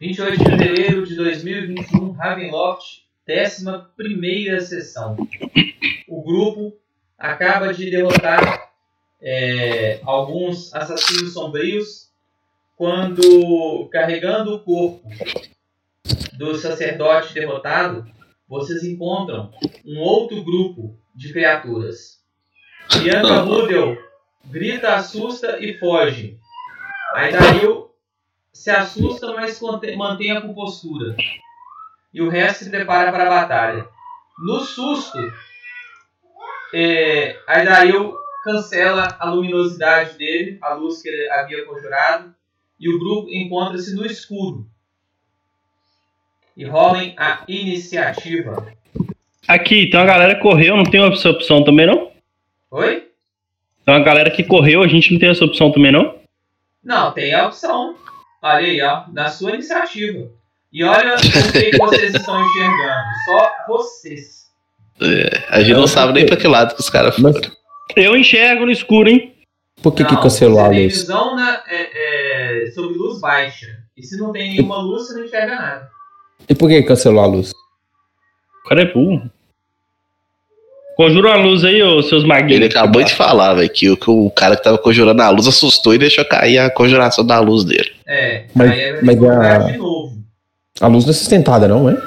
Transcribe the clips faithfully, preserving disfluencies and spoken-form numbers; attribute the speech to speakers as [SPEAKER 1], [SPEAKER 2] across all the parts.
[SPEAKER 1] vinte e oito de fevereiro de dois mil e vinte e um, Ravenloft, décima primeira sessão. O grupo acaba de derrotar é, alguns assassinos sombrios quando, carregando o corpo do sacerdote derrotado, vocês encontram um outro grupo de criaturas. Bianca Rudel grita, assusta e foge. Aidail se assusta, mas mantém a compostura. E o resto se prepara para a batalha. No susto, é, Aidail cancela a luminosidade dele, a luz que ele havia conjurado, e o grupo encontra-se no escuro. E rolem a iniciativa.
[SPEAKER 2] Aqui, tem uma galera que correu, não tem essa opção também, não?
[SPEAKER 1] Oi?
[SPEAKER 2] Tem uma galera que correu, a gente não tem essa opção também, não?
[SPEAKER 1] Não, tem a opção. Olha aí, ó, da sua iniciativa. E olha o que, que vocês estão enxergando. Só vocês.
[SPEAKER 3] É, a gente não sabe nem pra que lado que os caras foram.
[SPEAKER 2] Eu enxergo no escuro, hein?
[SPEAKER 4] Por que
[SPEAKER 1] Não,
[SPEAKER 4] que cancelou a
[SPEAKER 1] você tem
[SPEAKER 4] luz?
[SPEAKER 1] visão na, é, é, sob luz baixa. E se não tem nenhuma luz, você não enxerga nada.
[SPEAKER 4] E por que que cancelou a luz?
[SPEAKER 2] O cara é burro. Conjura a luz aí, ô seus maguinhos.
[SPEAKER 3] Ele acabou de falar, velho, que, o- que o cara que tava conjurando a luz assustou e deixou cair a conjuração da luz dele.
[SPEAKER 1] É,
[SPEAKER 4] Mas-
[SPEAKER 1] aí é
[SPEAKER 4] mas
[SPEAKER 1] jogar
[SPEAKER 4] a-
[SPEAKER 1] de novo.
[SPEAKER 4] A luz não é sustentada, não, é?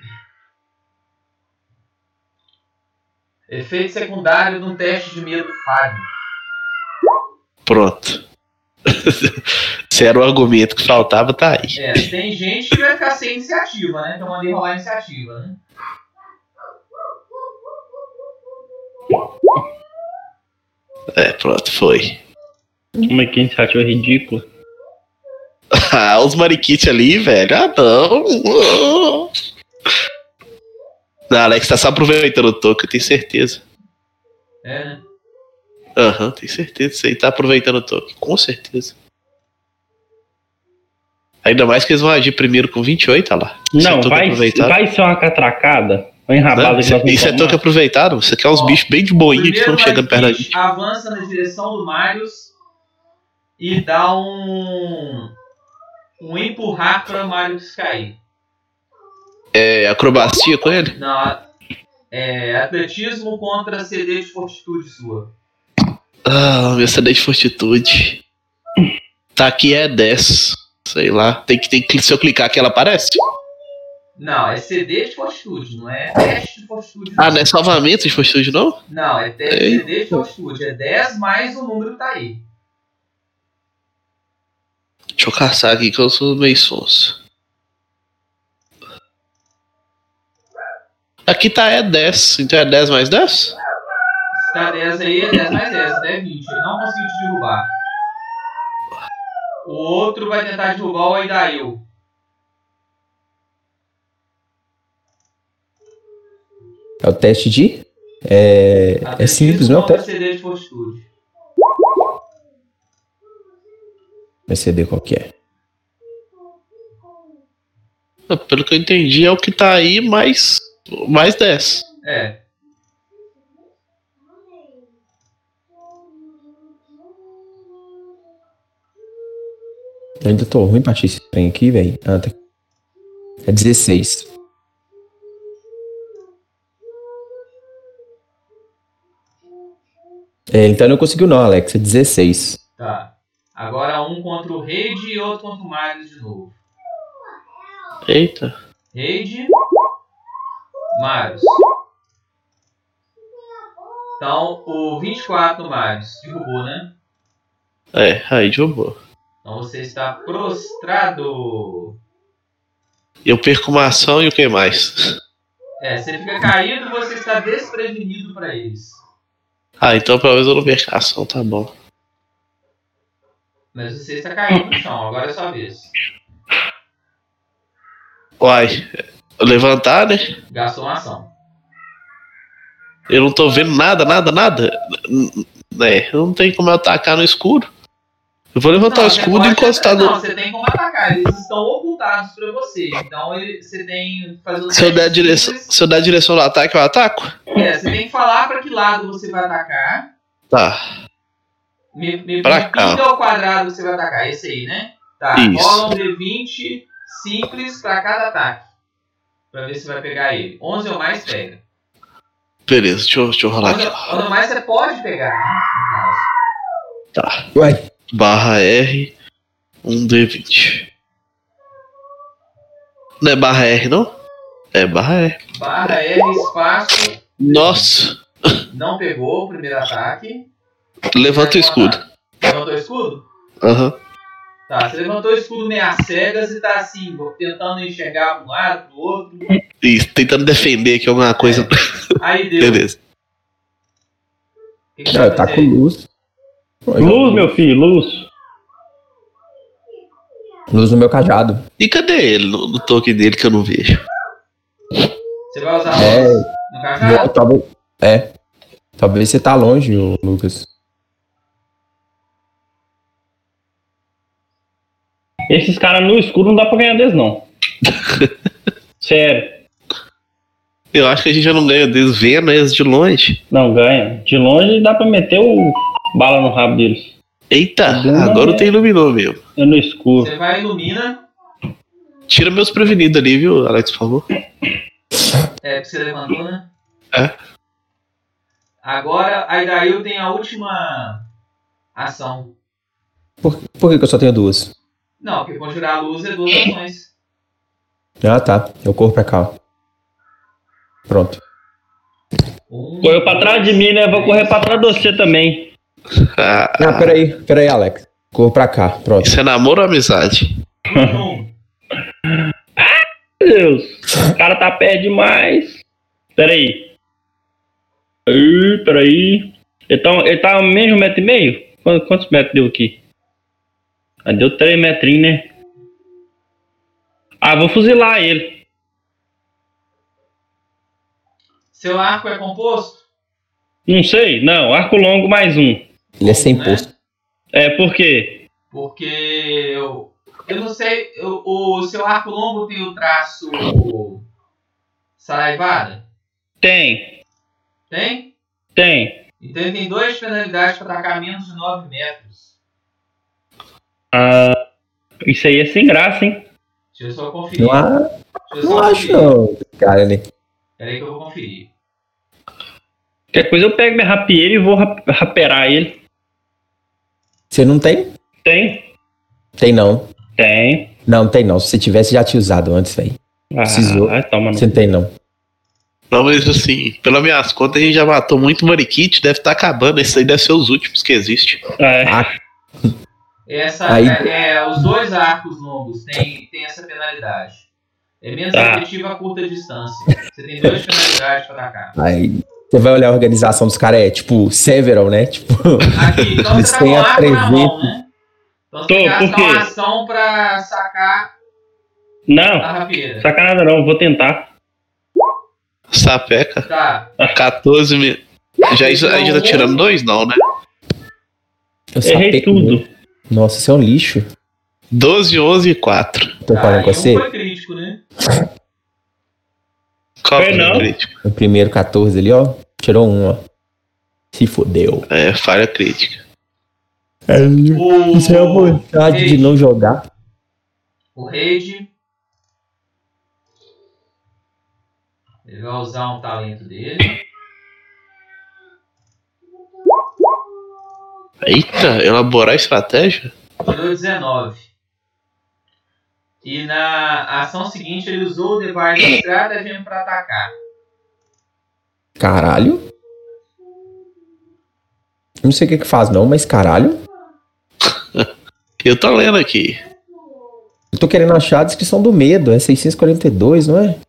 [SPEAKER 1] Efeito secundário de um teste de medo falho.
[SPEAKER 3] Pronto. Se era o argumento que faltava, tá aí.
[SPEAKER 1] É, tem gente que vai ficar sem iniciativa, né? Então mandei rolar a iniciativa, né?
[SPEAKER 3] É, pronto, foi.
[SPEAKER 2] Como é que a iniciativa é ridícula?
[SPEAKER 3] Ah, os mariquites ali, velho. Ah, não. Não, Alex tá só aproveitando o toque, eu tenho certeza.
[SPEAKER 1] É, né?
[SPEAKER 3] Aham, tenho certeza. Você tá aproveitando o toque, com certeza. Ainda mais que eles vão agir primeiro com vinte e oito, olha lá. Isso é
[SPEAKER 2] Não,
[SPEAKER 3] toque
[SPEAKER 2] vai,
[SPEAKER 3] aproveitado.
[SPEAKER 2] vai ser uma catracada. Uma enrabada
[SPEAKER 3] Não,
[SPEAKER 2] que
[SPEAKER 3] isso,
[SPEAKER 2] nós vamos
[SPEAKER 3] isso é
[SPEAKER 2] tomar.
[SPEAKER 3] toque aproveitado. Você quer uns
[SPEAKER 1] Ó,
[SPEAKER 3] bichos bem de boinha que
[SPEAKER 1] Primeiro
[SPEAKER 3] estão chegando perto da
[SPEAKER 1] Mariquite
[SPEAKER 3] gente.
[SPEAKER 1] avança na direção do Marius e dá um um empurrar para o Marius cair.
[SPEAKER 3] É acrobacia com ele?
[SPEAKER 1] Não, é atletismo contra C D de fortitude sua.
[SPEAKER 3] Ah, meu C D de fortitude. Tá aqui é dez. Sei lá. Tem que, tem que, se eu clicar aqui, ela aparece?
[SPEAKER 1] Não, é C D de fortitude, não é teste de fortitude.
[SPEAKER 3] Ah, não é salvamento de fortitude, não?
[SPEAKER 1] Não, é teste
[SPEAKER 3] Ei.
[SPEAKER 1] C D de fortitude. É dez mais o número que tá aí.
[SPEAKER 3] Deixa eu caçar aqui que eu sou meio sonso. Aqui tá é dez. Então é dez mais dez?
[SPEAKER 1] Se tá dez aí, é dez mais dez. É vinte. Ele não conseguiu te derrubar. O outro vai tentar derrubar o Aidail.
[SPEAKER 4] É o teste de... É, é simples, não é o
[SPEAKER 1] contra
[SPEAKER 4] teste?
[SPEAKER 1] C D de fortitude.
[SPEAKER 4] Vai C D qual que é?
[SPEAKER 3] Ah, pelo que eu entendi, é o que tá aí mais, mais dez.
[SPEAKER 1] É.
[SPEAKER 4] Eu ainda tô ruim pra achar esse trem aqui, velho. Ah, tá. É dezesseis. É, então não conseguiu não, Alex. É dezesseis.
[SPEAKER 1] Tá. Agora um contra o Raid e outro contra o Marius de novo.
[SPEAKER 3] Eita.
[SPEAKER 1] Raid. Marius. Então, o vinte e quatro no Marius. Derrubou, né?
[SPEAKER 3] É, aí derrubou.
[SPEAKER 1] Então você está prostrado.
[SPEAKER 3] Eu perco uma ação e o que mais?
[SPEAKER 1] É, você fica caído e você está desprevenido para eles.
[SPEAKER 3] Ah, então pelo menos eu não perco a ação, tá bom.
[SPEAKER 1] Mas você está caído no chão, agora é sua vez.
[SPEAKER 3] Uai, levantar, né?
[SPEAKER 1] Gastou uma ação.
[SPEAKER 3] Eu não tô vendo nada, nada, nada. É, não tem como eu atacar no escuro. Eu vou levantar o
[SPEAKER 1] você
[SPEAKER 3] escudo
[SPEAKER 1] pode-
[SPEAKER 3] e encostar
[SPEAKER 1] Não,
[SPEAKER 3] no.
[SPEAKER 1] você tem como atacar. Eles estão ocultados para você. Então ele, você tem que fazer um
[SPEAKER 3] Se eu der a
[SPEAKER 1] teste
[SPEAKER 3] direção,
[SPEAKER 1] simples.
[SPEAKER 3] se eu der a direção do ataque, eu ataco?
[SPEAKER 1] É, você tem que falar para que lado você vai atacar.
[SPEAKER 3] Tá.
[SPEAKER 1] Me, me,
[SPEAKER 3] Pra
[SPEAKER 1] me
[SPEAKER 3] cá.
[SPEAKER 1] pinga ao quadrado que você vai atacar. Esse aí, né? Tá.
[SPEAKER 3] Isso.
[SPEAKER 1] Rola um D vinte, simples pra cada ataque. Pra ver se vai pegar ele. onze ou mais pega.
[SPEAKER 3] Beleza, deixa eu, deixa eu rolar
[SPEAKER 1] onze,
[SPEAKER 3] aqui.
[SPEAKER 1] onze ou mais você pode pegar. Né?
[SPEAKER 3] Tá.
[SPEAKER 4] Ué,
[SPEAKER 3] Barra R, um D vinte. Não é barra R, não? É barra R.
[SPEAKER 1] Barra R, espaço.
[SPEAKER 3] Nossa.
[SPEAKER 1] Não pegou o primeiro ataque.
[SPEAKER 3] Levanta o escudo.
[SPEAKER 1] Levantou o escudo?
[SPEAKER 3] Aham.
[SPEAKER 1] Tá, você levantou o escudo meio às cegas e tá assim, tentando enxergar pra um lado, pro outro.
[SPEAKER 3] Isso, tentando defender aqui alguma coisa.
[SPEAKER 1] Aí deu.
[SPEAKER 3] Beleza.
[SPEAKER 1] O que que você
[SPEAKER 4] não,
[SPEAKER 1] vai
[SPEAKER 4] tá
[SPEAKER 1] fazer
[SPEAKER 4] com
[SPEAKER 1] aí?
[SPEAKER 4] luz.
[SPEAKER 2] Luz, meu filho, luz.
[SPEAKER 4] Luz no meu cajado.
[SPEAKER 3] E cadê ele no, no token dele que eu não vejo?
[SPEAKER 1] Você vai usar
[SPEAKER 4] É.
[SPEAKER 1] luz no
[SPEAKER 4] Vou-
[SPEAKER 1] cajado?
[SPEAKER 4] Talvez, é. Talvez você tá longe, ô, Lucas.
[SPEAKER 2] Esses caras no escuro não dá pra ganhar deles, não. Sério.
[SPEAKER 3] Eu acho que a gente já não ganha deles vendo eles de longe.
[SPEAKER 2] Não, ganha. De longe dá pra meter o bala no rabo deles.
[SPEAKER 3] Eita,
[SPEAKER 2] Não,
[SPEAKER 3] agora
[SPEAKER 2] é.
[SPEAKER 3] o tem iluminou mesmo.
[SPEAKER 2] É no escuro.
[SPEAKER 1] Você vai ilumina.
[SPEAKER 3] Tira meus prevenidos ali, viu, Alex, por favor?
[SPEAKER 1] É, porque você levantou, né?
[SPEAKER 3] É.
[SPEAKER 1] Agora, a Idail tem a última ação.
[SPEAKER 4] Por, por que, que eu só tenho duas?
[SPEAKER 1] Não, porque conjurar a luz é duas ações.
[SPEAKER 4] Ah, tá. Eu corro pra cá. Ó. Pronto.
[SPEAKER 1] Um,
[SPEAKER 2] Correu pra trás de mim, né? Vou correr pra trás de você também.
[SPEAKER 3] Ah,
[SPEAKER 4] Ah, peraí. Peraí, Alex. Corro pra cá. Pronto.
[SPEAKER 3] isso é namoro ou amizade?
[SPEAKER 1] um.
[SPEAKER 2] Meu Deus. O cara tá perto demais. Pera aí. Ih, peraí. Ele tá, ele tá meio um metro e meio? Quantos, quantos metros deu aqui? Ah, deu três metrinhos, né? Ah, vou fuzilar ele.
[SPEAKER 1] Seu arco é composto?
[SPEAKER 2] Não sei, não. Arco longo mais um.
[SPEAKER 4] Ele é sem
[SPEAKER 1] Né?
[SPEAKER 4] posto.
[SPEAKER 2] É, por quê?
[SPEAKER 1] Porque eu, eu não sei, eu- o seu arco longo tem o traço saraivada?
[SPEAKER 2] Tem,
[SPEAKER 1] Tem?
[SPEAKER 2] tem.
[SPEAKER 1] Então ele tem duas penalidades para atacar menos de nove metros.
[SPEAKER 2] Ah, isso aí é sem graça, hein?
[SPEAKER 1] Deixa eu só conferir.
[SPEAKER 4] Não, há,
[SPEAKER 1] Deixa eu
[SPEAKER 4] não
[SPEAKER 1] só
[SPEAKER 4] acho,
[SPEAKER 1] conferir.
[SPEAKER 4] não. Cara, né?
[SPEAKER 1] Peraí que eu vou conferir.
[SPEAKER 2] Qualquer coisa eu pego minha rapieira e vou rap- raperar ele.
[SPEAKER 4] Você não tem?
[SPEAKER 2] Tem?
[SPEAKER 4] Tem não.
[SPEAKER 2] Tem.
[SPEAKER 4] Não, tem não. Se você tivesse, já tinha usado antes, velho.
[SPEAKER 2] Ah,
[SPEAKER 4] Precisou.
[SPEAKER 2] vai, toma não.
[SPEAKER 4] Você não tem não.
[SPEAKER 3] Não, mas assim, pelas minhas contas, a gente já matou muito Mariquite, deve estar acabando. Esse aí deve ser os últimos que existe.
[SPEAKER 2] É.
[SPEAKER 4] Ah,
[SPEAKER 1] Essa,
[SPEAKER 4] Aí-
[SPEAKER 1] é, é, os dois arcos longos têm tem essa penalidade. É menos
[SPEAKER 2] Tá.
[SPEAKER 1] efetiva a curta distância. Você tem duas penalidades para atacar.
[SPEAKER 4] aí você vai olhar a organização dos caras, é tipo Several, né? Tipo,
[SPEAKER 1] Aqui, então
[SPEAKER 4] Eles
[SPEAKER 1] você tá com
[SPEAKER 4] têm
[SPEAKER 1] o
[SPEAKER 4] a
[SPEAKER 1] arco na mão,
[SPEAKER 4] trezentos.
[SPEAKER 1] né? Então você
[SPEAKER 2] Tô,
[SPEAKER 1] tem que
[SPEAKER 2] por
[SPEAKER 1] gastar
[SPEAKER 2] quê?
[SPEAKER 1] uma ação pra sacar
[SPEAKER 2] Não,
[SPEAKER 1] a rapieira.
[SPEAKER 2] sacanagem não, vou tentar.
[SPEAKER 3] Sapeca.
[SPEAKER 1] Tá.
[SPEAKER 3] quatorze mil. Já, aí já tá tirando dois, não, né?
[SPEAKER 4] eu
[SPEAKER 2] Errei
[SPEAKER 4] sapei com-
[SPEAKER 2] tudo.
[SPEAKER 4] Nossa, você é um lixo.
[SPEAKER 3] doze, onze e quatro.
[SPEAKER 4] Tô
[SPEAKER 1] Tá,
[SPEAKER 4] falando
[SPEAKER 1] e
[SPEAKER 4] com
[SPEAKER 1] um
[SPEAKER 4] você.
[SPEAKER 1] foi crítico, né?
[SPEAKER 3] Qual
[SPEAKER 2] Foi
[SPEAKER 3] que é o
[SPEAKER 2] não?
[SPEAKER 3] crítico?
[SPEAKER 4] O primeiro catorze ali, ó. Tirou um, ó. Se fodeu.
[SPEAKER 3] É, falha crítica.
[SPEAKER 1] O,
[SPEAKER 4] Isso é a vontade de
[SPEAKER 1] Raid.
[SPEAKER 4] não jogar.
[SPEAKER 1] O Raid. Ele vai usar um talento dele.
[SPEAKER 3] Eita, elaborar estratégia?
[SPEAKER 1] Tirou dezenove. E na ação seguinte ele usou o Device Stratagem para atacar.
[SPEAKER 4] Caralho. Não sei o que que faz não, mas caralho.
[SPEAKER 3] Eu tô lendo aqui.
[SPEAKER 4] Eu tô querendo achar a descrição do medo. É seiscentos e quarenta e dois, não é?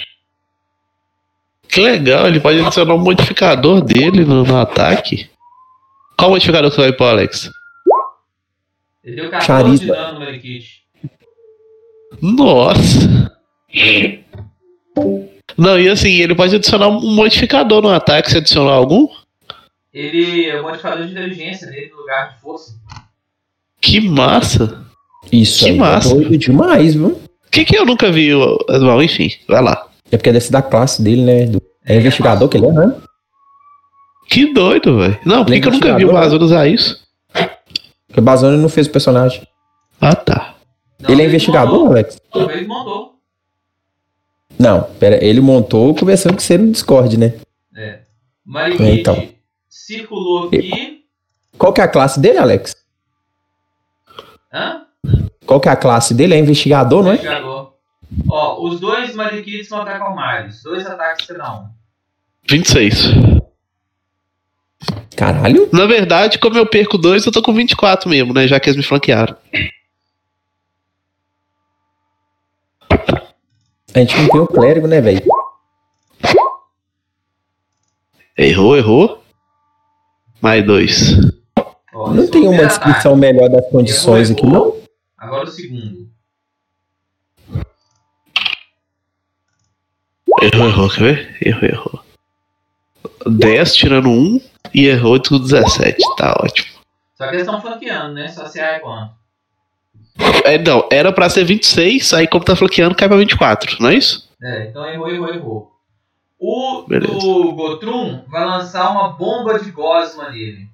[SPEAKER 3] Que legal, ele pode adicionar um modificador dele no, no ataque. Qual modificador que você vai pôr, Alex?
[SPEAKER 1] Ele deu quatorze de
[SPEAKER 4] Charisma.
[SPEAKER 1] dano no Marikit.
[SPEAKER 3] Nossa. Não, e assim, ele pode adicionar um modificador no ataque. Você adicionou algum?
[SPEAKER 1] Ele é o modificador de inteligência dele no lugar de força.
[SPEAKER 3] Que massa.
[SPEAKER 4] Isso
[SPEAKER 3] Que
[SPEAKER 4] aí.
[SPEAKER 3] massa.
[SPEAKER 4] É doido demais, viu?
[SPEAKER 3] O que que eu nunca vi? Bom, enfim, vai lá.
[SPEAKER 4] É porque deve ser da classe dele, né? Do- É
[SPEAKER 1] Ele
[SPEAKER 4] investigador que ele é, né?
[SPEAKER 3] Que doido, velho. Não, por que, que eu nunca vi o
[SPEAKER 4] Investigador,
[SPEAKER 3] Azul usar isso?
[SPEAKER 4] Porque o Bazone não fez o personagem.
[SPEAKER 3] Ah, tá.
[SPEAKER 1] Não,
[SPEAKER 4] Ele é investigador,
[SPEAKER 1] montou.
[SPEAKER 4] Alex?
[SPEAKER 1] Ele montou.
[SPEAKER 4] Não, pera, ele montou conversando com você no Discord, né?
[SPEAKER 1] É. Marikit
[SPEAKER 4] Então.
[SPEAKER 1] circulou aqui.
[SPEAKER 4] Qual que é a classe dele, Alex?
[SPEAKER 1] Hã?
[SPEAKER 4] Qual que é a classe dele? É investigador, não é?
[SPEAKER 1] Investigador. Ó, os dois Marikits vão atacar o Marius. Dois ataques será um.
[SPEAKER 3] vinte e seis.
[SPEAKER 4] Caralho.
[SPEAKER 3] Na verdade, como eu perco dois, eu tô com vinte e quatro mesmo, né? Já que eles me flanquearam.
[SPEAKER 4] A gente não tem o clérigo, né, velho?
[SPEAKER 3] Errou, errou. Mais dois.
[SPEAKER 1] Ó,
[SPEAKER 4] Não
[SPEAKER 1] esse
[SPEAKER 4] tem
[SPEAKER 1] foi o
[SPEAKER 4] uma
[SPEAKER 1] primeiro
[SPEAKER 4] descrição
[SPEAKER 1] ataque.
[SPEAKER 4] melhor das condições
[SPEAKER 1] Errou,
[SPEAKER 4] aqui, não?
[SPEAKER 1] errou. Agora o segundo.
[SPEAKER 3] Errou, errou, quer ver? Errou, errou. dez tirando um e errou tudo dezessete. Tá ótimo.
[SPEAKER 1] Só que eles estão flanqueando, né? Só se erra quanto?
[SPEAKER 3] É, não, era pra ser vinte e seis, aí como tá flanqueando, cai pra vinte e quatro, não é isso?
[SPEAKER 1] É, então errou, errou, errou. O
[SPEAKER 3] Beleza.
[SPEAKER 1] do Gotrum vai lançar uma bomba de gosma nele.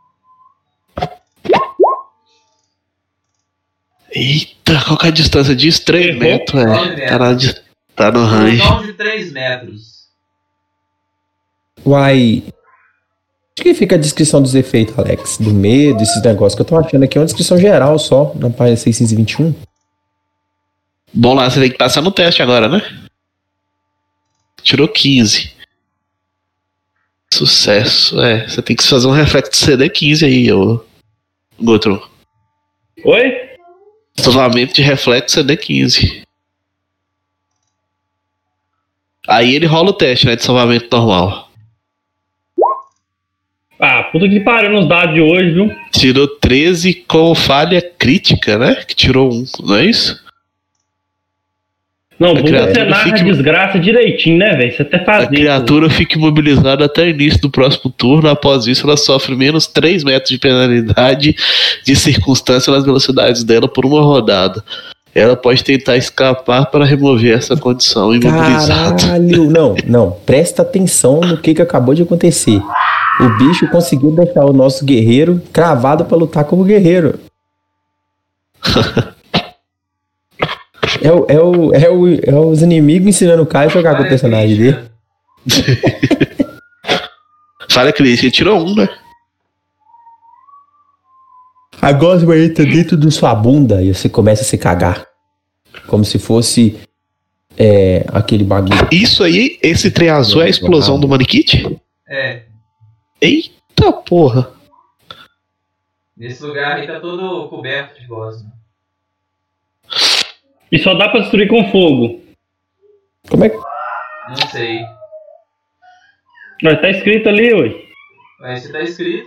[SPEAKER 3] Eita, qual que é a distância disso? três
[SPEAKER 2] Errou.
[SPEAKER 3] metros,
[SPEAKER 1] nove
[SPEAKER 3] é. Tá, na, di- tá no range.
[SPEAKER 1] Explosão de três metros.
[SPEAKER 4] Uai. Onde que fica a descrição dos efeitos, Alex? Do medo, esses negócios que eu tô achando aqui é uma descrição geral só, na página seiscentos e vinte e um.
[SPEAKER 3] Bom, lá você tem que passar no teste agora, né? Tirou quinze. Sucesso, é. Você tem que fazer um reflexo de C D quinze aí, ô Gotron.
[SPEAKER 2] Oi?
[SPEAKER 3] Salvamento de reflexo C D quinze. Aí ele rola o teste, né? De salvamento normal.
[SPEAKER 2] Ah, puta que pariu nos dados de hoje, viu?
[SPEAKER 3] Tirou treze com falha crítica, né? Que tirou um, não é isso?
[SPEAKER 2] Não,
[SPEAKER 3] A
[SPEAKER 2] bom que
[SPEAKER 3] criatura
[SPEAKER 2] você narra
[SPEAKER 3] fica-
[SPEAKER 2] a desgraça direitinho, né, velho? Você até
[SPEAKER 3] A
[SPEAKER 2] faz isso.
[SPEAKER 3] criatura fica imobilizada até o início do próximo turno. Após isso, ela sofre menos três metros de penalidade de circunstância nas velocidades dela por uma rodada. Ela pode tentar escapar para remover essa condição imobilizada.
[SPEAKER 4] Caralho. Não, não. Presta atenção no que, que acabou de acontecer. O bicho conseguiu deixar o nosso guerreiro cravado pra lutar como guerreiro. É, o, é, o, é, o, é os inimigos ensinando o cara a jogar com o personagem dele.
[SPEAKER 3] Falha crítica, ele tirou um, né?
[SPEAKER 4] A gosma entra dentro da sua bunda e você começa a se cagar. Como se fosse é, aquele bagulho.
[SPEAKER 3] Isso aí, esse trem azul é a explosão do Manikit?
[SPEAKER 1] É,
[SPEAKER 3] Eita porra.
[SPEAKER 1] nesse lugar aí tá todo coberto de gosma.
[SPEAKER 2] E só dá pra destruir com fogo.
[SPEAKER 4] Como é que.
[SPEAKER 1] Não sei.
[SPEAKER 2] Mas tá escrito ali, ué.
[SPEAKER 1] Mas se tá escrito.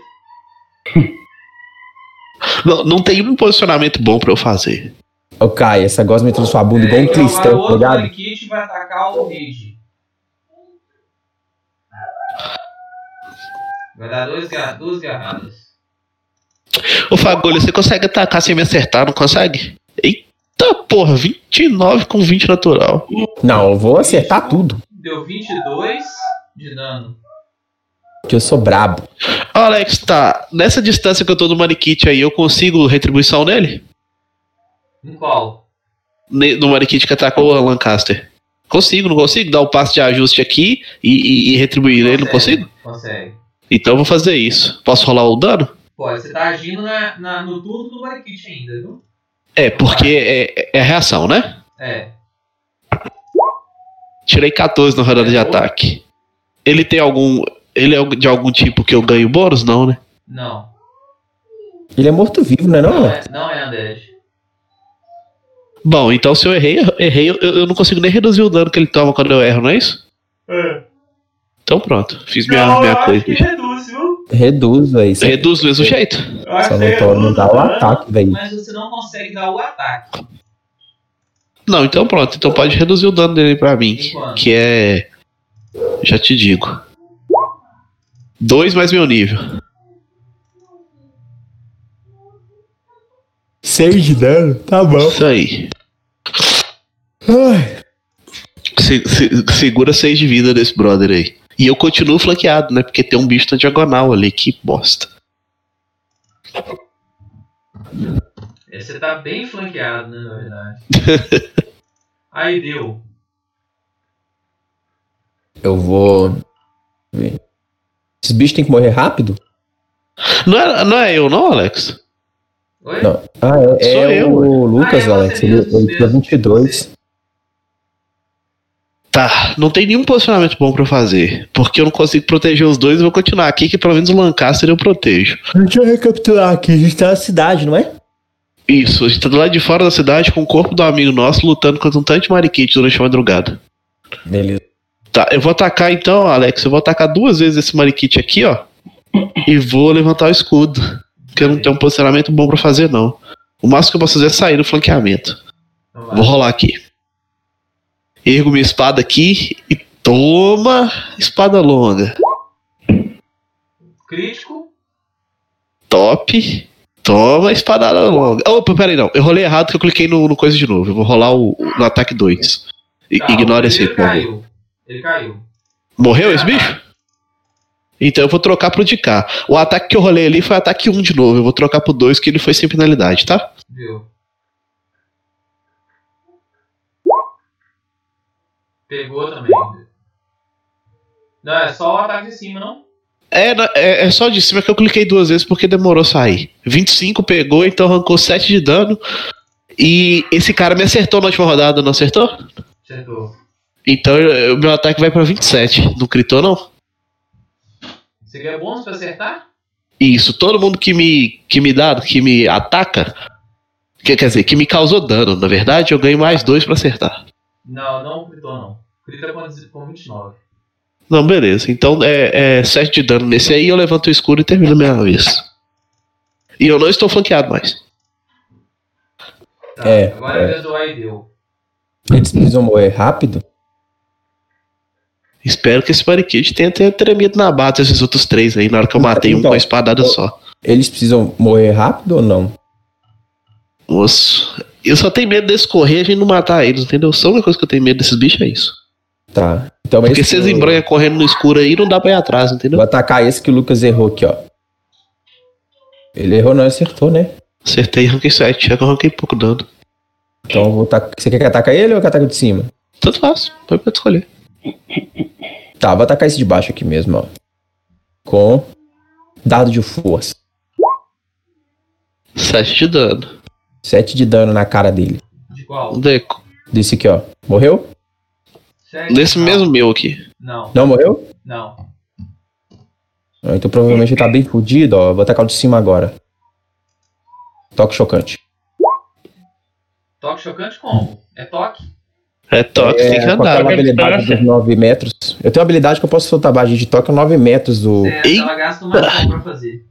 [SPEAKER 3] Não, não tem um posicionamento bom pra eu fazer.
[SPEAKER 4] Ô, Kai, essa gosma entrou na sua bunda igual um
[SPEAKER 1] É, então agora o
[SPEAKER 4] cristão, tá
[SPEAKER 1] outro
[SPEAKER 4] ligado?
[SPEAKER 1] Marikit vai atacar o Rage. Vai dar dois, gar- duas garradas.
[SPEAKER 3] Ô Fagulho, você consegue atacar sem me acertar, não consegue? Eita porra, vinte e nove com vinte natural.
[SPEAKER 4] Não, eu vou acertar tudo.
[SPEAKER 1] Deu vinte e dois de dano.
[SPEAKER 4] Que eu sou brabo.
[SPEAKER 3] Ó, Alex, tá. Nessa distância que eu tô do Manikit aí, eu consigo retribuição nele?
[SPEAKER 1] Em qual?
[SPEAKER 3] Ne- No Manikit que atacou o Lancaster. Consigo, não consigo? Dar o passo de ajuste aqui e, e- e retribuir ele, não consigo?
[SPEAKER 1] Consegue.
[SPEAKER 3] Então eu vou fazer isso. Posso rolar o dano?
[SPEAKER 1] Pode, você tá agindo na, na- no turno do Marikit ainda, viu?
[SPEAKER 3] É, porque é, é a reação, né?
[SPEAKER 1] É.
[SPEAKER 3] Tirei quatorze na rodada de ataque. Ele tem algum. Ele é de algum tipo que eu ganho bônus? Não, né?
[SPEAKER 1] Não.
[SPEAKER 4] Ele é morto-vivo, não é não?
[SPEAKER 1] Não é, não é Undead.
[SPEAKER 3] Bom, então se eu errei, eu errei, eu, eu não consigo nem reduzir o dano que ele toma quando eu erro, não é isso?
[SPEAKER 1] É.
[SPEAKER 3] Então pronto, fiz minha,
[SPEAKER 1] Não,
[SPEAKER 3] minha
[SPEAKER 1] eu acho
[SPEAKER 3] coisa.
[SPEAKER 1] que reduz, viu?
[SPEAKER 4] Reduz, velho. Você
[SPEAKER 3] Reduz do mesmo jeito?
[SPEAKER 1] Eu acho
[SPEAKER 4] só
[SPEAKER 1] que
[SPEAKER 4] não pode
[SPEAKER 1] reduz
[SPEAKER 4] dar o
[SPEAKER 1] dano,
[SPEAKER 4] ataque, velho.
[SPEAKER 1] Mas você não consegue dar o ataque.
[SPEAKER 3] Não, então pronto. Então pode reduzir o dano dele pra mim.
[SPEAKER 1] Enquanto?
[SPEAKER 3] Que é. Já te digo. dois mais meu nível.
[SPEAKER 4] seis de dano, tá bom.
[SPEAKER 3] Isso aí.
[SPEAKER 4] Ai.
[SPEAKER 3] Se- se- segura seis de vida desse brother aí. E eu continuo flanqueado, né? Porque tem um bicho na diagonal ali. Que bosta.
[SPEAKER 1] É, você tá bem flanqueado, né, na verdade. Aí deu.
[SPEAKER 4] Eu vou. ver. Esses bichos têm que morrer rápido?
[SPEAKER 3] Não é, não é eu, não, Alex?
[SPEAKER 1] Oi?
[SPEAKER 4] Não. Ah, é,
[SPEAKER 3] Sou
[SPEAKER 4] é
[SPEAKER 3] eu,
[SPEAKER 4] o Lucas,
[SPEAKER 1] Ah, é
[SPEAKER 4] Alex.
[SPEAKER 1] você
[SPEAKER 4] Ele,
[SPEAKER 1] mesmo,
[SPEAKER 4] ele tinha
[SPEAKER 1] mesmo.
[SPEAKER 4] vinte e dois.
[SPEAKER 3] Tá, não tem nenhum posicionamento bom pra eu fazer. Porque eu não consigo proteger os dois, eu vou continuar aqui, que pelo menos o Lancaster eu protejo.
[SPEAKER 4] Deixa eu recapitular aqui. A gente tá na cidade, não é?
[SPEAKER 3] Isso, a gente tá do lado de fora da cidade com o corpo do amigo nosso lutando contra um tanto de mariquite durante a madrugada.
[SPEAKER 4] Beleza.
[SPEAKER 3] Tá, eu vou atacar então, Alex. Eu vou atacar duas vezes esse mariquite aqui, ó. E vou levantar o escudo. Porque eu não tenho um posicionamento bom pra fazer, não. O máximo que eu posso fazer é sair do flanqueamento.
[SPEAKER 1] Então vai.
[SPEAKER 3] Vou rolar aqui. Ergo minha espada aqui e toma espada longa.
[SPEAKER 1] Crítico.
[SPEAKER 3] Top. Toma espadada longa. Opa, peraí, não. Eu rolei errado que eu cliquei no, no coisa de novo. Eu vou rolar o, no ataque dois.
[SPEAKER 1] Tá,
[SPEAKER 3] Ignore esse
[SPEAKER 1] ele
[SPEAKER 3] povo.
[SPEAKER 1] caiu. Ele caiu.
[SPEAKER 3] Morreu esse bicho? Então eu vou trocar pro de cá. O ataque que eu rolei ali foi ataque um de novo. Eu vou trocar pro dois, que ele foi sem penalidade, tá?
[SPEAKER 1] Viu? Pegou também. Não, é só o ataque de cima, não?
[SPEAKER 3] É, na- é, é só de cima que eu cliquei duas vezes porque demorou a sair. vinte e cinco pegou, então arrancou sete de dano. E esse cara me acertou na última rodada, não acertou?
[SPEAKER 1] Acertou.
[SPEAKER 3] Então o meu ataque vai pra vinte e sete. Não gritou, não?
[SPEAKER 1] Você quer bônus pra acertar?
[SPEAKER 3] Isso, todo mundo que me, que me dá, que me ataca, que, quer dizer, que me causou dano, na verdade, eu ganho mais dois pra acertar.
[SPEAKER 1] Não, não gritou não. Grita com com vinte e nove.
[SPEAKER 3] Não, beleza. Então é, é sete de dano nesse aí, eu levanto o escuro e termino a minha vez. E eu não estou flanqueado mais.
[SPEAKER 1] Tá,
[SPEAKER 4] É,
[SPEAKER 1] agora
[SPEAKER 4] é.
[SPEAKER 1] é vez do Aideu.
[SPEAKER 4] Eles precisam morrer rápido?
[SPEAKER 3] Espero que esse mariquite tenha, tenha tremido na bata esses outros três aí, na hora que eu matei um
[SPEAKER 4] Então,
[SPEAKER 3] com a espadada
[SPEAKER 4] eu-
[SPEAKER 3] só.
[SPEAKER 4] Eles precisam morrer rápido ou não?
[SPEAKER 3] Moço, eu só tenho medo deles correr e a gente não matar eles, entendeu? Só a única coisa que eu tenho medo desses bichos é isso.
[SPEAKER 4] Tá. Então
[SPEAKER 3] Porque
[SPEAKER 4] esse
[SPEAKER 3] se eles
[SPEAKER 4] que eu-
[SPEAKER 3] embranham correndo no escuro aí, não dá pra ir atrás, entendeu?
[SPEAKER 4] Vou atacar esse que o Lucas errou aqui, ó. Ele errou, não acertou, né?
[SPEAKER 3] Acertei, arranquei sete, já que eu arranquei pouco dano.
[SPEAKER 4] Então eu vou atacar. Você quer que ataque ele ou que ataque de cima?
[SPEAKER 3] Tanto faz, pode pode escolher.
[SPEAKER 4] Tá, vou atacar esse de baixo aqui mesmo, ó. Com dado de força.
[SPEAKER 3] sete de dano.
[SPEAKER 4] sete de dano na cara dele.
[SPEAKER 1] De qual?
[SPEAKER 3] Deco.
[SPEAKER 4] Desse aqui, ó. Morreu?
[SPEAKER 1] Sete?
[SPEAKER 3] Desse
[SPEAKER 1] Não.
[SPEAKER 3] mesmo meu aqui.
[SPEAKER 1] Não,
[SPEAKER 4] Não morreu?
[SPEAKER 1] não.
[SPEAKER 4] Ah, então provavelmente ele tá bem fudido, ó. Vou atacar o de cima agora. Toque chocante.
[SPEAKER 1] Toque chocante como? É toque?
[SPEAKER 3] É toque,
[SPEAKER 4] É,
[SPEAKER 3] tem que
[SPEAKER 4] com
[SPEAKER 3] andar.
[SPEAKER 4] aquela
[SPEAKER 2] né?
[SPEAKER 4] habilidade
[SPEAKER 2] Distância.
[SPEAKER 4] dos nove metros. Eu tenho uma habilidade que eu posso soltar magia de toque a nove metros do.
[SPEAKER 1] Certo,
[SPEAKER 3] Ei.
[SPEAKER 1] ela gasta uma ação pra fazer.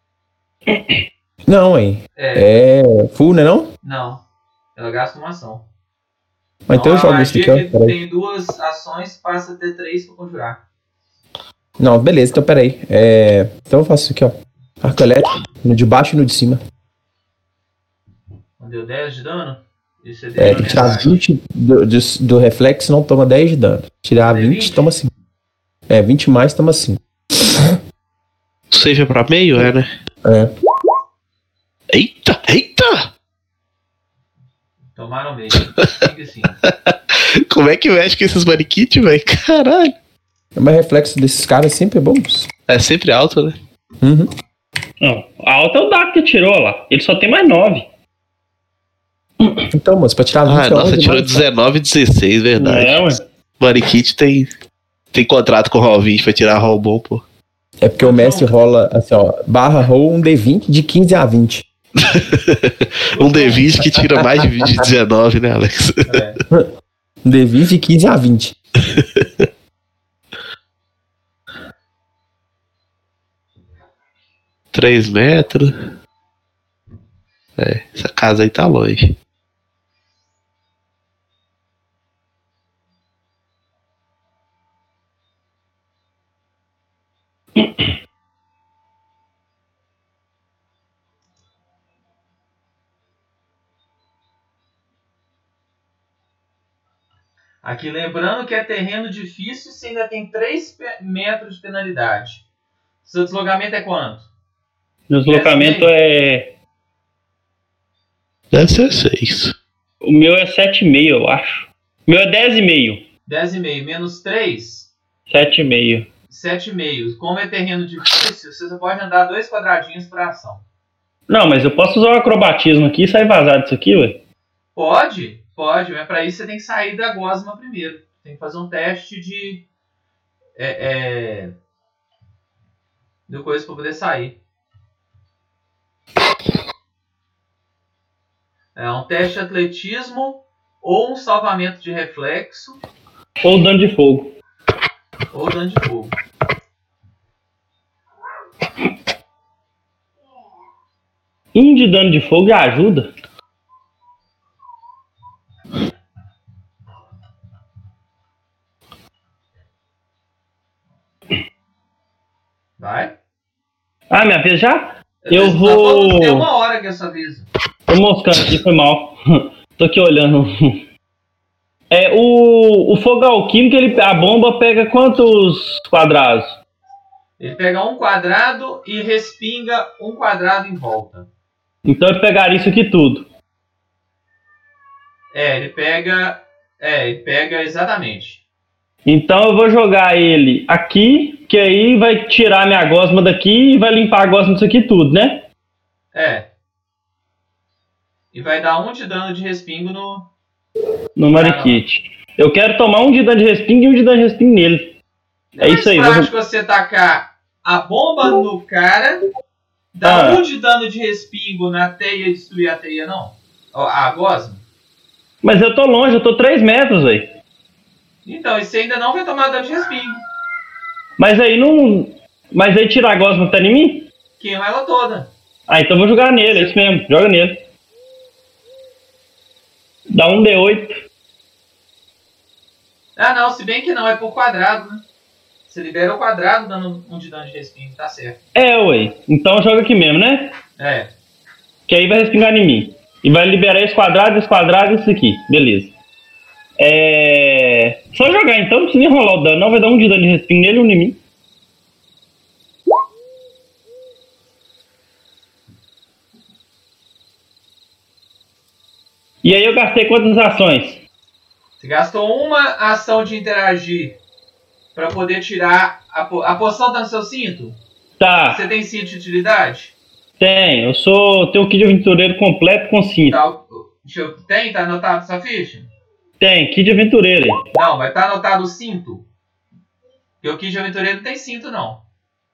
[SPEAKER 4] Não, hein?
[SPEAKER 1] É,
[SPEAKER 4] É. Full, né não?
[SPEAKER 1] não. Ela gasta uma ação.
[SPEAKER 4] Mas então eu
[SPEAKER 1] a
[SPEAKER 4] jogo isso
[SPEAKER 1] magia
[SPEAKER 4] aqui, ó.
[SPEAKER 1] que
[SPEAKER 4] Peraí.
[SPEAKER 1] tem duas ações, passa a ter três pra conjurar.
[SPEAKER 4] Não, beleza, então peraí. É... Então eu faço isso aqui, ó. Arco elétrico, no de baixo e no de cima.
[SPEAKER 1] Não deu dez de dano? Isso é
[SPEAKER 4] É,
[SPEAKER 1] dano
[SPEAKER 4] tem que tirar
[SPEAKER 1] metade.
[SPEAKER 4] vinte do, do, do reflexo, não toma dez de dano. Tirar
[SPEAKER 1] É
[SPEAKER 4] vinte,
[SPEAKER 1] vinte?
[SPEAKER 4] toma cinco. É, vinte mais, toma cinco.
[SPEAKER 3] Seja pra meio, é, né?
[SPEAKER 4] É.
[SPEAKER 3] Eita, eita!
[SPEAKER 1] Tomaram meio. Fica assim.
[SPEAKER 3] Como é que mexe com esses mariquites, velho? Caralho.
[SPEAKER 4] Mas reflexo desses caras sempre é bom.
[SPEAKER 3] É sempre alto, né?
[SPEAKER 4] Uhum.
[SPEAKER 2] Não, a alta é o Dark que tirou lá. Ele só tem mais nove.
[SPEAKER 4] Então, moço, pra tirar vinte
[SPEAKER 3] Ah,
[SPEAKER 4] é
[SPEAKER 3] nossa,
[SPEAKER 4] onze
[SPEAKER 3] tirou
[SPEAKER 4] mais.
[SPEAKER 3] dezenove e dezesseis, verdade.
[SPEAKER 2] É, ué.
[SPEAKER 3] Mariquite tem, tem contrato com o Roll vinte pra tirar roll bom, pô.
[SPEAKER 4] É porque o mestre rola assim, ó. Barra roll um D vinte de quinze a vinte.
[SPEAKER 3] Um D vinte que tira mais de de dezenove, né, Alex?
[SPEAKER 1] É.
[SPEAKER 4] Um D vinte de quinze a vinte.
[SPEAKER 3] três metros. É, essa casa aí tá longe.
[SPEAKER 1] Aqui lembrando que é terreno difícil e você ainda tem três metros de penalidade. Seu deslocamento é quanto?
[SPEAKER 2] Meu deslocamento é.
[SPEAKER 3] Deve ser seis.
[SPEAKER 2] O meu é sete vírgula cinco, eu acho. O meu é dez vírgula cinco.
[SPEAKER 1] dez vírgula cinco menos três.
[SPEAKER 2] sete vírgula cinco.
[SPEAKER 1] sete vírgula cinco. Como é terreno difícil, você só pode andar dois quadradinhos para ação.
[SPEAKER 2] Não, mas eu posso usar o acrobatismo aqui e sair vazado disso aqui, ué?
[SPEAKER 1] Pode, pode, mas para isso você tem que sair da gosma primeiro. Tem que fazer um teste de. É, é, de coisa para poder sair. É um teste de atletismo ou um salvamento de reflexo.
[SPEAKER 2] Ou dano de fogo.
[SPEAKER 1] Ou dano de fogo.
[SPEAKER 2] Um de dano de fogo já ajuda.
[SPEAKER 1] Vai?
[SPEAKER 2] Ah, minha vez já? Eu
[SPEAKER 1] Tá
[SPEAKER 2] vou...
[SPEAKER 1] faltando- Tem uma hora que eu só aviso.
[SPEAKER 2] Tô moscando aqui, foi mal. Tô aqui olhando. É, o, o fogo alquímico, ele, a bomba pega quantos quadrados?
[SPEAKER 1] Ele pega um quadrado e respinga um quadrado em volta.
[SPEAKER 2] Então eu pegaria isso aqui tudo.
[SPEAKER 1] É, ele pega. É, ele pega exatamente.
[SPEAKER 2] Então eu vou jogar ele aqui, que aí vai tirar minha gosma daqui e vai limpar a gosma disso aqui tudo, né?
[SPEAKER 1] É. E vai dar um de dano de respingo no.
[SPEAKER 2] No Mariquite. Eu quero tomar um de dano de respingo e um de dano de respingo nele. É
[SPEAKER 1] mais
[SPEAKER 2] isso aí.
[SPEAKER 1] prático
[SPEAKER 2] Vou...
[SPEAKER 1] você tacar a bomba no cara, dar
[SPEAKER 2] Ah.
[SPEAKER 1] um de dano de respingo na teia e destruir a teia, não? Ó, a gosma?
[SPEAKER 2] Mas eu tô longe, eu tô três metros, velho.
[SPEAKER 1] Então, e você ainda não vai tomar dano de respingo.
[SPEAKER 2] Mas aí não. Mas aí tirar a gosma tá em mim?
[SPEAKER 1] Queima ela toda.
[SPEAKER 2] Ah, então eu vou jogar nele, é isso mesmo. Joga nele. Dá um D oito.
[SPEAKER 1] Ah, não, se bem que não, é por quadrado, né? Você libera o quadrado dando um de dano de respingo, tá certo.
[SPEAKER 2] É, ué. Então joga aqui mesmo, né?
[SPEAKER 1] É.
[SPEAKER 2] Que aí vai respingar em mim. E vai liberar esse quadrado, esse quadrado e esse aqui. Beleza. É... Só jogar então, não precisa nem rolar o dano. Não, vai dar um de dano de respingo nele e um em mim. E aí eu gastei quantas ações?
[SPEAKER 1] Você gastou uma ação de interagir pra poder tirar... A, po a poção tá no seu cinto?
[SPEAKER 2] Tá,
[SPEAKER 1] Você tem cinto de utilidade?
[SPEAKER 2] tem. Eu sou... Tenho o kit aventureiro completo com cinto.
[SPEAKER 1] Tá, o- deixa eu, tem? Tá anotado na sua ficha?
[SPEAKER 2] Tem, kit aventureiro.
[SPEAKER 1] Não, mas tá anotado o cinto? Porque o kit de aventureiro não tem cinto, não.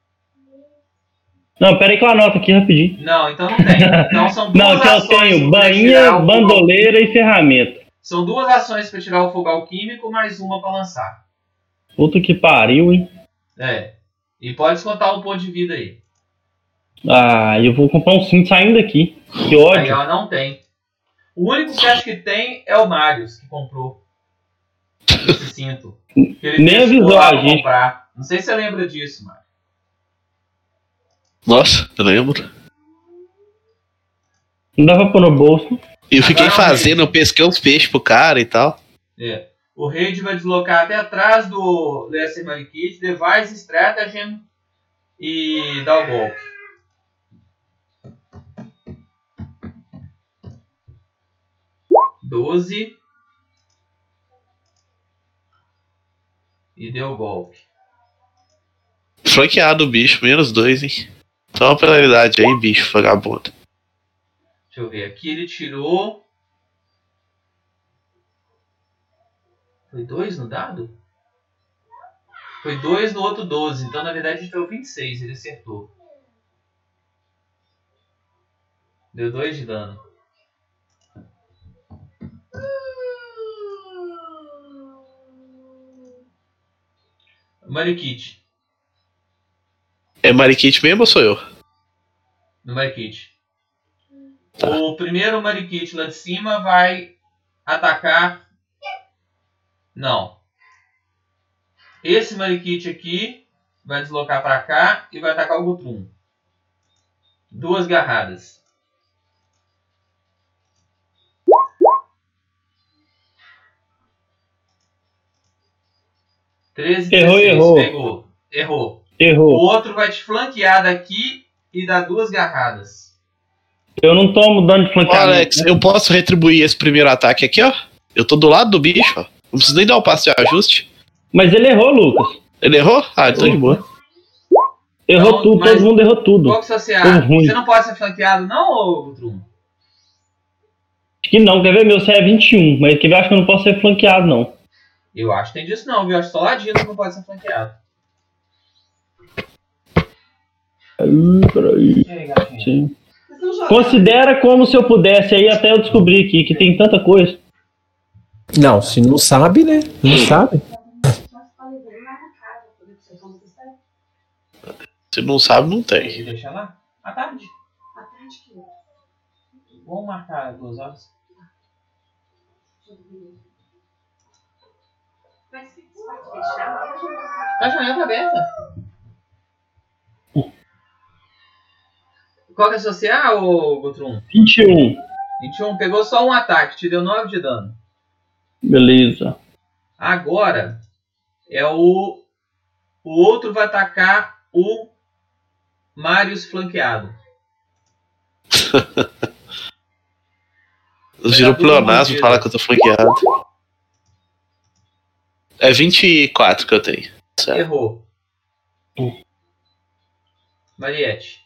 [SPEAKER 2] Não, pera aí que eu anoto aqui rapidinho.
[SPEAKER 1] Não, então não tem. Então são duas
[SPEAKER 2] Não, que eu
[SPEAKER 1] ações
[SPEAKER 2] tenho
[SPEAKER 1] pra
[SPEAKER 2] bainha,
[SPEAKER 1] tirar o fogo
[SPEAKER 2] bandoleira e ferramenta.
[SPEAKER 1] alquímico. São duas ações pra tirar o fogo alquímico, mais uma pra lançar.
[SPEAKER 2] Puta que pariu, hein?
[SPEAKER 1] É. E pode descontar um ponto de vida aí.
[SPEAKER 2] Ah, eu vou comprar um cinto saindo daqui. Que
[SPEAKER 1] Aí
[SPEAKER 2] ódio.
[SPEAKER 1] ela não tem. O único que acho que tem é o Marius, que comprou esse cinto. Que ele
[SPEAKER 2] Nem
[SPEAKER 1] testou
[SPEAKER 2] avisou
[SPEAKER 1] lá
[SPEAKER 2] a
[SPEAKER 1] pra
[SPEAKER 2] gente.
[SPEAKER 1] comprar. Não sei se você lembra disso, Mário.
[SPEAKER 3] Nossa, eu lembro.
[SPEAKER 2] Não dá pra pôr no bolso.
[SPEAKER 3] E eu fiquei
[SPEAKER 1] Agora,
[SPEAKER 3] fazendo, eu pesquei uns peixes pro cara e tal.
[SPEAKER 1] É. O Raid vai deslocar até atrás do Lesser Marikit, Device Stratagem e dá o golpe. doze. E deu o golpe.
[SPEAKER 3] Franqueado o bicho, menos dois, hein? Só uma penalidade aí, bicho, vagabundo.
[SPEAKER 1] Deixa eu ver. Aqui ele tirou. Foi dois no dado? Foi dois no outro doze. Então na verdade ele tirou vinte e seis. Ele acertou. Deu dois de dano. Marikit.
[SPEAKER 3] É Mariquite mesmo ou sou eu?
[SPEAKER 1] No Marikit.
[SPEAKER 3] Tá.
[SPEAKER 1] O primeiro Marikit lá de cima vai atacar. Não. Esse Marikit aqui vai deslocar pra cá e vai atacar o Guthrum. Duas garradas. treze,
[SPEAKER 2] Errou,
[SPEAKER 1] dezesseis.
[SPEAKER 2] errou.
[SPEAKER 1] Pegou. Errou. O
[SPEAKER 2] Errou.
[SPEAKER 1] outro vai te flanquear daqui e dar duas garradas.
[SPEAKER 2] Eu não tomo dano de
[SPEAKER 3] Ô,
[SPEAKER 2] flanqueamento.
[SPEAKER 3] Alex, eu posso retribuir esse primeiro ataque aqui, ó? Eu tô do lado do bicho, ó. Não preciso nem dar o passo de ajuste.
[SPEAKER 2] Mas ele errou, Lucas.
[SPEAKER 3] Ele errou? Ah, então de boa.
[SPEAKER 2] Errou
[SPEAKER 1] Não,
[SPEAKER 2] tudo,
[SPEAKER 1] mas
[SPEAKER 2] todo mundo errou tudo.
[SPEAKER 1] Qual que é o seu
[SPEAKER 2] Povo
[SPEAKER 1] C A?
[SPEAKER 2] ruim.
[SPEAKER 1] Você não pode ser flanqueado, não, ô Gutrum?
[SPEAKER 2] Acho que não, quer ver? Meu C é vinte e um, mas quer ver? Acho que eu não posso ser flanqueado, não.
[SPEAKER 1] Eu acho que tem disso não, viu? Acho que só Ladino que não pode ser flanqueado.
[SPEAKER 2] Ai, peraí.
[SPEAKER 1] E aí, gatinho?
[SPEAKER 2] Sim. Considera como se eu pudesse aí até eu descobrir aqui, que tem tanta coisa.
[SPEAKER 4] Não, se não sabe, né? Não sabe.
[SPEAKER 3] Se não sabe, não tem.
[SPEAKER 1] E deixa lá? À tarde. Vamos marcar duas horas. A janela tá aberta. Qual que é o seu C A, ô Gutrum?
[SPEAKER 2] vinte e um.
[SPEAKER 1] vinte e um, pegou só um ataque, te deu nove de dano.
[SPEAKER 2] Beleza.
[SPEAKER 1] Agora é o. O outro vai atacar o Marius flanqueado.
[SPEAKER 3] Eu viro pleonasmo falar que eu tô flanqueado. É vinte e quatro que eu tenho. Certo.
[SPEAKER 1] Errou. Mariette.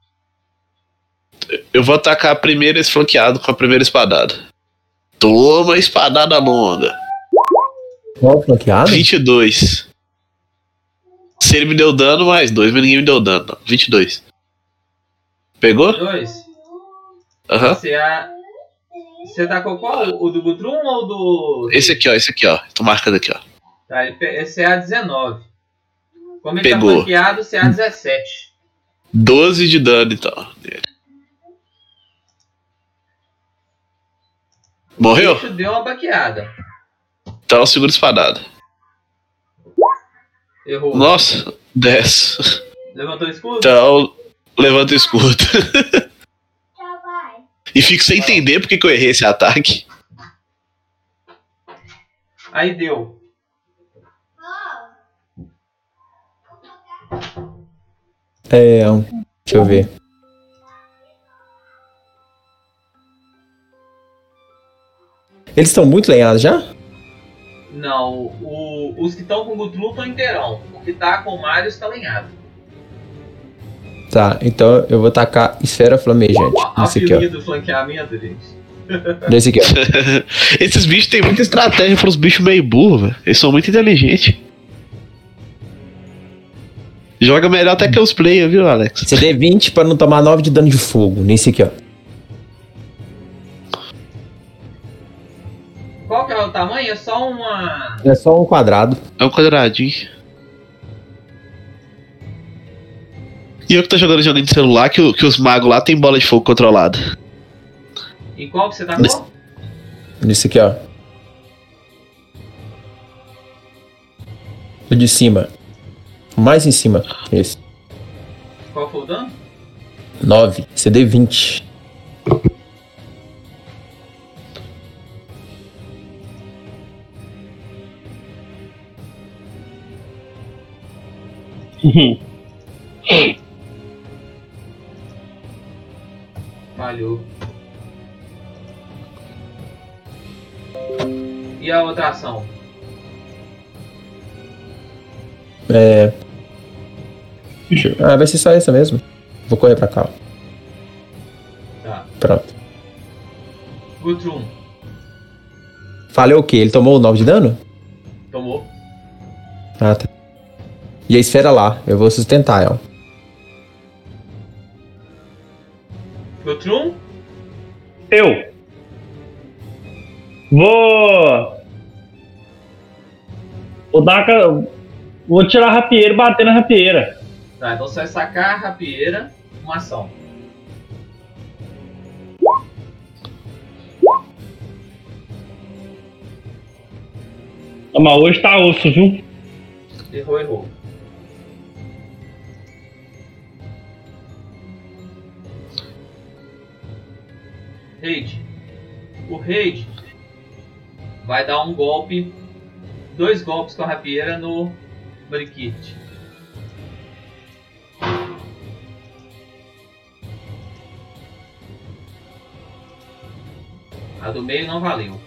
[SPEAKER 3] Eu vou atacar primeiro esse flanqueado com a primeira espadada. Toma, espadada longa.
[SPEAKER 4] Qual flanqueado?
[SPEAKER 3] vinte e dois. Se ele me deu dano, mais dois, mas ninguém me deu dano. Não. vinte e dois. Pegou?
[SPEAKER 1] Dois.
[SPEAKER 3] Aham.
[SPEAKER 1] C A. Você atacou qual? O do Gutrum ou do.
[SPEAKER 3] Esse aqui, ó. Esse aqui, ó. Tô marcando aqui, ó.
[SPEAKER 1] Tá, ele pe- é C A dezenove. Como ele
[SPEAKER 3] Pegou.
[SPEAKER 1] tá flanqueado, C A dezessete.
[SPEAKER 3] doze de dano, então. Morreu?
[SPEAKER 1] Bicho deu uma baqueada.
[SPEAKER 3] Então segura espadada.
[SPEAKER 1] Errou.
[SPEAKER 3] Nossa, dez.
[SPEAKER 1] Levantou o escudo?
[SPEAKER 3] Então, levanta o escudo. E fico sem entender porque que eu errei esse ataque.
[SPEAKER 1] Aí deu.
[SPEAKER 4] É. Deixa eu ver. Eles estão muito lenhados já?
[SPEAKER 1] Não, o- os que estão com o Gutrum estão inteirão. O que tá com o Marius está lenhado.
[SPEAKER 4] Tá, então eu vou tacar esfera flamejante. Nesse aqui,
[SPEAKER 1] Apelido do flanqueamento, gente.
[SPEAKER 4] ó. Nesse aqui, ó.
[SPEAKER 3] Esses bichos têm muita estratégia para os bichos meio burros, velho. Eles são muito inteligentes. Joga melhor até que os players, viu, Alex?
[SPEAKER 4] C D vinte pra não tomar nove de dano de fogo. Nesse aqui, ó.
[SPEAKER 1] Qual que é o tamanho? É só uma.
[SPEAKER 4] É só um quadrado.
[SPEAKER 3] É um quadradinho. E eu que tô jogando joguinho de celular, que, o- que os magos lá tem bola de fogo controlada.
[SPEAKER 1] E qual que você tacou?
[SPEAKER 4] Nesse aqui, ó. O de cima. Mais em cima. Esse.
[SPEAKER 1] Qual foi o dano?
[SPEAKER 4] nove. C D vinte.
[SPEAKER 1] Falhou. E a outra ação?
[SPEAKER 4] É. Ah, vai ser só essa mesmo. Vou correr pra cá, ó.
[SPEAKER 1] Tá.
[SPEAKER 4] Pronto.
[SPEAKER 1] Gutrum.
[SPEAKER 4] Falei o quê? Ele tomou nove de dano?
[SPEAKER 1] Tomou.
[SPEAKER 4] Ah, tá. E a esfera lá. Eu vou sustentar ela.
[SPEAKER 1] Gutrum?
[SPEAKER 2] Eu. Vou. Vou dar. ca- Vou tirar a rapieira e bater na rapieira.
[SPEAKER 1] Tá, então você vai sacar a rapieira, uma ação.
[SPEAKER 2] Ah, mas hoje tá osso, viu?
[SPEAKER 1] Errou, errou. Raid. O Raid vai dar um golpe, dois golpes com a rapieira no Brinquete. A do meio não valeu.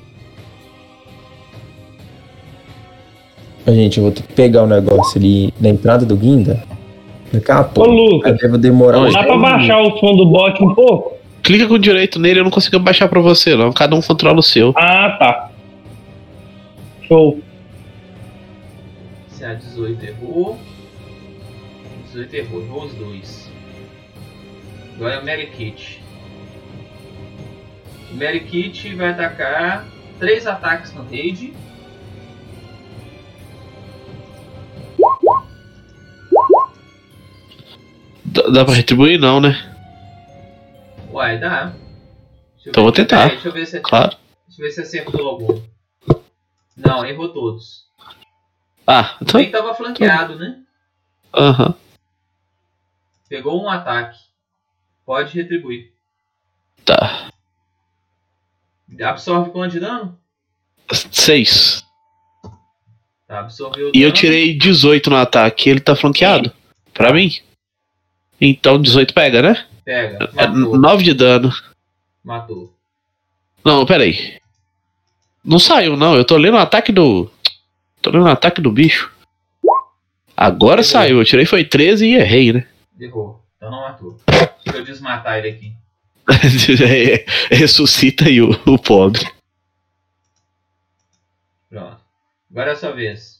[SPEAKER 4] Gente, eu vou ter que pegar o um negócio ali na entrada do guinda. Daqui a
[SPEAKER 2] Ô,
[SPEAKER 4] pouco.
[SPEAKER 2] Lucas,
[SPEAKER 4] Deve demorar
[SPEAKER 3] Oi.
[SPEAKER 4] uns
[SPEAKER 2] dá pra
[SPEAKER 4] dez
[SPEAKER 2] baixar
[SPEAKER 4] minutos.
[SPEAKER 2] o som do bot um pouco?
[SPEAKER 3] Clica com direito nele, eu não consigo baixar pra você, não. Cada um controla o seu.
[SPEAKER 2] Ah, tá. Show.
[SPEAKER 1] C A dezoito errou. dezoito errou, errou os dois. Agora é o Mary Kit. O Mary Kit vai atacar três ataques no raid.
[SPEAKER 3] Dá, dá pra retribuir, não, né?
[SPEAKER 1] Uai, dá. Deixa eu
[SPEAKER 3] Então
[SPEAKER 1] ver-
[SPEAKER 3] vou tentar.
[SPEAKER 1] Peraí, deixa eu ver se
[SPEAKER 3] Claro.
[SPEAKER 1] Deixa eu ver se acertou algum. Não, errou todos.
[SPEAKER 3] Ah, então.
[SPEAKER 1] Bem que tava flanqueado, né?
[SPEAKER 3] Aham.
[SPEAKER 1] Pegou um ataque. Pode retribuir.
[SPEAKER 3] Tá.
[SPEAKER 1] Absorve quanto de dano?
[SPEAKER 3] Seis.
[SPEAKER 1] Tá, absorveu o
[SPEAKER 3] E eu
[SPEAKER 1] dano.
[SPEAKER 3] tirei dezoito no ataque. Ele tá flanqueado? Pra mim? Então dezoito pega, né?
[SPEAKER 1] Pega.
[SPEAKER 3] É
[SPEAKER 1] Matou.
[SPEAKER 3] nove de dano.
[SPEAKER 1] Matou.
[SPEAKER 3] Não, peraí. Não saiu, não. Eu tô lendo o ataque do. Tô lendo o ataque do bicho. Agora
[SPEAKER 1] Errou.
[SPEAKER 3] saiu. Eu tirei foi treze e errei, né?
[SPEAKER 1] Errou. Então não matou. Deixa eu desmatar ele aqui.
[SPEAKER 3] Ressuscita aí o, o pobre.
[SPEAKER 1] Pronto. Agora é a sua vez.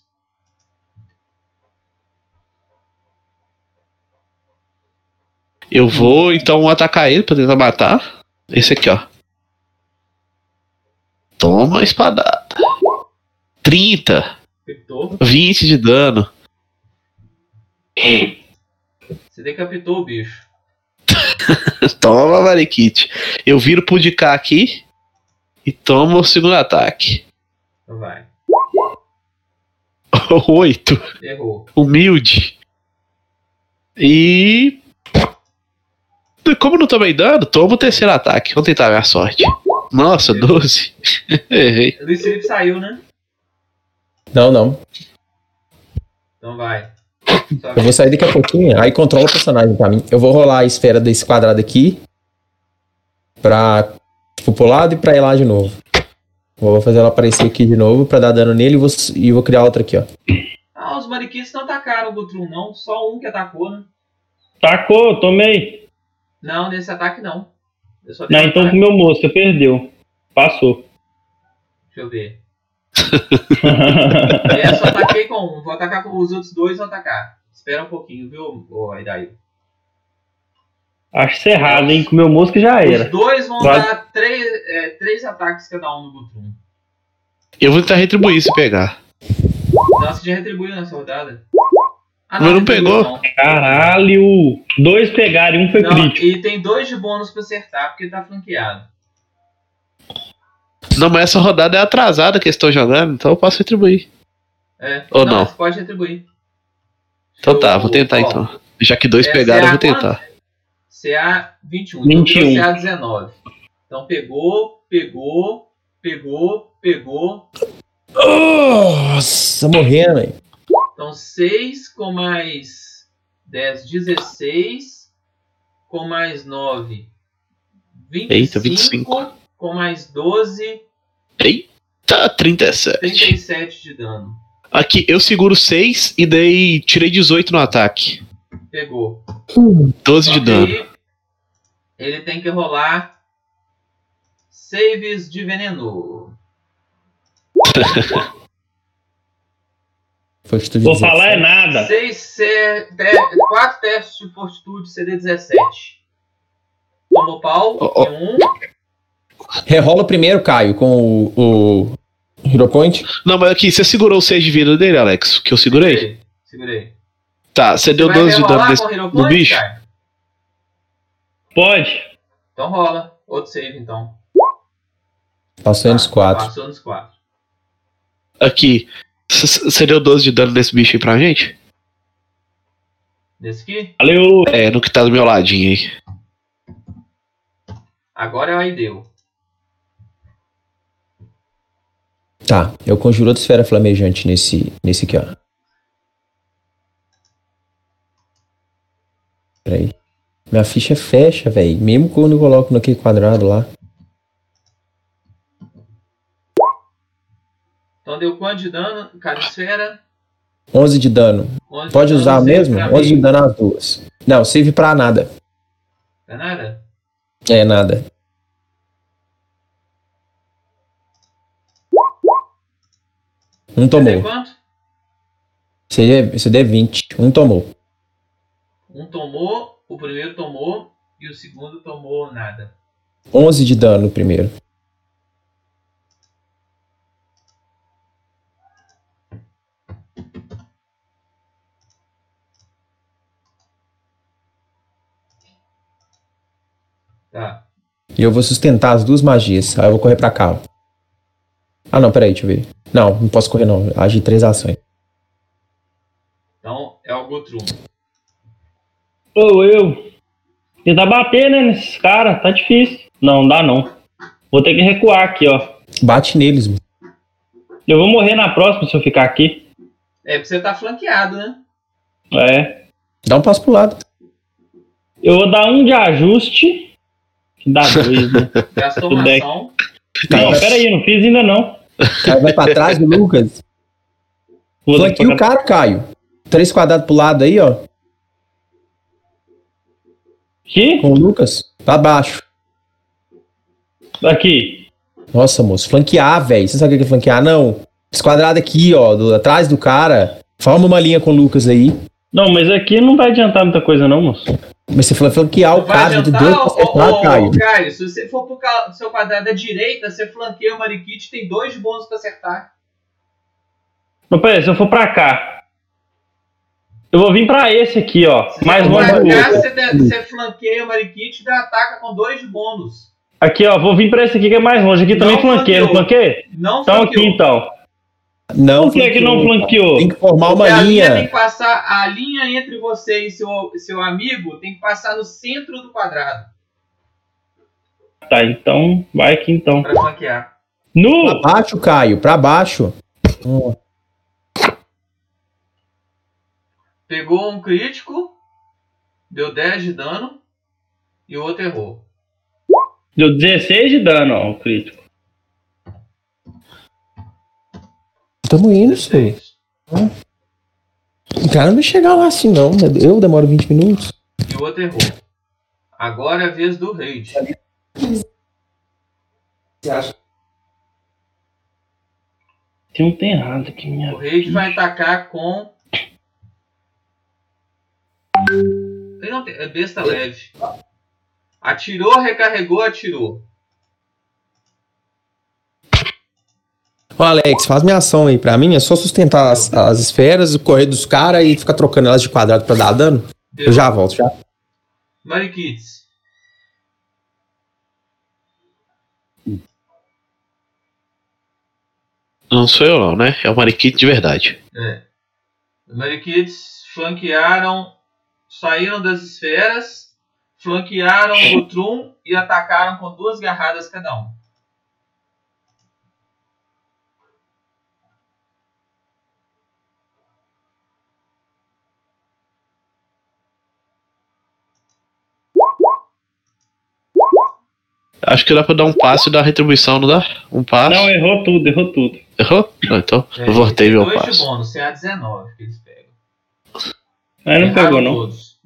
[SPEAKER 3] Eu vou então atacar ele pra tentar matar. Esse aqui, ó. Toma a espadada. trinta.
[SPEAKER 1] Decapitou.
[SPEAKER 3] vinte de dano.
[SPEAKER 1] Você decapitou o bicho.
[SPEAKER 3] Toma, Mariquite. Eu viro pro de cá aqui. E tomo o segundo ataque.
[SPEAKER 1] Então vai.
[SPEAKER 3] oito.
[SPEAKER 1] Errou.
[SPEAKER 3] Humilde. E. Como eu não tomei dano, tomo o terceiro ataque. Vamos tentar a minha sorte. Nossa, doze. Errei.
[SPEAKER 1] O Luiz Felipe saiu, né?
[SPEAKER 4] Não, não.
[SPEAKER 1] Então vai. Sua
[SPEAKER 4] Eu vou
[SPEAKER 1] vez.
[SPEAKER 4] sair daqui a pouquinho. Aí controla o personagem pra mim. Eu vou rolar a esfera desse quadrado aqui. Pra. Tipo, pro lado e pra ir lá de novo. Vou fazer ela aparecer aqui de novo pra dar dano nele e vou, e vou criar outra aqui, ó.
[SPEAKER 1] Ah, os mariquitos não atacaram o Gutrum, não. Só um que atacou, né?
[SPEAKER 2] Tacou, tomei.
[SPEAKER 1] Não, nesse ataque não. Eu só dei
[SPEAKER 2] Não,
[SPEAKER 1] um
[SPEAKER 2] então
[SPEAKER 1] ataque.
[SPEAKER 2] meu mosca perdeu. Passou.
[SPEAKER 1] Deixa eu ver. É, só ataquei com um. Vou atacar com os outros dois, vou atacar. Espera um pouquinho, viu, ô Aidaí?
[SPEAKER 2] Acho cerrado, hein? Com meu mosca já
[SPEAKER 1] Os
[SPEAKER 2] era.
[SPEAKER 1] dois vão
[SPEAKER 2] Vai.
[SPEAKER 1] dar três, é, três ataques cada um no Gutrum.
[SPEAKER 3] Eu vou tentar retribuir se pegar.
[SPEAKER 1] Não, você já retribuiu nessa rodada. Ah,
[SPEAKER 3] Mas não
[SPEAKER 1] retribuiu,
[SPEAKER 3] pegou.
[SPEAKER 1] não.
[SPEAKER 2] Caralho! Dois pegaram e um foi
[SPEAKER 1] Não,
[SPEAKER 2] crítico.
[SPEAKER 1] e tem dois de bônus pra acertar, porque tá flanqueado.
[SPEAKER 3] Não, mas essa rodada é atrasada que eles estão jogando, então eu posso retribuir.
[SPEAKER 1] É.
[SPEAKER 3] Ou não?
[SPEAKER 1] Você pode retribuir.
[SPEAKER 3] Então tá,
[SPEAKER 1] Eu-
[SPEAKER 3] vou tentar
[SPEAKER 1] ó,
[SPEAKER 3] então. Já que dois
[SPEAKER 1] é
[SPEAKER 3] pegaram, eu vou
[SPEAKER 1] C A
[SPEAKER 3] tentar.
[SPEAKER 1] C A vinte e um.
[SPEAKER 2] vinte e um.
[SPEAKER 1] Então C A dezenove. Então pegou, pegou, pegou, pegou.
[SPEAKER 4] Nossa, morrendo, velho.
[SPEAKER 1] Então seis com mais dez, dezesseis. Com mais nove, vinte e cinco.
[SPEAKER 3] Eita, vinte e cinco.
[SPEAKER 1] Com mais doze,
[SPEAKER 3] Eita, trinta e sete.
[SPEAKER 1] trinta e sete de dano.
[SPEAKER 3] Aqui, eu seguro seis e daí tirei dezoito no ataque.
[SPEAKER 1] Pegou.
[SPEAKER 3] doze de
[SPEAKER 1] Só que
[SPEAKER 3] dano.
[SPEAKER 1] aí, ele tem que rolar saves de veneno.
[SPEAKER 4] Fortitude
[SPEAKER 2] Vou falar é
[SPEAKER 4] dezessete.
[SPEAKER 2] nada.
[SPEAKER 1] seis C, te, quatro testes de fortitude C D dezessete. Tomou pau.
[SPEAKER 3] Ó, ó.
[SPEAKER 1] em um.
[SPEAKER 4] Rerola o primeiro, Caio, com o, o Hero Point.
[SPEAKER 3] Não, mas aqui, você segurou o seis de vida dele, Alex? Que eu segurei?
[SPEAKER 1] Segurei. Segurei.
[SPEAKER 3] Tá, você deu
[SPEAKER 1] Você vai
[SPEAKER 3] doze de dano
[SPEAKER 1] rerolar
[SPEAKER 3] desse,
[SPEAKER 1] com o Hero
[SPEAKER 3] no
[SPEAKER 1] Point,
[SPEAKER 3] bicho?
[SPEAKER 1] cara?
[SPEAKER 2] Pode.
[SPEAKER 1] Então rola. Outro save, então.
[SPEAKER 4] Passou nos
[SPEAKER 1] Tá,
[SPEAKER 4] quatro.
[SPEAKER 1] Passou nos quatro.
[SPEAKER 3] Aqui, c- você deu doze de dano nesse bicho aí pra gente?
[SPEAKER 1] Nesse aqui.
[SPEAKER 2] Valeu.
[SPEAKER 3] É, no que tá do meu ladinho aí.
[SPEAKER 1] Agora é o Aideu.
[SPEAKER 4] Tá, eu conjuro outra esfera flamejante nesse, nesse aqui, ó. Peraí. Minha ficha fecha, velho. Mesmo quando eu coloco naquele quadrado lá.
[SPEAKER 1] Então deu quanto de dano cada esfera?
[SPEAKER 4] onze de dano.
[SPEAKER 1] onze
[SPEAKER 4] Pode
[SPEAKER 1] de dano,
[SPEAKER 4] usar
[SPEAKER 1] save
[SPEAKER 4] mesmo?
[SPEAKER 1] pra
[SPEAKER 4] onze de
[SPEAKER 1] meio.
[SPEAKER 4] dano as duas. Não, save pra nada.
[SPEAKER 1] Não é nada?
[SPEAKER 4] É, nada. Um
[SPEAKER 1] Você deu
[SPEAKER 4] tomou.
[SPEAKER 1] quanto?
[SPEAKER 4] Você deu vinte. Um tomou.
[SPEAKER 1] Um tomou, o primeiro tomou e o segundo tomou nada.
[SPEAKER 4] onze de dano primeiro.
[SPEAKER 1] Tá.
[SPEAKER 4] E eu vou sustentar as duas magias. Aí eu vou correr pra cá. Ó. Ah, não, peraí, deixa eu ver. Não, não posso correr não. Agi três ações.
[SPEAKER 1] Então é o Guthrum.
[SPEAKER 2] Ô, eu. Tentar bater, né, nesses caras. Tá difícil. Não, não dá não. Vou ter que recuar aqui, ó.
[SPEAKER 4] Bate neles, mano.
[SPEAKER 2] Eu vou morrer na próxima se eu ficar aqui.
[SPEAKER 1] É porque você tá flanqueado, né?
[SPEAKER 2] É.
[SPEAKER 4] Dá um passo pro lado.
[SPEAKER 2] Eu vou dar um de ajuste. Que dá dois, né?
[SPEAKER 1] Gastou
[SPEAKER 2] Tudo
[SPEAKER 1] uma
[SPEAKER 2] bem.
[SPEAKER 1] ação.
[SPEAKER 2] Não, pera aí, não fiz ainda não.
[SPEAKER 4] Aí vai pra trás do Lucas.
[SPEAKER 2] Vou ter
[SPEAKER 4] Flanqueia
[SPEAKER 2] que
[SPEAKER 4] o cara, Caio. Três quadrados pro lado aí, ó.
[SPEAKER 2] Aqui?
[SPEAKER 4] Com o Lucas. Pra baixo.
[SPEAKER 2] Aqui.
[SPEAKER 4] Nossa, moço. Flanquear, velho. Você sabe o que é flanquear? Não. Esse quadrado aqui, ó. Do, atrás do cara. Forma uma linha com o Lucas aí.
[SPEAKER 2] Não, mas aqui não vai adiantar muita coisa não, moço.
[SPEAKER 4] Mas você falou flanquear o
[SPEAKER 1] Vai
[SPEAKER 4] cara. De
[SPEAKER 1] adiantar,
[SPEAKER 4] dois pra
[SPEAKER 1] ô,
[SPEAKER 4] acertar,
[SPEAKER 1] ô, ô,
[SPEAKER 4] Caio.
[SPEAKER 1] Caio, se você for pro ca- seu quadrado da direita, você flanqueia o Marikit, tem dois de bônus pra acertar.
[SPEAKER 2] Mas peraí, se eu for pra cá. Eu vou vir pra esse aqui, ó.
[SPEAKER 1] Se
[SPEAKER 2] Mais
[SPEAKER 1] você for
[SPEAKER 2] longe
[SPEAKER 1] pra
[SPEAKER 2] do
[SPEAKER 1] cá,
[SPEAKER 2] outro.
[SPEAKER 1] você, de- você flanqueia o Marikit e ataca com dois de bônus.
[SPEAKER 2] Aqui, ó. Vou vir pra esse aqui que é mais longe. Aqui também
[SPEAKER 1] Não
[SPEAKER 2] flanqueia, não
[SPEAKER 1] flanqueou.
[SPEAKER 2] flanqueia?
[SPEAKER 1] Não
[SPEAKER 2] Então aqui,
[SPEAKER 1] flanqueou.
[SPEAKER 2] então.
[SPEAKER 4] Não
[SPEAKER 2] Por que que não flanqueou?
[SPEAKER 4] Tem que formar uma
[SPEAKER 1] Porque a linha tem
[SPEAKER 4] linha.
[SPEAKER 1] que passar, a linha entre você e seu, seu amigo tem que passar no centro do quadrado
[SPEAKER 2] Tá, então. Vai aqui, então.
[SPEAKER 1] pra flanquear.
[SPEAKER 4] Pra
[SPEAKER 2] No!
[SPEAKER 4] baixo, Caio. Pra baixo. Ó.
[SPEAKER 1] Pegou um crítico, deu dez de dano e o outro errou.
[SPEAKER 2] Deu dezesseis de dano, ó, o crítico.
[SPEAKER 4] Tamo indo, senhor. O cara não vai chegar lá assim, não. Eu demoro vinte minutos.
[SPEAKER 1] E o outro errou. Agora é a vez do Raid.
[SPEAKER 2] Tem um tem errado aqui, minha.
[SPEAKER 1] O Raid vai atacar com. Ele não tem, é besta leve. Atirou, recarregou, atirou.
[SPEAKER 4] Ô, Alex, faz minha ação aí pra mim. É só sustentar as, as esferas, correr dos caras e ficar trocando elas de quadrado pra dar dano. Eu já volto, já.
[SPEAKER 1] Marikits.
[SPEAKER 3] Não sou eu não, né? É o Marikit de verdade.
[SPEAKER 1] É. Os Marikits flanquearam, saíram das esferas, flanquearam o Guthrum e atacaram com duas garradas cada um.
[SPEAKER 3] Acho que dá pra dar um passo e dar retribuição, não dá? Um passo.
[SPEAKER 2] Não, errou tudo, errou tudo.
[SPEAKER 3] Errou? Não, então
[SPEAKER 1] É,
[SPEAKER 3] eu voltei
[SPEAKER 1] tem
[SPEAKER 3] meu
[SPEAKER 1] dois de
[SPEAKER 3] passo.
[SPEAKER 1] bônus, C A dezenove que eles pegam.
[SPEAKER 2] Aí não
[SPEAKER 1] Erraram
[SPEAKER 2] pegou, não.
[SPEAKER 1] todos.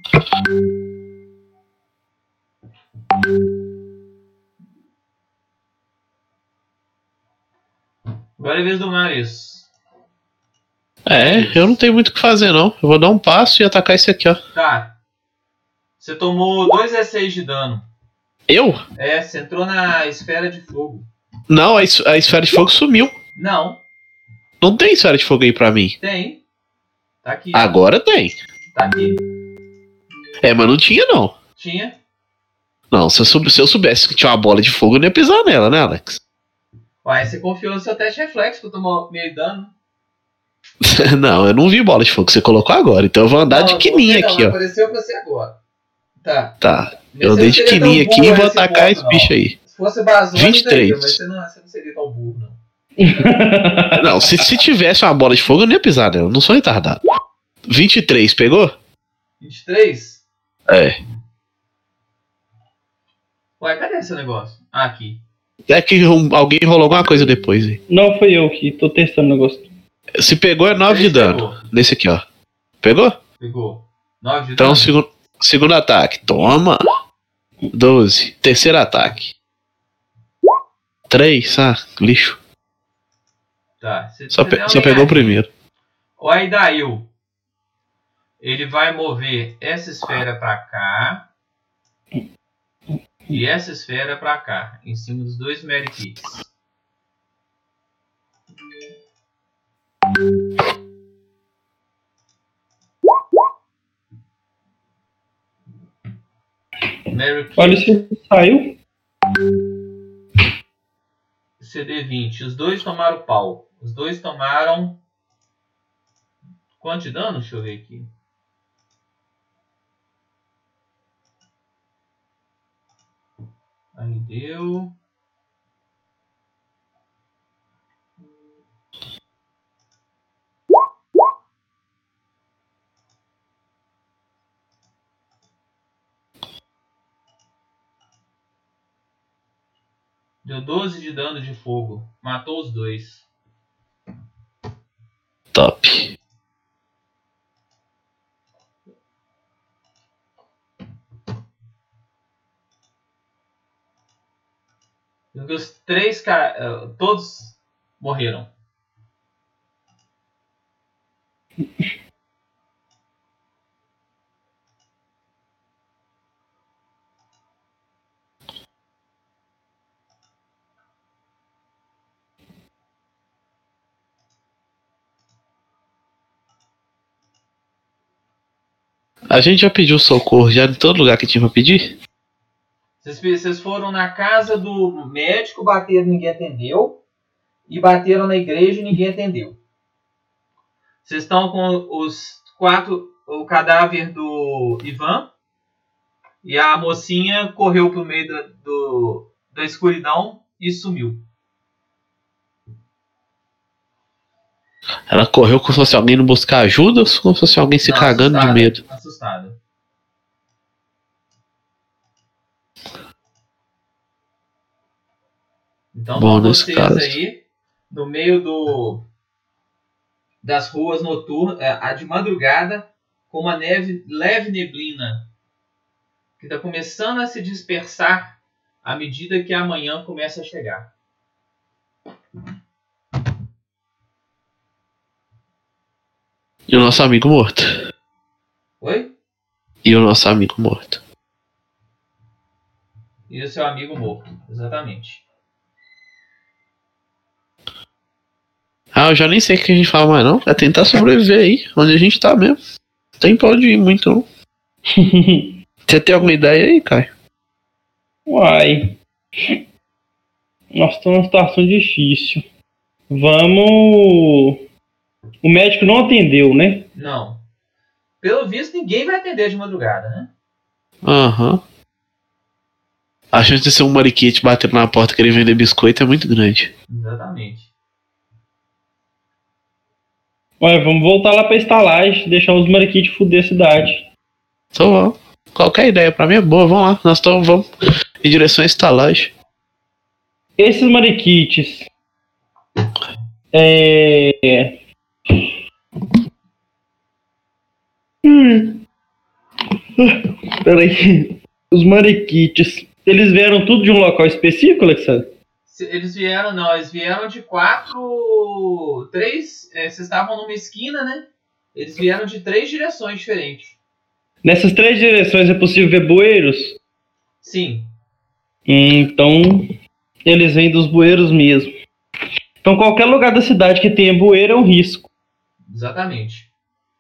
[SPEAKER 1] Agora é a vez do Marius.
[SPEAKER 3] É, eu não tenho muito o que fazer, não. Eu vou dar um passo e atacar esse aqui, ó.
[SPEAKER 1] Tá. Você tomou dois D seis de dano.
[SPEAKER 3] Eu?
[SPEAKER 1] É, você entrou na esfera de fogo.
[SPEAKER 3] Não, a, es- a esfera de fogo sumiu.
[SPEAKER 1] Não,
[SPEAKER 3] Não tem esfera de fogo aí pra mim.
[SPEAKER 1] tem. Tá aqui.
[SPEAKER 3] Agora tem.
[SPEAKER 1] Tá aqui.
[SPEAKER 3] É, mas não tinha, não.
[SPEAKER 1] Tinha.
[SPEAKER 3] Não, se eu, soube- se eu soubesse que tinha uma bola de fogo, eu não ia pisar nela, né, Alex?
[SPEAKER 1] Uai, você confiou no seu teste reflexo que eu tomou meio dano.
[SPEAKER 3] Não, eu não vi bola de fogo. Você colocou agora. Então eu vou andar de
[SPEAKER 1] Não,
[SPEAKER 3] quininha
[SPEAKER 1] não,
[SPEAKER 3] aqui, ó.
[SPEAKER 1] Apareceu pra você agora. Tá.
[SPEAKER 3] Tá.
[SPEAKER 1] Mas
[SPEAKER 3] Eu
[SPEAKER 1] você
[SPEAKER 3] andei
[SPEAKER 1] não
[SPEAKER 3] de
[SPEAKER 1] seria
[SPEAKER 3] quininha
[SPEAKER 1] tão
[SPEAKER 3] aqui e
[SPEAKER 1] burro
[SPEAKER 3] vou
[SPEAKER 1] nesse
[SPEAKER 3] atacar
[SPEAKER 1] ponto,
[SPEAKER 3] esse
[SPEAKER 1] não.
[SPEAKER 3] bicho aí.
[SPEAKER 1] Se fosse Bazone,
[SPEAKER 3] vinte e três.
[SPEAKER 1] daria, mas você não, você não seria tão burro, não.
[SPEAKER 3] Não, se, se tivesse uma bola de fogo, eu não ia pisar nela. Eu não sou retardado. vinte e três, pegou?
[SPEAKER 1] vinte e três?
[SPEAKER 3] É.
[SPEAKER 1] Ué, cadê esse negócio? Ah, aqui.
[SPEAKER 3] É que um- alguém rolou alguma coisa depois, hein?
[SPEAKER 2] Não, foi eu que tô testando o negócio.
[SPEAKER 3] Se pegou é nove de
[SPEAKER 1] Três
[SPEAKER 3] dano.
[SPEAKER 1] pegou.
[SPEAKER 3] Nesse aqui, ó. Pegou?
[SPEAKER 1] Pegou. nove de
[SPEAKER 3] Então,
[SPEAKER 1] dano?
[SPEAKER 3] segundo, segundo ataque. Toma. doze. Terceiro ataque. três. Ah, lixo.
[SPEAKER 1] Tá. Você
[SPEAKER 3] Só,
[SPEAKER 1] você
[SPEAKER 3] pe-
[SPEAKER 1] deu uma
[SPEAKER 3] só pegou o
[SPEAKER 1] olhadinha.
[SPEAKER 3] primeiro.
[SPEAKER 1] O Aidail, ele vai mover essa esfera pra cá e essa esfera pra cá, em cima dos dois Merikits.
[SPEAKER 2] Olha se saiu.
[SPEAKER 1] C D vinte. Os dois tomaram pau. Os dois tomaram... Quanto de dano? Deixa eu ver aqui. Aí deu... Deu doze de dano de fogo. Matou os dois.
[SPEAKER 3] Top.
[SPEAKER 1] Os três caras... Todos morreram.
[SPEAKER 3] A gente já pediu socorro já em todo lugar que tinha pra pedir?
[SPEAKER 1] Vocês, vocês foram na casa do médico, bateram e ninguém atendeu. E bateram na igreja e ninguém atendeu. Vocês estão com os quatro... O cadáver do Ivan. E a mocinha correu pro meio da, do, da escuridão e sumiu.
[SPEAKER 3] Ela correu como se fosse alguém não buscar ajuda ou como se fosse alguém se
[SPEAKER 1] Não,
[SPEAKER 3] cagando
[SPEAKER 1] assustada,
[SPEAKER 3] de medo?
[SPEAKER 1] Assustada. Então
[SPEAKER 3] Bom,
[SPEAKER 1] estão
[SPEAKER 3] nesse
[SPEAKER 1] vocês
[SPEAKER 3] caso.
[SPEAKER 1] aí no meio do, das ruas noturnas, a de madrugada, com uma neve, leve neblina que está começando a se dispersar à medida que a manhã começa a chegar.
[SPEAKER 3] E o nosso amigo morto.
[SPEAKER 1] Oi?
[SPEAKER 3] E o nosso amigo morto.
[SPEAKER 1] E o seu amigo morto, exatamente.
[SPEAKER 3] Ah, eu já nem sei o que a gente fala mais não. É tentar sobreviver aí, onde a gente tá mesmo. Não tem pra onde ir muito não. Você tem alguma ideia aí, Caio?
[SPEAKER 2] Uai. Nós estamos numa situação difícil. Vamos. O médico não atendeu, né?
[SPEAKER 1] Não. Pelo visto, ninguém vai atender de madrugada, né?
[SPEAKER 3] Aham. A chance de ser um mariquete batendo na porta querer vender biscoito é muito grande.
[SPEAKER 1] Exatamente.
[SPEAKER 2] Ué, vamos voltar lá pra estalagem, deixar os mariquitos fuder a cidade.
[SPEAKER 3] Então vamos. Qualquer ideia pra mim é boa, vamos lá. Nós tamo, vamos em direção à estalagem.
[SPEAKER 2] Esses mariquites. É. Hum. Peraí. Os mariquites. Eles vieram tudo de um local específico, Alexandre?
[SPEAKER 1] Se- Eles vieram, não, eles vieram de quatro. Três. É, vocês estavam numa esquina, né? Eles vieram de três direções diferentes.
[SPEAKER 2] Nessas três direções é possível ver bueiros?
[SPEAKER 1] Sim.
[SPEAKER 2] Hum, então. Eles vêm dos bueiros mesmo. Então qualquer lugar da cidade que tenha bueiro é um risco.
[SPEAKER 1] Exatamente.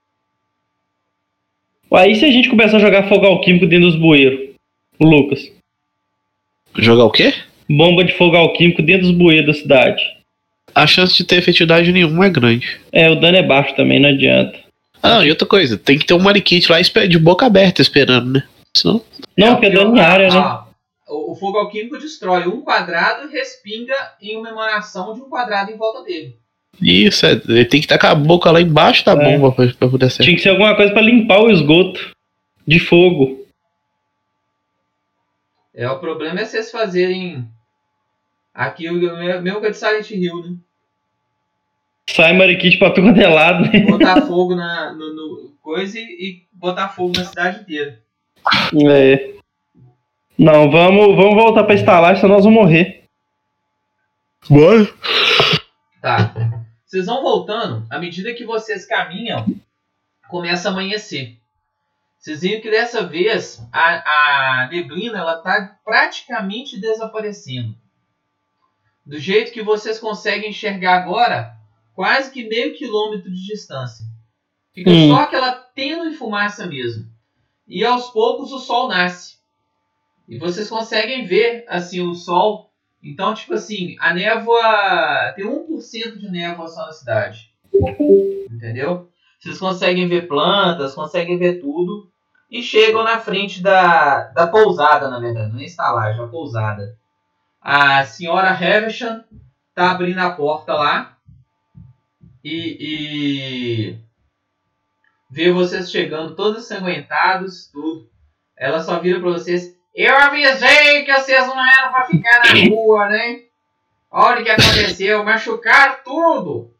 [SPEAKER 2] Aí se a gente começar a jogar fogo alquímico dentro dos bueiros, o Lucas.
[SPEAKER 3] Jogar o quê?
[SPEAKER 2] Bomba de fogo alquímico dentro dos bueiros da cidade.
[SPEAKER 3] A chance de ter efetividade nenhuma é grande.
[SPEAKER 2] É, o dano é baixo também, não adianta.
[SPEAKER 3] Ah, não, e outra coisa, tem que ter um mariquite lá espe- de boca aberta esperando, né? Senão.
[SPEAKER 2] Não, porque é dano em área, né?
[SPEAKER 1] Ah, o, o fogo alquímico destrói um quadrado e respinga em uma emanação de um quadrado em volta dele.
[SPEAKER 3] Isso, é, ele tem que estar com a boca lá embaixo da
[SPEAKER 2] É.
[SPEAKER 3] bomba pra, pra poder ser.
[SPEAKER 2] Tinha que ser alguma coisa pra limpar o esgoto de fogo.
[SPEAKER 1] É, o problema é vocês fazerem Aqui o meu, meu que é de Silent Hill, né?
[SPEAKER 2] Sai mariquite pra tu quanto é lado, né?
[SPEAKER 1] Botar fogo na no, no coisa e, e botar fogo na cidade inteira.
[SPEAKER 2] É. Não, vamos, vamos voltar pra estalagem, senão nós vamos morrer.
[SPEAKER 3] Bora.
[SPEAKER 1] Tá. Vocês vão voltando, à medida que vocês caminham, começa a amanhecer. Vocês viram que dessa vez a, a neblina ela tá praticamente desaparecendo. Do jeito que vocês conseguem enxergar agora, quase que meio quilômetro de distância. Fica
[SPEAKER 2] Hum.
[SPEAKER 1] só aquela tênue fumaça mesmo. E aos poucos o sol nasce. E vocês conseguem ver assim o sol. Então, tipo assim, a névoa... Tem um por cento de névoa só na cidade. Entendeu? Vocês conseguem ver plantas, conseguem ver tudo. E chegam na frente da, da pousada, na verdade. Não é estalagem, é a pousada. A senhora Havisham tá abrindo a porta lá. E... e... vê vocês chegando todos ensanguentados, tudo. Ela só vira pra vocês. Eu avisei que vocês não eram pra ficar na rua, né? Olha o que aconteceu, machucaram tudo.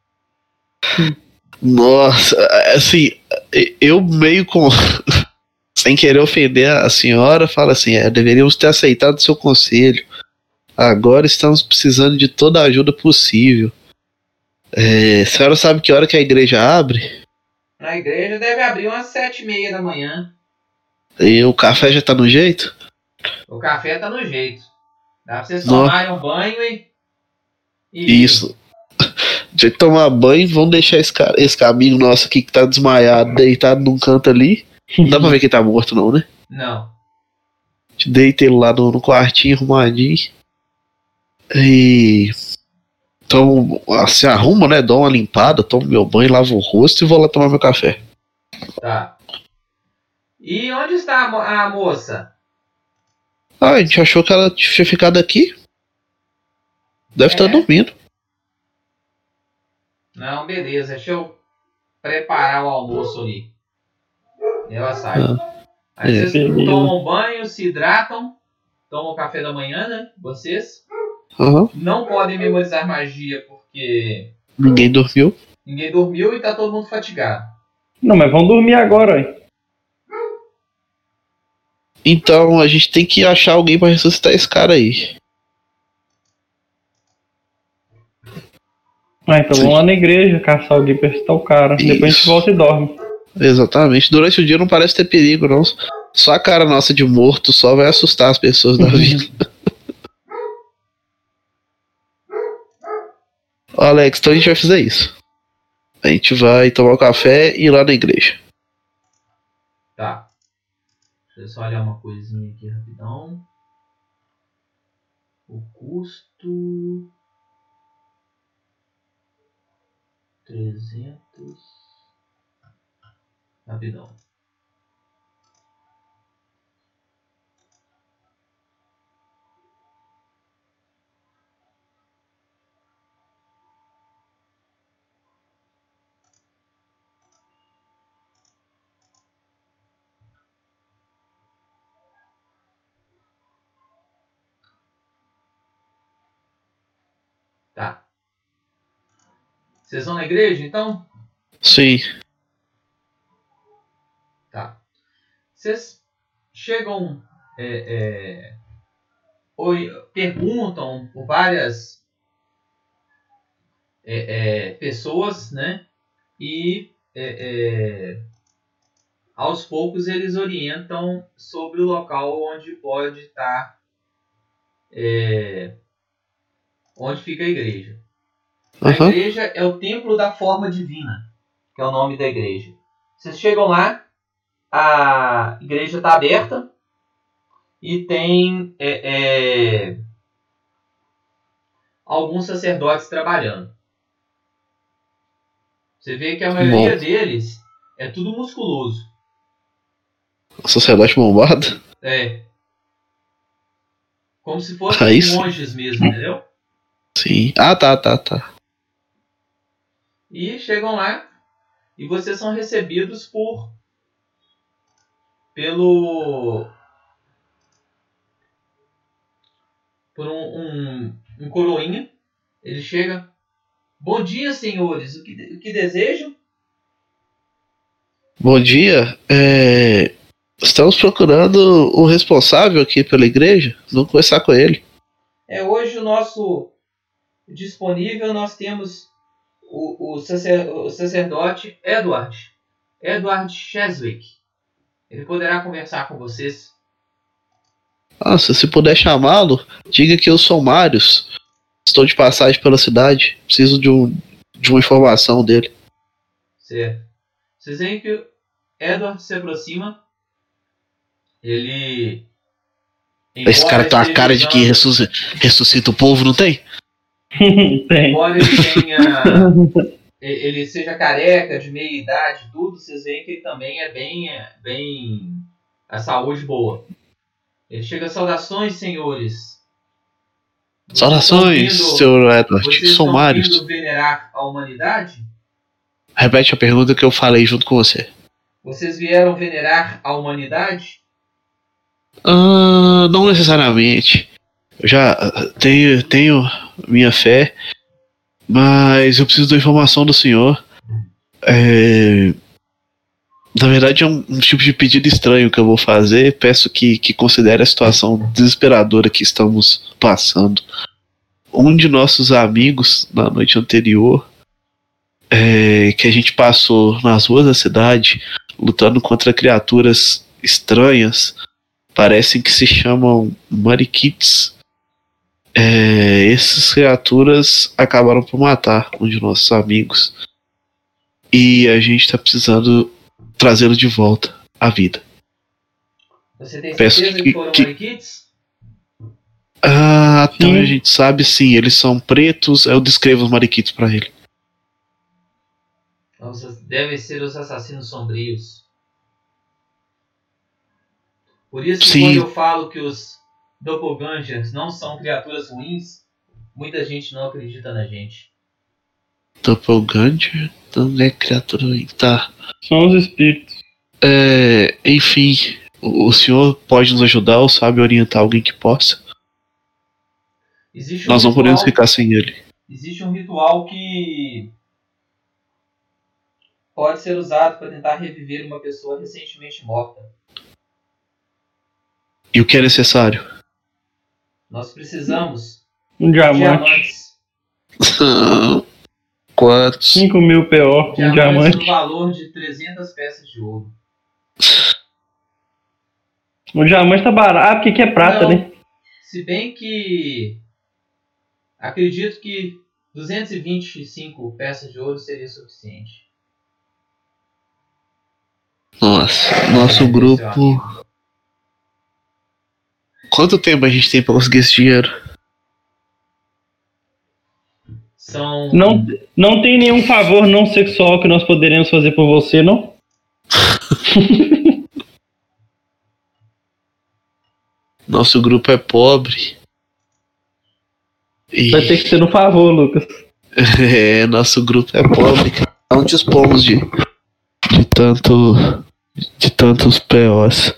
[SPEAKER 3] Nossa, assim, eu meio com. Sem querer ofender a senhora, fala assim: é, deveríamos ter aceitado o seu conselho. Agora estamos precisando de toda a ajuda possível. É, a senhora sabe que hora que a igreja abre?
[SPEAKER 1] A igreja deve abrir umas sete e meia da manhã.
[SPEAKER 3] E o café já tá no jeito?
[SPEAKER 1] O café tá no jeito. Dá pra vocês
[SPEAKER 3] Nossa.
[SPEAKER 1] tomarem um banho e... e
[SPEAKER 3] Isso. De tomar banho, vamos deixar esse, cara, esse caminho nosso aqui que tá desmaiado, deitado num canto ali. Não dá pra ver que ele tá morto, não, né?
[SPEAKER 1] Não.
[SPEAKER 3] Deita ele lá no, no quartinho arrumadinho. E. Então, se arruma, né? Dou uma limpada, tomo meu banho, lavo o rosto e vou lá tomar meu café.
[SPEAKER 1] Tá. E onde está a, mo- a moça?
[SPEAKER 3] Ah, a gente achou que ela tinha ficado aqui. Deve estar
[SPEAKER 1] É.
[SPEAKER 3] dormindo.
[SPEAKER 1] Não, beleza. Deixa eu preparar o almoço ali. E ela sai.
[SPEAKER 3] Ah,
[SPEAKER 1] Aí
[SPEAKER 3] é.
[SPEAKER 1] vocês
[SPEAKER 2] Beleza.
[SPEAKER 1] tomam banho, se hidratam, tomam café da manhã, né? Vocês
[SPEAKER 3] Aham.
[SPEAKER 1] não podem memorizar magia porque
[SPEAKER 3] Ninguém dormiu.
[SPEAKER 1] ninguém dormiu e tá todo mundo fatigado.
[SPEAKER 2] Não, mas vamos dormir agora, hein?
[SPEAKER 3] Então a gente tem que achar alguém pra ressuscitar esse cara aí.
[SPEAKER 2] Ah, então vamos lá na igreja caçar alguém pra ressuscitar o cara. Depois a gente
[SPEAKER 3] Isso.
[SPEAKER 2] volta e dorme.
[SPEAKER 3] Exatamente. Durante o dia não parece ter perigo, não. Só a cara nossa de morto só vai assustar as pessoas da vida. Ó, Alex, então a gente vai fazer isso. A gente vai tomar um café e ir lá na igreja.
[SPEAKER 1] Tá. Deixa eu só olhar uma coisinha aqui rapidão. O custo... trezentos... Rapidão. Tá. Vocês vão na igreja, então?
[SPEAKER 3] Sim.
[SPEAKER 1] Tá. Vocês chegam... É, é, oi- perguntam por várias é, é, pessoas, né? E é, é, aos poucos eles orientam sobre o local onde pode estar, é, onde fica a igreja. A
[SPEAKER 3] Aham.
[SPEAKER 1] igreja é o templo da forma divina, que é o nome da igreja. Vocês chegam lá, a igreja está aberta e tem é, é, alguns sacerdotes trabalhando. Você vê que a maioria
[SPEAKER 3] Bom.
[SPEAKER 1] deles é tudo musculoso.
[SPEAKER 3] Sacerdote bombado?
[SPEAKER 1] É. Como se fossem
[SPEAKER 3] Aí sim.
[SPEAKER 1] monges mesmo, entendeu?
[SPEAKER 3] Sim. Ah, tá, tá, tá.
[SPEAKER 1] E chegam lá e vocês são recebidos por pelo por um, um, um coroinha. Ele chega. Bom dia, senhores. O que, o que desejam?
[SPEAKER 3] Bom dia. É, Estamos procurando o responsável aqui pela igreja. Vamos conversar com ele.
[SPEAKER 1] É, hoje o nosso disponível nós temos o, o, sacer, o sacerdote Edward. Edward Cheswick. Ele poderá conversar com vocês.
[SPEAKER 3] Nossa, se puder chamá-lo, diga que eu sou Marius. Estou de passagem pela cidade. Preciso de, um, de uma informação dele.
[SPEAKER 1] Certo. Vocês veem que o Edward se aproxima. Ele...
[SPEAKER 3] Esse cara tem uma cara de que ressuscita, ressuscita o povo, não tem?
[SPEAKER 2] Tem.
[SPEAKER 1] Embora ele tenha... ele seja careca, de meia idade, tudo, vocês veem que ele também é bem... bem a saúde boa. Ele chega, saudações, senhores. Vocês
[SPEAKER 3] Saudações,
[SPEAKER 1] estão vindo-
[SPEAKER 3] senhor Edward.
[SPEAKER 1] Vocês
[SPEAKER 3] Sou
[SPEAKER 1] estão
[SPEAKER 3] Marius.
[SPEAKER 1] vindo venerar a humanidade?
[SPEAKER 3] Repete a pergunta que eu falei junto com você.
[SPEAKER 1] Vocês vieram venerar a humanidade?
[SPEAKER 3] Ah, não necessariamente. Eu já ah, tenho, tenho minha fé, mas eu preciso da informação do senhor. É, Na verdade, é um, um tipo de pedido estranho que eu vou fazer. Peço que, que considere a situação desesperadora que estamos passando. Um de nossos amigos, na noite anterior, é, que a gente passou nas ruas da cidade, lutando contra criaturas estranhas, parecem que se chamam Mariquites. É, essas criaturas acabaram por matar um de nossos amigos. E a gente está precisando trazê-lo de volta à vida.
[SPEAKER 1] Você tem
[SPEAKER 3] Peço
[SPEAKER 1] certeza que,
[SPEAKER 3] que-
[SPEAKER 1] foram
[SPEAKER 3] que-
[SPEAKER 1] mariquites?
[SPEAKER 3] Ah, então
[SPEAKER 2] Sim.
[SPEAKER 3] a gente sabe sim, eles são pretos. Eu descrevo os mariquitos pra ele.
[SPEAKER 1] Nossa, devem ser os assassinos sombrios. Por isso que
[SPEAKER 3] Sim.
[SPEAKER 1] quando eu falo que os doppelgangers não são criaturas ruins, muita gente não acredita na gente.
[SPEAKER 3] Doppelganger não é criatura ruim. Tá.
[SPEAKER 2] São os espíritos.
[SPEAKER 3] É, enfim, o, o senhor pode nos ajudar ou sabe orientar alguém que possa?
[SPEAKER 1] Existe um
[SPEAKER 3] Nós não podemos
[SPEAKER 1] ritual-
[SPEAKER 3] ficar sem ele.
[SPEAKER 1] Existe um ritual que pode ser usado para tentar reviver uma pessoa recentemente morta.
[SPEAKER 3] E o que é necessário?
[SPEAKER 1] Nós precisamos
[SPEAKER 2] Um
[SPEAKER 1] de
[SPEAKER 2] diamante.
[SPEAKER 1] diamantes.
[SPEAKER 3] Quantos?
[SPEAKER 2] cinco mil P O. Um
[SPEAKER 1] Diamantes
[SPEAKER 2] diamante.
[SPEAKER 1] no valor de trezentas peças de ouro.
[SPEAKER 2] O diamante tá barato. Ah, porque aqui é prata,
[SPEAKER 1] Não.
[SPEAKER 2] né?
[SPEAKER 1] Se bem que acredito que duzentas e vinte e cinco peças de ouro seria suficiente.
[SPEAKER 3] Nossa, nosso
[SPEAKER 1] Meu
[SPEAKER 3] grupo.
[SPEAKER 1] amigo.
[SPEAKER 3] Quanto tempo a gente tem pra conseguir esse dinheiro?
[SPEAKER 1] São
[SPEAKER 2] Não, não tem nenhum favor não sexual que nós poderemos fazer por você, não?
[SPEAKER 3] Nosso grupo é pobre. E...
[SPEAKER 2] Vai ter que ser no favor, Lucas.
[SPEAKER 3] É, nosso grupo é pobre. Não dispomos de, de tanto. de tantos P Os.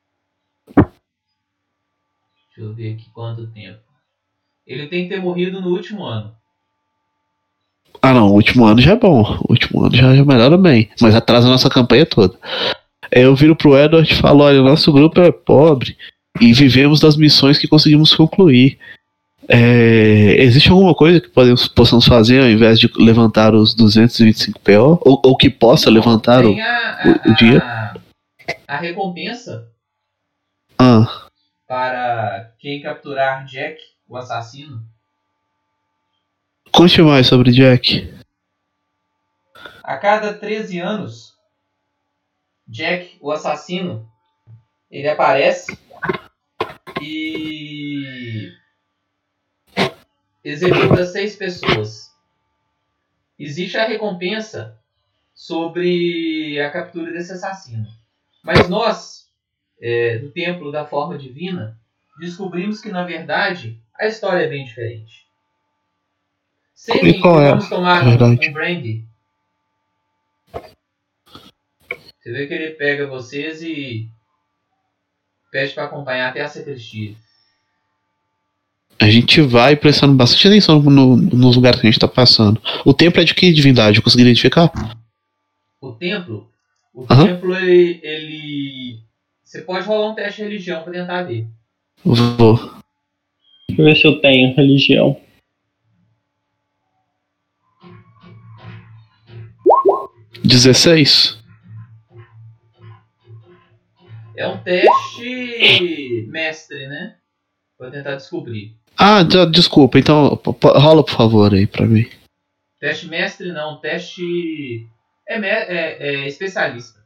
[SPEAKER 1] Deixa eu ver aqui quanto tempo. Ele tem que ter morrido no último ano.
[SPEAKER 3] Ah não, o último ano já é bom. O último ano já, já melhora bem. Mas atrasa a nossa campanha toda. Aí eu viro pro Edward e falo, olha, nosso grupo é pobre e vivemos das missões que conseguimos concluir. É, existe alguma coisa que podemos, possamos fazer ao invés de levantar os duzentos e vinte e cinco P O? Ou, ou que possa levantar o...
[SPEAKER 1] Tem a, a,
[SPEAKER 3] o- o dinheiro?
[SPEAKER 1] a, a recompensa
[SPEAKER 3] Ah,
[SPEAKER 1] para quem capturar Jack, o assassino.
[SPEAKER 3] conte mais sobre Jack.
[SPEAKER 1] A cada treze anos, Jack, o assassino, ele aparece e executa seis pessoas. Existe a recompensa sobre a captura desse assassino. Mas nós, é, do Templo da Forma Divina, descobrimos que, na verdade, a história é bem diferente. Sempre
[SPEAKER 3] E
[SPEAKER 1] que
[SPEAKER 3] qual é
[SPEAKER 1] vamos tomar
[SPEAKER 3] a
[SPEAKER 1] um,
[SPEAKER 3] verdade?
[SPEAKER 1] um brandy, você vê que ele pega vocês e pede para acompanhar até a sacristia.
[SPEAKER 3] A gente vai prestando bastante atenção no, nos lugares que a gente tá passando. O templo é de que divindade? Eu consegui identificar?
[SPEAKER 1] O templo, o
[SPEAKER 3] Aham.
[SPEAKER 1] templo, ele, ele... Você pode rolar um teste de religião pra tentar ver.
[SPEAKER 3] Vou.
[SPEAKER 2] Deixa eu ver se eu tenho religião.
[SPEAKER 3] dezesseis?
[SPEAKER 1] É um teste mestre, né? Vou tentar descobrir.
[SPEAKER 3] Ah, já- desculpa, então p- p- rola por favor aí pra mim.
[SPEAKER 1] Teste mestre não, teste... É, me- é, é especialista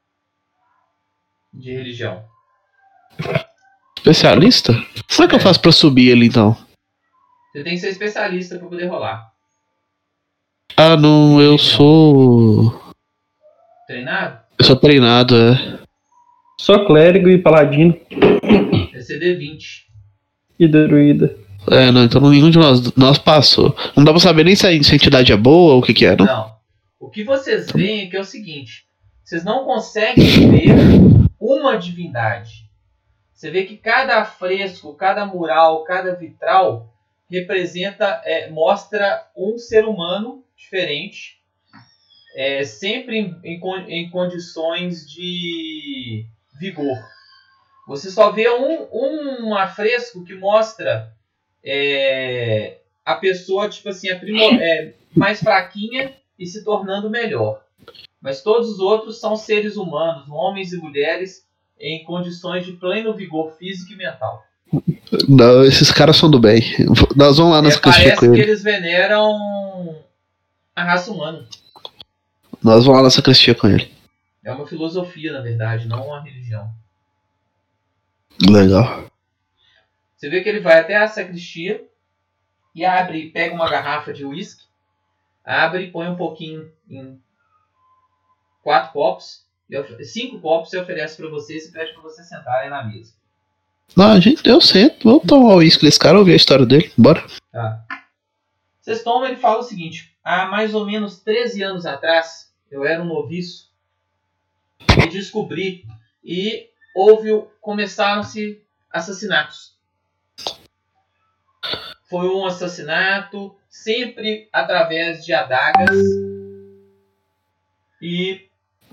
[SPEAKER 1] de religião.
[SPEAKER 3] Especialista? Como é que eu
[SPEAKER 1] É.
[SPEAKER 3] faço pra subir ele então?
[SPEAKER 1] Você tem que ser especialista pra poder rolar.
[SPEAKER 3] Ah, não, eu sou.
[SPEAKER 1] Treinado?
[SPEAKER 3] Eu sou treinado, é.
[SPEAKER 2] Sou clérigo e paladino
[SPEAKER 1] É C D vinte.
[SPEAKER 2] e druida.
[SPEAKER 3] É, não, então nenhum de nós, nós passou. Não dá pra saber nem se a se a entidade é boa ou o que que é, não?
[SPEAKER 1] Não. O que vocês veem é que é o seguinte. Vocês não conseguem ver uma divindade. Você vê que cada fresco, cada mural, cada vitral representa, é, mostra um ser humano diferente, é, sempre em, em, con- em condições de vigor. Você só vê um, um afresco que mostra, é, a pessoa tipo assim, aprimo- é, mais fraquinha e se tornando melhor. Mas todos os outros são seres humanos, homens e mulheres, em condições de pleno vigor físico e mental.
[SPEAKER 3] Não, esses caras são do bem. Nós vamos lá
[SPEAKER 1] É,
[SPEAKER 3] nessa cristinha
[SPEAKER 1] parece
[SPEAKER 3] com
[SPEAKER 1] que
[SPEAKER 3] ele.
[SPEAKER 1] eles veneram a raça humana.
[SPEAKER 3] Nós vamos lá nessa cristinha com ele.
[SPEAKER 1] É uma filosofia, na verdade, não uma religião.
[SPEAKER 3] Legal.
[SPEAKER 1] Você vê que ele vai até a sacristia e abre, pega uma garrafa de uísque, abre e põe um pouquinho em quatro copos, e of- cinco copos e oferece para vocês e pede para vocês sentarem na mesa.
[SPEAKER 3] Não, a gente, eu sento. Vamos tomar o uísque desse cara, ouvir a história dele. Bora.
[SPEAKER 1] Tá. Vocês tomam, ele fala o seguinte: há mais ou menos treze anos atrás, eu era um noviço e descobri e houve, começaram-se assassinatos. Foi um assassinato sempre através de adagas e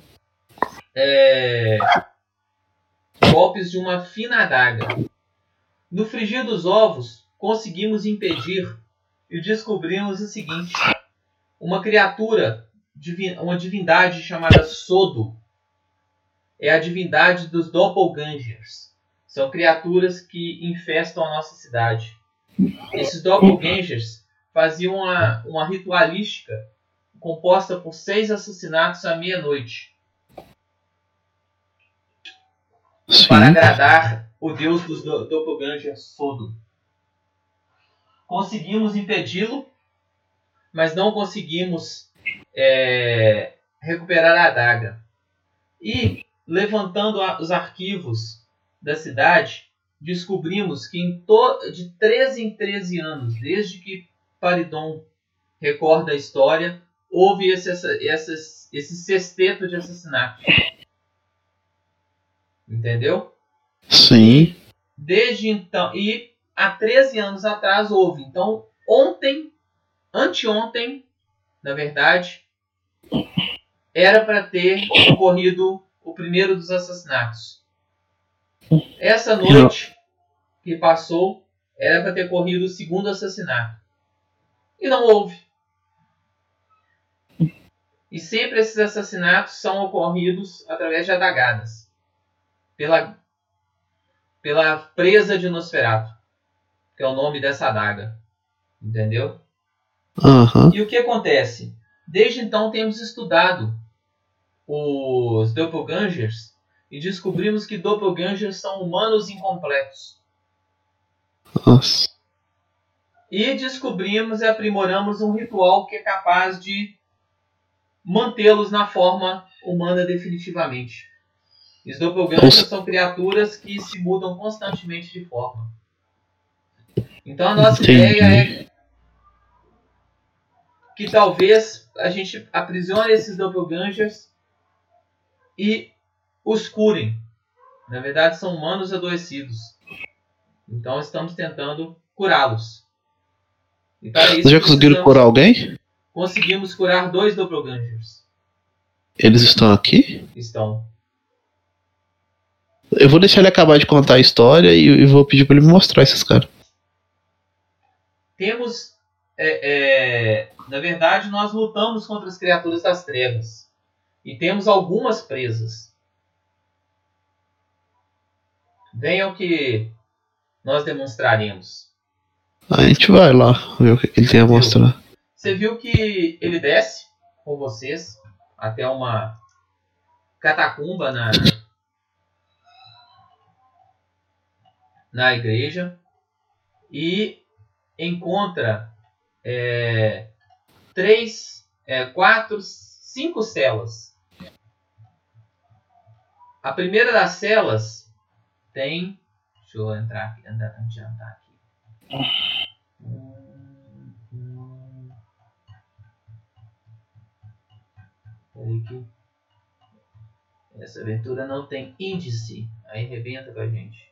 [SPEAKER 1] é, golpes de uma fina adaga. No frigir dos ovos, conseguimos impedir e descobrimos o seguinte: uma criatura, divi- uma divindade chamada Sodo, é a divindade dos doppelgangers. São criaturas que infestam a nossa cidade. Esses doppelgangers faziam uma, uma ritualística composta por seis assassinatos à meia-noite
[SPEAKER 3] Sim.
[SPEAKER 1] para agradar o deus dos do- doppelgangers, Sodo. Conseguimos impedi-lo, mas não conseguimos é, recuperar a adaga. E, levantando a- os arquivos da cidade, descobrimos que em to- de treze em treze anos, desde que Paridon recorda a história, houve esse, essa, essas- esse sexteto de assassinatos. Entendeu?
[SPEAKER 3] Sim.
[SPEAKER 1] Desde então, e há treze anos atrás houve. Então, ontem, anteontem, na verdade, era para ter ocorrido o primeiro dos assassinatos. Essa noite que passou, era para ter ocorrido o segundo assassinato. E não houve. E sempre esses assassinatos são ocorridos através de adagadas. Pela, pela presa de Nosferatu, que é o nome dessa adaga. Entendeu?
[SPEAKER 3] Aham.
[SPEAKER 1] E o que acontece? Desde então temos estudado os doppelgangers e descobrimos que doppelgangers são humanos incompletos.
[SPEAKER 3] Nossa.
[SPEAKER 1] E descobrimos e aprimoramos um ritual que é capaz de mantê-los na forma humana definitivamente. Os doppelgangers
[SPEAKER 3] Nossa.
[SPEAKER 1] são criaturas que se mudam constantemente de forma. Então a nossa
[SPEAKER 3] Entendi.
[SPEAKER 1] ideia é que talvez a gente aprisione esses doppelgangers e os curem. Na verdade, são humanos adoecidos. Então estamos tentando curá-los. E para isso
[SPEAKER 3] Vocês já conseguiram
[SPEAKER 1] precisamos-
[SPEAKER 3] curar alguém?
[SPEAKER 1] Conseguimos curar dois doppelgangers.
[SPEAKER 3] Eles estão aqui?
[SPEAKER 1] Estão.
[SPEAKER 3] Eu vou deixar ele acabar de contar a história e, e vou pedir pra ele me mostrar esses caras.
[SPEAKER 1] Temos... é, é, na verdade, nós lutamos contra as criaturas das trevas. E temos algumas presas. Venham que nós demonstraremos.
[SPEAKER 3] A gente vai lá ver o que que ele tem a mostrar.
[SPEAKER 1] Você viu que ele desce com vocês até uma catacumba na, na igreja e encontra é, três, é, quatro, cinco celas. A primeira das celas tem... Deixa eu entrar aqui, andar, adiantar aqui. Hum, hum. Peraí que essa aventura não tem índice. Aí rebenta com a gente.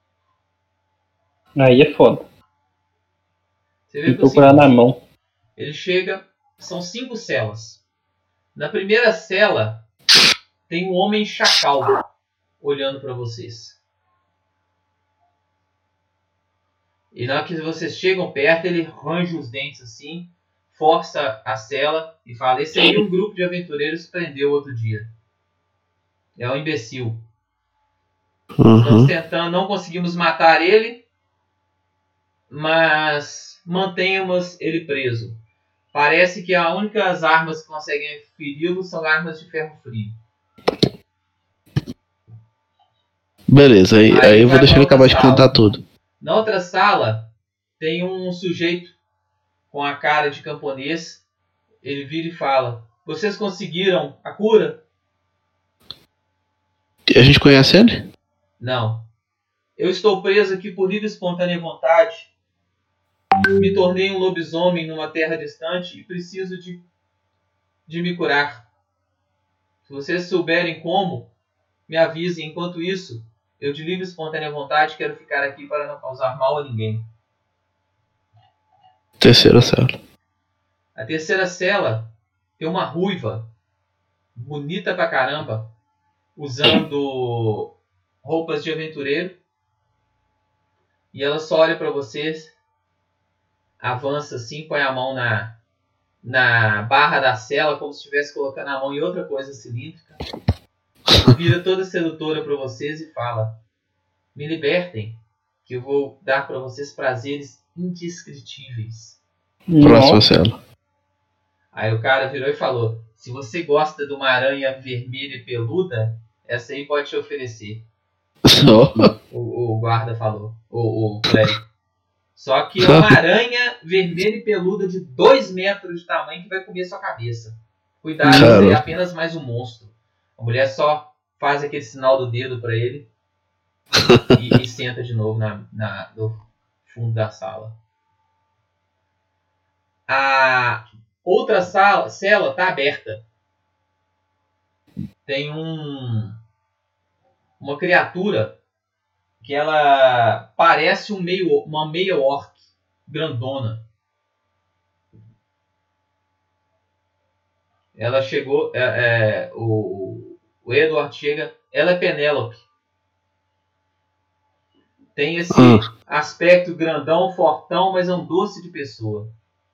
[SPEAKER 2] Aí é foda.
[SPEAKER 1] Você
[SPEAKER 2] Tem
[SPEAKER 1] vê
[SPEAKER 2] que
[SPEAKER 1] que o
[SPEAKER 2] procurar na
[SPEAKER 1] seguinte,
[SPEAKER 2] mão.
[SPEAKER 1] ele chega, são cinco celas. Na primeira cela tem um homem chacal olhando para vocês. E na hora que vocês chegam perto, ele range os dentes assim, força a cela e fala: esse aí um grupo de aventureiros prendeu outro dia. É um imbecil. Estamos
[SPEAKER 3] Uhum.
[SPEAKER 1] tentando, não conseguimos matar ele, mas mantenhamos ele preso. Parece que as únicas armas que conseguem feri-lo são armas de ferro frio.
[SPEAKER 3] Beleza, aí,
[SPEAKER 1] Aí
[SPEAKER 3] aí eu
[SPEAKER 1] vai
[SPEAKER 3] vou deixar
[SPEAKER 1] pra
[SPEAKER 3] ele acabar
[SPEAKER 1] outra
[SPEAKER 3] de
[SPEAKER 1] sala.
[SPEAKER 3] contar tudo.
[SPEAKER 1] Na outra sala tem um sujeito com a cara de camponês. Ele vira e fala: vocês conseguiram a cura?
[SPEAKER 3] A gente conhece ele?
[SPEAKER 1] Não. Eu estou preso aqui por livre e espontânea vontade. Me tornei um lobisomem numa terra distante e preciso de, de me curar. Se vocês souberem como, me avisem. Enquanto isso, eu de livre e espontânea vontade quero ficar aqui para não causar mal a ninguém.
[SPEAKER 3] Terceira cela.
[SPEAKER 1] A terceira cela tem uma ruiva, bonita pra caramba, usando roupas de aventureiro. E ela só olha pra vocês, avança assim, põe a mão na, na barra da cela, como se estivesse colocando a mão em outra coisa cilíndrica. Vira toda sedutora pra vocês e fala: me libertem, que eu vou dar pra vocês prazeres indescritíveis.
[SPEAKER 3] Próxima
[SPEAKER 2] Nossa.
[SPEAKER 3] cela.
[SPEAKER 1] Aí o cara virou e falou: se você gosta de uma aranha vermelha e peluda, essa aí pode te oferecer.
[SPEAKER 3] Só.
[SPEAKER 1] O, o guarda falou. O, o clérigo. Só que é uma aranha vermelha e peluda de dois metros de tamanho que vai comer sua cabeça. Cuidado,
[SPEAKER 3] Cara.
[SPEAKER 1] você é apenas mais um monstro. A mulher só faz aquele sinal do dedo pra ele e, e senta de novo na, na, no fundo da sala. A outra sala, cela tá aberta. Tem um uma criatura que ela parece um meio, uma meia orc grandona. Ela chegou, é, é, o, o Edward chega, ela é Penélope. Tem esse
[SPEAKER 3] Hum.
[SPEAKER 1] aspecto grandão, fortão, mas é um doce de pessoa.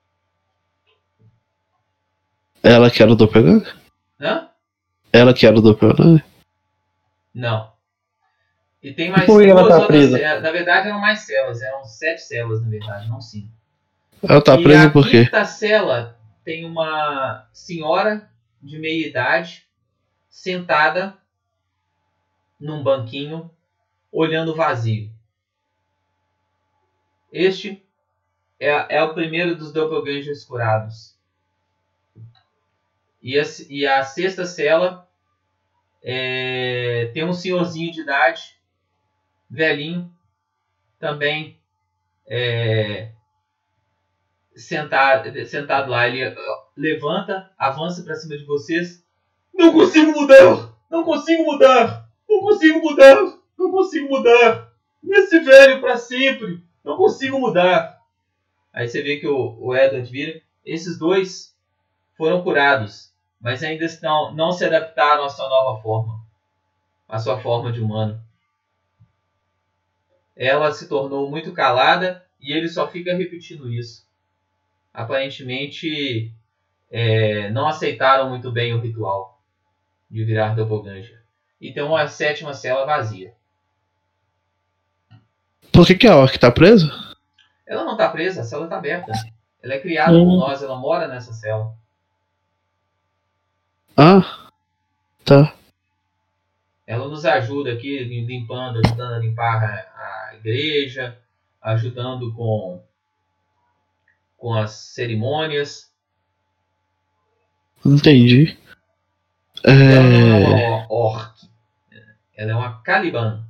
[SPEAKER 3] Ela que era o doppelganger?
[SPEAKER 1] Hã?
[SPEAKER 3] Ela que era o doppelganger?
[SPEAKER 1] Não. E tem mais
[SPEAKER 2] Por que ela
[SPEAKER 1] duas
[SPEAKER 2] tá
[SPEAKER 1] outras
[SPEAKER 2] presa?
[SPEAKER 1] celas. Na verdade eram mais celas, eram sete celas na verdade, não cinco.
[SPEAKER 3] Ela tá
[SPEAKER 1] E
[SPEAKER 3] presa
[SPEAKER 1] a
[SPEAKER 3] por quê?
[SPEAKER 1] quinta cela tem uma senhora de meia idade sentada num banquinho olhando vazio. Este é, é o primeiro dos doppelgangers curados. E a, e a sexta cela é, tem um senhorzinho de idade, velhinho, também é, sentado, sentado lá. Ele levanta, avança para cima de vocês. Não consigo mudar! Não consigo mudar! Não consigo mudar! Não consigo mudar! Esse velho para sempre! não consigo mudar. Aí você vê que o, o Edward vira. Esses dois foram curados, mas ainda estão, não se adaptaram à sua nova forma, à sua forma de humano. Ela se tornou muito calada e ele só fica repetindo isso. Aparentemente, é, não aceitaram muito bem o ritual de virar Doppelganger. E tem uma sétima cela vazia.
[SPEAKER 3] Por que, que a Orc tá presa?
[SPEAKER 1] Ela não está presa, a cela está aberta. Ela é criada
[SPEAKER 2] Hum.
[SPEAKER 1] por nós, ela mora nessa cela.
[SPEAKER 3] Ah, tá.
[SPEAKER 1] Ela nos ajuda aqui, limpando, ajudando a limpar a, a igreja, ajudando com, com as cerimônias.
[SPEAKER 3] Entendi.
[SPEAKER 1] Ela não é
[SPEAKER 3] É.
[SPEAKER 1] uma orc, ela é uma Caliban.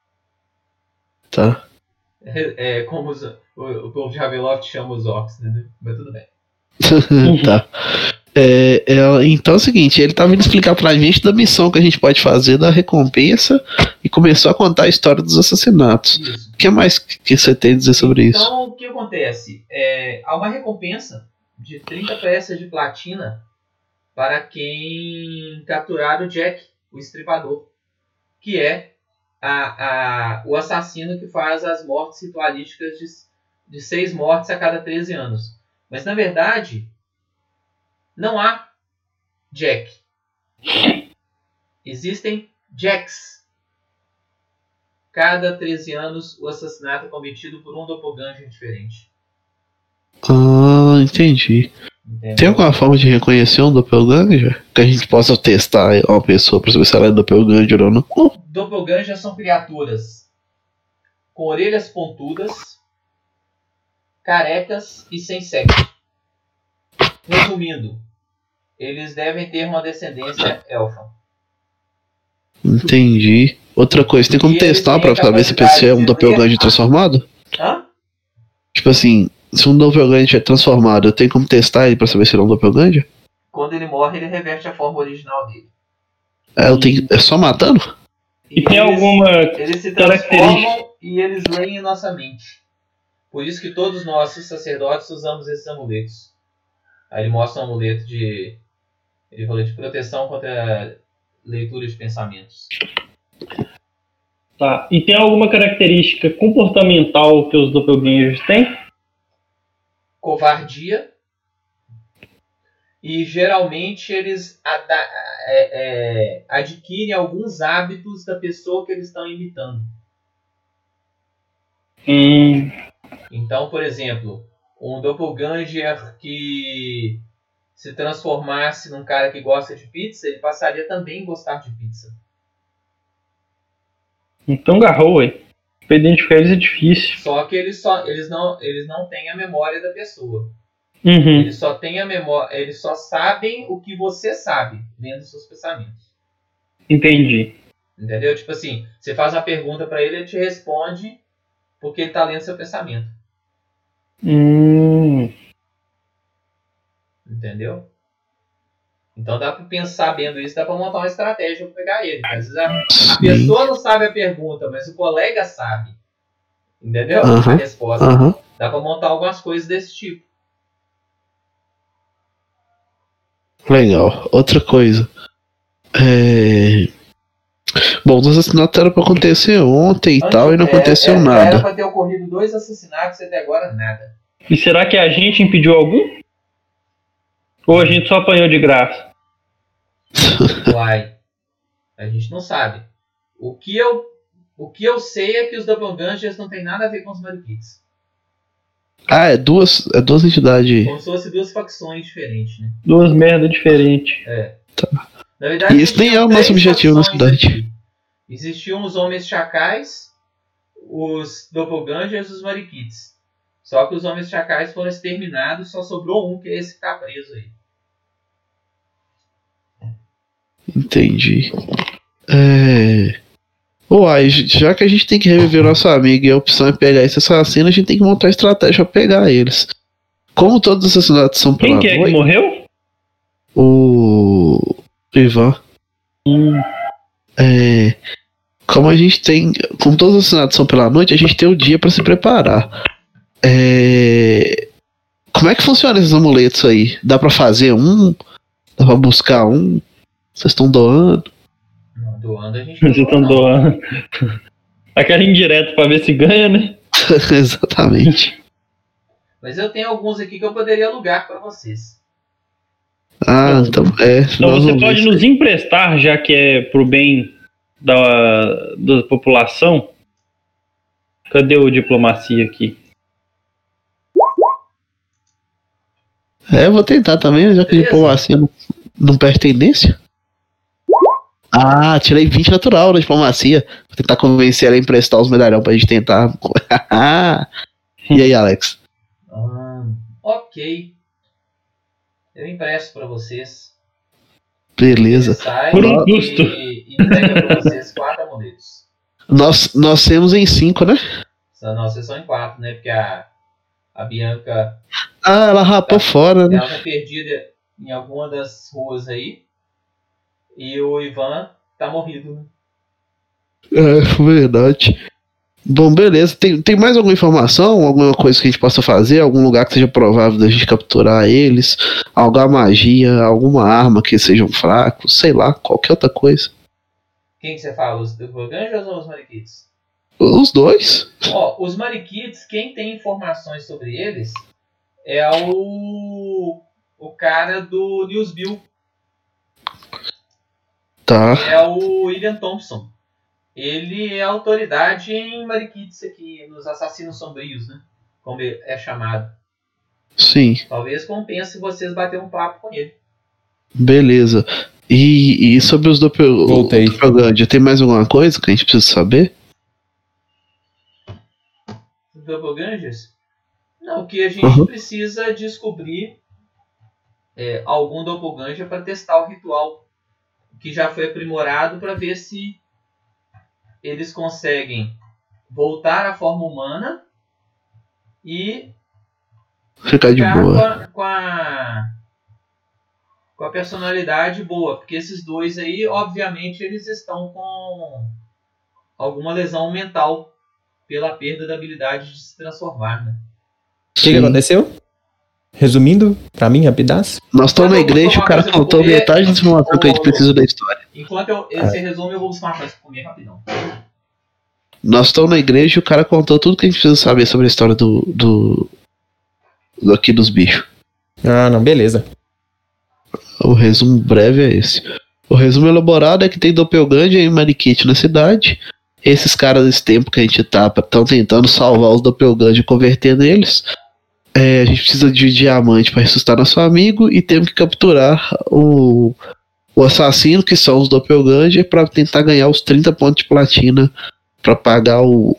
[SPEAKER 3] Tá.
[SPEAKER 1] É, é como os, o, o povo de Ravenloft chama os orcs, né? Mas tudo bem.
[SPEAKER 3] Tá. É, é, então é o seguinte, ele tá vindo explicar pra gente da missão que a gente pode fazer, da recompensa, e começou a contar a história dos assassinatos.
[SPEAKER 1] Isso.
[SPEAKER 3] O que mais que você tem a dizer sobre isso?
[SPEAKER 1] Então, o que acontece? É, há uma recompensa de trinta peças de platina para quem capturar o Jack, o estripador, que é a, a, o assassino que faz as mortes ritualísticas de, de seis mortes a cada treze anos. Mas, na verdade, não há Jack. Existem Jacks. Cada treze anos, o assassinato é cometido por um doppelganger diferente.
[SPEAKER 3] Ah, entendi.
[SPEAKER 1] Entendeu?
[SPEAKER 3] Tem alguma forma de reconhecer um doppelganger? Que a gente possa testar uma pessoa pra saber se ela é doppelganger ou não?
[SPEAKER 1] Doppelgangers são criaturas com orelhas pontudas, carecas e sem sexo. Resumindo, eles devem ter uma descendência elfa.
[SPEAKER 3] Entendi. Outra coisa, tem como
[SPEAKER 1] E eles
[SPEAKER 3] testar
[SPEAKER 1] têm
[SPEAKER 3] pra
[SPEAKER 1] a
[SPEAKER 3] saber se a
[SPEAKER 1] capacidade
[SPEAKER 3] pessoa é um
[SPEAKER 1] de
[SPEAKER 3] doppelganger
[SPEAKER 1] ler-
[SPEAKER 3] transformado?
[SPEAKER 1] Hã?
[SPEAKER 3] Tipo assim, se um doppelganger é transformado, eu tenho como testar ele pra saber se ele é um doppelganger?
[SPEAKER 1] Quando ele morre, ele reverte a forma original dele.
[SPEAKER 3] É, eu tenho, é só matando?
[SPEAKER 2] E tem
[SPEAKER 1] eles-
[SPEAKER 2] alguma
[SPEAKER 1] Eles se
[SPEAKER 2] característica?
[SPEAKER 1] transformam e eles leem em nossa mente. Por isso que todos nós, os sacerdotes, usamos esses amuletos. Aí ele mostra um amuleto de... Ele falou de proteção contra leitura de pensamentos.
[SPEAKER 2] Tá. E tem alguma característica comportamental que os doppelgangers têm?
[SPEAKER 1] Covardia. E geralmente eles ada- é, é, adquirem alguns hábitos da pessoa que eles estão imitando.
[SPEAKER 2] Hum,
[SPEAKER 1] Então, por exemplo, um doppelganger que se transformasse num cara que gosta de pizza, ele passaria também a gostar de pizza.
[SPEAKER 2] então garrou, ué. Pra identificar eles é difícil.
[SPEAKER 1] Só que eles, só, eles, não, eles não têm a memória da pessoa.
[SPEAKER 2] Uhum.
[SPEAKER 1] Eles só têm a memória, eles só sabem o que você sabe, vendo seus pensamentos.
[SPEAKER 2] Entendi.
[SPEAKER 1] Entendeu? Tipo assim, você faz uma pergunta pra ele, ele te responde porque ele tá lendo seu pensamento.
[SPEAKER 2] Hum,
[SPEAKER 1] Entendeu? Então dá pra pensar vendo isso, dá pra montar uma estratégia pra pegar ele. Às vezes a, a
[SPEAKER 3] Sim.
[SPEAKER 1] pessoa não sabe a pergunta, mas o colega sabe. Entendeu?
[SPEAKER 3] Aham,
[SPEAKER 1] A resposta.
[SPEAKER 3] Aham.
[SPEAKER 1] Dá pra montar algumas coisas desse tipo.
[SPEAKER 3] Legal. Outra coisa. É... Bom, os assassinatos eram pra acontecer ontem e tal, e não
[SPEAKER 1] É,
[SPEAKER 3] aconteceu
[SPEAKER 1] é, Era
[SPEAKER 3] nada.
[SPEAKER 1] pra ter ocorrido dois assassinatos e até agora nada.
[SPEAKER 2] e será que a gente impediu algum? Ou a gente só apanhou de graça?
[SPEAKER 1] Uai. A gente não sabe. O que eu, o que eu sei é que os doppelgangers não tem nada a ver com os mariquites.
[SPEAKER 3] Ah, é duas, é duas entidades.
[SPEAKER 1] Como se fossem duas facções diferentes, né?
[SPEAKER 2] Duas merdas diferentes.
[SPEAKER 1] É.
[SPEAKER 3] Tá.
[SPEAKER 1] Na verdade,
[SPEAKER 3] E esse nem
[SPEAKER 1] existiam
[SPEAKER 3] é o nosso
[SPEAKER 1] três
[SPEAKER 3] objetivo na
[SPEAKER 1] facções
[SPEAKER 3] cidade.
[SPEAKER 1] aqui. Existiam os homens chacais, os doppelgangers e os mariquites. Só que os homens chacais foram exterminados, só sobrou um, que é esse que tá preso aí.
[SPEAKER 3] Entendi. É... Uai, já que a gente tem que reviver o nosso amigo e a opção é pegar esse assassino, a gente tem que montar estratégia pra pegar eles. Como todos os assassinatos são pela
[SPEAKER 2] Quem que é que
[SPEAKER 3] noite,
[SPEAKER 2] morreu?
[SPEAKER 3] o Ivan.
[SPEAKER 2] Hum,
[SPEAKER 3] É... como a gente tem, como todos os assassinatos são pela noite, a gente tem o dia pra se preparar. É... Como é que funciona esses amuletos aí? Dá pra fazer um? Dá pra buscar um? Vocês estão doando?
[SPEAKER 1] Não, doando a gente não
[SPEAKER 2] Vocês
[SPEAKER 1] doa,
[SPEAKER 2] estão
[SPEAKER 1] não.
[SPEAKER 2] doando. Aquela indireta pra ver se ganha, né?
[SPEAKER 3] Exatamente.
[SPEAKER 1] Mas eu tenho alguns aqui que eu poderia alugar pra vocês.
[SPEAKER 3] Ah, então é.
[SPEAKER 2] Então
[SPEAKER 3] nós
[SPEAKER 2] você
[SPEAKER 3] vamos
[SPEAKER 2] pode
[SPEAKER 3] ver
[SPEAKER 2] nos
[SPEAKER 3] isso
[SPEAKER 2] emprestar, já que é pro bem da, da população. Cadê o diplomacia aqui?
[SPEAKER 3] aí. É, eu vou tentar também, já que
[SPEAKER 1] Beleza.
[SPEAKER 3] diplomacia não, não perde tendência. Ah, tirei vinte natural na diplomacia. Vou tentar convencer ela a emprestar os medalhão pra gente tentar. E aí, Alex?
[SPEAKER 1] Ah, ok. Eu empresto pra vocês.
[SPEAKER 3] Beleza.
[SPEAKER 1] Ele sai
[SPEAKER 2] Por um
[SPEAKER 1] e,
[SPEAKER 2] custo.
[SPEAKER 1] e entrega pra vocês quatro amuletos.
[SPEAKER 3] Nós, nós temos em cinco, né?
[SPEAKER 1] Só- Não, vocês são em quatro, né? Porque a, a Bianca
[SPEAKER 3] Ah, ela rapou
[SPEAKER 1] Tá.
[SPEAKER 3] fora, né?
[SPEAKER 1] ela tá perdida em alguma das ruas aí. E o Ivan tá morrido, né?
[SPEAKER 3] É, verdade. Bom, beleza. Tem, tem mais alguma informação? Alguma coisa que a gente possa fazer? Algum lugar que seja provável da gente capturar eles? Alguma magia? Alguma arma que sejam fracos? Sei lá, qualquer outra coisa.
[SPEAKER 1] Quem que você fala? Os Doppelgangers ou os Mariquites?
[SPEAKER 3] Os dois?
[SPEAKER 1] Ó, os Mariquites, quem tem informações sobre eles é o, o cara do Newsville.
[SPEAKER 3] Tá.
[SPEAKER 1] É o William Thompson. Ele é autoridade em Mariquites aqui, nos Assassinos Sombrios, né? Como é chamado.
[SPEAKER 3] Sim,
[SPEAKER 1] Talvez compense vocês bater um papo com ele.
[SPEAKER 3] beleza. E, e sobre os doppel...
[SPEAKER 4] Voltei.
[SPEAKER 3] Doppelganger, tem mais alguma coisa que a gente precisa saber?
[SPEAKER 1] Os Doppelgangers? Não, o que a gente
[SPEAKER 3] Uhum.
[SPEAKER 1] precisa descobrir é algum Doppelganger para testar o ritual que já foi aprimorado para ver se eles conseguem voltar à forma humana e
[SPEAKER 3] Ficar de
[SPEAKER 1] ficar com
[SPEAKER 3] boa.
[SPEAKER 1] a, com a com a personalidade boa, porque esses dois aí, obviamente, eles estão com alguma lesão mental pela perda da habilidade de se transformar, né?
[SPEAKER 4] O que, que
[SPEAKER 3] Sim.
[SPEAKER 4] aconteceu? Resumindo, pra mim, rapidaço.
[SPEAKER 3] Nós estamos na
[SPEAKER 1] Eu vou
[SPEAKER 3] igreja e
[SPEAKER 1] tomar
[SPEAKER 3] o cara
[SPEAKER 1] coisa pra
[SPEAKER 3] contou
[SPEAKER 1] comer.
[SPEAKER 3] metade das informações que a gente
[SPEAKER 1] Ô,
[SPEAKER 3] precisa da história.
[SPEAKER 1] Enquanto eu, esse resumo, eu vou buscar uma coisa pra comer rapidão.
[SPEAKER 3] Nós estamos na igreja e o cara contou tudo que a gente precisa saber sobre a história do. do, do aqui dos bichos.
[SPEAKER 4] Ah, não, beleza.
[SPEAKER 3] O resumo breve é esse. O resumo elaborado é que tem Doppelganger e Mariquite na cidade. Esses caras desse tempo que a gente tá estão tentando salvar os Doppelganger, convertendo eles. É, a gente precisa de diamante para ressuscitar nosso amigo e temos que capturar o, o assassino, que são os Doppelganger, para tentar ganhar os trinta pontos de platina para pagar o,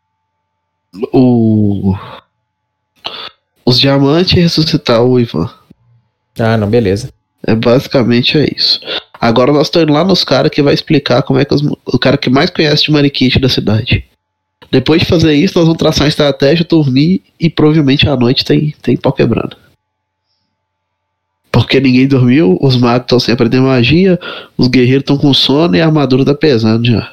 [SPEAKER 3] o os diamantes e ressuscitar o Ivan.
[SPEAKER 4] Ah, não, beleza.
[SPEAKER 3] É basicamente é isso. Agora nós estamos indo lá nos caras que vai explicar como é que os, o cara que mais conhece de Mariquite da cidade. Depois de fazer isso, nós vamos traçar uma estratégia, dormir e provavelmente à noite tem, tem pau quebrando. Porque ninguém dormiu, os magos estão sem aprender magia, os guerreiros estão com sono e a armadura tá pesando já.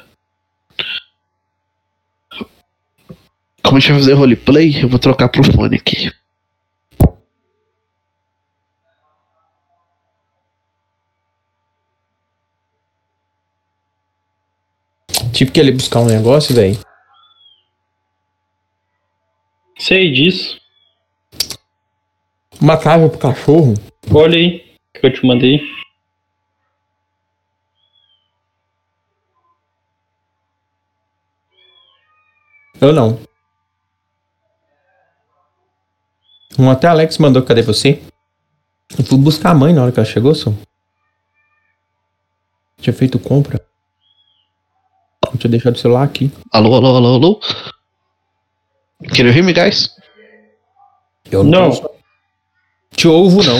[SPEAKER 3] Como a gente vai fazer roleplay, eu vou trocar pro fone aqui.
[SPEAKER 4] Tive que ali buscar um negócio, velho.
[SPEAKER 2] Sei disso.
[SPEAKER 4] Uma casa pro cachorro.
[SPEAKER 2] Olha aí, que eu te mandei.
[SPEAKER 4] Eu não. Um até Alex mandou, cadê você? Eu fui buscar a mãe na hora que ela chegou, só. Tinha feito compra. Eu tinha deixado o celular aqui.
[SPEAKER 3] Alô, alô, alô, alô? Quer ouvir, me guys?
[SPEAKER 4] Eu
[SPEAKER 2] Não.
[SPEAKER 4] tô- Te ouvo, não.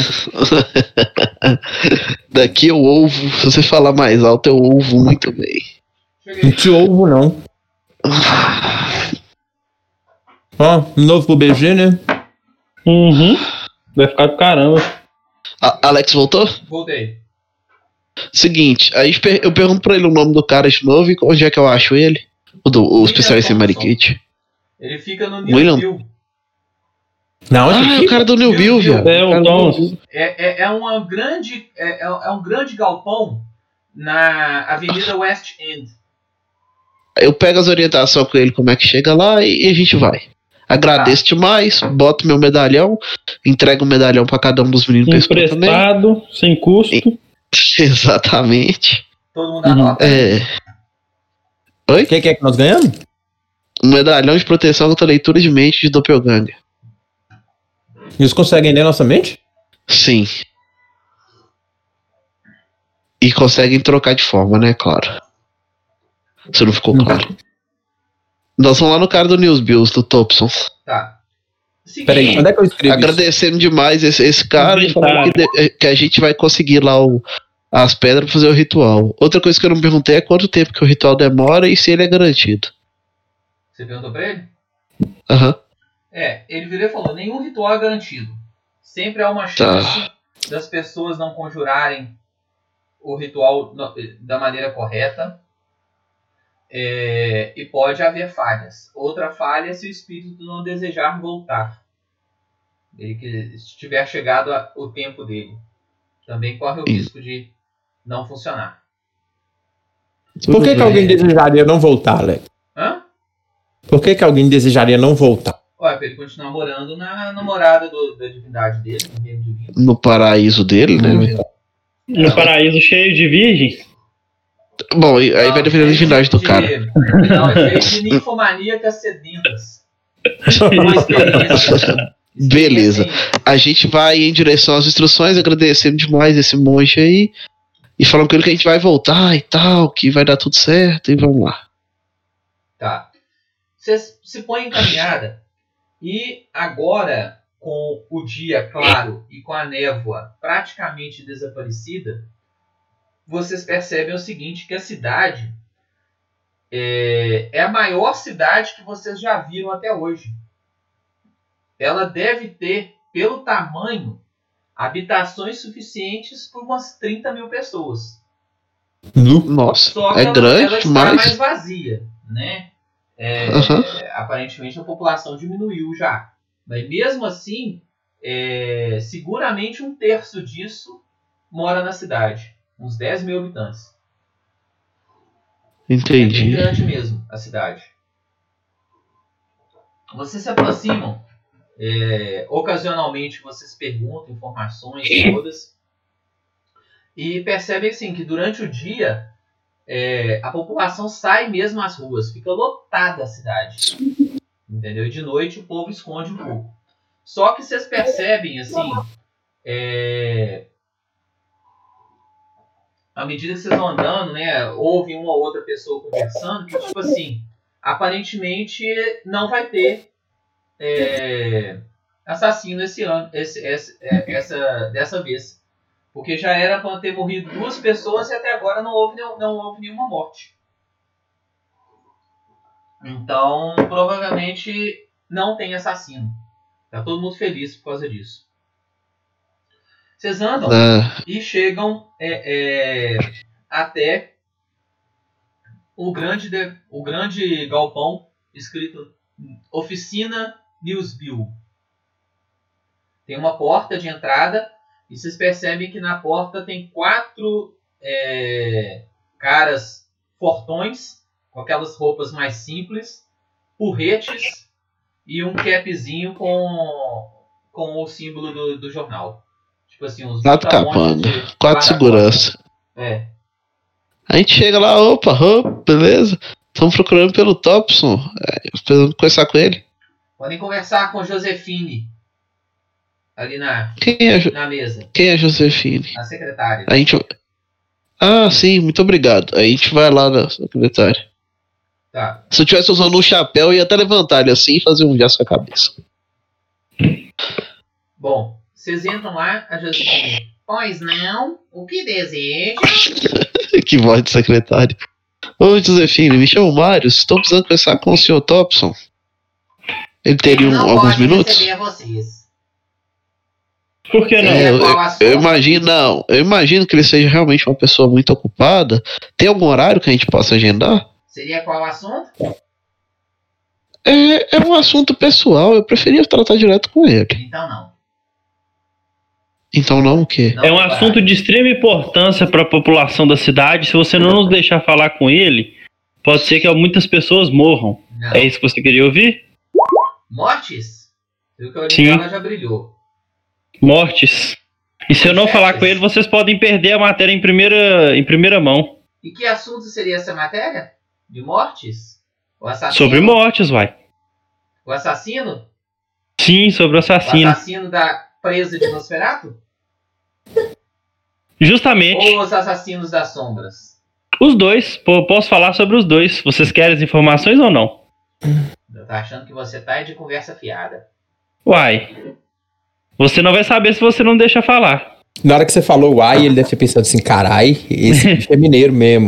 [SPEAKER 3] Daqui eu ouvo, se você falar mais alto eu ouvo muito bem.
[SPEAKER 1] Cheguei.
[SPEAKER 4] Não te ouvo, não. Ó, novo pro B G, né?
[SPEAKER 2] Uhum. Vai ficar do caramba.
[SPEAKER 3] A- Alex voltou?
[SPEAKER 1] Voltei.
[SPEAKER 3] Seguinte, aí eu pergunto pra ele o nome do cara de novo e onde é que eu acho ele? O, do, o especialista em Marikit.
[SPEAKER 1] Ele fica no New
[SPEAKER 3] William.
[SPEAKER 1] Bill.
[SPEAKER 4] Não,
[SPEAKER 3] Ah, é o cara do New Bill, viu?
[SPEAKER 2] É, o Tom.
[SPEAKER 1] É, é, é, uma grande, é, é um grande galpão na Avenida West End.
[SPEAKER 3] Eu pego as orientações com ele, como é que chega lá e, e a gente vai. Agradeço tá. demais, boto meu medalhão, entrego o medalhão pra cada um dos meninos pra escola também.
[SPEAKER 2] Emprestado, sem custo.
[SPEAKER 3] E, exatamente.
[SPEAKER 1] Todo mundo anota.
[SPEAKER 3] É. Oi?
[SPEAKER 4] O que, que é que nós ganhamos?
[SPEAKER 3] Um medalhão de proteção contra leitura de mente de Doppelganger.
[SPEAKER 4] E eles conseguem ler nossa mente?
[SPEAKER 3] Sim. E conseguem trocar de forma, né? Claro. Isso não ficou claro. Uhum. Nós vamos lá no cara do News Bills, do Thompson.
[SPEAKER 1] Tá. Seguinte,
[SPEAKER 4] Peraí, onde é que eu escrevo
[SPEAKER 3] agradecendo isso? demais esse, esse cara e falando que, que a gente vai conseguir lá o, as pedras pra fazer o ritual. Outra coisa que eu não perguntei é quanto tempo que o ritual demora e se ele é garantido.
[SPEAKER 1] Você perguntou pra ele?
[SPEAKER 3] Aham. Uhum.
[SPEAKER 1] É, ele virou e falou, nenhum ritual é garantido. Sempre há uma chance tá. das pessoas não conjurarem o ritual da maneira correta. É, e pode haver falhas. Outra falha é se o espírito não desejar voltar. Ele que estiver chegado a, o tempo dele. Também corre o risco de não funcionar.
[SPEAKER 4] Por que, que alguém desejaria não voltar, Alex?
[SPEAKER 1] Hã?
[SPEAKER 4] Por que, que alguém desejaria não voltar?
[SPEAKER 1] Olha, para ele continuar morando na namorada do, da divindade dele, no reino divino.
[SPEAKER 3] No paraíso dele, né?
[SPEAKER 2] No é. paraíso cheio de virgens?
[SPEAKER 3] Bom, aí não, vai depender da divindade do cara.
[SPEAKER 1] Não, é cheio de ninfomaníacas sedentas.
[SPEAKER 3] Beleza. A gente vai em direção às instruções, agradecendo demais esse monge aí. E falando com ele que a gente vai voltar e tal, que vai dar tudo certo e vamos lá.
[SPEAKER 1] Tá. Você se põe em caminhada. E agora, com o dia claro e com a névoa praticamente desaparecida, vocês percebem o seguinte, que a cidade é, é a maior cidade que vocês já viram até hoje. Ela deve ter, pelo tamanho, habitações suficientes para umas trinta mil pessoas.
[SPEAKER 3] Nossa,
[SPEAKER 1] Só que
[SPEAKER 3] é
[SPEAKER 1] ela,
[SPEAKER 3] grande,
[SPEAKER 1] ela está
[SPEAKER 3] mas...
[SPEAKER 1] mais vazia, né? É, uhum. Aparentemente a população diminuiu já. Mas mesmo assim, é, seguramente um terço disso mora na cidade. Uns dez mil habitantes.
[SPEAKER 3] Entendi.
[SPEAKER 1] É bem grande mesmo a cidade. Vocês se aproximam. É, ocasionalmente vocês perguntam informações todas. E percebem assim, que durante o dia é, a população sai mesmo às ruas. Fica lotada a cidade. Entendeu? E de noite o povo esconde um pouco. Só que vocês percebem assim... É, à medida que vocês vão andando, né, ouve uma ou outra pessoa conversando, que tipo assim, aparentemente não vai ter é, assassino esse ano, esse, esse, é, essa, dessa vez. Porque já era para ter morrido duas pessoas e até agora não houve, não, não houve nenhuma morte. Então, provavelmente não tem assassino. Tá todo mundo feliz por causa disso. Vocês andam uh. e chegam é, é, até o grande, de, o grande galpão escrito Oficina Newsbill. Tem uma porta de entrada e vocês percebem que na porta tem quatro é, caras fortões com aquelas roupas mais simples, porretes e um capzinho com, com o símbolo do, do jornal. Tipo assim, uns
[SPEAKER 3] quatro capanga, quatro segurança.
[SPEAKER 1] É.
[SPEAKER 3] A gente chega lá, opa, opa, beleza? Estamos procurando pelo Thompson, é, esperando conversar com ele.
[SPEAKER 1] Podem conversar com Josefine. Ali na,
[SPEAKER 3] Quem é,
[SPEAKER 1] na mesa.
[SPEAKER 3] Quem é Josefine?
[SPEAKER 1] A secretária.
[SPEAKER 3] A gente... Ah, sim, muito obrigado. A gente vai lá na secretária.
[SPEAKER 1] Tá.
[SPEAKER 3] Se eu tivesse usando um chapéu, eu ia até levantar ele assim e fazer um gesto com a cabeça.
[SPEAKER 1] Bom, vocês entram lá, a Josefine. Pois não, o que deseja?
[SPEAKER 3] Que voz de secretário. Ô, Josefine, me chamo Mário. Estou precisando conversar com o senhor Thompson. Ele teria um, alguns minutos?
[SPEAKER 1] Receber vocês.
[SPEAKER 2] Por que não?
[SPEAKER 3] É, eu,
[SPEAKER 1] qual
[SPEAKER 3] eu-
[SPEAKER 1] assunto?
[SPEAKER 3] eu imagino, não, eu imagino que ele seja realmente uma pessoa muito ocupada. Tem algum horário que a gente possa agendar?
[SPEAKER 1] Seria qual assunto?
[SPEAKER 3] É, é um assunto pessoal, eu preferia tratar direto com ele.
[SPEAKER 1] Então não.
[SPEAKER 3] Então não o quê?
[SPEAKER 1] Não
[SPEAKER 2] É um
[SPEAKER 1] tem
[SPEAKER 2] assunto
[SPEAKER 1] coragem.
[SPEAKER 2] de extrema importância para a população da cidade. Se você não nos deixar falar com ele, pode ser que muitas pessoas morram.
[SPEAKER 1] Não.
[SPEAKER 2] É isso que você queria ouvir?
[SPEAKER 1] Mortes? Viu que o olho
[SPEAKER 2] Sim.
[SPEAKER 1] dela já brilhou.
[SPEAKER 2] Mortes. E se eu não falar com ele, vocês podem perder a matéria em primeira, em primeira mão.
[SPEAKER 1] E que assunto seria essa matéria? De mortes? O assassino?
[SPEAKER 2] Sobre mortes, vai.
[SPEAKER 1] O assassino?
[SPEAKER 2] Sim, sobre o
[SPEAKER 1] O
[SPEAKER 2] assassino.
[SPEAKER 1] assassino da presa de Nosferatu?
[SPEAKER 2] Justamente.
[SPEAKER 1] Ou os assassinos das sombras?
[SPEAKER 2] Os dois. Pô, posso falar sobre os dois. Vocês querem as informações ou não?
[SPEAKER 1] Eu tô achando que você tá de conversa fiada.
[SPEAKER 2] Uai. Você não vai saber se você não deixa falar.
[SPEAKER 4] Na hora que você falou uai, ele deve ter pensado assim, carai, esse bicho é mineiro mesmo.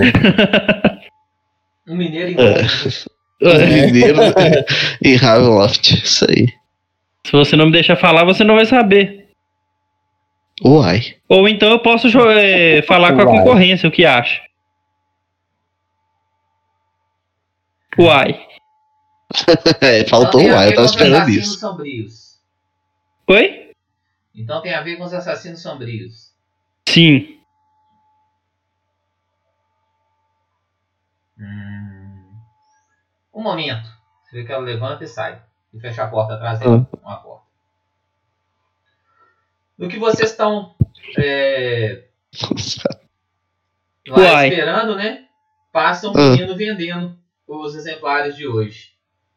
[SPEAKER 1] Um mineiro em Roma.
[SPEAKER 3] Mineiro em Ravenloft, isso aí.
[SPEAKER 2] Se você não me deixar falar, você não vai saber.
[SPEAKER 3] Uai.
[SPEAKER 2] Ou então eu posso jo- é, falar com a
[SPEAKER 4] Uai.
[SPEAKER 2] concorrência, o que acha? Uai.
[SPEAKER 3] É, faltou
[SPEAKER 1] Então tem a
[SPEAKER 3] uai,
[SPEAKER 1] ver
[SPEAKER 3] eu tava
[SPEAKER 1] com os
[SPEAKER 3] esperando
[SPEAKER 1] assassinos
[SPEAKER 3] isso.
[SPEAKER 1] sombrios.
[SPEAKER 2] Oi?
[SPEAKER 1] Então tem a ver com os assassinos sombrios.
[SPEAKER 2] Sim.
[SPEAKER 1] Hum. Um momento. Você vê que ela levanta e sai. E fecha a porta atrás dela. Uma porta. No que vocês estão é, lá
[SPEAKER 2] Uai.
[SPEAKER 1] esperando, né? Passa um
[SPEAKER 3] Ah.
[SPEAKER 1] menino vendendo os exemplares de hoje.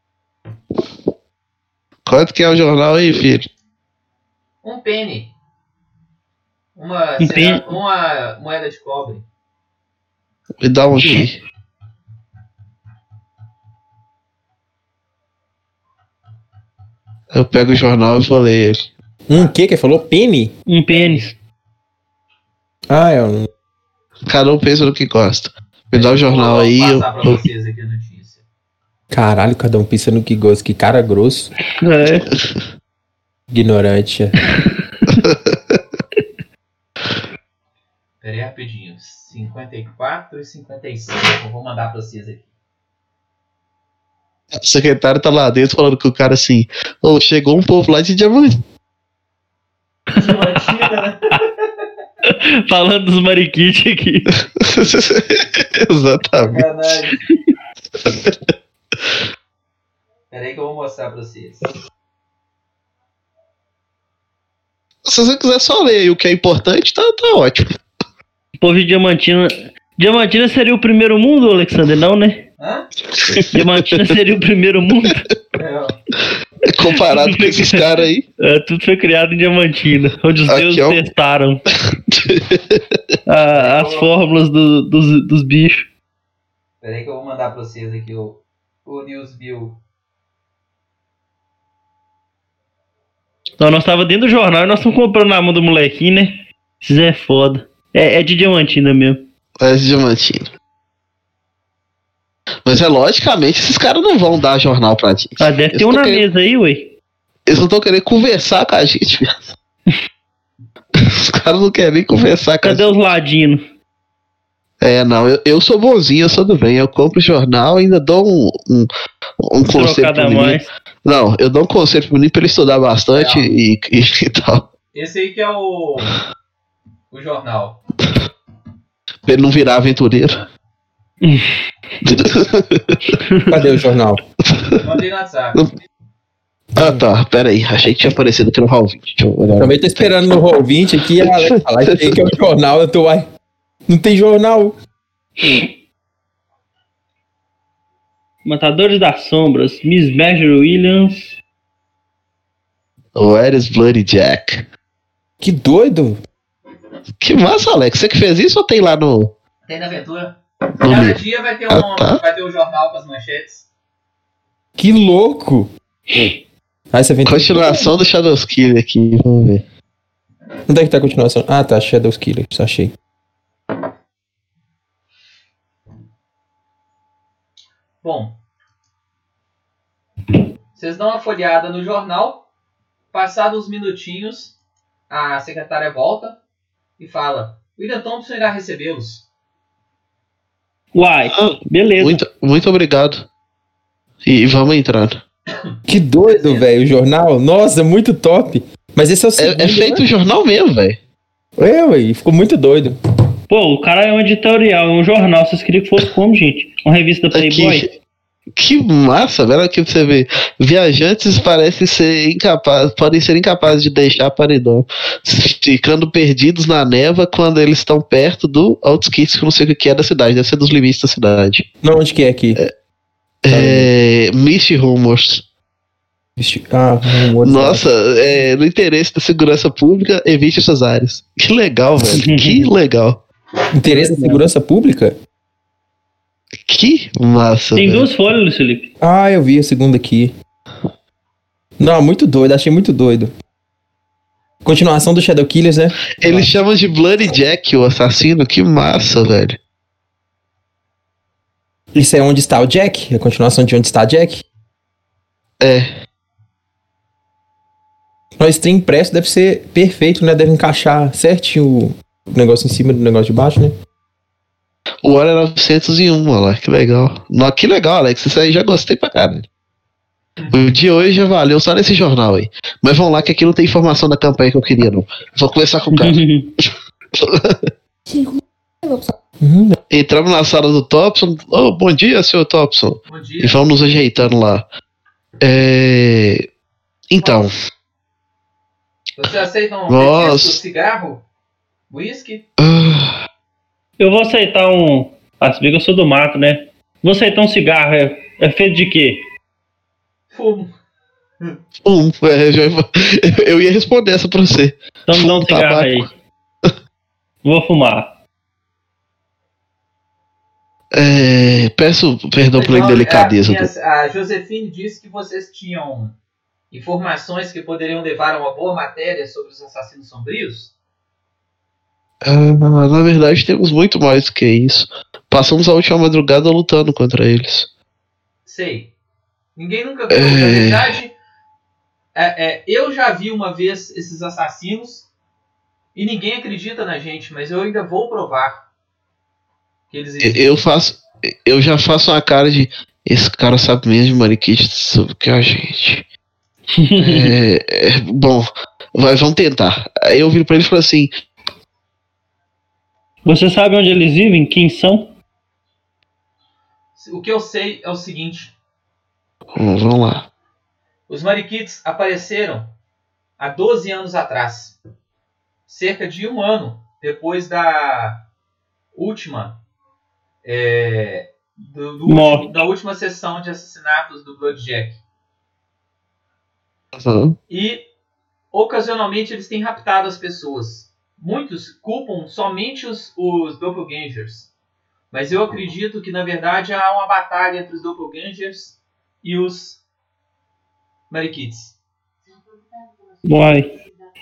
[SPEAKER 3] Quanto que é o jornal aí, filho?
[SPEAKER 1] Um penny. Uma,
[SPEAKER 2] Um
[SPEAKER 1] cena-
[SPEAKER 2] penny?
[SPEAKER 1] uma moeda de cobre.
[SPEAKER 3] Me dá um X. Eu pego o jornal e vou ler ele.
[SPEAKER 4] Um que que ele falou? Penny?
[SPEAKER 2] Um pênis.
[SPEAKER 4] Ah, é um...
[SPEAKER 3] Cada um pensa no que gosta. Me dá o jornal
[SPEAKER 1] Vou
[SPEAKER 3] aí. Eu,
[SPEAKER 1] passar pra vocês aqui a notícia.
[SPEAKER 4] Caralho, cada um pensa no que gosta. Que cara grosso.
[SPEAKER 2] É.
[SPEAKER 4] Ignorante.
[SPEAKER 1] Pera aí rapidinho. cinquenta e quatro e cinquenta e cinco. Eu vou mandar pra vocês aqui.
[SPEAKER 3] o secretário tá lá dentro falando com o cara assim: Ô, chegou um povo lá de diamante.
[SPEAKER 1] Diamantina, né?
[SPEAKER 2] Falando dos mariquites aqui.
[SPEAKER 3] Exatamente.
[SPEAKER 1] Sacanagem. Pera aí que eu vou mostrar pra vocês.
[SPEAKER 3] Se você quiser só ler aí o que é importante, tá, tá ótimo.
[SPEAKER 2] Povo de Diamantina. Diamantina seria o primeiro mundo, Alexander? Não, né?
[SPEAKER 1] Hã?
[SPEAKER 2] Diamantina seria o primeiro mundo.
[SPEAKER 1] É, ó.
[SPEAKER 3] Comparado com esses caras aí.
[SPEAKER 2] É, tudo foi criado em Diamantina, onde os
[SPEAKER 3] Aqui,
[SPEAKER 2] deuses
[SPEAKER 3] ó.
[SPEAKER 2] testaram a- as fórmulas do- dos, dos bichos.
[SPEAKER 1] Pera aí que eu vou mandar pra vocês aqui o, o News Bill.
[SPEAKER 2] Então, nós tava dentro do jornal e nós estamos comprando na mão do molequinho, né? Isso é foda. É, é de Diamantina mesmo.
[SPEAKER 3] É de diamantina. Mas é logicamente, esses caras não vão dar jornal pra gente.
[SPEAKER 2] Ah, deve
[SPEAKER 3] Eles
[SPEAKER 2] ter um
[SPEAKER 3] tão
[SPEAKER 2] na
[SPEAKER 3] querendo-
[SPEAKER 2] mesa aí, ué.
[SPEAKER 3] Eles não estão querendo conversar com a gente, viado. Os caras não querem nem conversar com a
[SPEAKER 2] Cadê
[SPEAKER 3] gente.
[SPEAKER 2] os ladinos?
[SPEAKER 3] É, não, eu, eu sou bonzinho, eu sou do bem. Eu compro o jornal e ainda dou um, um, um conselho
[SPEAKER 2] Trocada
[SPEAKER 3] pro
[SPEAKER 2] a
[SPEAKER 3] menino.
[SPEAKER 2] mais.
[SPEAKER 3] Não, eu dou um conselho pro menino pra ele estudar bastante
[SPEAKER 1] É, ó.
[SPEAKER 3] e, e, e tal.
[SPEAKER 1] Esse aí que é o, o jornal.
[SPEAKER 3] Pra ele não virar aventureiro.
[SPEAKER 4] Cadê o jornal?
[SPEAKER 1] Mandei no WhatsApp.
[SPEAKER 3] Ah, tá, pera aí. Achei que tinha aparecido aqui no Hall vinte. Deixa eu olhar.
[SPEAKER 4] Também tô esperando no Roll vinte aqui. A Alex falar isso aí que é o jornal. Eu tô, uai, não tem jornal.
[SPEAKER 2] Matadores das Sombras, Miss Marjorie Williams.
[SPEAKER 3] Where is Bloody Jack?
[SPEAKER 4] Que doido.
[SPEAKER 3] Que massa, Alex. Você que fez isso ou tem lá no.
[SPEAKER 1] Tem na aventura.
[SPEAKER 3] no
[SPEAKER 1] Cada
[SPEAKER 3] livro?
[SPEAKER 1] dia vai ter, um,
[SPEAKER 3] Ah, tá.
[SPEAKER 1] vai ter um jornal com as manchetes.
[SPEAKER 4] Que louco. Ah, essa aventura...
[SPEAKER 3] Continuação do Shadows Killer aqui, vamos ver.
[SPEAKER 4] Onde é que tá a continuação? Ah, tá. Shadows Killers. Achei.
[SPEAKER 1] Bom, vocês dão uma folheada no jornal. Passados uns minutinhos, a secretária volta e fala: William Thompson irá recebê-los.
[SPEAKER 2] Uai,
[SPEAKER 3] Ah,
[SPEAKER 2] beleza.
[SPEAKER 3] Muito, muito obrigado. E vamos entrar.
[SPEAKER 4] Que doido, velho, o jornal. Nossa, muito top. Mas esse é o segundo,
[SPEAKER 3] É, é feito
[SPEAKER 4] né?
[SPEAKER 3] o jornal mesmo, velho.
[SPEAKER 4] É, ué, ficou muito doido.
[SPEAKER 2] Pô, o cara é um editorial, é um jornal. Vocês queriam que fosse como, gente? Uma revista Playboy?
[SPEAKER 3] Aqui. Que massa, velho. Aqui pra você ver. Viajantes parecem ser incapazes, podem ser incapazes de deixar Paredão, ficando perdidos na neva quando eles estão perto do Outskirts, que eu não sei o que é da cidade, deve ser dos limites da cidade.
[SPEAKER 4] Não, onde que é aqui?
[SPEAKER 3] É. Mist Rumors.
[SPEAKER 4] Vixe, Ah, um outro
[SPEAKER 3] Nossa, é, no interesse da segurança pública, evite essas áreas. Que legal, velho. Que legal.
[SPEAKER 4] interesse da segurança pública?
[SPEAKER 3] Que massa,
[SPEAKER 2] Tem
[SPEAKER 3] velho.
[SPEAKER 2] duas folhas, Luiz Felipe.
[SPEAKER 4] Ah, eu vi a segunda aqui. Não, muito doido, achei muito doido. Continuação do Shadow Killers, né?
[SPEAKER 3] Eles chamam de Bloody Jack, o assassino. Que massa, velho.
[SPEAKER 4] Isso é onde está o Jack? A continuação de onde está Jack?
[SPEAKER 3] É.
[SPEAKER 4] O stream impresso deve ser perfeito, né? Deve encaixar certinho o negócio em cima do negócio de baixo, né?
[SPEAKER 3] O Hora novecentos e um, olha lá, que legal. Não, que legal, Alex. Isso aí já gostei pra caralho. O de hoje já valeu só nesse jornal aí. Mas vamos lá que aqui não tem informação da campanha que eu queria, não. Vou conversar com o cara.
[SPEAKER 4] Uhum.
[SPEAKER 3] Entramos na sala do Thompson. Oh, bom dia, senhor Thompson.
[SPEAKER 1] Bom
[SPEAKER 3] E
[SPEAKER 1] dia.
[SPEAKER 3] vamos nos ajeitando lá. É... Então,
[SPEAKER 1] Você aceita um
[SPEAKER 3] Nossa.
[SPEAKER 1] petisco, cigarro, whisky?
[SPEAKER 3] ah,
[SPEAKER 2] Eu vou aceitar um. Ah, se bem que eu sou do mato, né? Vou aceitar um cigarro. É, é feito de quê?
[SPEAKER 1] Fumo.
[SPEAKER 3] um, é, já- eu ia responder essa pra você.
[SPEAKER 2] Então me dá um
[SPEAKER 3] Fumo
[SPEAKER 2] cigarro
[SPEAKER 3] tabaco.
[SPEAKER 2] aí. Vou fumar.
[SPEAKER 3] É, peço perdão pela
[SPEAKER 1] Então,
[SPEAKER 3] indelicadeza.
[SPEAKER 1] a,
[SPEAKER 3] do-
[SPEAKER 1] minha- a Josefine disse que vocês tinham informações que poderiam levar a uma boa matéria sobre os assassinos sombrios.
[SPEAKER 3] Ah, na verdade, temos muito mais do que isso. Passamos a última madrugada lutando contra eles.
[SPEAKER 1] Sei. Ninguém nunca viu.
[SPEAKER 3] É.
[SPEAKER 1] Na verdade, é, é, eu já vi uma vez esses assassinos e ninguém acredita na gente, mas eu ainda vou provar que eles existem.
[SPEAKER 3] Eu faço. Eu já faço uma cara de. Esse cara sabe mesmo de mariquite sobre o que a gente. É, é, bom, vai, vamos tentar. Aí eu viro pra ele e falo assim:
[SPEAKER 2] Você sabe onde eles vivem? Quem são?
[SPEAKER 1] O que eu sei é o seguinte:
[SPEAKER 3] "Hum, vamos lá.
[SPEAKER 1] os Mariquites apareceram há doze anos atrás, cerca de um ano depois da última é, do, do
[SPEAKER 2] Morte.
[SPEAKER 1] último, da última sessão de assassinatos do Blood Jack.
[SPEAKER 3] Uhum.
[SPEAKER 1] E ocasionalmente eles têm raptado as pessoas. Muitos culpam somente os, os Doppelgangers, mas eu acredito que na verdade há uma batalha entre os Doppelgangers e os Mariquites.
[SPEAKER 2] Uai.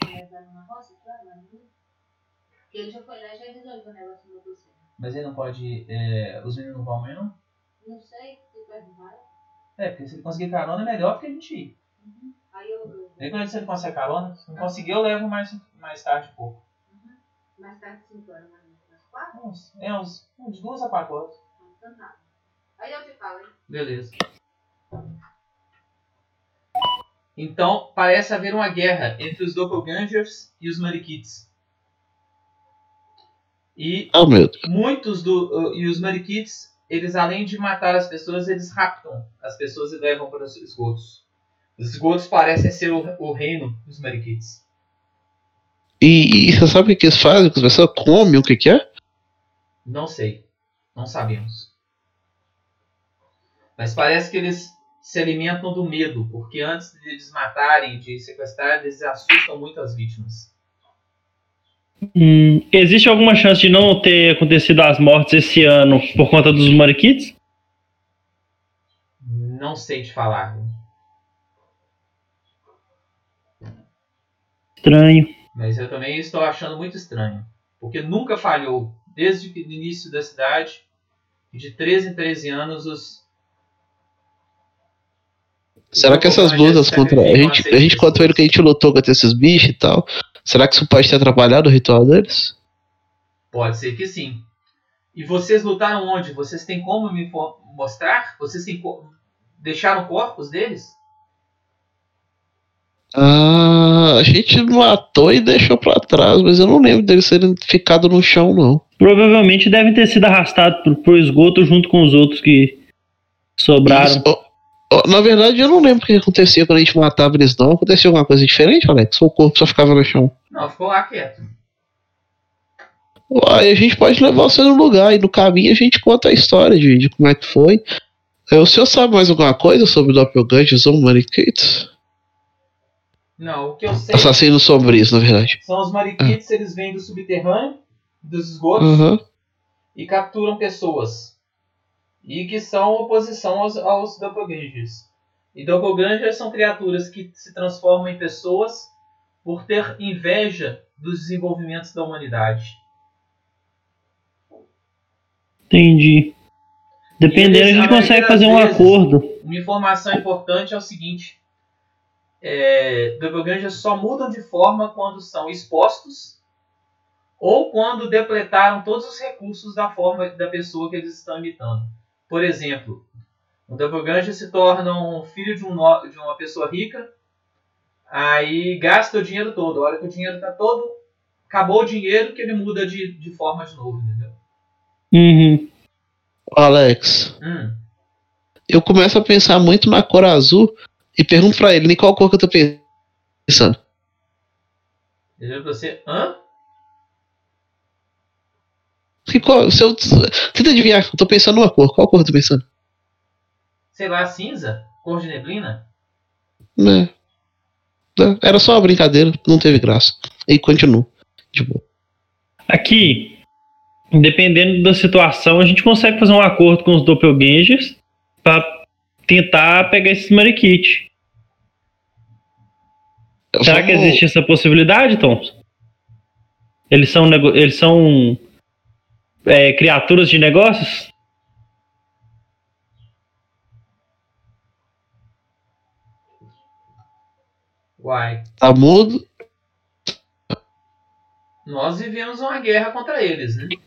[SPEAKER 5] Ele já foi lá e já resolveu o negócio do você.
[SPEAKER 1] Mas ele não pode. É, os meninos não vão amanhã, não?
[SPEAKER 5] Não sei, você perguntar.
[SPEAKER 1] É, porque se ele conseguir carona é melhor que a gente ir.
[SPEAKER 5] Aí eu, eu
[SPEAKER 1] Nem quando se ele consegue carona. Se não conseguir, eu levo mais, mais tarde um pouco.
[SPEAKER 5] mais tarde cinco horas, mais ou menos, umas quatro,
[SPEAKER 1] Uns, é uns, uns duas a quatro horas.
[SPEAKER 5] então tá. Aí eu te falo, hein?
[SPEAKER 1] Beleza. Então, parece haver uma guerra entre os Doppelgangers e os Mariquites. E
[SPEAKER 3] Oh, meu Deus.
[SPEAKER 1] muitos do uh, e os Mariquites, eles além de matar as pessoas, eles raptam as pessoas e levam para os esgotos. Os esgotos parecem ser o, o reino dos Mariquites.
[SPEAKER 3] E, e você sabe o que, que eles fazem? Que as pessoas comem o que, que é?
[SPEAKER 1] Não sei. Não sabemos. Mas parece que eles se alimentam do medo, porque antes de eles matarem, de sequestrar, eles assustam muito as vítimas.
[SPEAKER 2] Hum, existe alguma chance de não ter acontecido as mortes esse ano por conta dos Mariquites?
[SPEAKER 1] Não sei te falar.
[SPEAKER 2] Estranho.
[SPEAKER 1] Mas eu também estou achando muito estranho. Porque nunca falhou, desde o início da cidade, de treze em treze anos, os,
[SPEAKER 3] Será que essas
[SPEAKER 1] doppelgangers
[SPEAKER 3] lutas contra. A
[SPEAKER 1] sacrificam
[SPEAKER 3] gente,
[SPEAKER 1] seis
[SPEAKER 3] a gente contra ele que a gente lutou contra esses bichos e tal. Será que isso pode ter atrapalhado o ritual deles?
[SPEAKER 1] Pode ser que sim. E vocês lutaram onde? Vocês têm como me for- mostrar? Vocês têm co- deixaram corpos deles?
[SPEAKER 3] Ah, a gente matou e deixou pra trás, mas eu não lembro deles terem ficado no chão, não.
[SPEAKER 2] Provavelmente devem ter sido arrastados pro, pro esgoto junto com os outros que sobraram.
[SPEAKER 3] Isso, ó, ó, na verdade, eu não lembro o que acontecia quando a gente matava eles, não. Acontecia alguma coisa diferente, Alex? Ou o corpo só ficava no chão?
[SPEAKER 1] Não, ficou lá quieto.
[SPEAKER 3] Aí a gente pode levar você no lugar e no caminho a gente conta a história de, de como é que foi. É, o senhor sabe mais alguma coisa sobre Doppelgangers ou Mariquites?
[SPEAKER 1] Não, o que eu sei
[SPEAKER 3] Assassinos sombrios, na verdade.
[SPEAKER 1] são os mariquites, eles vêm do subterrâneo, dos esgotos,
[SPEAKER 3] Aham.
[SPEAKER 1] e capturam pessoas. E que são oposição aos, aos doppelgangers. E doppelgangers são criaturas que se transformam em pessoas por ter inveja dos desenvolvimentos da humanidade.
[SPEAKER 2] Entendi. Dependendo, a
[SPEAKER 1] eles,
[SPEAKER 2] gente
[SPEAKER 1] a maioria
[SPEAKER 2] consegue
[SPEAKER 1] das
[SPEAKER 2] fazer um
[SPEAKER 1] vezes,
[SPEAKER 2] acordo.
[SPEAKER 1] Uma informação importante é o seguinte. É, doppelgangers só mudam de forma quando são expostos ou quando depletaram todos os recursos da forma da pessoa que eles estão imitando. Por exemplo, o doppelganger se torna um filho de, um no, de uma pessoa rica, aí gasta o dinheiro todo. A hora que o dinheiro está todo, acabou o dinheiro, que ele muda de, de forma de novo, entendeu?
[SPEAKER 2] Uhum.
[SPEAKER 3] Alex,
[SPEAKER 1] Hum.
[SPEAKER 3] eu começo a pensar muito na cor azul e pergunto pra ele, em qual cor que eu tô pensando?
[SPEAKER 1] Ele olha pra você, hã?
[SPEAKER 3] Que cor, se eu, tenta adivinhar, eu tô pensando numa cor, qual cor eu tô pensando?
[SPEAKER 1] Sei lá, cinza? Cor de neblina?
[SPEAKER 3] Né? Não, era só uma brincadeira, não teve graça. E continuo. De boa.
[SPEAKER 2] Aqui, dependendo da situação, a gente consegue fazer um acordo com os doppelgangers pra tentar pegar esses mariquites. Será que
[SPEAKER 3] Vamos-
[SPEAKER 2] existe essa possibilidade, Tom? Eles são, nego- eles são é, criaturas de negócios?
[SPEAKER 1] Uai.
[SPEAKER 3] Tá mudo?
[SPEAKER 1] Nós vivemos uma guerra contra eles, né?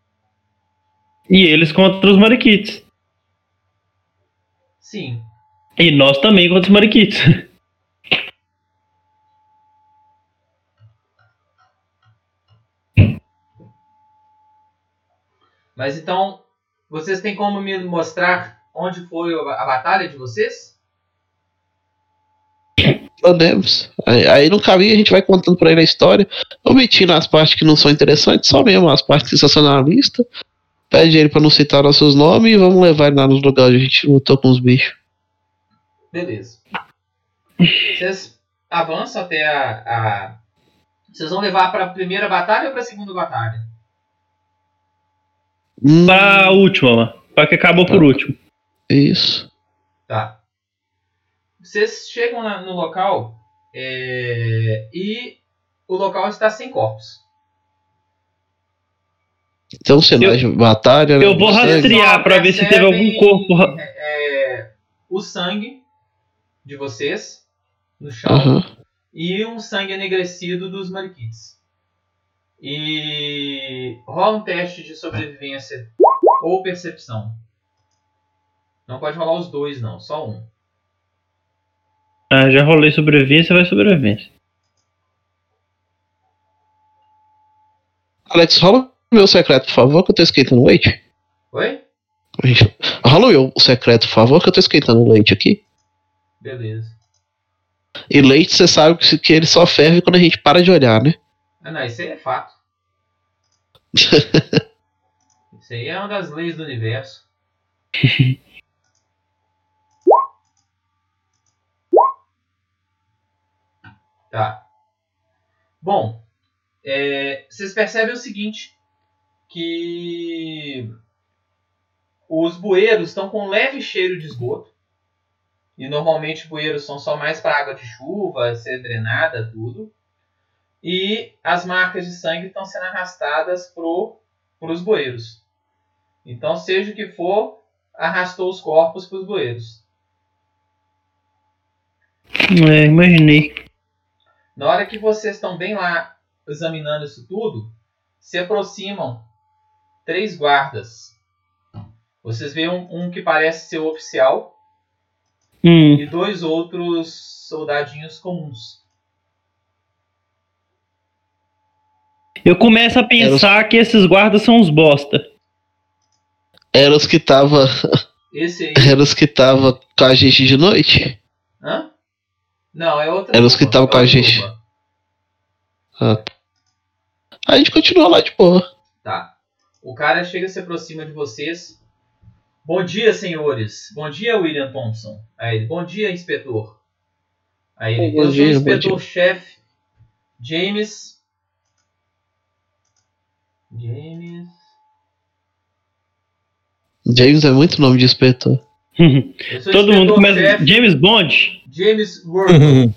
[SPEAKER 2] E eles contra os mariquites.
[SPEAKER 1] Sim.
[SPEAKER 2] E nós também contra os mariquites.
[SPEAKER 1] Mas então, vocês têm como me mostrar onde foi a a batalha de vocês?
[SPEAKER 3] Podemos. Aí, aí no caminho a gente vai contando pra ele a história, omitindo as partes que não são interessantes, só mesmo as partes sensacionalistas. Pede ele pra não citar nossos nomes e vamos levar ele lá nos lugares onde a gente lutou com os bichos.
[SPEAKER 1] Beleza. Vocês avançam até a... a... Vocês vão levar para a primeira batalha ou para a segunda batalha?
[SPEAKER 3] Hum,
[SPEAKER 2] Pra última, mano. Pra que acabou por último.
[SPEAKER 3] Isso.
[SPEAKER 1] Tá. Vocês chegam na- no local é, e o local está sem corpos.
[SPEAKER 3] Tem um cenário de batalha, né?
[SPEAKER 2] eu vou
[SPEAKER 3] Sangue.
[SPEAKER 2] rastrear
[SPEAKER 1] Só
[SPEAKER 2] pra ver se teve algum
[SPEAKER 1] percebem,
[SPEAKER 2] corpo ra-
[SPEAKER 1] é, o sangue de vocês no chão
[SPEAKER 3] Aham.
[SPEAKER 1] e um sangue enegrecido dos mariquites. E rola um teste de sobrevivência ou percepção. Não pode rolar os dois, não, só um.
[SPEAKER 2] Ah, já rolei sobrevivência, vai sobrevivência.
[SPEAKER 3] Alex, rola o meu secreto, por favor, que eu tô esquentando leite.
[SPEAKER 1] Oi?
[SPEAKER 3] Gente, rola o meu secreto, por favor, que eu tô esquentando leite aqui.
[SPEAKER 1] Beleza.
[SPEAKER 3] E leite, você sabe que, que ele só ferve quando a gente para de olhar, né?
[SPEAKER 1] Ah, não, isso aí é fato. Isso aí é uma das leis do universo. Tá. Bom, é, vocês percebem o seguinte, que os bueiros estão com um leve cheiro de esgoto. E normalmente bueiros são só mais para água de chuva, ser drenada, tudo. E as marcas de sangue estão sendo arrastadas para os bueiros. Então, seja o que for, arrastou os corpos para os bueiros.
[SPEAKER 2] É, imaginei.
[SPEAKER 1] Na hora que vocês estão bem lá examinando isso tudo, se aproximam três guardas. Vocês veem um, um que parece ser o oficial
[SPEAKER 2] Hum.
[SPEAKER 1] e dois outros soldadinhos comuns.
[SPEAKER 2] Eu começo a pensar que esses guardas são uns bosta.
[SPEAKER 3] Era os que tava.
[SPEAKER 1] Esse aí.
[SPEAKER 3] Era os que tava com a gente de noite?
[SPEAKER 1] Hã? Não, é outra.
[SPEAKER 3] Era os que estavam com a
[SPEAKER 1] outra
[SPEAKER 3] gente.
[SPEAKER 1] turma.
[SPEAKER 3] Ah, tá. A gente continua lá de boa.
[SPEAKER 1] Tá. O cara chega e se aproxima de vocês. Bom dia, senhores. Bom dia, William Thompson. Aí ele, bom dia, inspetor. Aí ele,
[SPEAKER 3] Bom
[SPEAKER 1] eu
[SPEAKER 3] dia,
[SPEAKER 1] sou o
[SPEAKER 3] bom dia.
[SPEAKER 1] inspetor-chefe James. James.
[SPEAKER 3] James é muito nome de inspetor.
[SPEAKER 1] Eu sou o
[SPEAKER 2] Todo mundo começa.
[SPEAKER 1] inspetor-chefe
[SPEAKER 2] James Bond?
[SPEAKER 1] James Worthington.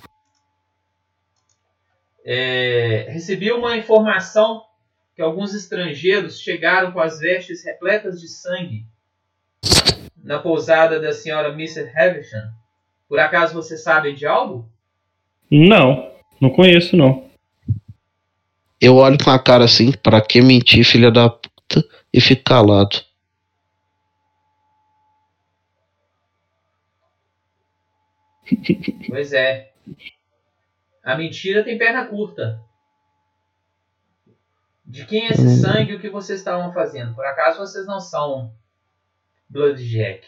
[SPEAKER 1] É, recebi uma informação que alguns estrangeiros chegaram com as vestes repletas de sangue na pousada da senhora missus Havisham. Por acaso vocês sabem de algo?
[SPEAKER 2] Não, não conheço não.
[SPEAKER 3] Eu olho com a cara assim, pra que mentir, filha da puta, e fico calado.
[SPEAKER 1] Pois é. A mentira tem perna curta. De quem é esse
[SPEAKER 3] Hum.
[SPEAKER 1] sangue e o que vocês estavam fazendo? Por acaso vocês não são Bloodjack?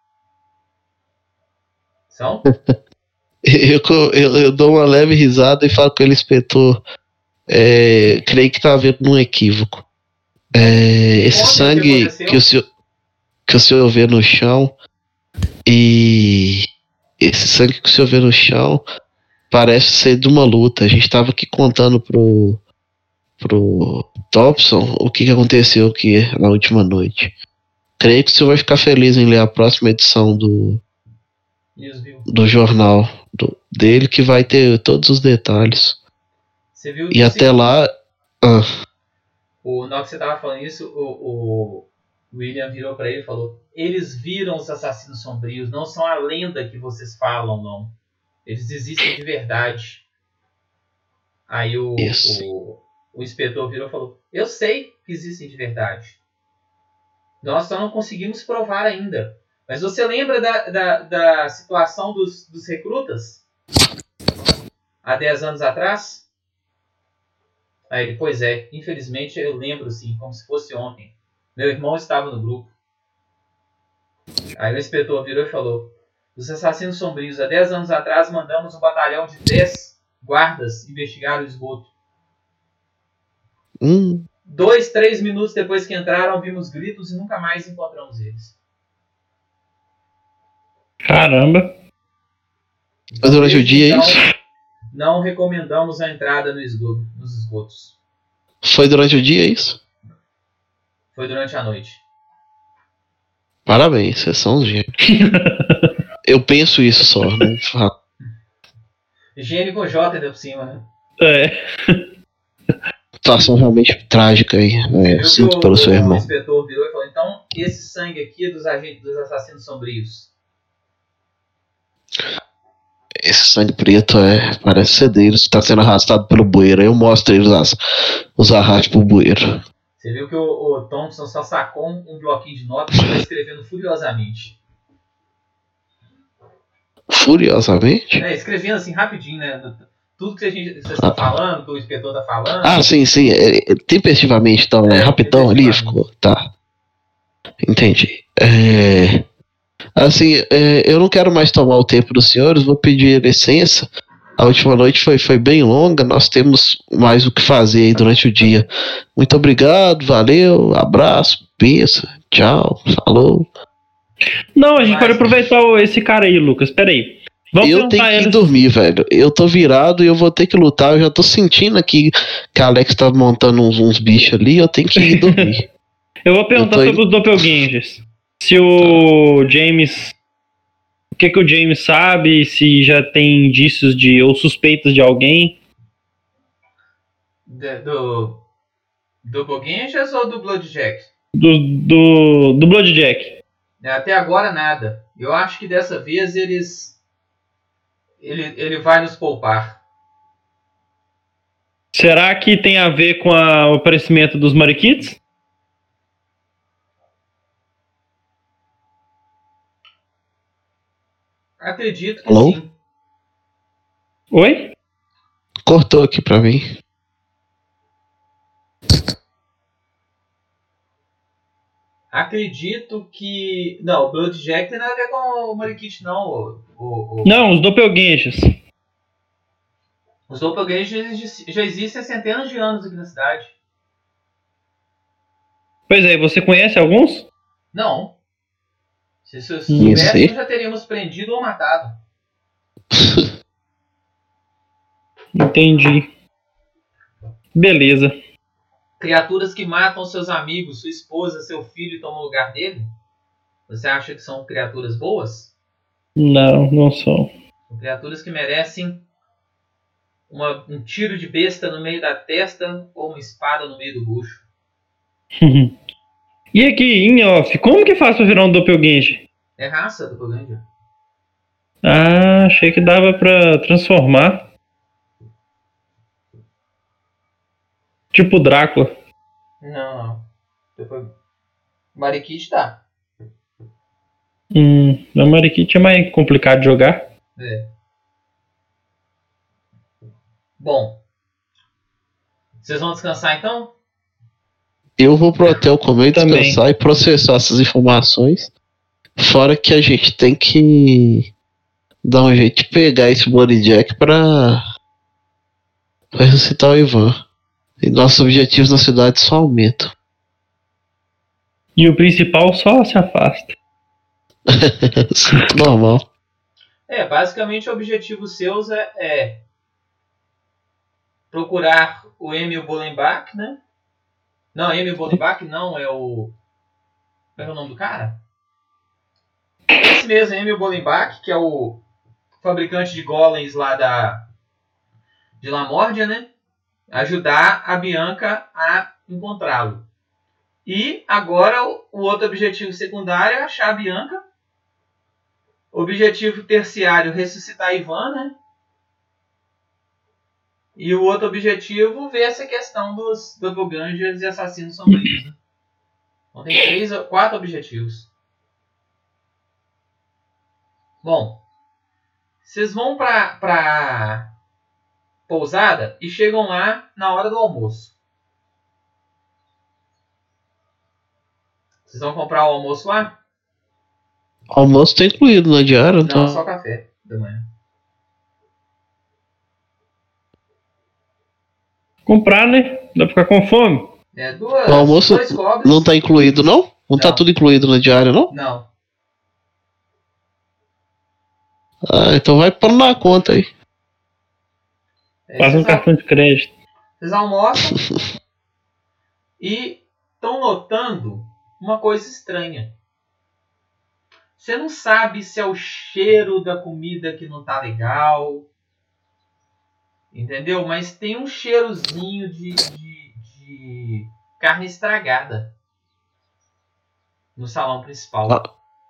[SPEAKER 1] São?
[SPEAKER 3] Eu, eu, eu dou uma leve risada e falo com ele, inspetor. É, creio que tá havendo um equívoco. É, esse
[SPEAKER 1] Conta o que
[SPEAKER 3] sangue
[SPEAKER 1] aconteceu.
[SPEAKER 3] que o, senhor, que o senhor vê no chão e esse sangue que o senhor vê no chão parece ser de uma luta. A gente tava aqui contando pro pro Thompson o que, que aconteceu aqui na última noite. Creio que o senhor vai ficar feliz em ler a próxima edição do,
[SPEAKER 1] News viu.
[SPEAKER 3] do jornal do, dele, que vai ter todos os detalhes.
[SPEAKER 1] Você viu
[SPEAKER 3] E até lá. Ah,
[SPEAKER 1] O, na hora que você tava falando isso, o, o William virou pra ele e falou: eles viram os assassinos sombrios, não são a lenda que vocês falam, não. Eles existem de verdade. Aí o,
[SPEAKER 3] Isso.
[SPEAKER 1] o, o inspetor virou e falou: eu sei que existem de verdade. Nós só não conseguimos provar ainda. Mas você lembra da, da, da situação dos, dos recrutas? Há dez anos atrás? Aí ele, pois é, infelizmente eu lembro sim, como se fosse ontem. Meu irmão estava no grupo. Aí o inspetor virou e falou: os assassinos sombrios, há dez anos atrás mandamos um batalhão de dez guardas investigar o esgoto.
[SPEAKER 3] hum,
[SPEAKER 1] Dois, três minutos depois que entraram, vimos gritos e nunca mais encontramos eles.
[SPEAKER 2] Caramba.
[SPEAKER 3] Mas durante o dia é
[SPEAKER 1] Então,
[SPEAKER 3] isso?
[SPEAKER 1] não recomendamos a entrada no esgoto, nos esgotos.
[SPEAKER 3] Foi durante o dia é isso?
[SPEAKER 1] Foi durante a noite.
[SPEAKER 3] Parabéns, vocês são os gênios. Eu penso isso só, não falo.
[SPEAKER 1] Higiene com J ainda por cima, né?
[SPEAKER 2] É.
[SPEAKER 3] Situação realmente trágica aí. É,
[SPEAKER 1] Viu
[SPEAKER 3] sinto
[SPEAKER 1] que
[SPEAKER 3] pelo
[SPEAKER 1] o,
[SPEAKER 3] seu
[SPEAKER 1] o
[SPEAKER 3] irmão.
[SPEAKER 1] inspetor virou e falou: então, esse sangue aqui é dos agentes dos assassinos sombrios.
[SPEAKER 3] Esse sangue preto é, parece ser deles, tá sendo arrastado pelo bueiro. Aí eu mostro eles as, os arrastos pro bueiro.
[SPEAKER 1] Você viu que o, o Thompson só sacou um, um bloquinho de notas e está escrevendo furiosamente.
[SPEAKER 3] Furiosamente?
[SPEAKER 1] É, escrevendo assim rapidinho, né? Tudo que a gente, vocês estão falando, que o inspetor está falando.
[SPEAKER 3] Ah, sim, sim. É, é, tempestivamente, então, é
[SPEAKER 1] É,
[SPEAKER 3] rapidão ali,
[SPEAKER 1] tempestivamente.
[SPEAKER 3] ficou. Tá. Entendi. É, assim, é, eu não quero mais tomar o tempo dos senhores, vou pedir licença. A última noite foi, foi bem longa, nós temos mais o que fazer aí durante o dia. Muito obrigado, valeu, abraço, pensa, tchau, falou.
[SPEAKER 2] Não, a gente
[SPEAKER 1] Mas-
[SPEAKER 2] pode aproveitar o- esse cara aí, Lucas. Pera aí. Vamos
[SPEAKER 3] Eu tenho
[SPEAKER 2] perguntar
[SPEAKER 3] que ir
[SPEAKER 2] ele.
[SPEAKER 3] dormir, velho. Eu tô virado e eu vou ter que lutar. Eu já tô sentindo aqui que a Alex tá montando uns, uns bichos ali. Eu tenho que ir dormir.
[SPEAKER 2] Eu vou perguntar
[SPEAKER 3] Eu tô
[SPEAKER 2] sobre os doppelgangers. Se o James. O que, que o James sabe, se já tem indícios de. Ou suspeitas de alguém.
[SPEAKER 1] De- do. Do Boguinchas ou do Bloodjack?
[SPEAKER 2] Do, do, do Bloodjack.
[SPEAKER 1] É, até agora nada. Eu acho que dessa vez eles. ele, ele vai nos poupar.
[SPEAKER 2] Será que tem a ver com a- o aparecimento dos mariquitos?
[SPEAKER 1] Acredito que
[SPEAKER 3] Alô?
[SPEAKER 1] sim.
[SPEAKER 2] Oi?
[SPEAKER 3] Cortou aqui pra mim.
[SPEAKER 1] Acredito que... Não, o Bloodjack tem nada a ver com o Marikit, não. O, o, o...
[SPEAKER 2] Não, os doppelgangers.
[SPEAKER 1] Os doppelgangers já exi- já existem há centenas de anos aqui na cidade.
[SPEAKER 2] Pois é, você conhece alguns?
[SPEAKER 1] Não. Se, se, se
[SPEAKER 2] Hum,
[SPEAKER 1] soubéssemos,
[SPEAKER 3] sei.
[SPEAKER 1] já teríamos prendido ou matado.
[SPEAKER 2] Entendi. Beleza.
[SPEAKER 1] Criaturas que matam seus amigos, sua esposa, seu filho e tomam o lugar dele? Você acha que são criaturas boas?
[SPEAKER 2] Não, não são.
[SPEAKER 1] São criaturas que merecem uma- um tiro de besta no meio da testa ou uma espada no meio do bucho.
[SPEAKER 2] E aqui, em off, como que faz pra virar um doppelganger?
[SPEAKER 1] É raça do Doppelganger.
[SPEAKER 2] Ah, achei que dava pra transformar. Tipo Drácula.
[SPEAKER 1] Não, não. Depois... Marikit tá.
[SPEAKER 2] Hum, a Marikit é mais complicado de jogar.
[SPEAKER 1] É. Bom. Vocês vão descansar então?
[SPEAKER 3] Eu vou pro hotel comer,
[SPEAKER 2] Também.
[SPEAKER 3] descansar e processar essas informações. Fora que a gente tem que dar um jeito de pegar esse Bloody Jack pra pra ressuscitar o Ivan. E nossos objetivos na cidade só aumentam.
[SPEAKER 2] E o principal só se afasta.
[SPEAKER 3] Normal.
[SPEAKER 1] É, basicamente o objetivo seus é, é procurar o Emil Bolenbach, né? Não, Emil Bolenbach não, é o... Qual é o nome do cara? Esse mesmo, Emil Bolenbach, que é o fabricante de golems lá da... de Lamórdia, né? Ajudar a Bianca a encontrá-lo. E agora o, o outro objetivo secundário é achar a Bianca. Objetivo terciário, ressuscitar Ivan, né? E o outro objetivo, ver essa questão dos doppelgangers e assassinos sombrios. Né? Então tem três, quatro objetivos. Bom, vocês vão pra, pra pousada e chegam lá na hora do almoço. Vocês vão comprar o almoço lá?
[SPEAKER 3] O almoço tá incluído na diária,
[SPEAKER 1] Não,
[SPEAKER 3] então.
[SPEAKER 1] só café da manhã.
[SPEAKER 2] Comprar, né? Dá pra ficar com fome.
[SPEAKER 1] É, duas,
[SPEAKER 3] O almoço
[SPEAKER 1] dois cobres.
[SPEAKER 3] não tá incluído, não? Não tá
[SPEAKER 1] Não.
[SPEAKER 3] tudo incluído na diária, não?
[SPEAKER 1] Não.
[SPEAKER 3] Ah, então vai pôr na conta aí.
[SPEAKER 1] É,
[SPEAKER 2] Passa um
[SPEAKER 1] vocês, al-
[SPEAKER 2] cartão de crédito.
[SPEAKER 1] vocês almoçam e estão notando uma coisa estranha. Você não sabe se é o cheiro da comida que não tá legal. Entendeu? Mas tem um cheirozinho de, de, de carne estragada no salão principal.
[SPEAKER 3] Ah.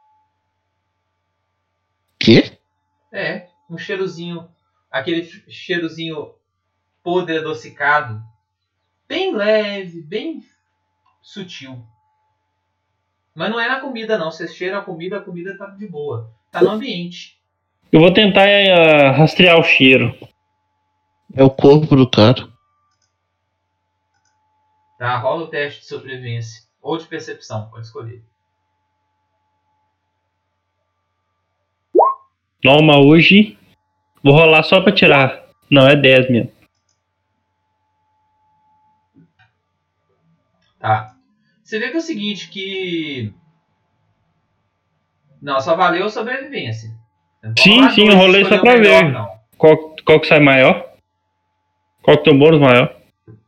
[SPEAKER 3] Quê?
[SPEAKER 1] É, um cheirozinho, aquele cheirozinho podre adocicado, bem leve, bem sutil. Mas não é na comida não, você cheira a comida, a comida tá de boa, tá no ambiente.
[SPEAKER 2] Eu vou tentar eh, rastrear o cheiro.
[SPEAKER 3] É o corpo do cara.
[SPEAKER 1] Tá, rola o teste de sobrevivência ou de percepção, pode escolher.
[SPEAKER 2] Norma, hoje vou rolar só pra tirar. Não, é dez mesmo.
[SPEAKER 1] Tá. Você vê que é o seguinte, que... Não, só valeu a sobrevivência. Você não pode
[SPEAKER 2] Sim,
[SPEAKER 1] rolar
[SPEAKER 2] sim,
[SPEAKER 1] dois
[SPEAKER 2] eu
[SPEAKER 1] e
[SPEAKER 2] rolei só
[SPEAKER 1] escolher o
[SPEAKER 2] pra
[SPEAKER 1] melhor,
[SPEAKER 2] ver.
[SPEAKER 1] não.
[SPEAKER 2] Qual, qual que sai maior? Qual que tem o bônus maior?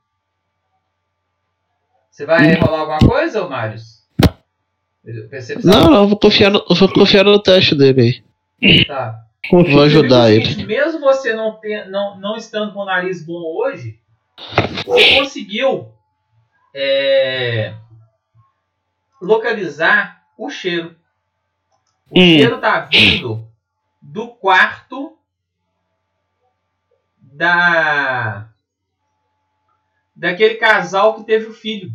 [SPEAKER 1] Você vai rolar alguma coisa, ô Marius? Percepção?
[SPEAKER 3] Não, não, vou confiar no, vou confiar no teste dele aí.
[SPEAKER 1] Tá.
[SPEAKER 2] Confio.
[SPEAKER 3] Vou
[SPEAKER 1] Você viu
[SPEAKER 3] ajudar
[SPEAKER 1] o
[SPEAKER 3] ele.
[SPEAKER 1] seguinte, mesmo você não, ter, não, não estando com o nariz bom hoje, você conseguiu é, localizar o cheiro. O
[SPEAKER 2] Hum.
[SPEAKER 1] cheiro tá vindo do quarto da daquele casal que teve o filho.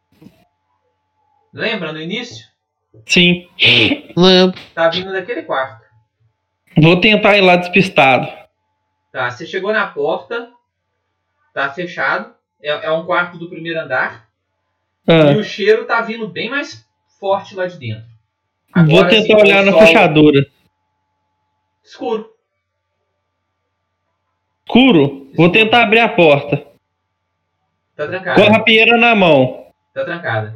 [SPEAKER 1] Lembra no início?
[SPEAKER 2] Sim.
[SPEAKER 3] Lembro.
[SPEAKER 1] Tá vindo daquele quarto.
[SPEAKER 2] Vou tentar ir lá despistado.
[SPEAKER 1] Tá, você chegou na porta, tá fechado, é, é um quarto do primeiro andar,
[SPEAKER 2] Ah,
[SPEAKER 1] e o cheiro tá vindo bem mais forte lá de dentro.
[SPEAKER 2] vou
[SPEAKER 1] Agora,
[SPEAKER 2] tentar
[SPEAKER 1] assim, com
[SPEAKER 2] olhar
[SPEAKER 1] o
[SPEAKER 2] na
[SPEAKER 1] sol
[SPEAKER 2] fechadura.
[SPEAKER 1] Escuro.
[SPEAKER 2] Escuro? Vou tentar abrir a porta.
[SPEAKER 1] Tá trancada.
[SPEAKER 2] Com a rapieira na mão.
[SPEAKER 1] Tá trancada.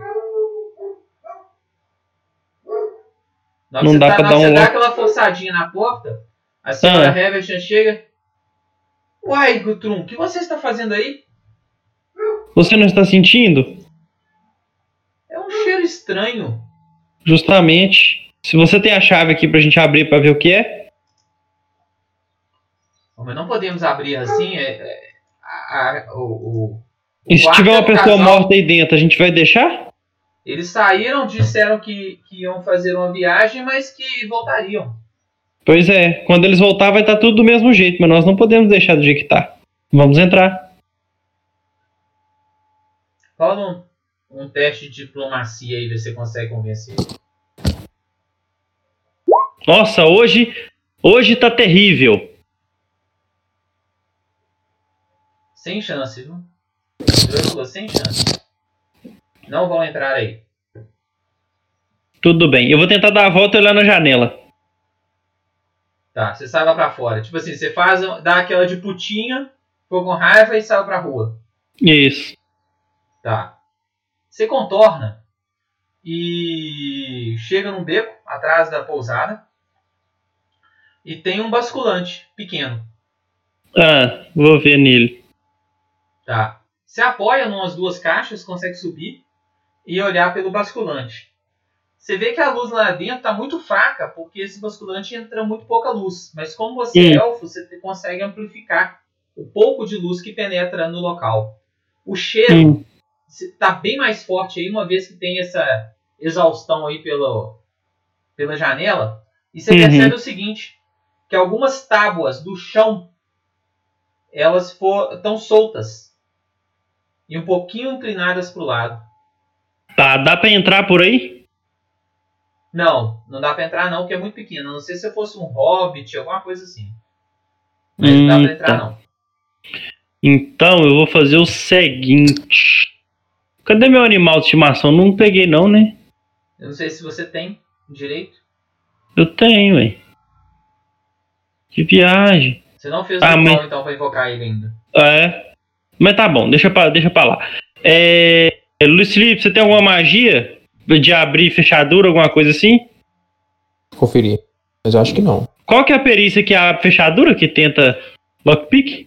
[SPEAKER 1] Na hora
[SPEAKER 2] Não
[SPEAKER 1] que
[SPEAKER 2] dá
[SPEAKER 1] você, tá,
[SPEAKER 2] pra
[SPEAKER 1] na
[SPEAKER 2] dar
[SPEAKER 1] hora que
[SPEAKER 2] um
[SPEAKER 1] você dá
[SPEAKER 2] lock.
[SPEAKER 1] aquela forçadinha na porta, a senhora
[SPEAKER 2] Ah.
[SPEAKER 1] Heverton chega. Uai, Gutrum, o que você está fazendo aí?
[SPEAKER 2] Você não está sentindo?
[SPEAKER 1] É um cheiro estranho.
[SPEAKER 2] Justamente. Se você tem a chave aqui pra gente abrir pra ver o que é.
[SPEAKER 1] Mas não podemos abrir assim. É, é, a, a, o, o,
[SPEAKER 2] E se
[SPEAKER 1] quarto
[SPEAKER 2] tiver
[SPEAKER 1] é
[SPEAKER 2] uma
[SPEAKER 1] do
[SPEAKER 2] pessoa
[SPEAKER 1] casal.
[SPEAKER 2] morta aí dentro, a gente vai deixar?
[SPEAKER 1] Eles saíram, disseram que, que iam fazer uma viagem, mas que voltariam.
[SPEAKER 2] Pois é. Quando eles voltar vai estar tudo do mesmo jeito, mas nós não podemos deixar do jeito que tá. Vamos entrar.
[SPEAKER 1] Rola um, um teste de diplomacia aí, ver se você consegue convencer.
[SPEAKER 2] Nossa, hoje... Hoje tá terrível.
[SPEAKER 1] Sem chance, viu? Eu falou, sem chance. Não vão entrar aí.
[SPEAKER 2] Tudo bem. Eu vou tentar dar a volta e olhar na janela.
[SPEAKER 1] Tá, você sai lá pra fora. Tipo assim, você faz, dá aquela de putinha, ficou com raiva e sai pra rua.
[SPEAKER 2] Isso.
[SPEAKER 1] Tá. Você contorna e chega num beco atrás da pousada e tem um basculante pequeno.
[SPEAKER 2] Ah, vou ver nele.
[SPEAKER 1] Tá. Você apoia numas duas caixas, consegue subir e olhar pelo basculante. Você vê que a luz lá dentro está muito fraca, porque esse basculante entra muito pouca luz. Mas como você é
[SPEAKER 2] Hum.
[SPEAKER 1] elfo, você consegue amplificar o pouco de luz que penetra no local. O cheiro
[SPEAKER 2] Hum.
[SPEAKER 1] está bem mais forte aí, uma vez que tem essa exaustão aí pelo, pela janela. E você
[SPEAKER 2] Uhum.
[SPEAKER 1] percebe o seguinte, que algumas tábuas do chão, elas estão soltas e um pouquinho inclinadas para o lado.
[SPEAKER 2] Tá, dá pra entrar por aí?
[SPEAKER 1] Não, não dá pra entrar não, porque é muito pequeno. A não sei se fosse um hobbit, alguma coisa assim. Mas
[SPEAKER 2] Hum,
[SPEAKER 1] não dá pra entrar
[SPEAKER 2] tá.
[SPEAKER 1] não.
[SPEAKER 2] Então eu vou fazer o seguinte. Cadê meu animal de estimação? Não peguei não, né?
[SPEAKER 1] Eu não sei se você tem direito.
[SPEAKER 2] Eu tenho, velho. Que viagem.
[SPEAKER 1] Você não fez
[SPEAKER 2] Ah,
[SPEAKER 1] o ritual
[SPEAKER 2] mas-
[SPEAKER 1] então pra invocar ele ainda.
[SPEAKER 2] É. Mas tá bom, deixa pra, deixa pra lá. É, Luiz Felipe, você tem alguma magia de abrir fechadura, alguma coisa assim?
[SPEAKER 4] Conferir. Mas eu acho que não.
[SPEAKER 2] Qual que é a perícia que abre fechadura, que tenta lockpick?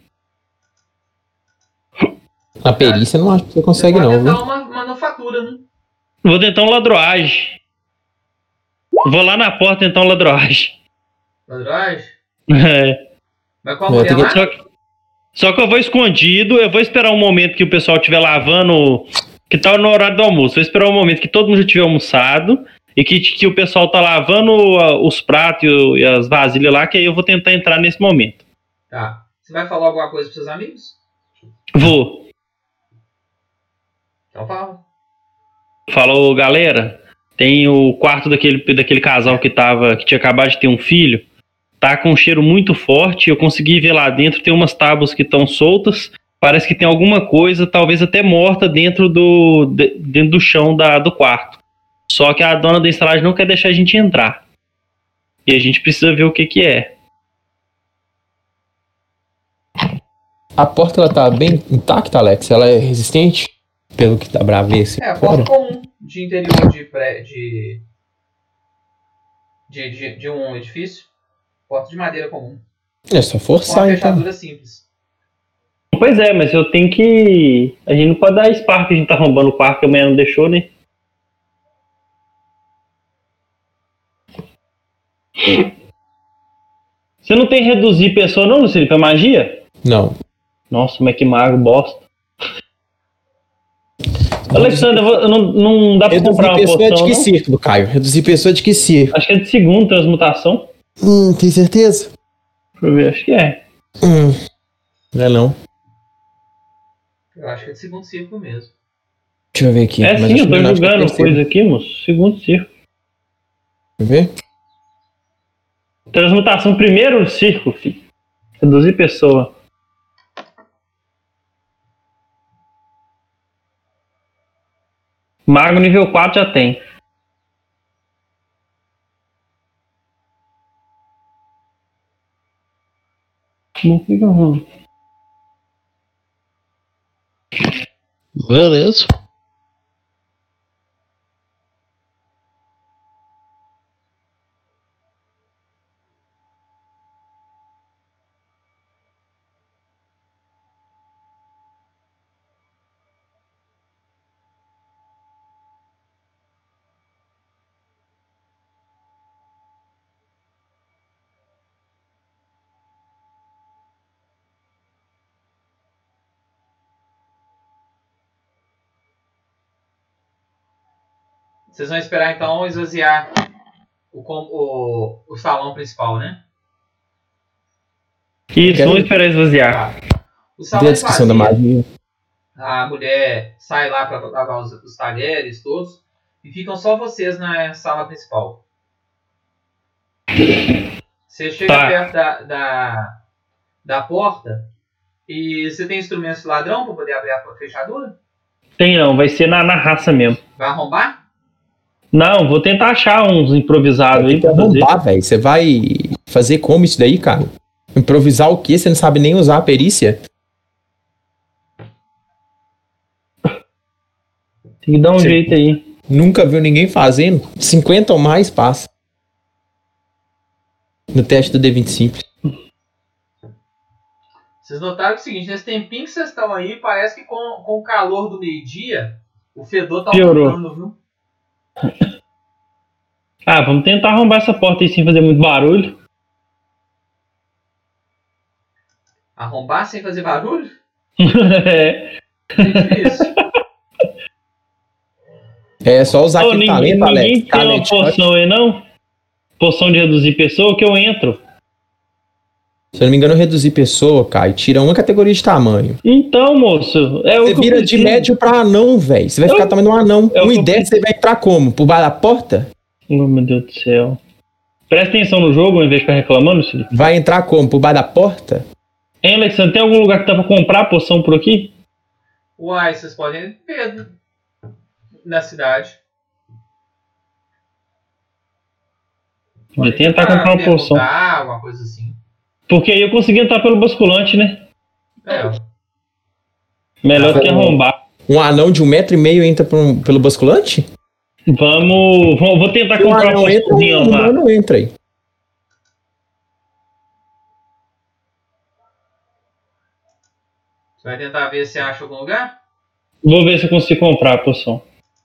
[SPEAKER 4] Na perícia eu não acho que você consegue
[SPEAKER 1] você pode
[SPEAKER 4] não,
[SPEAKER 1] tentar
[SPEAKER 4] viu?
[SPEAKER 1] uma manufatura, né?
[SPEAKER 2] Vou tentar um ladroagem. Vou lá na porta tentar um ladroagem.
[SPEAKER 1] Ladroagem?
[SPEAKER 2] É.
[SPEAKER 1] Mas com a
[SPEAKER 4] Vai
[SPEAKER 1] mulher
[SPEAKER 4] ter que-
[SPEAKER 1] lá?
[SPEAKER 2] Só que, só que eu vou escondido, eu vou esperar um momento que o pessoal estiver lavando, que tá no horário do almoço. Vou esperar um momento que todo mundo já tiver almoçado e que, que o pessoal tá lavando ah, os pratos e, o- e as vasilhas lá, que aí eu vou tentar entrar nesse momento.
[SPEAKER 1] Tá. Você vai falar alguma coisa pros seus amigos?
[SPEAKER 2] Vou.
[SPEAKER 1] Então fala.
[SPEAKER 2] Falou, galera. Tem o quarto daquele, daquele casal que tava, que tinha acabado de ter um filho. Tá com um cheiro muito forte. Eu consegui ver lá dentro. Tem umas tábuas que estão soltas. Parece que tem alguma coisa, talvez até morta, dentro do, de- dentro do chão da, do quarto. Só que a dona da estalagem não quer deixar a gente entrar. E a gente precisa ver o que que é.
[SPEAKER 4] A porta ela tá bem intacta, Alex? Ela é resistente? Pelo que dá pra ver assim
[SPEAKER 1] É, a
[SPEAKER 4] fora?
[SPEAKER 1] porta comum de interior de, pré, de, de, de, de um edifício. Porta de madeira comum.
[SPEAKER 4] É só
[SPEAKER 1] Com
[SPEAKER 4] forçar
[SPEAKER 1] uma
[SPEAKER 4] então.
[SPEAKER 1] fechadura simples.
[SPEAKER 2] Pois é, mas eu tenho que... A gente não pode dar spark que a gente tá arrombando o quarto que a mulher não deixou, né? Você não tem reduzir pessoa não, Lucílio, pra magia?
[SPEAKER 4] Não.
[SPEAKER 2] Nossa, mas que mago bosta. Alexandre, eu vou- eu não, não dá pra
[SPEAKER 4] Reduzir
[SPEAKER 2] comprar uma
[SPEAKER 4] pessoa é de
[SPEAKER 2] poção,
[SPEAKER 4] que
[SPEAKER 2] não?
[SPEAKER 4] círculo, Caio? Reduzir pessoa é de que círculo?
[SPEAKER 2] Acho que é de segundo transmutação.
[SPEAKER 4] Hum, tem certeza?
[SPEAKER 2] Deixa eu ver, acho que é.
[SPEAKER 4] Hum. Não é não.
[SPEAKER 1] Eu acho que é de segundo círculo mesmo.
[SPEAKER 4] Deixa eu ver aqui.
[SPEAKER 2] É
[SPEAKER 4] mas
[SPEAKER 2] sim,
[SPEAKER 4] acho
[SPEAKER 2] eu
[SPEAKER 4] que
[SPEAKER 2] tô
[SPEAKER 4] não, acho que é
[SPEAKER 2] julgando
[SPEAKER 4] terceiro.
[SPEAKER 2] coisa aqui, moço. Segundo círculo.
[SPEAKER 4] Deixa eu ver.
[SPEAKER 2] Transmutação primeiro círculo, filho. Reduzir pessoa. Mago nível quatro já tem. Não fica ruim.
[SPEAKER 3] Beleza.
[SPEAKER 1] Vocês vão esperar então esvaziar o, com- o, o salão principal, né?
[SPEAKER 2] Isso,
[SPEAKER 4] Quero-
[SPEAKER 2] vamos esperar esvaziar.
[SPEAKER 1] Tá. O salão
[SPEAKER 4] Vê a descrição da
[SPEAKER 1] esvazia.
[SPEAKER 4] magia.
[SPEAKER 1] A mulher sai lá para lavar os, os talheres todos e ficam só vocês na sala principal. Você chega
[SPEAKER 2] Tá.
[SPEAKER 1] perto da, da, da porta e você tem instrumentos de ladrão para poder abrir a fechadura?
[SPEAKER 2] Tem não, vai ser na, na raça mesmo.
[SPEAKER 1] Vai arrombar?
[SPEAKER 2] Não, vou tentar achar uns improvisados aí
[SPEAKER 4] Tem que
[SPEAKER 2] pra fazer.
[SPEAKER 4] arrombar, velho. Você vai fazer como isso daí, cara? Improvisar o quê? Você não sabe nem usar a perícia?
[SPEAKER 2] Tem que dar um
[SPEAKER 4] Sim.
[SPEAKER 2] jeito aí.
[SPEAKER 4] Nunca viu ninguém fazendo? cinquenta ou mais passa. No teste do D vinte simples.
[SPEAKER 1] Vocês notaram que é o seguinte, nesse tempinho que vocês estão aí, parece que com, com o calor do meio-dia, o fedor tá
[SPEAKER 2] Piorou.
[SPEAKER 1] aumentando, viu?
[SPEAKER 2] Ah, vamos tentar arrombar essa porta aí sem fazer muito barulho.
[SPEAKER 1] Arrombar sem fazer barulho?
[SPEAKER 2] É.
[SPEAKER 1] É difícil.
[SPEAKER 4] É só usar
[SPEAKER 2] Ô,
[SPEAKER 4] aquele
[SPEAKER 2] ninguém
[SPEAKER 4] talento, Alex.
[SPEAKER 2] ninguém tem uma
[SPEAKER 4] Talent
[SPEAKER 2] poção aí, não? Poção de reduzir pessoa que eu entro.
[SPEAKER 4] Se eu não me engano, reduzir pessoa, cara, e tira uma categoria de tamanho.
[SPEAKER 2] Então, moço, é o
[SPEAKER 4] Você
[SPEAKER 2] que eu
[SPEAKER 4] vira de
[SPEAKER 2] preciso.
[SPEAKER 4] médio pra anão, velho. Você vai
[SPEAKER 2] Eu-
[SPEAKER 4] ficar tamanho de um anão.
[SPEAKER 2] é o
[SPEAKER 4] um
[SPEAKER 2] que
[SPEAKER 4] e
[SPEAKER 2] eu
[SPEAKER 4] dez, você vai entrar como? Por baixo da porta?
[SPEAKER 2] Oh, meu Deus do céu. Presta atenção no jogo ao invés de ficar reclamando, filho.
[SPEAKER 4] Vai entrar como? Por baixo da porta?
[SPEAKER 2] Hein, Alexandre, tem algum lugar que dá pra comprar poção por aqui?
[SPEAKER 1] Uai, vocês podem ver na cidade.
[SPEAKER 2] Vou
[SPEAKER 1] Podem
[SPEAKER 2] tentar
[SPEAKER 1] tentar
[SPEAKER 2] comprar uma poção.
[SPEAKER 1] perguntar, alguma coisa assim.
[SPEAKER 2] Porque aí eu consegui entrar pelo basculante, né?
[SPEAKER 1] É,
[SPEAKER 2] Melhor do que arrombar.
[SPEAKER 4] Um anão de um metro e meio entra por um- pelo basculante?
[SPEAKER 2] Vamos. Vou vou tentar
[SPEAKER 4] Se um
[SPEAKER 2] comprar uma
[SPEAKER 4] anão entra,
[SPEAKER 2] poçãozinha
[SPEAKER 4] um
[SPEAKER 2] lá.
[SPEAKER 4] humano entra aí.
[SPEAKER 1] você vai tentar ver se acha algum lugar?
[SPEAKER 2] Vou ver se eu consigo comprar a poção.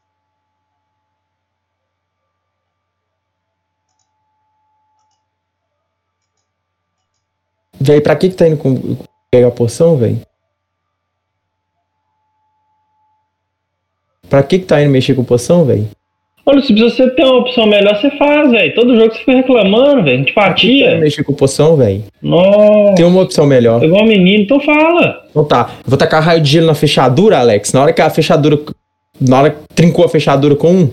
[SPEAKER 4] Véi, pra que que tá indo com... pegar a poção, véi? Pra que que tá indo mexer com poção, véi?
[SPEAKER 2] Olha, se você ter uma opção melhor, você faz, velho. Todo jogo você fica reclamando, velho.
[SPEAKER 4] Pra que que tá indo
[SPEAKER 2] Antipatia.
[SPEAKER 4] mexer com poção, véi?
[SPEAKER 2] Nossa.
[SPEAKER 4] Tem uma opção melhor.
[SPEAKER 2] Igual um menino, então fala.
[SPEAKER 4] Então tá, eu vou tacar raio de gelo na fechadura, Alex. Na hora que a fechadura... Na hora que trincou a fechadura com um...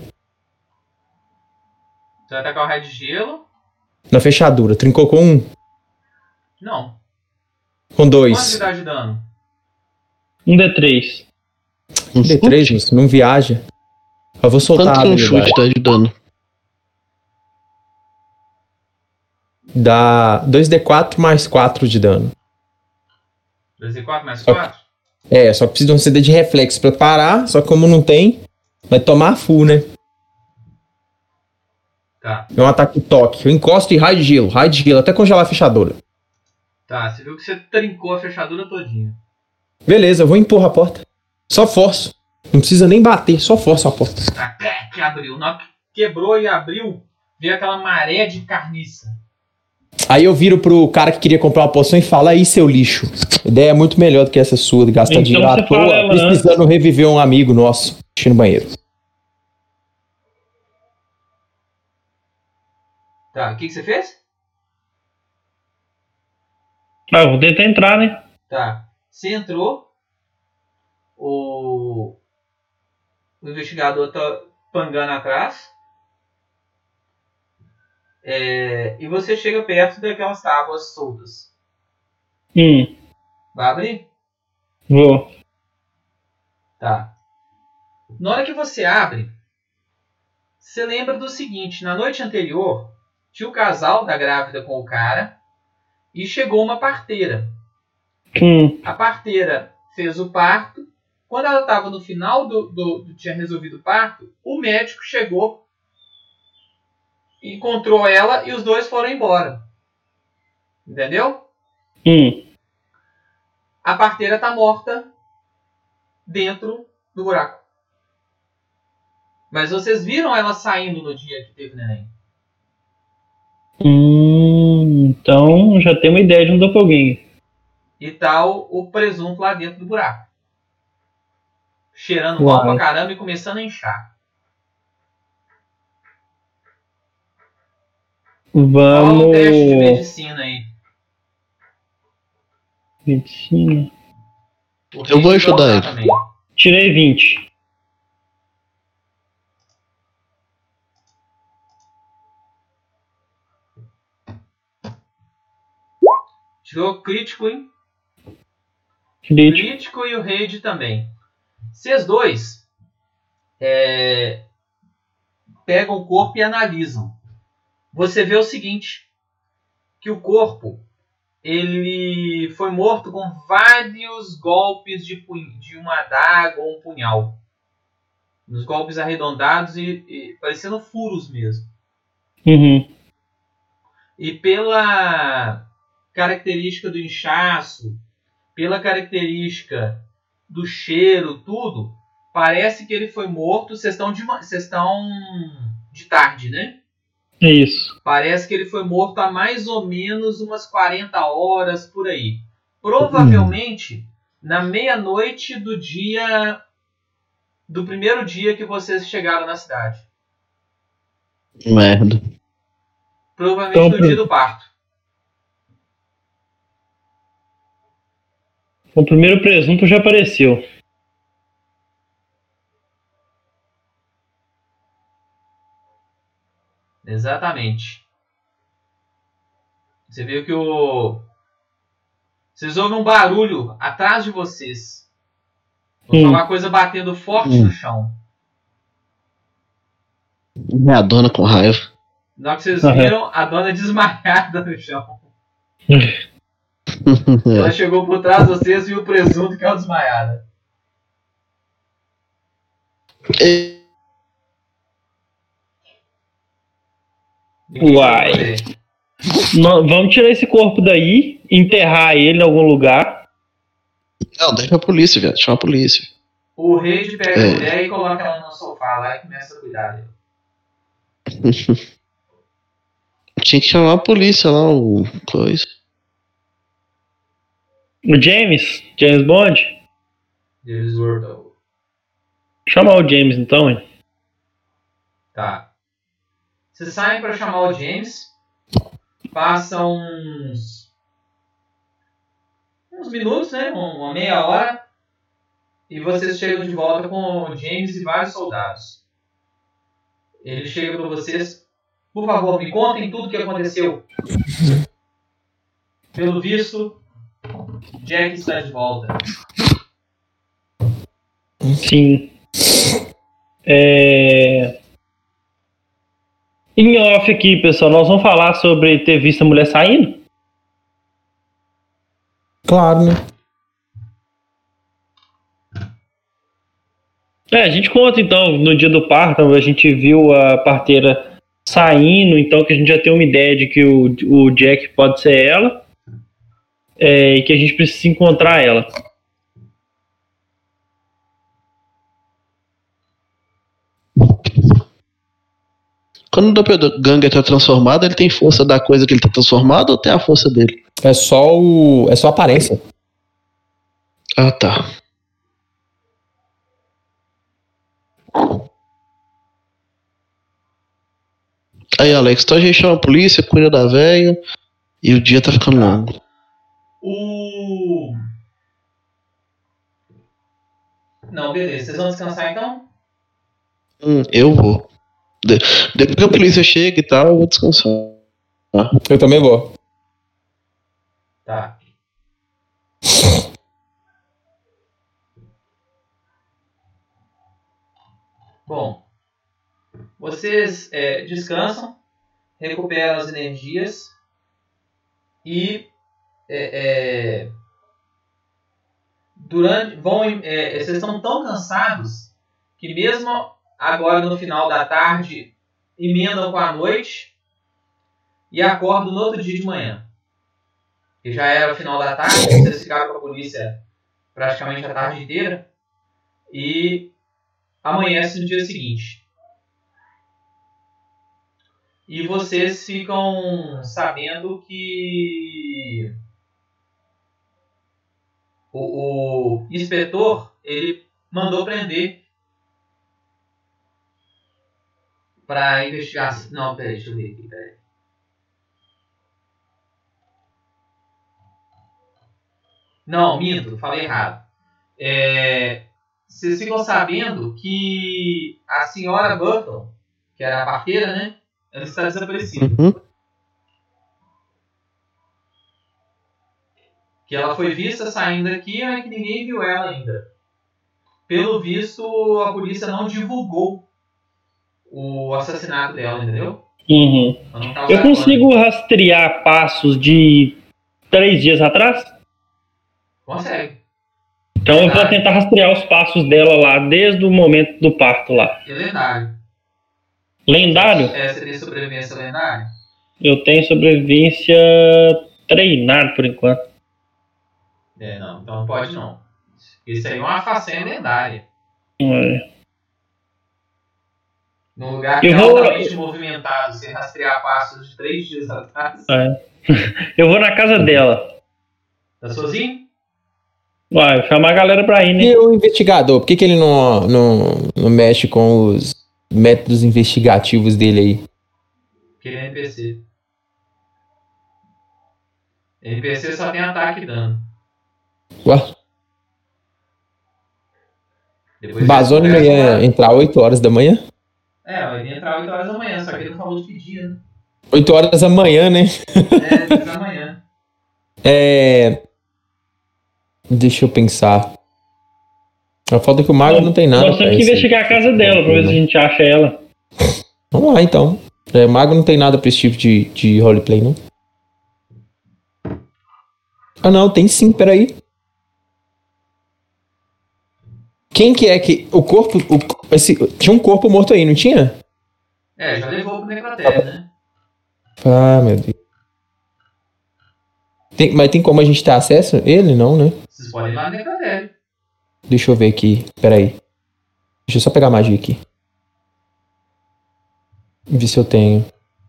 [SPEAKER 1] Você vai tacar o raio de gelo?
[SPEAKER 4] Na fechadura, trincou com um,
[SPEAKER 1] Não.
[SPEAKER 4] com
[SPEAKER 1] Quanto
[SPEAKER 4] dois.
[SPEAKER 1] que dá de dano?
[SPEAKER 2] Um D três.
[SPEAKER 3] Um
[SPEAKER 4] D três,
[SPEAKER 3] chute?
[SPEAKER 4] isso, não viaja. Eu vou soltar
[SPEAKER 3] Quanto
[SPEAKER 4] a
[SPEAKER 3] que um
[SPEAKER 4] habilidade.
[SPEAKER 3] chute tá ajudando?
[SPEAKER 4] Dá dois D quatro mais quatro de dano.
[SPEAKER 1] dois D quatro mais quatro?
[SPEAKER 4] É, só que precisa de um C D de reflexo pra parar, só que como não tem, vai tomar full, né?
[SPEAKER 1] Tá.
[SPEAKER 4] É um ataque toque. Eu encosto e raio de gelo, raio de gelo, até congelar a fechadura.
[SPEAKER 1] Tá, você viu que você trincou a fechadura todinha.
[SPEAKER 4] Beleza, eu vou empurrar a porta. Só forço. Não precisa nem bater, só forço a porta.
[SPEAKER 1] Tá, crack, que abriu. Na hora que quebrou e abriu, veio aquela maré de carniça.
[SPEAKER 4] Aí eu viro pro cara que queria comprar uma poção e falo, aí seu lixo. A ideia é muito melhor do que essa sua, de gastar
[SPEAKER 2] Então
[SPEAKER 4] dinheiro
[SPEAKER 2] você
[SPEAKER 4] à
[SPEAKER 2] fala
[SPEAKER 4] toa,
[SPEAKER 2] ela
[SPEAKER 4] precisando reviver um amigo nosso, xixi no banheiro.
[SPEAKER 1] Tá, o que, que você fez?
[SPEAKER 2] Ah, eu vou tentar entrar, né?
[SPEAKER 1] Tá. Você entrou, o, o investigador tá pangando atrás, é, e você chega perto daquelas tábuas soltas.
[SPEAKER 2] Hum,
[SPEAKER 1] Vai abrir?
[SPEAKER 2] vou.
[SPEAKER 1] Tá. Na hora que você abre, você lembra do seguinte: na noite anterior, tinha o casal da grávida com o cara e chegou uma parteira.
[SPEAKER 2] Hum,
[SPEAKER 1] A parteira fez o parto. Quando ela estava no final do, do, do tinha resolvido o parto, o médico chegou, encontrou ela e os dois foram embora. Entendeu?
[SPEAKER 2] hum.
[SPEAKER 1] A parteira está morta dentro do buraco. Mas vocês viram ela saindo no dia que teve neném.
[SPEAKER 2] Hum, então já tem uma ideia de um doppelganger.
[SPEAKER 1] E tal o presunto lá dentro do buraco. Cheirando mal
[SPEAKER 2] Uai.
[SPEAKER 1] pra caramba e começando a inchar. Rola um teste de
[SPEAKER 2] Vamos.
[SPEAKER 1] medicina aí.
[SPEAKER 2] Medicina.
[SPEAKER 1] O
[SPEAKER 3] Eu vou
[SPEAKER 1] Rick vai
[SPEAKER 3] ajudar
[SPEAKER 1] usar
[SPEAKER 3] ele.
[SPEAKER 1] também.
[SPEAKER 2] Tirei vinte.
[SPEAKER 1] Tirou crítico, hein?
[SPEAKER 2] Crítico.
[SPEAKER 1] Crítico e o Raid também. Vocês dois é, pegam o corpo e analisam. Você vê o seguinte: que o corpo ele foi morto com vários golpes de, punho, de uma adaga ou um punhal. Nos golpes arredondados e, e parecendo furos mesmo.
[SPEAKER 2] Uhum.
[SPEAKER 1] E pela característica do inchaço, pela característica do cheiro, tudo, parece que ele foi morto. Vocês estão de, vocês estão de tarde, né?
[SPEAKER 2] É isso.
[SPEAKER 1] Parece que ele foi morto há mais ou menos umas quarenta horas por aí. Provavelmente na meia-noite do dia do primeiro dia que vocês chegaram na cidade.
[SPEAKER 3] Merda.
[SPEAKER 1] Provavelmente
[SPEAKER 2] Então,
[SPEAKER 1] no dia do parto.
[SPEAKER 2] O primeiro presunto já apareceu.
[SPEAKER 1] Exatamente. Você viu que o... Vocês ouvem um barulho atrás de vocês.
[SPEAKER 2] Hum.
[SPEAKER 1] Uma coisa batendo forte
[SPEAKER 3] Hum.
[SPEAKER 1] no chão.
[SPEAKER 3] Minha dona com raiva.
[SPEAKER 1] Na hora que vocês
[SPEAKER 2] Aham.
[SPEAKER 1] viram, a dona desmaiada no chão. Ela chegou por trás de vocês e viu o presunto e caiu desmaiada.
[SPEAKER 3] E-
[SPEAKER 1] Ninguém
[SPEAKER 2] Uai.
[SPEAKER 1] sabe fazer.
[SPEAKER 2] Nó- vamos tirar esse corpo daí, enterrar ele em algum lugar.
[SPEAKER 3] Não, deixa a polícia, velho. Chama a polícia.
[SPEAKER 1] O rei pega
[SPEAKER 3] É.
[SPEAKER 1] a mulher e coloca ela no sofá lá e começa a cuidar dela.
[SPEAKER 3] Tinha que chamar a polícia lá, o coisa.
[SPEAKER 2] O James, James Bond.
[SPEAKER 1] Eles Wordle.
[SPEAKER 2] Chamar o James então, hein?
[SPEAKER 1] Tá. Vocês saem pra chamar o James. Passam uns. uns minutos, né? Uma meia hora. E vocês chegam de volta com o James e vários soldados. Ele chega pra vocês. Por favor, me contem tudo o que aconteceu. Pelo visto, Jack está de volta.
[SPEAKER 2] Sim. É... Em off aqui, pessoal, nós vamos falar sobre ter visto a mulher saindo?
[SPEAKER 4] Claro, né?
[SPEAKER 2] É, a gente conta então, no dia do parto, a gente viu a parteira saindo, então que a gente já tem uma ideia de que o, o Jack pode ser ela, é, e que a gente precisa encontrar ela.
[SPEAKER 3] Quando o doppelganger tá transformado, ele tem força da coisa que ele tá transformado ou tem a força dele?
[SPEAKER 4] É só o. É só a aparência.
[SPEAKER 3] Ah, tá. Aí, Alex, então a gente chama a polícia, cuida da velha e o dia tá ficando longo.
[SPEAKER 1] O... Não, beleza. Vocês vão descansar então?
[SPEAKER 3] Hum, eu vou. De- Depois que a polícia chega e tal, eu vou descansar.
[SPEAKER 4] Eu também vou.
[SPEAKER 1] Tá. Bom, vocês é, descansam, recuperam as energias e é, é, durante vão é, vocês estão tão cansados que mesmo agora no final da tarde emendam com a noite e acordam no outro dia de manhã. Que já era o final da tarde, vocês ficaram com a polícia praticamente a tarde inteira e amanhece no dia seguinte. E vocês ficam sabendo que o, o inspetor ele mandou prender para investigar. Não, peraí, deixa eu ver aqui, peraí. Não, minto, falei errado. É, vocês ficam sabendo que a senhora Burton, que era a parteira, né? Ela está desaparecida.
[SPEAKER 3] Uhum.
[SPEAKER 1] Que ela foi vista saindo daqui, mas que ninguém viu ela ainda. Pelo visto, a polícia não divulgou o assassinato dela, entendeu?
[SPEAKER 2] Uhum.
[SPEAKER 1] Pra não causar
[SPEAKER 2] Eu consigo
[SPEAKER 1] pânico.
[SPEAKER 2] rastrear passos de três dias atrás?
[SPEAKER 1] Consegue.
[SPEAKER 2] Então eu vou tentar rastrear os passos dela lá, desde o momento do parto lá.
[SPEAKER 1] É lendário.
[SPEAKER 2] Lendário?
[SPEAKER 1] É, você tem sobrevivência lendária?
[SPEAKER 2] Eu tenho sobrevivência treinado por enquanto.
[SPEAKER 1] É, não. Então não pode não. Isso aí é uma façanha lendária.
[SPEAKER 2] É.
[SPEAKER 1] Num lugar que é
[SPEAKER 2] Eu vou-
[SPEAKER 1] altamente movimentado, você rastrear passos de três dias atrás.
[SPEAKER 2] É. Eu vou na casa dela.
[SPEAKER 1] Tá sozinho?
[SPEAKER 2] Vai, vou chamar a galera pra ir, né?
[SPEAKER 4] E o investigador, por que, que ele não, não, não mexe com os métodos investigativos dele aí?
[SPEAKER 1] Que ele é N P C. N P C só tem ataque e dano.
[SPEAKER 4] Ué,
[SPEAKER 1] Depois
[SPEAKER 4] Bazone não
[SPEAKER 1] eles
[SPEAKER 4] ia
[SPEAKER 1] começam
[SPEAKER 4] entrar oito horas da manhã?
[SPEAKER 1] a- É, vai entrar oito horas da manhã, só que ele não falou de que dia, né?
[SPEAKER 4] oito horas da manhã, né?
[SPEAKER 1] É, dez da manhã.
[SPEAKER 4] É. Deixa eu pensar. A falta é que o mago não tem nada.
[SPEAKER 2] Nós temos
[SPEAKER 4] pra
[SPEAKER 2] que
[SPEAKER 4] esse-
[SPEAKER 2] investigar a casa dela pra ver se a gente acha ela.
[SPEAKER 4] Vamos lá então. É, o mago não tem nada pra esse tipo de, de roleplay, não? Ah não, tem sim, peraí. Quem que é que. O corpo. O, esse, tinha um corpo morto aí, não tinha?
[SPEAKER 1] É, já levou pro necrotério, né?
[SPEAKER 4] Ah, meu Deus. Tem- mas tem como a gente ter acesso? Ele não, né?
[SPEAKER 1] Vocês podem ir lá no necrotério.
[SPEAKER 4] Deixa eu ver aqui. Peraí. Deixa eu só pegar a magia aqui. Ver se eu tenho.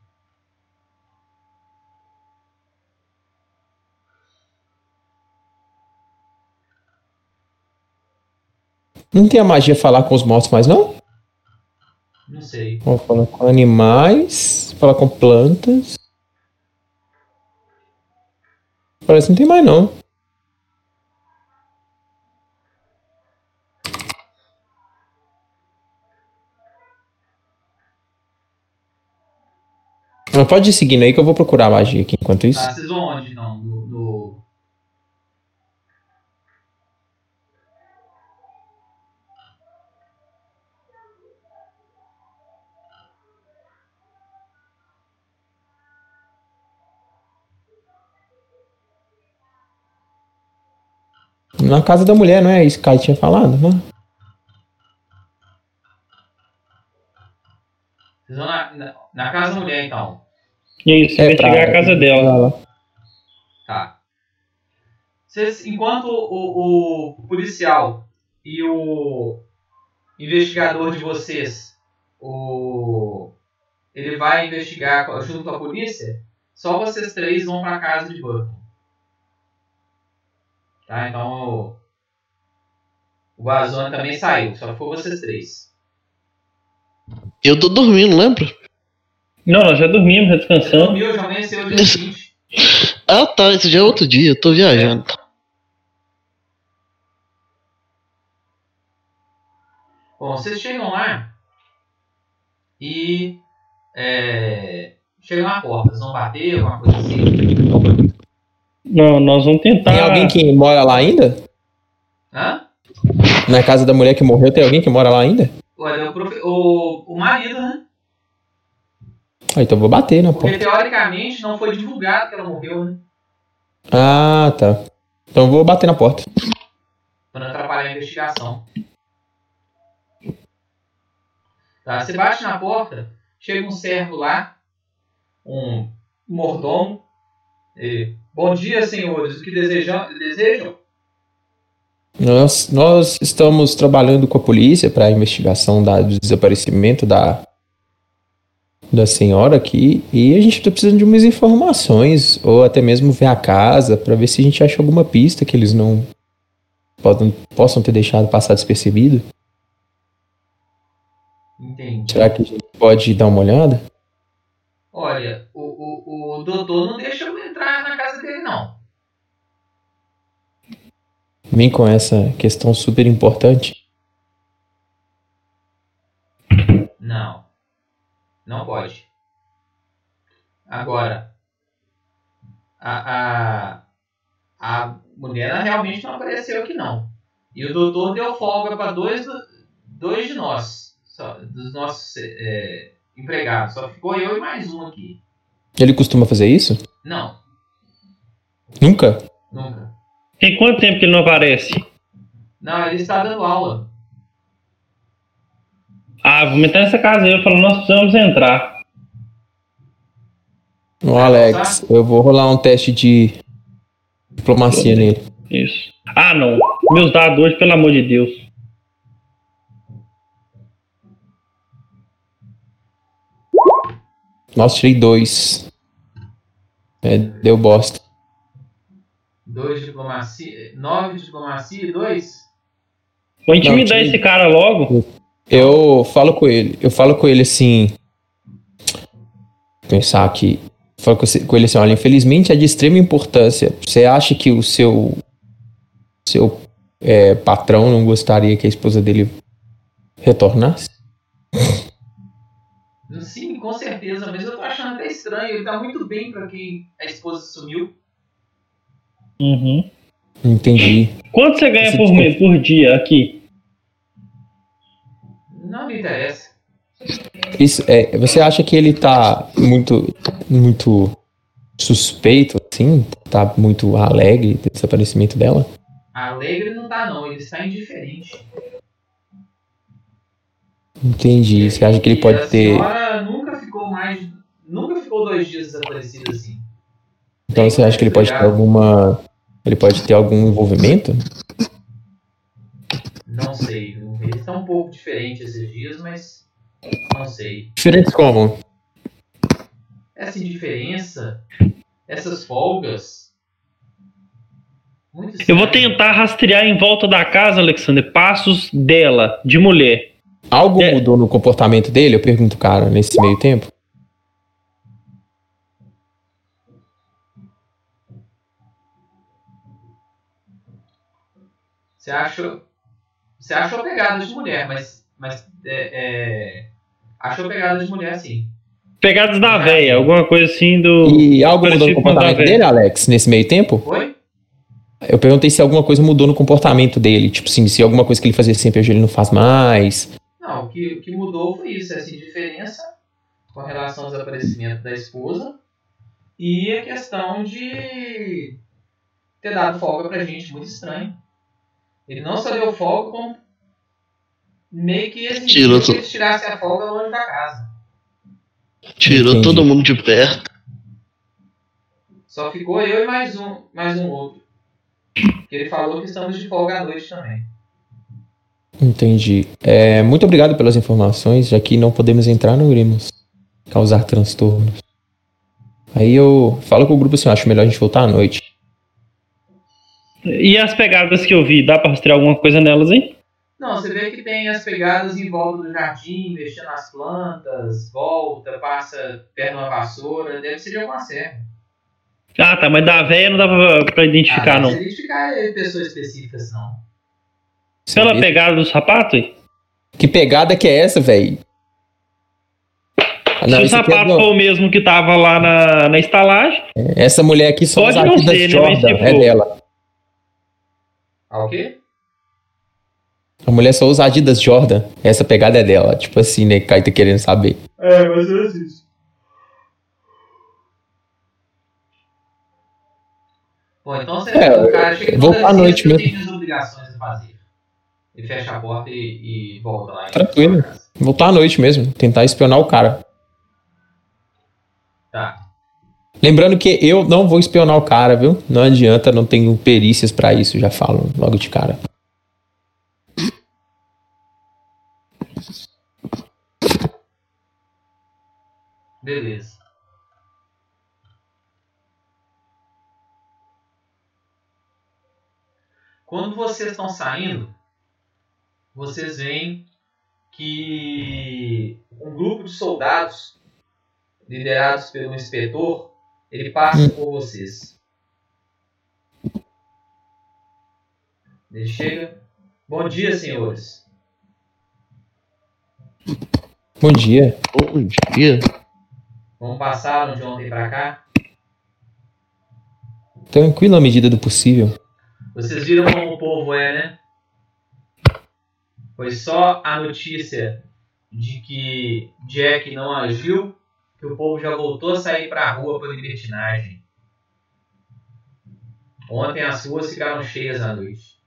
[SPEAKER 4] Não tem a magia falar com os mortos mais, não?
[SPEAKER 1] Não sei.
[SPEAKER 4] Vou falar com animais. Falar com plantas. Parece que não tem mais, não. Mas pode ir seguindo aí que eu vou procurar a magia aqui enquanto isso.
[SPEAKER 1] Tá, vocês vão onde, não? No, no...
[SPEAKER 4] Na casa da mulher, não é isso que o Kai tinha falado, né?
[SPEAKER 1] Vocês vão na, na, na casa da mulher, então.
[SPEAKER 2] Isso,
[SPEAKER 4] É,
[SPEAKER 2] investigar
[SPEAKER 4] pra-
[SPEAKER 2] a casa dela.
[SPEAKER 4] Lá, lá.
[SPEAKER 1] Tá. Vocês, enquanto o, o policial e o investigador de vocês, o, ele vai investigar com- junto com a polícia, só vocês três vão pra casa de Burton. Tá, então o, o Bazone também saiu, só foi vocês três.
[SPEAKER 3] Eu tô dormindo, lembra?
[SPEAKER 2] Não, nós já dormimos, já
[SPEAKER 1] Você
[SPEAKER 2] descansamos.
[SPEAKER 1] dormiu, já amanheceu o dia seguinte.
[SPEAKER 3] Ah, tá. Esse já é outro dia. Eu tô viajando.
[SPEAKER 1] Bom, vocês chegam lá e é, chegam na porta. Vocês vão bater, alguma coisa assim.
[SPEAKER 2] Não, nós vamos tentar.
[SPEAKER 4] Tem alguém que mora lá ainda?
[SPEAKER 1] Hã?
[SPEAKER 4] Na casa da mulher que morreu, tem alguém que mora lá ainda?
[SPEAKER 1] Olha, o, profe... o, o marido, né?
[SPEAKER 4] Ah, então eu vou bater na
[SPEAKER 1] Porque
[SPEAKER 4] porta.
[SPEAKER 1] teoricamente não foi divulgado que ela morreu, né?
[SPEAKER 4] Ah, tá. Então eu vou bater na porta.
[SPEAKER 1] Pra não atrapalhar a investigação. Tá, você bate na porta, chega um servo lá, um mordomo. Ele, bom dia, senhores, o que desejam? desejam?
[SPEAKER 4] Nós, nós estamos trabalhando com a polícia para a investigação da, do desaparecimento da, da senhora aqui e a gente está precisando de umas informações ou até mesmo ver a casa para ver se a gente acha alguma pista que eles não podem, possam ter deixado passar despercebido.
[SPEAKER 1] Entendi.
[SPEAKER 4] Será que a gente pode dar uma olhada?
[SPEAKER 1] Olha, o, o, o doutor não deixa eu entrar na casa dele, não.
[SPEAKER 4] Vem com essa questão super importante.
[SPEAKER 1] Não. Não pode. Agora, a, a, a mulher ela realmente não apareceu aqui, não. E o doutor deu folga para dois, dois de nós, só, dos nossos é, empregados. Só ficou eu e mais um aqui.
[SPEAKER 4] Ele costuma fazer isso?
[SPEAKER 1] Não,
[SPEAKER 4] Nunca?
[SPEAKER 1] nunca.
[SPEAKER 2] Tem quanto tempo que ele não aparece?
[SPEAKER 1] Não, ele está dando aula.
[SPEAKER 2] Ah, vou meter nessa casa aí. Eu falo, nós precisamos entrar.
[SPEAKER 4] Ô, Alex, eu vou rolar um teste de diplomacia nele.
[SPEAKER 2] Isso. Ah, não. Meus dados hoje, pelo amor de Deus.
[SPEAKER 4] Nossa, tirei dois. É, deu bosta.
[SPEAKER 1] Dois de diplomacia, nove de diplomacia e dois?
[SPEAKER 2] Vou intimidar
[SPEAKER 4] Não, tirei-
[SPEAKER 2] esse cara logo.
[SPEAKER 4] Eu falo com ele, eu falo com ele assim. Pensar aqui. Falo com você- com ele assim, olha, infelizmente é de extrema importância. Você acha que o seu seu é, patrão não gostaria que a esposa dele retornasse?
[SPEAKER 1] Sim, com certeza, mas eu tô achando até estranho. Ele tá muito bem pra quem a esposa sumiu.
[SPEAKER 2] Uhum.
[SPEAKER 4] Entendi.
[SPEAKER 2] Quanto você ganha
[SPEAKER 4] Esse
[SPEAKER 2] por,
[SPEAKER 4] tipo-
[SPEAKER 2] mês, por dia aqui?
[SPEAKER 1] Não me interessa.
[SPEAKER 4] Isso, é, você acha que ele tá muito, muito suspeito, assim? Tá muito alegre do desaparecimento dela?
[SPEAKER 1] Alegre não tá, não. Ele está indiferente.
[SPEAKER 4] Entendi. Você acha que ele
[SPEAKER 1] E
[SPEAKER 4] pode
[SPEAKER 1] a
[SPEAKER 4] ter.
[SPEAKER 1] senhora nunca ficou mais. Nunca ficou dois dias desaparecida assim.
[SPEAKER 4] Então você acha que ele pode ter alguma. Ele pode ter algum envolvimento?
[SPEAKER 1] Não sei. Eles estão um pouco diferentes esses dias, mas. Não sei.
[SPEAKER 4] Diferente como?
[SPEAKER 1] Essa indiferença. Essas folgas. Muito
[SPEAKER 2] Eu vou
[SPEAKER 1] estranho.
[SPEAKER 2] tentar rastrear em volta da casa, Alexander, passos dela, de mulher.
[SPEAKER 4] Algo
[SPEAKER 2] É.
[SPEAKER 4] mudou no comportamento dele? Eu pergunto, cara, nesse meio tempo.
[SPEAKER 1] Você achou. Você achou pegada de mulher, mas. Mas. É, é, achou pegada de mulher sim.
[SPEAKER 2] Pegadas da véia, alguma coisa assim do.
[SPEAKER 4] E algo mudou
[SPEAKER 2] parecido
[SPEAKER 4] no
[SPEAKER 2] com a da
[SPEAKER 4] comportamento
[SPEAKER 2] véia.
[SPEAKER 4] dele, Alex, nesse meio tempo?
[SPEAKER 1] Oi?
[SPEAKER 4] Eu perguntei se alguma coisa mudou no comportamento dele. Tipo assim, se alguma coisa que ele fazia sempre hoje ele não faz mais.
[SPEAKER 1] Não, o que, o que mudou foi isso, essa indiferença com relação ao desaparecimento da esposa e a questão de ter dado folga pra gente, muito estranho. Ele não só deu folga, como meio que exigiu
[SPEAKER 3] Tirou
[SPEAKER 1] que
[SPEAKER 3] tu-
[SPEAKER 1] eles tirassem a folga longe da casa.
[SPEAKER 3] Tirou
[SPEAKER 4] Entendi.
[SPEAKER 3] todo mundo de perto.
[SPEAKER 1] Só ficou eu e mais um, mais um outro. Que ele falou que estamos de folga à noite também.
[SPEAKER 4] Entendi. É, muito obrigado pelas informações, já que não podemos entrar, não iremos causar transtornos. Aí eu falo com o grupo assim, eu acho melhor a gente voltar à noite.
[SPEAKER 2] E as pegadas que eu vi, dá pra rastrear alguma coisa nelas, hein?
[SPEAKER 1] Não, você vê que tem as pegadas em volta do jardim, mexendo nas plantas, volta, passa perto de uma vassoura, deve ser de alguma serra.
[SPEAKER 2] Ah, tá, mas da véia não dá pra, pra identificar,
[SPEAKER 1] ah,
[SPEAKER 2] não.
[SPEAKER 1] Não identificar pessoas específicas, não.
[SPEAKER 2] Pela
[SPEAKER 4] Você-
[SPEAKER 2] pegada do sapato, hein?
[SPEAKER 4] Que pegada que é essa, velho?
[SPEAKER 2] Se o sapato for o mesmo que tava lá na, na estalagem,
[SPEAKER 4] Essa mulher aqui só
[SPEAKER 2] pode
[SPEAKER 4] usa
[SPEAKER 2] não
[SPEAKER 4] Adidas
[SPEAKER 2] ser, né? Mas
[SPEAKER 4] Jordan,
[SPEAKER 2] se
[SPEAKER 4] é
[SPEAKER 2] for.
[SPEAKER 4] dela.
[SPEAKER 1] Ah, o quê?
[SPEAKER 4] A mulher só usa Adidas Jordan. Essa pegada é dela. Tipo assim, né? Kai tá querendo saber.
[SPEAKER 1] É, mas eu assisto. Bom, então você
[SPEAKER 4] É,
[SPEAKER 1] o cara chega
[SPEAKER 4] vou
[SPEAKER 1] toda
[SPEAKER 4] à noite
[SPEAKER 1] sexta, eu
[SPEAKER 4] mesmo.
[SPEAKER 1] tenho as obrigações a fazer. Ele fecha a porta e, e volta lá em
[SPEAKER 4] Tranquilo.
[SPEAKER 1] sua casa.
[SPEAKER 4] Voltar à noite mesmo. Tentar espionar o cara.
[SPEAKER 1] Tá.
[SPEAKER 4] Lembrando que eu não vou espionar o cara, viu? Não adianta, não tenho perícias pra isso. Já falo logo de cara.
[SPEAKER 1] Beleza. Quando vocês estão saindo, vocês veem que um grupo de soldados, liderados pelo inspetor, ele passa
[SPEAKER 4] Hum.
[SPEAKER 1] por vocês. Ele chega. Bom dia, senhores.
[SPEAKER 4] Bom dia.
[SPEAKER 3] Bom dia.
[SPEAKER 1] Vamos passar de ontem pra cá.
[SPEAKER 4] Tranquilo à medida do possível.
[SPEAKER 1] Vocês viram como o povo é, né? Foi só a notícia de que Jack não agiu que o povo já voltou a sair pra rua por libertinagem. Ontem as ruas ficaram cheias à noite.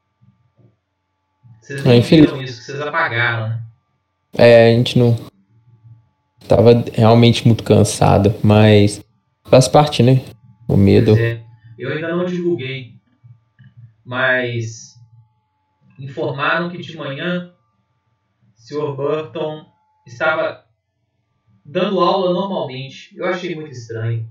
[SPEAKER 1] Vocês nem
[SPEAKER 4] É, infeliz-
[SPEAKER 1] viram isso, que vocês apagaram, né?
[SPEAKER 4] É, a gente não. Tava realmente muito cansado, mas faz parte, né? O medo.
[SPEAKER 1] Pois é. Eu ainda não divulguei, mas informaram que de manhã o senhor Burton estava dando aula normalmente. Eu achei muito estranho.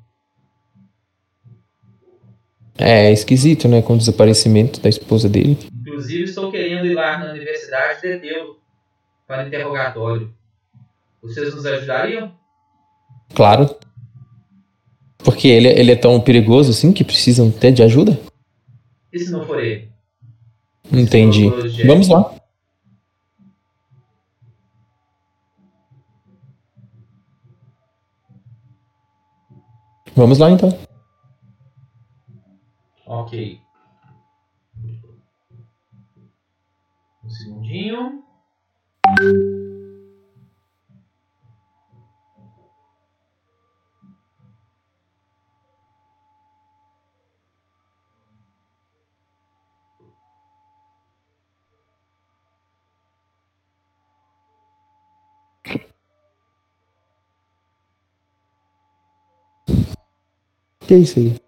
[SPEAKER 4] É esquisito, né? Com o desaparecimento da esposa dele.
[SPEAKER 1] Inclusive, estou querendo ir lá na universidade detê-lo para interrogatório. Vocês nos ajudariam?
[SPEAKER 4] Claro. Porque ele, ele é tão perigoso assim que precisam até de ajuda?
[SPEAKER 1] E se não for ele?
[SPEAKER 4] Entendi.
[SPEAKER 1] Se for o Jack?
[SPEAKER 4] Vamos lá. Vamos lá então.
[SPEAKER 1] Ok. Um segundinho.
[SPEAKER 4] Que é isso aí?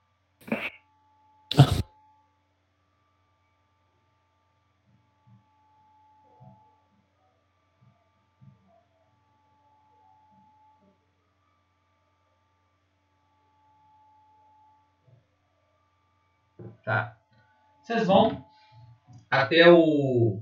[SPEAKER 1] Tá. Vocês vão até o,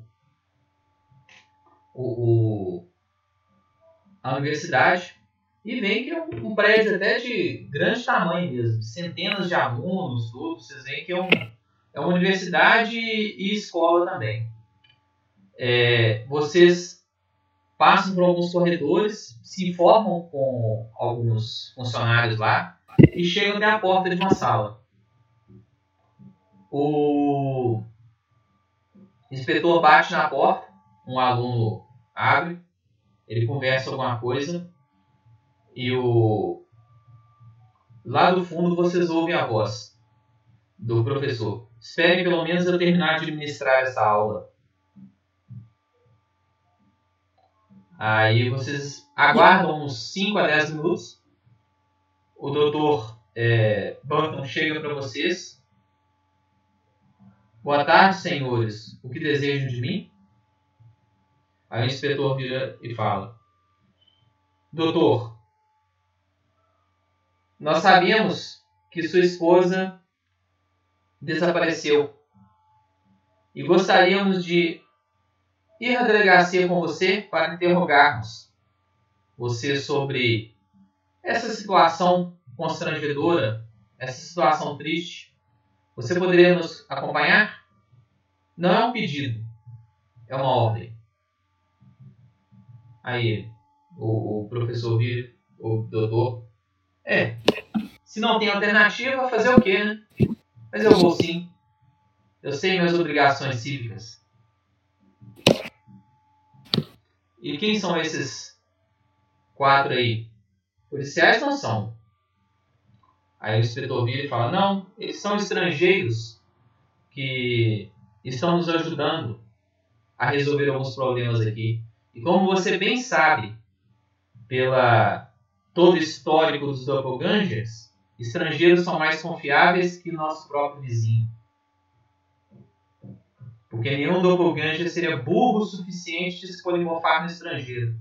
[SPEAKER 1] o, o a universidade e veem que é um, um prédio até de grande tamanho mesmo, centenas de alunos, tudo. Vocês veem que é, um, é uma universidade e escola também. É, vocês passam por alguns corredores, se informam com alguns funcionários lá e chegam até a porta de uma sala. O inspetor bate na porta, um aluno abre, ele conversa alguma coisa e o lá do fundo vocês ouvem a voz do professor. Esperem pelo menos eu terminar de ministrar essa aula. Aí vocês aguardam uns cinco a dez minutos. O doutor é, Burton chega para vocês. Boa tarde, senhores. O que desejam de mim? Aí o inspetor vira e fala: Doutor, nós sabemos que sua esposa desapareceu e gostaríamos de ir à delegacia com você para interrogarmos você sobre essa situação constrangedora, essa situação triste. Você poderia nos acompanhar? Não é um pedido, é uma ordem. Aí, o, o professor vira, o doutor. É, se não tem alternativa, fazer o quê, né? Mas eu vou sim. Eu sei minhas obrigações cívicas. E quem são esses quatro aí? Policiais não são. Aí o inspetor vira e fala, não, eles são estrangeiros que estão nos ajudando a resolver alguns problemas aqui. E como você bem sabe, pela todo o histórico dos doppelgangers, estrangeiros são mais confiáveis que nosso próprio vizinho. Porque nenhum doppelganger seria burro o suficiente de se polimorfar no estrangeiro.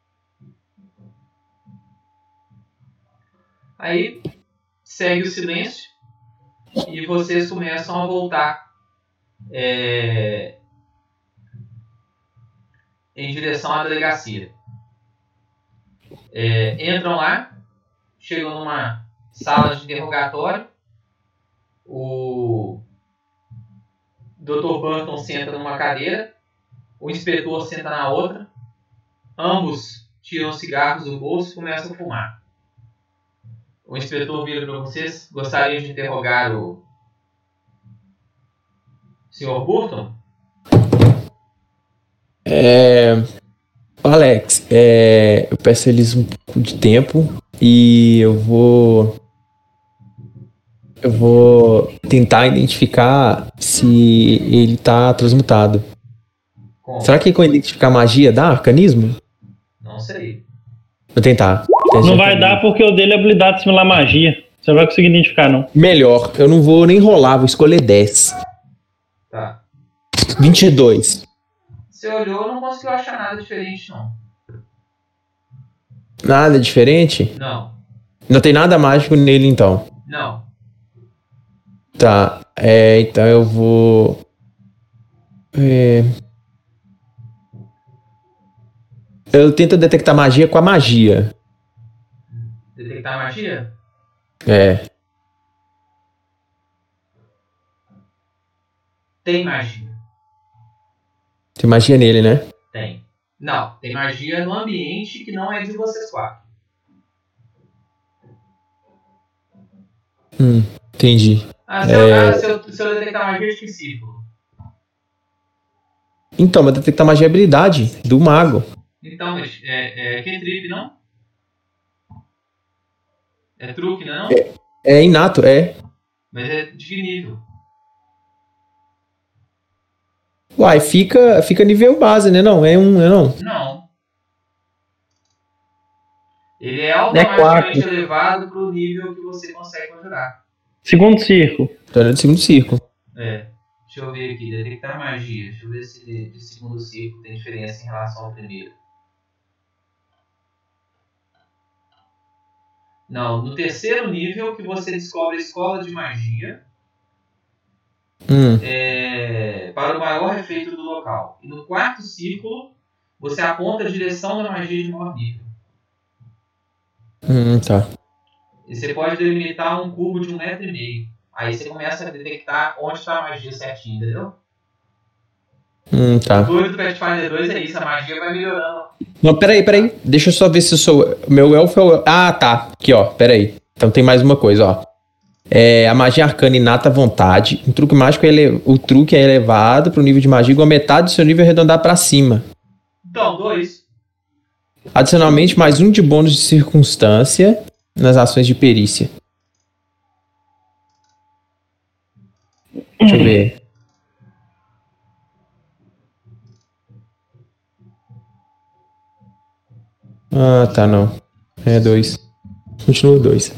[SPEAKER 1] Aí segue o silêncio e vocês começam a voltar é, em direção à delegacia. É, entram lá, chegam numa sala de interrogatório. O doutor Burton senta numa cadeira, o inspetor senta na outra. Ambos tiram cigarros do bolso e começam a fumar. O inspetor vira para vocês. Gostaria de interrogar o senhor Burton?
[SPEAKER 4] É... Alex, é... eu peço a eles um pouco de tempo e eu vou... Eu vou tentar identificar se ele tá transmutado.
[SPEAKER 1] Como?
[SPEAKER 4] Será que com identificar magia dá arcanismo?
[SPEAKER 1] Não sei.
[SPEAKER 4] Vou tentar.
[SPEAKER 2] Não vai dar porque o dele é habilidade de simular magia. Você não vai conseguir identificar, não.
[SPEAKER 4] Melhor, eu não vou nem rolar, vou escolher dez.
[SPEAKER 1] Tá.
[SPEAKER 4] vinte e dois.
[SPEAKER 1] Você olhou, não conseguiu achar nada diferente, não.
[SPEAKER 4] Nada diferente?
[SPEAKER 1] Não.
[SPEAKER 4] Não tem nada mágico nele, então.
[SPEAKER 1] Não.
[SPEAKER 4] Tá, é, então eu vou... É... Eu tento detectar magia com a magia.
[SPEAKER 1] Detectar magia?
[SPEAKER 4] É.
[SPEAKER 1] Tem magia.
[SPEAKER 4] Tem magia nele, né?
[SPEAKER 1] Tem. Não, tem magia no ambiente que não é de vocês quatro.
[SPEAKER 4] Hum, entendi.
[SPEAKER 1] Ah, se,
[SPEAKER 4] É...
[SPEAKER 1] eu, se, eu, se eu detectar magia, eu te círculo.
[SPEAKER 4] Então, mas detectar magia é habilidade do mago.
[SPEAKER 1] Então, mas é, é cantrip, não? É truque, não?
[SPEAKER 4] É, é inato, é.
[SPEAKER 1] Mas é de que nível?
[SPEAKER 4] Uai, fica, fica nível base, né? Não, é um, é não.
[SPEAKER 1] Não. Ele é automaticamente elevado para o nível que você consegue conjurar.
[SPEAKER 2] Segundo círculo.
[SPEAKER 4] Então é do segundo círculo.
[SPEAKER 1] É. Deixa eu ver aqui. Detectar magia. Deixa eu ver se de, de segundo círculo tem diferença em relação ao primeiro. Não, no terceiro nível que você descobre a escola de magia
[SPEAKER 4] Hum.
[SPEAKER 1] é, para o maior efeito do local. E no quarto círculo você aponta a direção da magia de maior nível.
[SPEAKER 4] Hum, tá.
[SPEAKER 1] E você pode delimitar um cubo de um metro e meio. Aí você começa a detectar onde está a magia certinho, entendeu?
[SPEAKER 4] Hum, tá.
[SPEAKER 1] O doido do Pathfinder dois é isso, a magia vai melhorando.
[SPEAKER 4] Não, peraí, peraí. Deixa eu só ver se eu sou... Meu elfo é o... Ah, tá. Aqui, ó. Peraí. Então tem mais uma coisa, ó. É, a magia arcana inata à vontade. Um truque mágico é ele... O truque é elevado para o nível de magia igual a metade do seu nível arredondado para cima.
[SPEAKER 1] Então, dois.
[SPEAKER 4] Adicionalmente, mais um de bônus de circunstância nas ações de perícia. Deixa eu ver. Ah, tá, não. É dois. Continua dois.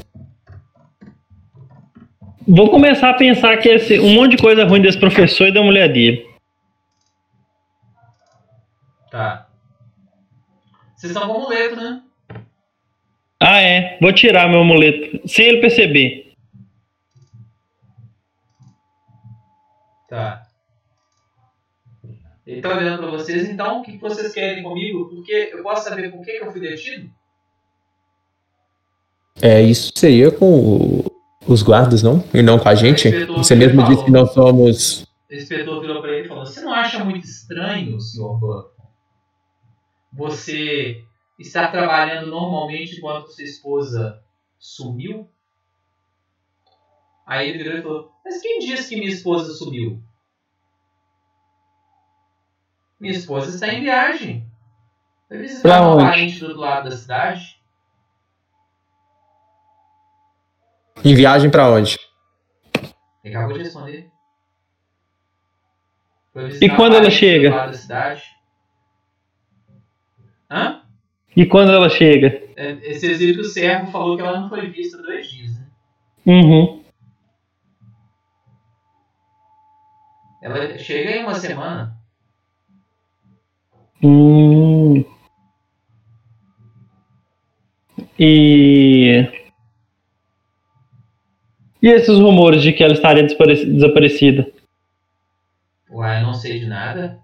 [SPEAKER 2] Vou começar a pensar que esse, um monte de coisa ruim desse professor e da mulher dele.
[SPEAKER 1] Tá. Vocês estão com amuleto, né?
[SPEAKER 2] Ah, é. Vou tirar meu amuleto. Sem ele perceber.
[SPEAKER 1] Tá. Ele tá olhando pra vocês, então o que vocês querem comigo? Porque eu posso saber por que eu fui detido?
[SPEAKER 4] É, isso seria com o- os guardas, não? E não com a gente?
[SPEAKER 1] inspetor
[SPEAKER 4] Você mesmo
[SPEAKER 1] falou.
[SPEAKER 4] disse que não somos...
[SPEAKER 1] O inspetor virou pra ele e falou: você não acha muito estranho, senhor Buck, você está trabalhando normalmente enquanto sua esposa sumiu? Aí ele virou e falou, mas quem disse que minha esposa sumiu? Minha esposa está em viagem. Foi visitar
[SPEAKER 2] Pra
[SPEAKER 1] uma
[SPEAKER 2] onde?
[SPEAKER 1] parente do outro lado da cidade.
[SPEAKER 4] Em viagem pra onde?
[SPEAKER 1] Ele acabou de responder. Foi
[SPEAKER 2] E
[SPEAKER 1] visitar
[SPEAKER 2] quando
[SPEAKER 1] uma
[SPEAKER 2] ela
[SPEAKER 1] parente do outro
[SPEAKER 2] chega?
[SPEAKER 1] lado da cidade. Hã?
[SPEAKER 2] E quando ela chega?
[SPEAKER 1] É, vocês viram que o servo falou que ela não foi vista há dois dias, né?
[SPEAKER 2] Uhum.
[SPEAKER 1] Ela chega em uma semana.
[SPEAKER 2] Hum. E. E esses rumores de que ela estaria despre- desaparecida?
[SPEAKER 1] Uai, eu não sei de nada.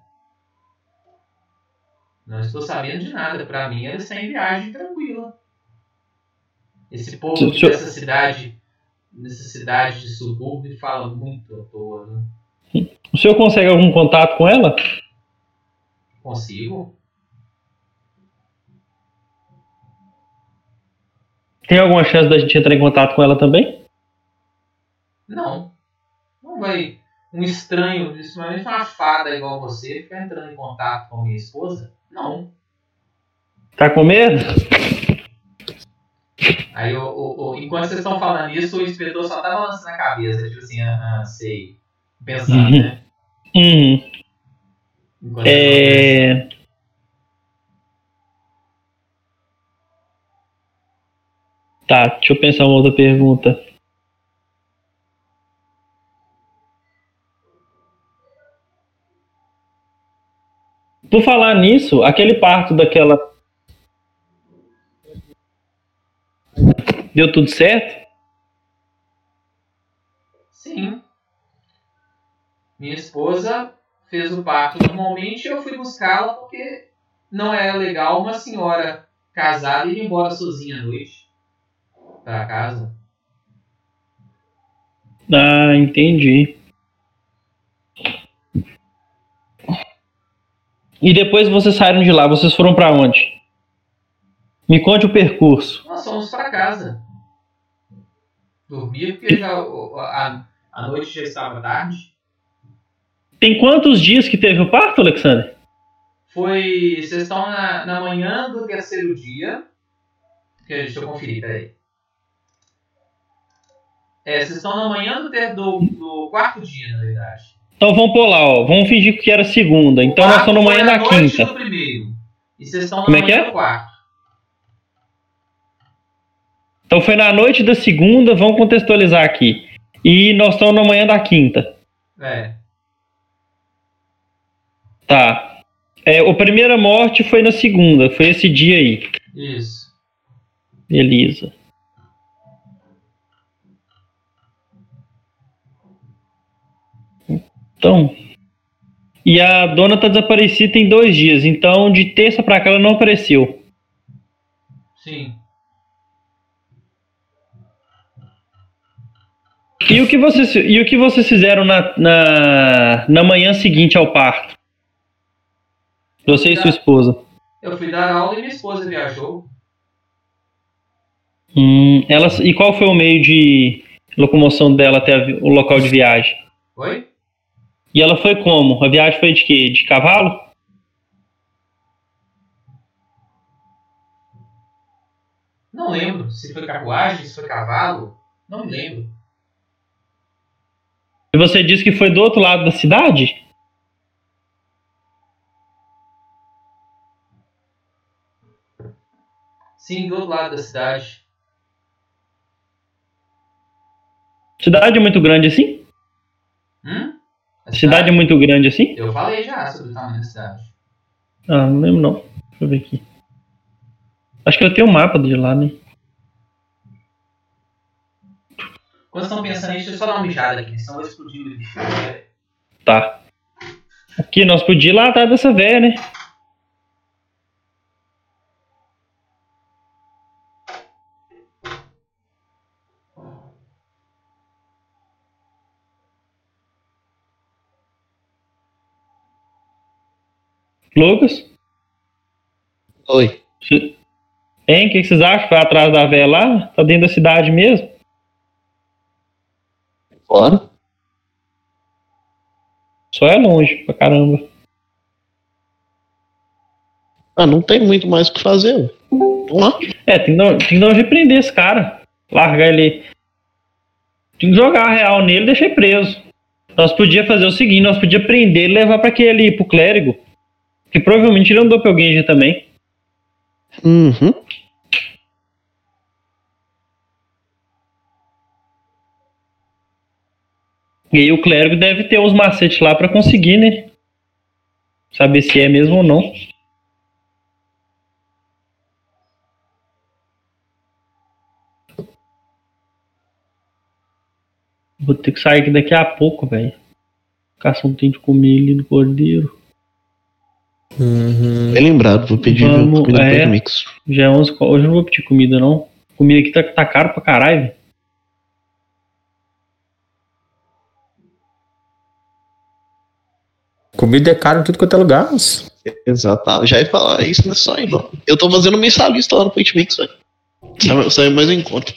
[SPEAKER 1] Não estou sabendo de nada. Pra mim, ela está em viagem tranquila. Esse povo aqui
[SPEAKER 2] Se- se-
[SPEAKER 1] dessa cidade, nessa cidade de subúrbio, fala muito à toa, né?
[SPEAKER 2] O senhor consegue algum contato com ela?
[SPEAKER 1] Consigo?
[SPEAKER 2] Tem alguma chance da gente entrar em contato com ela também?
[SPEAKER 1] Não. Não vai um estranho, principalmente uma fada igual você, ficar entrando em contato com a minha esposa? Não.
[SPEAKER 2] Tá com medo?
[SPEAKER 1] Aí, o, o, o- enquanto vocês estão falando isso, o inspetor só tá balançando a cabeça, tipo assim, ah, ah, sei. Pensando, né?
[SPEAKER 2] Uhum.
[SPEAKER 1] Enquanto vocês estão conversando.
[SPEAKER 2] É... Tá, deixa eu pensar uma outra pergunta. Por falar nisso, aquele parto daquela. Deu tudo certo?
[SPEAKER 1] Sim. Minha esposa fez o parto normalmente e eu fui buscá-la porque não é legal uma senhora casada ir embora sozinha à noite para casa.
[SPEAKER 2] Ah, entendi. E depois vocês saíram de lá, vocês foram pra onde? Me conte o percurso.
[SPEAKER 1] Nós fomos para casa. Dormir porque já, a, a noite já estava tarde.
[SPEAKER 2] Tem quantos dias que teve o parto, Alexandre?
[SPEAKER 1] Foi. Vocês estão na, na manhã do terceiro dia. Que, deixa eu conferir, peraí. É, vocês estão na manhã do, ter, do, do quarto dia, na verdade.
[SPEAKER 2] Então vamos por lá, ó. Vamos fingir que era segunda. Então
[SPEAKER 1] O
[SPEAKER 2] nós
[SPEAKER 1] quarto
[SPEAKER 2] estamos na
[SPEAKER 1] foi
[SPEAKER 2] manhã
[SPEAKER 1] à
[SPEAKER 2] da
[SPEAKER 1] noite
[SPEAKER 2] quinta.
[SPEAKER 1] do primeiro. E vocês estão na
[SPEAKER 2] Como é que
[SPEAKER 1] manhã
[SPEAKER 2] é?
[SPEAKER 1] do quarto.
[SPEAKER 2] Então foi na noite da segunda, vamos contextualizar aqui. E nós estamos na manhã da quinta.
[SPEAKER 1] É.
[SPEAKER 2] Tá. É, a primeira morte foi na segunda, foi esse dia aí.
[SPEAKER 1] Isso.
[SPEAKER 2] Beleza. Então. E a dona tá desaparecida tem dois dias, então de terça pra cá ela não apareceu.
[SPEAKER 1] Sim.
[SPEAKER 2] E o que vocês, e o que vocês fizeram na, na, na manhã seguinte ao parto? Você e sua esposa.
[SPEAKER 1] Eu fui dar aula e minha esposa viajou.
[SPEAKER 2] Hum, ela, e qual foi o meio de locomoção dela até a vi- o local de viagem?
[SPEAKER 1] Oi?
[SPEAKER 2] E ela foi como? A viagem foi de quê? De cavalo?
[SPEAKER 1] Não lembro se foi carruagem, se foi cavalo. Não me lembro.
[SPEAKER 2] E você disse que foi do outro lado da cidade?
[SPEAKER 1] Sim, do outro lado da cidade.
[SPEAKER 2] Cidade é muito grande assim?
[SPEAKER 1] Hum? A
[SPEAKER 2] Cidade é muito grande assim?
[SPEAKER 1] Eu falei já sobre o tamanho da cidade.
[SPEAKER 2] Ah, não lembro não. Deixa eu ver aqui. Acho que eu tenho um mapa de lá, né?
[SPEAKER 1] Quando estão pensando nisso, deixa eu só dar uma mijada aqui, senão vai explodir o bicho.
[SPEAKER 2] Tá. Aqui nós podíamos ir lá atrás dessa véia, né? Lucas?
[SPEAKER 3] Oi.
[SPEAKER 2] Hein? O que vocês acham? Foi atrás da véia lá? Tá dentro da cidade mesmo?
[SPEAKER 3] Bora.
[SPEAKER 2] Só é longe pra caramba.
[SPEAKER 3] Ah, não tem muito mais o que fazer. Ué. Vamos lá.
[SPEAKER 2] É, tem que dar, tem que dar um repreender esse cara. Largar ele. Tem que jogar a real nele e deixar ele preso. Nós podíamos fazer o seguinte, nós podíamos prender ele e levar pra aquele, pro clérigo. Que provavelmente ele é um doppelganger também.
[SPEAKER 3] Uhum.
[SPEAKER 2] E aí o clérigo deve ter os macetes lá pra conseguir, né? Saber se é mesmo ou não. Vou ter que sair aqui daqui a pouco, velho. Caçar um tempo de comer ali no cordeiro.
[SPEAKER 4] Uhum.
[SPEAKER 3] Bem lembrado, vou pedir
[SPEAKER 2] Vamos,
[SPEAKER 3] comida
[SPEAKER 2] é.
[SPEAKER 3] pro mix.
[SPEAKER 2] Já é onze. Hoje eu não vou pedir comida, não. Comida aqui tá, tá caro pra caralho, velho.
[SPEAKER 4] Comida é caro em tudo quanto é lugar, moço.
[SPEAKER 3] Exato. Já ia falar isso, não é só aí, não. Eu tô fazendo mensalista lá no Point Mix, velho. Sai- Sai mais um encontro.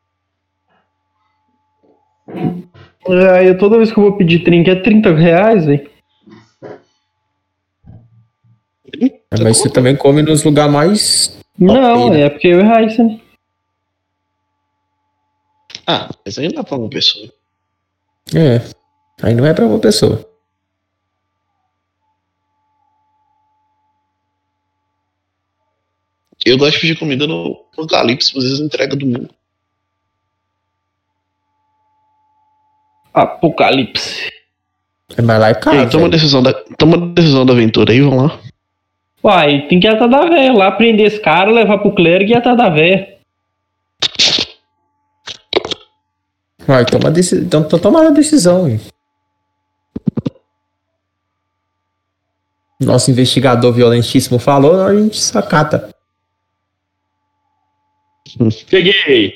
[SPEAKER 2] É, eu, toda vez que eu vou pedir drink é trinta reais, velho.
[SPEAKER 4] É, mas você também come nos lugares mais.
[SPEAKER 2] Não,
[SPEAKER 4] né?
[SPEAKER 2] é porque eu e Raíssa, né?
[SPEAKER 3] Ah, mas aí não dá pra uma pessoa.
[SPEAKER 4] É. Aí não é pra uma pessoa.
[SPEAKER 3] Eu gosto de pedir comida no Apocalipse, às vezes entrega domingo.
[SPEAKER 2] Apocalipse.
[SPEAKER 4] É, mas lá é
[SPEAKER 3] E
[SPEAKER 4] caro.
[SPEAKER 3] aí, toma a
[SPEAKER 4] velho.
[SPEAKER 3] decisão da, toma a decisão da aventura aí, vamos lá.
[SPEAKER 2] Uai, tem que ir atrás da véia lá, prender esse cara, levar pro clérigo e ir atrás da véia.
[SPEAKER 4] Vai, toma a decisão. Então, então toma a decisão, hein. Nosso investigador violentíssimo falou, a gente sacata.
[SPEAKER 6] Cheguei.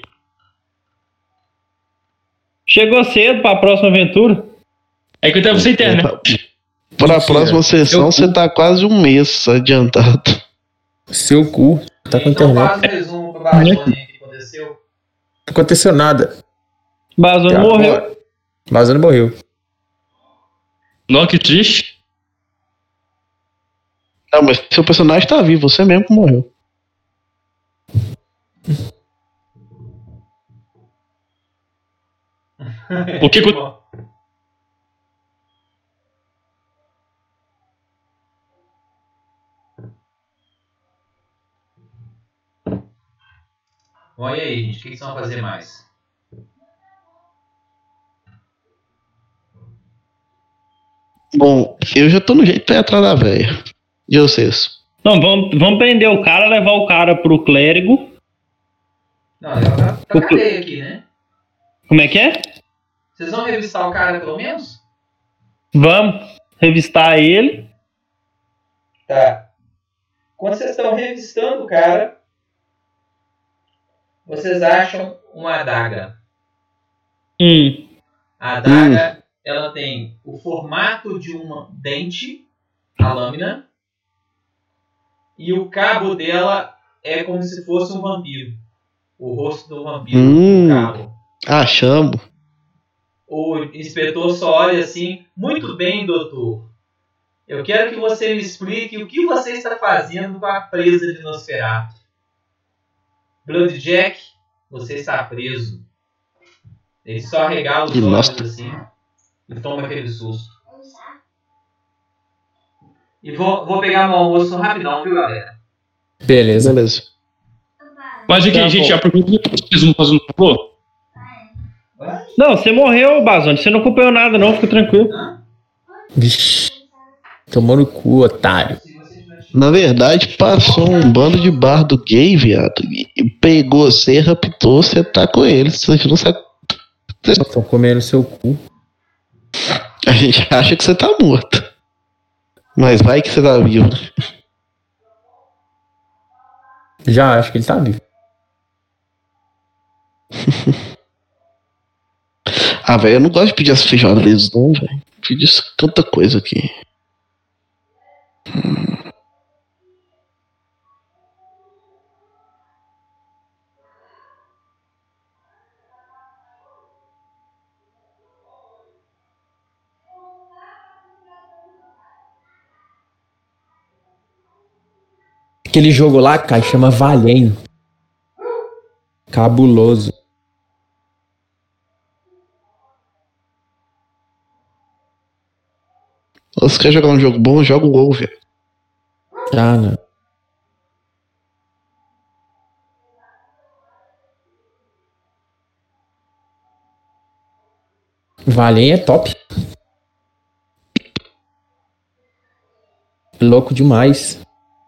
[SPEAKER 2] Chegou cedo pra próxima aventura.
[SPEAKER 6] É que eu tava sem internet.
[SPEAKER 3] Pra
[SPEAKER 4] Mentira.
[SPEAKER 3] próxima sessão,
[SPEAKER 4] Eu-
[SPEAKER 3] você tá quase um mês adiantado.
[SPEAKER 4] Seu cu. Tá com
[SPEAKER 1] Então
[SPEAKER 4] internet.
[SPEAKER 1] faz um resumo pro Barone o que aconteceu.
[SPEAKER 4] Não aconteceu nada.
[SPEAKER 2] Bazone
[SPEAKER 4] Até
[SPEAKER 2] morreu.
[SPEAKER 4] agora. Bazone morreu.
[SPEAKER 6] Não, que triste.
[SPEAKER 3] Não, mas seu personagem tá vivo, você mesmo que morreu.
[SPEAKER 6] O que que-
[SPEAKER 1] Bom, e aí, gente? O que que vocês vão fazer mais?
[SPEAKER 3] Bom, eu já tô no jeito pra ir atrás da véia. E vocês?
[SPEAKER 2] Não, vamos, vamos prender o cara, levar o cara pro clérigo.
[SPEAKER 1] Não, ela tá, tá cadeia aqui, né?
[SPEAKER 2] Como é que é?
[SPEAKER 1] Vocês vão revistar o cara pelo menos?
[SPEAKER 2] Vamos revistar ele.
[SPEAKER 1] Tá. Quando vocês estão revistando o cara, vocês acham uma adaga.
[SPEAKER 2] Hum.
[SPEAKER 1] A adaga, ela tem o formato de um dente, a lâmina, e o cabo dela é como se fosse um vampiro. O rosto do vampiro,
[SPEAKER 3] Hum.
[SPEAKER 1] o cabo.
[SPEAKER 3] Ah, chamo.
[SPEAKER 1] O inspetor só olha assim, muito bem, doutor. Eu quero que você me explique o que você está fazendo com a presa de Nosferatu. Bloodjack, você está preso. Ele só regala os
[SPEAKER 3] Que
[SPEAKER 1] olhos
[SPEAKER 3] nossa.
[SPEAKER 1] assim e toma aquele susto. E vou, vou pegar meu almoço rapidão, viu, galera?
[SPEAKER 4] Beleza.
[SPEAKER 3] Beleza.
[SPEAKER 6] Mas aqui,
[SPEAKER 4] Tá
[SPEAKER 6] gente,
[SPEAKER 4] bom.
[SPEAKER 6] já perguntou o que vocês vão fazer no favor?
[SPEAKER 2] Não, você morreu, Bazone. Você não acompanhou nada, não. Fica tranquilo.
[SPEAKER 4] Vixe. Tomou no cu, otário.
[SPEAKER 3] Na verdade, passou um bando de bardo gay, viado. E pegou você, raptou, você tá com eles. Você não sabe.
[SPEAKER 4] Estão comendo seu cu.
[SPEAKER 3] A gente acha que você tá morto. Mas vai que você tá vivo.
[SPEAKER 4] Já acho que ele tá vivo.
[SPEAKER 3] Ah, velho, eu não gosto de pedir essa feijoada deles, não, velho. Pedi tanta coisa aqui. Hum.
[SPEAKER 4] Aquele jogo lá, cara, chama Valheim. Cabuloso.
[SPEAKER 3] Você quer jogar um jogo bom? Joga o WoW, velho.
[SPEAKER 4] Ah, não. Valheim é top. Louco demais.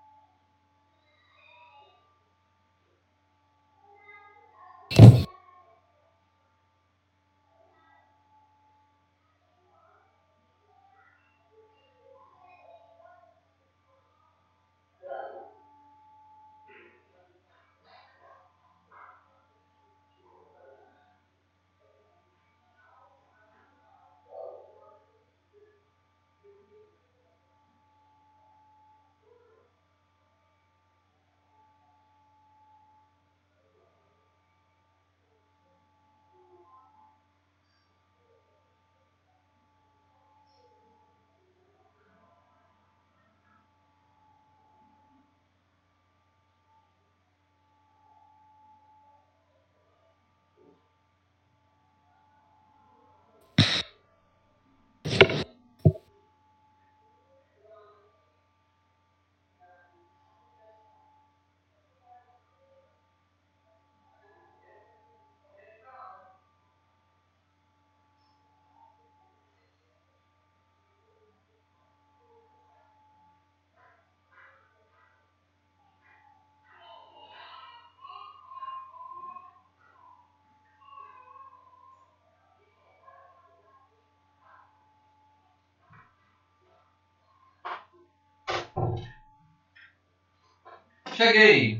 [SPEAKER 1] Cheguei.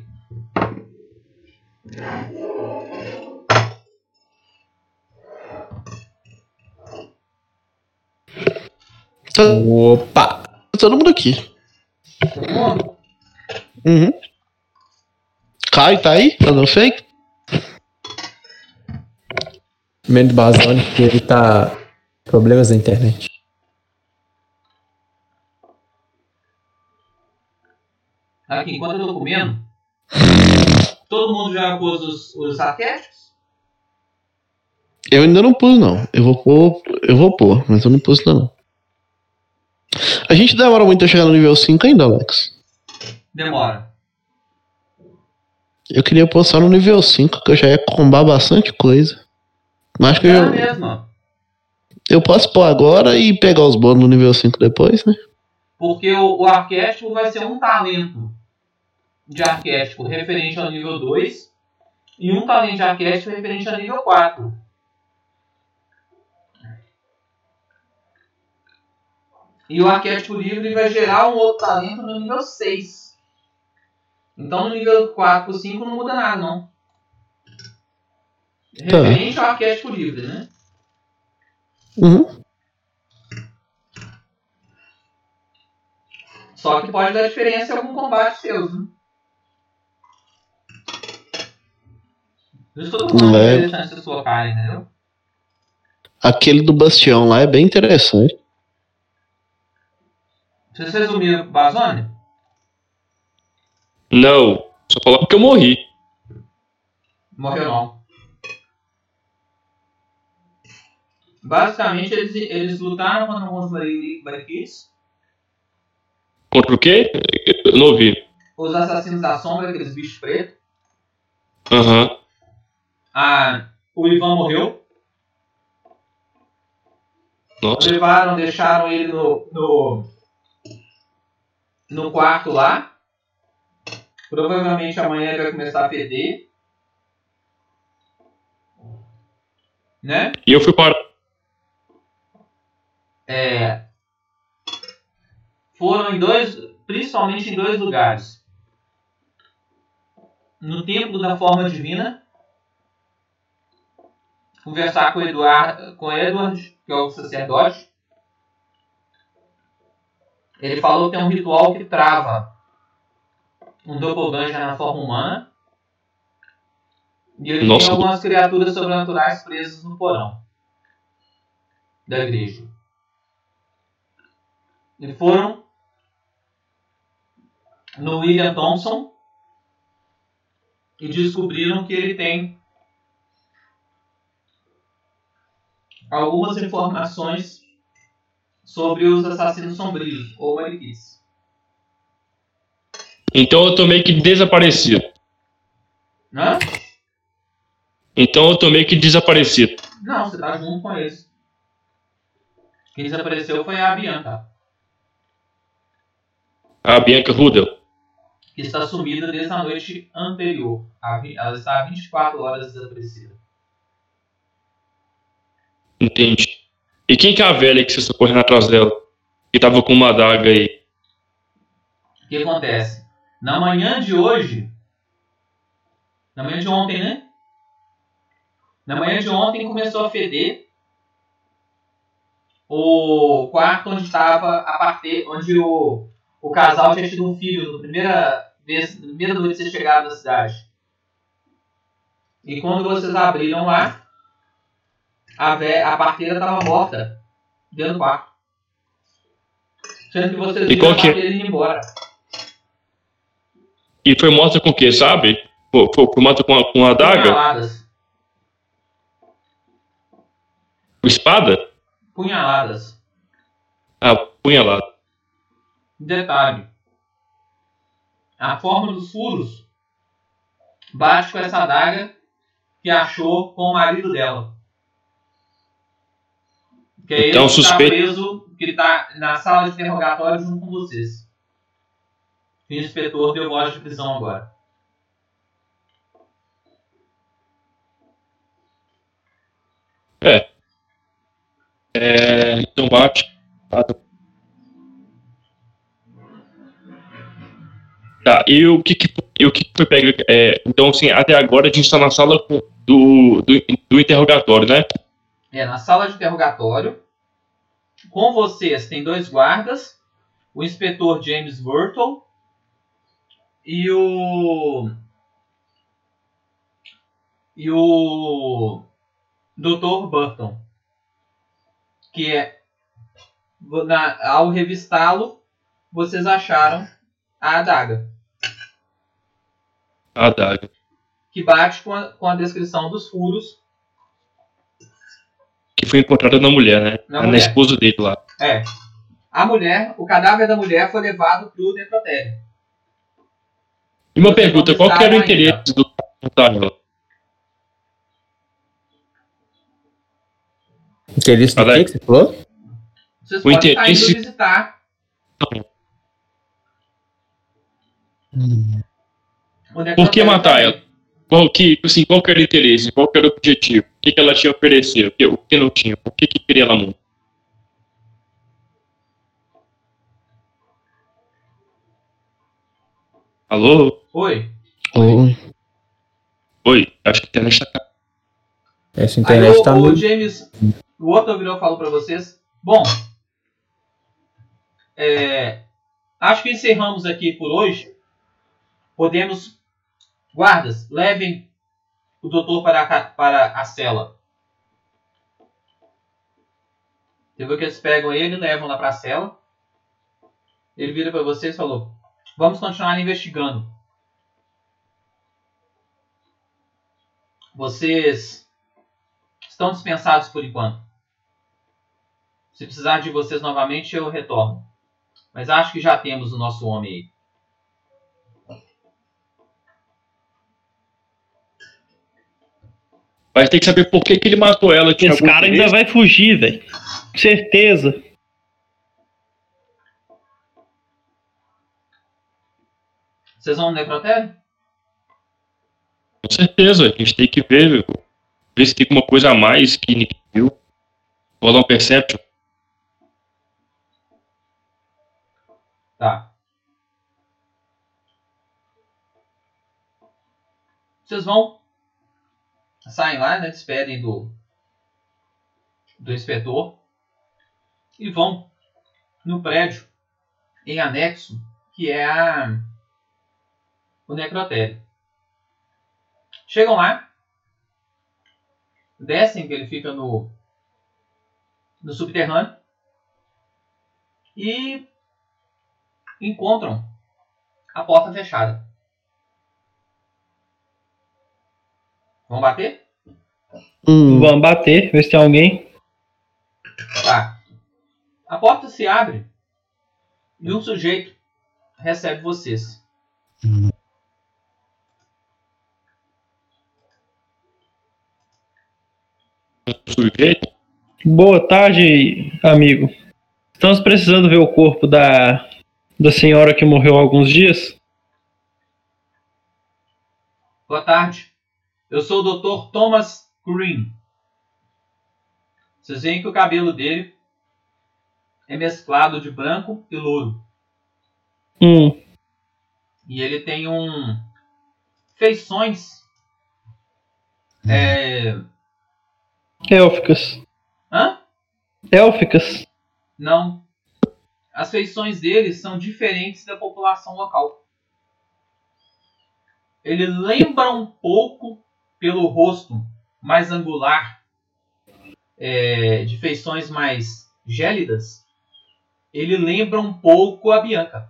[SPEAKER 3] Tá
[SPEAKER 4] Opa!
[SPEAKER 3] todo mundo aqui.
[SPEAKER 1] Todo mundo?
[SPEAKER 3] Uhum. Caio tá aí? Tá dando fake?
[SPEAKER 4] Menos Bazone, que ele tá. Problemas da internet.
[SPEAKER 1] Aqui, enquanto eu tô comendo, todo mundo já pôs os, os arquétipos?
[SPEAKER 3] Eu ainda não pus, não. Eu vou pôr. Eu vou pôr, mas eu não pus ainda não. A gente demora muito a chegar no nível cinco ainda, Alex.
[SPEAKER 1] Demora.
[SPEAKER 3] Eu queria pôr só no nível cinco, que eu já ia combar bastante coisa. Mas acho que eu,
[SPEAKER 1] É a
[SPEAKER 3] já-
[SPEAKER 1] mesma.
[SPEAKER 3] eu posso pôr agora e pegar os bônus no nível cinco depois, né?
[SPEAKER 1] Porque o, o arquétipo vai ser um talento de arquétipo referente ao nível dois e um talento de arquétipo referente ao nível quatro. E o arquétipo livre vai gerar um outro talento no nível seis. Então no nível quatro e cinco não muda nada, não. Referente ao arquétipo livre, né?
[SPEAKER 3] Uhum.
[SPEAKER 1] Só que pode dar diferença em algum combate seus, né? Por isso que eu tô falando que é
[SPEAKER 3] É.
[SPEAKER 1] interessante vocês colocarem, entendeu?
[SPEAKER 3] Aquele do Bastião lá é bem interessante.
[SPEAKER 1] Vocês resumiram o Bazone?
[SPEAKER 6] Não. Só coloca que eu morri.
[SPEAKER 1] Morreu não. Basicamente, eles, eles lutaram contra alguns Bariquis,
[SPEAKER 6] Contra o quê? Eu não ouvi.
[SPEAKER 1] os assassinos da sombra, aqueles bichos pretos.
[SPEAKER 6] Aham.
[SPEAKER 1] Ah, o Ivan morreu.
[SPEAKER 6] Nossa.
[SPEAKER 1] Levaram, deixaram ele no, no, no quarto lá. Provavelmente amanhã ele vai começar a feder. Né?
[SPEAKER 6] E eu fui para.
[SPEAKER 1] É, foram em dois, principalmente em dois lugares. No templo da forma divina, conversar com Eduard, com Edward, que é o sacerdote. Ele falou que tem um ritual que trava um doppelganger na forma humana. E ele
[SPEAKER 6] Nossa.
[SPEAKER 1] tem algumas criaturas sobrenaturais presas no porão da igreja. E foram no William Thompson e descobriram que ele tem algumas informações sobre os assassinos sombrios ou mariquis.
[SPEAKER 6] Então eu tô meio que desaparecido.
[SPEAKER 1] Hã?
[SPEAKER 6] Então eu tô meio que desaparecido.
[SPEAKER 1] Não, você tá junto com eles. Quem desapareceu foi a Bianca,
[SPEAKER 6] A Bianca Rudel.
[SPEAKER 1] que está sumida desde a noite anterior. A vi- Ela está há vinte e quatro horas desaparecida.
[SPEAKER 6] Entendi. E quem que é a velha que você está correndo atrás dela? Que tava com uma adaga aí.
[SPEAKER 1] O que acontece? Na manhã de hoje, na manhã de ontem, né? Na manhã de ontem começou a feder o quarto onde estava a parte, onde o, o casal tinha tido um filho na primeira vez, na primeira noite que vocês chegaram na cidade. E quando vocês abriram lá, a, vé- a parteira estava morta dentro do quarto. Sendo que vocês
[SPEAKER 6] E
[SPEAKER 1] viram
[SPEAKER 6] qual
[SPEAKER 1] a
[SPEAKER 6] que é?
[SPEAKER 1] parteira indo embora.
[SPEAKER 6] E foi morta com o quê, sabe? Foi, foi, foi morta com a, com a adaga?
[SPEAKER 1] Punhaladas.
[SPEAKER 6] Com espada?
[SPEAKER 1] Punhaladas.
[SPEAKER 6] Ah, punhalada.
[SPEAKER 1] Detalhe. A forma dos furos bate com essa adaga que achou com o marido dela. Que é
[SPEAKER 6] Então,
[SPEAKER 1] ele que está
[SPEAKER 6] suspeito-
[SPEAKER 1] preso, que está na sala de interrogatório junto com vocês. O inspetor deu voz de prisão agora.
[SPEAKER 6] É. É. Então bate. Tá, e o que que, e o que que foi pego? É, então, assim, até agora a gente tá na sala com- do, do, do interrogatório, né?
[SPEAKER 1] É, na sala de interrogatório. Com vocês tem dois guardas. O inspetor James Wurtle e o... E o... doutor Burton. Que é... Na, ao revistá-lo, vocês acharam a adaga.
[SPEAKER 6] A adaga.
[SPEAKER 1] Que bate com a, com a descrição dos furos.
[SPEAKER 6] Que foi encontrada na mulher, né?
[SPEAKER 1] Na
[SPEAKER 6] Na,
[SPEAKER 1] mulher.
[SPEAKER 6] esposa dele lá.
[SPEAKER 1] É. A mulher, o cadáver da mulher foi levado para o necrotério.
[SPEAKER 6] E uma
[SPEAKER 1] Vocês
[SPEAKER 6] pergunta,
[SPEAKER 1] não
[SPEAKER 6] qual que era o
[SPEAKER 1] estavam ainda.
[SPEAKER 6] interesse do matar ela?
[SPEAKER 4] Interesse do
[SPEAKER 6] Alex.
[SPEAKER 4] que que você falou?
[SPEAKER 1] Vocês
[SPEAKER 6] O
[SPEAKER 1] podem estar indo
[SPEAKER 6] interesse-
[SPEAKER 1] visitar o necrotério.
[SPEAKER 6] Por que matar
[SPEAKER 1] também.
[SPEAKER 6] ela? Qual que, assim, qual que era o interesse? Qual que era o objetivo? O que, que ela tinha a oferecer? O que, o que não tinha? Por que, que queria ela muito? Alô?
[SPEAKER 1] Oi.
[SPEAKER 4] Oi.
[SPEAKER 6] Oi, acho que a internet tá...
[SPEAKER 4] Essa
[SPEAKER 1] Aí
[SPEAKER 4] internet
[SPEAKER 1] o,
[SPEAKER 4] tá
[SPEAKER 1] o
[SPEAKER 4] muito...
[SPEAKER 1] James, o outro virou e falou para vocês. Bom, é, acho que encerramos aqui por hoje. Podemos, guardas, levem o doutor para a, ca- para a cela. Você viu que eles pegam ele e levam lá para a cela. Ele vira para vocês e falou: vamos continuar investigando. Vocês estão dispensados por enquanto. Se precisar de vocês novamente, eu retorno. Mas acho que já temos o nosso homem aí.
[SPEAKER 6] Vai ter que saber por que, que ele matou ela. Tinha
[SPEAKER 2] Esse
[SPEAKER 6] algum
[SPEAKER 2] cara ainda
[SPEAKER 6] interesse?
[SPEAKER 2] vai fugir, velho. Certeza.
[SPEAKER 1] Vocês vão no necrotério?
[SPEAKER 6] Com certeza, a gente tem que ver, viu? Ver se tem alguma coisa a mais que ninguém viu. Rolar um perception.
[SPEAKER 1] Tá. Vocês vão, saem lá, né? Despedem do, do inspetor e vão no prédio em anexo, que é a, o necrotério. Chegam lá, descem, que ele fica no, no subterrâneo, e encontram A porta fechada. Vamos bater?
[SPEAKER 3] Hum.
[SPEAKER 2] Vamos bater, ver se tem alguém.
[SPEAKER 1] Tá. A porta se abre e um sujeito recebe vocês.
[SPEAKER 6] Sujeito?
[SPEAKER 2] Boa tarde, amigo. Estamos precisando ver o corpo da, da senhora que morreu há alguns dias.
[SPEAKER 1] Boa tarde. Eu sou o doutor Thomas Green. Vocês veem que o cabelo dele é mesclado de branco e louro.
[SPEAKER 2] Hum,
[SPEAKER 1] E ele tem um... feições... É...
[SPEAKER 2] élficas.
[SPEAKER 1] Hã?
[SPEAKER 2] Élficas.
[SPEAKER 1] Não. As feições dele são diferentes da população local. Ele lembra um pouco, pelo rosto mais angular, é, de feições mais gélidas, ele lembra um pouco a Bianca.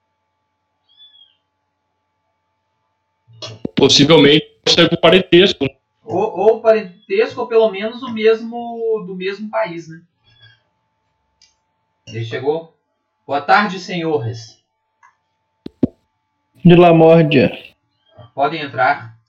[SPEAKER 6] Possivelmente serve o parentesco.
[SPEAKER 1] Ou, ou parentesco, ou pelo menos o mesmo, do mesmo país, né? Ele chegou. Boa tarde, senhores.
[SPEAKER 2] De Lamórdia.
[SPEAKER 1] Podem entrar.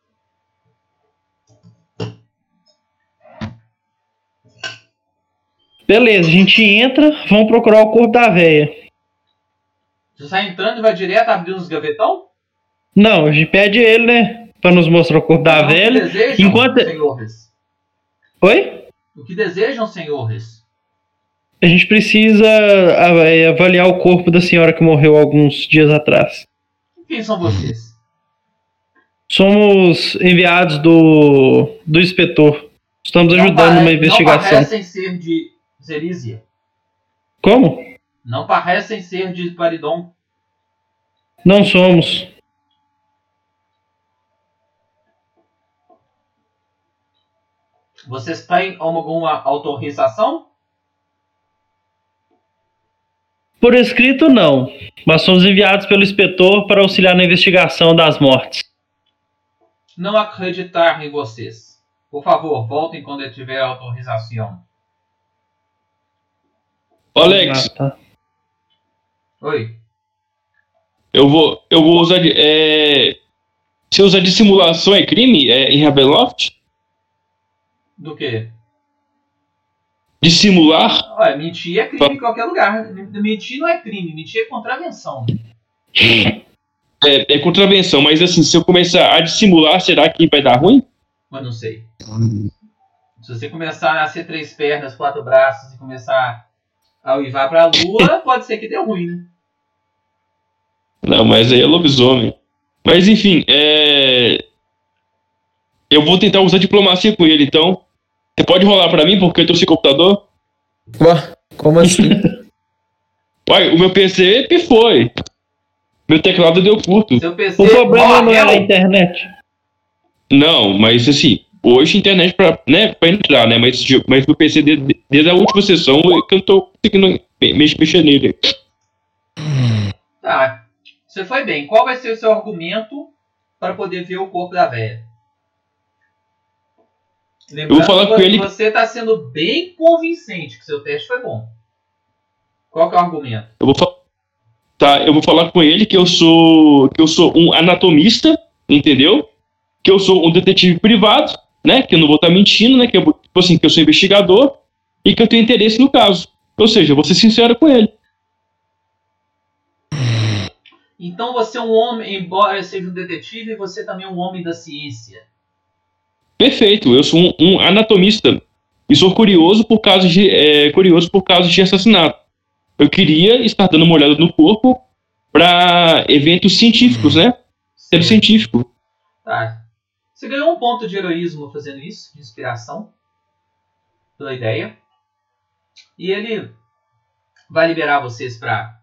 [SPEAKER 2] Beleza, a gente entra, vamos procurar o corpo da véia.
[SPEAKER 1] Você está entrando e vai direto abrir os gavetão?
[SPEAKER 2] Não, a gente pede ele, né? Pra nos mostrar o corpo da
[SPEAKER 1] Então, o que
[SPEAKER 2] velha.
[SPEAKER 1] desejam,
[SPEAKER 2] Enquanto...
[SPEAKER 1] senhores?
[SPEAKER 2] Oi?
[SPEAKER 1] O que desejam, senhores?
[SPEAKER 2] A gente precisa a- avaliar o corpo da senhora que morreu alguns dias atrás.
[SPEAKER 1] Quem são vocês?
[SPEAKER 2] Somos enviados do, do inspetor. Estamos
[SPEAKER 1] Não
[SPEAKER 2] ajudando
[SPEAKER 1] pare-
[SPEAKER 2] numa investigação.
[SPEAKER 1] Não parecem ser de Zerízia.
[SPEAKER 2] Como?
[SPEAKER 1] Não parecem ser de Paridon.
[SPEAKER 2] Não somos.
[SPEAKER 1] Vocês têm alguma autorização?
[SPEAKER 2] Por escrito, não. Mas somos enviados pelo inspetor para auxiliar na investigação das mortes.
[SPEAKER 1] Não acreditar em vocês. Por favor, voltem quando eu tiver autorização.
[SPEAKER 6] Ô, Alex,
[SPEAKER 2] Ah, tá.
[SPEAKER 1] Oi.
[SPEAKER 6] eu vou, eu vou usar de. É... Se usar de simulação é crime? É, em Ravenloft?
[SPEAKER 1] Do quê?
[SPEAKER 6] De simular?
[SPEAKER 1] Olha, mentir é crime em qualquer lugar. Mentir não é crime, mentir é contravenção.
[SPEAKER 6] É, é contravenção, mas assim, se eu começar a dissimular, será que vai dar ruim?
[SPEAKER 1] Mas não sei. Se você começar a nascer três pernas, quatro braços e começar a uivar pra lua, pode ser que dê ruim, né?
[SPEAKER 6] Não, mas aí é lobisomem. Mas enfim, é... eu vou tentar usar diplomacia com ele, então. Você pode rolar pra mim, porque eu tô sem computador?
[SPEAKER 4] Ué, como assim?
[SPEAKER 6] Uai, o meu P C pifou. Meu teclado deu curto.
[SPEAKER 1] Seu P C
[SPEAKER 2] O problema não é a
[SPEAKER 1] morreu.
[SPEAKER 2] internet.
[SPEAKER 6] Não, mas assim, hoje a internet pra, né, pra entrar, né? Mas, mas meu P C, desde, desde a última sessão, eu que eu não tô conseguindo mexer, mexer nele.
[SPEAKER 1] Tá. Você foi bem. Qual vai ser o seu argumento para poder ver o corpo da velha?
[SPEAKER 6] Eu vou falar com
[SPEAKER 1] que
[SPEAKER 6] ele-
[SPEAKER 1] Você está sendo bem convincente que seu teste foi bom. Qual que é o argumento?
[SPEAKER 6] Eu vou, fa- tá, eu vou falar com ele que eu sou que eu sou um anatomista, entendeu? Que eu sou um detetive privado, né? Que eu não vou estar mentindo, né? Que eu, tipo assim, que eu sou investigador e que eu tenho interesse no caso. Ou seja, eu vou ser sincero com ele.
[SPEAKER 1] Então você é um homem, embora seja um detetive, você também é um homem da ciência.
[SPEAKER 6] Perfeito, eu sou um, um anatomista e sou curioso por causa de é, curioso por causa de assassinato. Eu queria estar dando uma olhada no corpo para eventos científicos, né? Ser científico.
[SPEAKER 1] Tá. Você ganhou um ponto de heroísmo fazendo isso, de inspiração, pela ideia. E ele vai liberar vocês para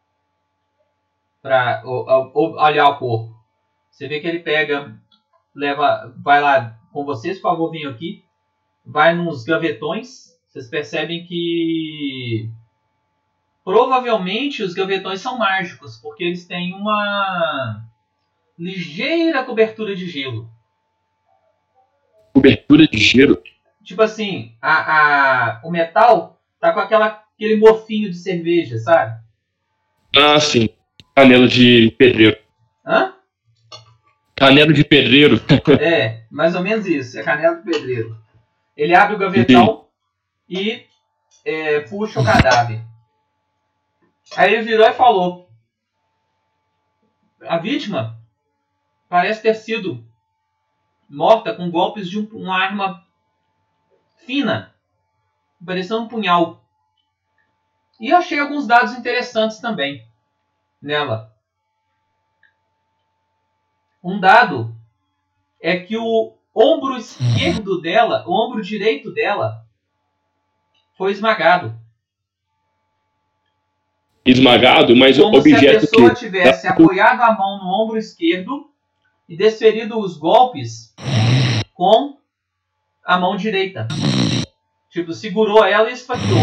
[SPEAKER 1] para olhar o corpo. Você vê que ele pega, leva, vai lá com vocês, por favor, venham aqui. Vai nos gavetões. Vocês percebem que provavelmente os gavetões são mágicos, porque eles têm uma ligeira cobertura de gelo.
[SPEAKER 6] Cobertura de gelo?
[SPEAKER 1] Tipo assim, a, a, o metal tá com aquela, aquele mofinho de cerveja, sabe?
[SPEAKER 6] Ah, sim. Canelo de pedreiro.
[SPEAKER 1] Hã?
[SPEAKER 6] Canelo de pedreiro.
[SPEAKER 1] É, mais ou menos isso. É canela de pedreiro. Ele abre o gavetão e é, puxa o cadáver. Aí ele virou e falou: a vítima parece ter sido morta com golpes de um, uma arma fina, parecendo um punhal. E achei alguns dados interessantes também nela. Um dado é que o ombro esquerdo dela, o ombro direito dela, foi esmagado.
[SPEAKER 6] Esmagado, mas o
[SPEAKER 1] Como
[SPEAKER 6] objeto
[SPEAKER 1] se a pessoa
[SPEAKER 6] que...
[SPEAKER 1] tivesse apoiado a mão no ombro esquerdo e desferido os golpes com a mão direita. Tipo, segurou ela e esfaqueou.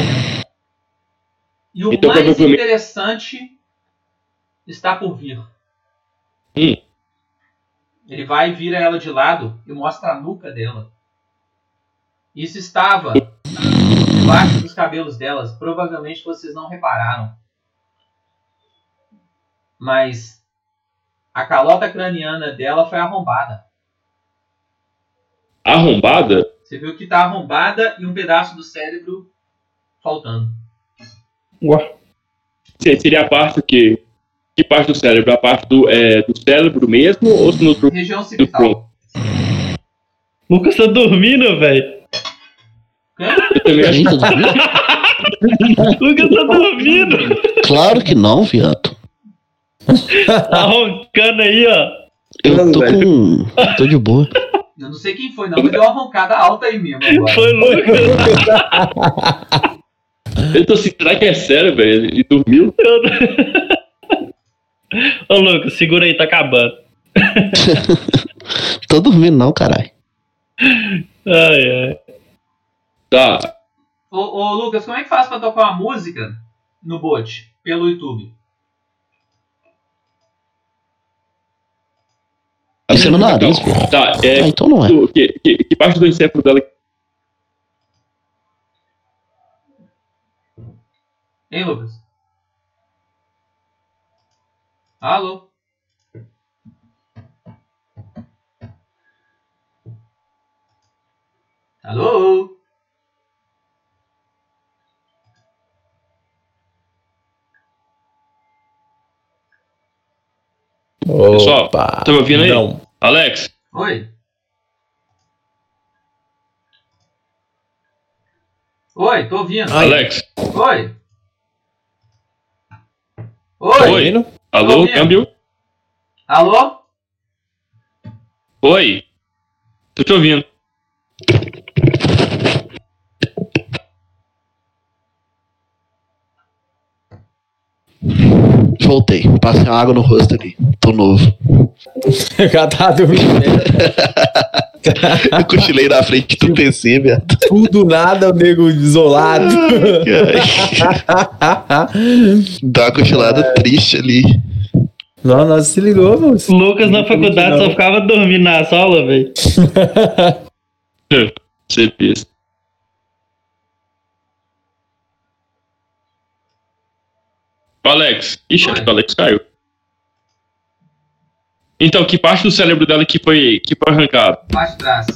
[SPEAKER 1] E o
[SPEAKER 6] Então,
[SPEAKER 1] mais
[SPEAKER 6] provavelmente-
[SPEAKER 1] interessante está por vir.
[SPEAKER 6] Hum.
[SPEAKER 1] Ele vai e vira ela de lado e mostra a nuca dela. Isso estava debaixo dos cabelos delas. Provavelmente vocês não repararam. Mas a calota craniana dela foi arrombada.
[SPEAKER 6] Arrombada?
[SPEAKER 1] Você viu que está arrombada e um pedaço do cérebro faltando.
[SPEAKER 2] Ué.
[SPEAKER 6] Se- Seria a parte que... Que parte do cérebro? A parte do, é, do cérebro mesmo ou no outro?
[SPEAKER 1] Região occipital.
[SPEAKER 2] Lucas tá dormindo, velho.
[SPEAKER 6] Eu também acho.
[SPEAKER 3] Quem tá dormindo?
[SPEAKER 2] Lucas tá dormindo.
[SPEAKER 3] Claro que não, viado.
[SPEAKER 2] Tá roncando aí, ó.
[SPEAKER 3] Eu tô com. Tô de boa.
[SPEAKER 1] Eu não sei quem foi, não, mas deu uma roncada alta aí mesmo agora.
[SPEAKER 2] Foi Lucas.
[SPEAKER 6] Eu tô assim, será que é sério, velho? Ele dormiu?
[SPEAKER 2] Eu- Ô, Lucas, segura aí, tá acabando.
[SPEAKER 3] Tô dormindo não, caralho.
[SPEAKER 2] Ai, ai.
[SPEAKER 6] Tá.
[SPEAKER 1] Ô, ô, Lucas, como é que faz pra tocar uma música no bot, pelo YouTube?
[SPEAKER 3] Isso é no nariz, pô.
[SPEAKER 6] Tá, é.
[SPEAKER 3] Ah, então não é.
[SPEAKER 6] do- que, que, que parte do encéfalo dela.
[SPEAKER 1] Hein, Lucas? Alô? Alô?
[SPEAKER 6] Pessoal,
[SPEAKER 4] Opa.
[SPEAKER 6] tá me ouvindo aí?
[SPEAKER 4] Não.
[SPEAKER 6] Alex?
[SPEAKER 1] Oi? Oi, tô ouvindo.
[SPEAKER 4] Ai.
[SPEAKER 6] Alex?
[SPEAKER 1] Oi? Oi?
[SPEAKER 6] Oi?
[SPEAKER 4] Ouvindo?
[SPEAKER 6] Alô,
[SPEAKER 1] ouvindo.
[SPEAKER 6] câmbio?
[SPEAKER 1] Alô?
[SPEAKER 6] Oi? Tô te ouvindo.
[SPEAKER 3] Voltei. Passei uma água no rosto ali. Tô novo.
[SPEAKER 4] Já tá dormindo. né?
[SPEAKER 3] Eu cochilei na frente do P C, viado.
[SPEAKER 4] Tudo nada, o nego isolado.
[SPEAKER 3] Dá uma cochilada triste ali.
[SPEAKER 4] Não, não se ligou, moço.
[SPEAKER 2] Lucas na faculdade
[SPEAKER 4] Não.
[SPEAKER 2] só ficava dormindo nas aulas, velho.
[SPEAKER 6] Você pensa. Alex. Ixi, acho que o Alex caiu. Então, que parte do cérebro dela que foi, que foi arrancado?
[SPEAKER 1] Parte de trás.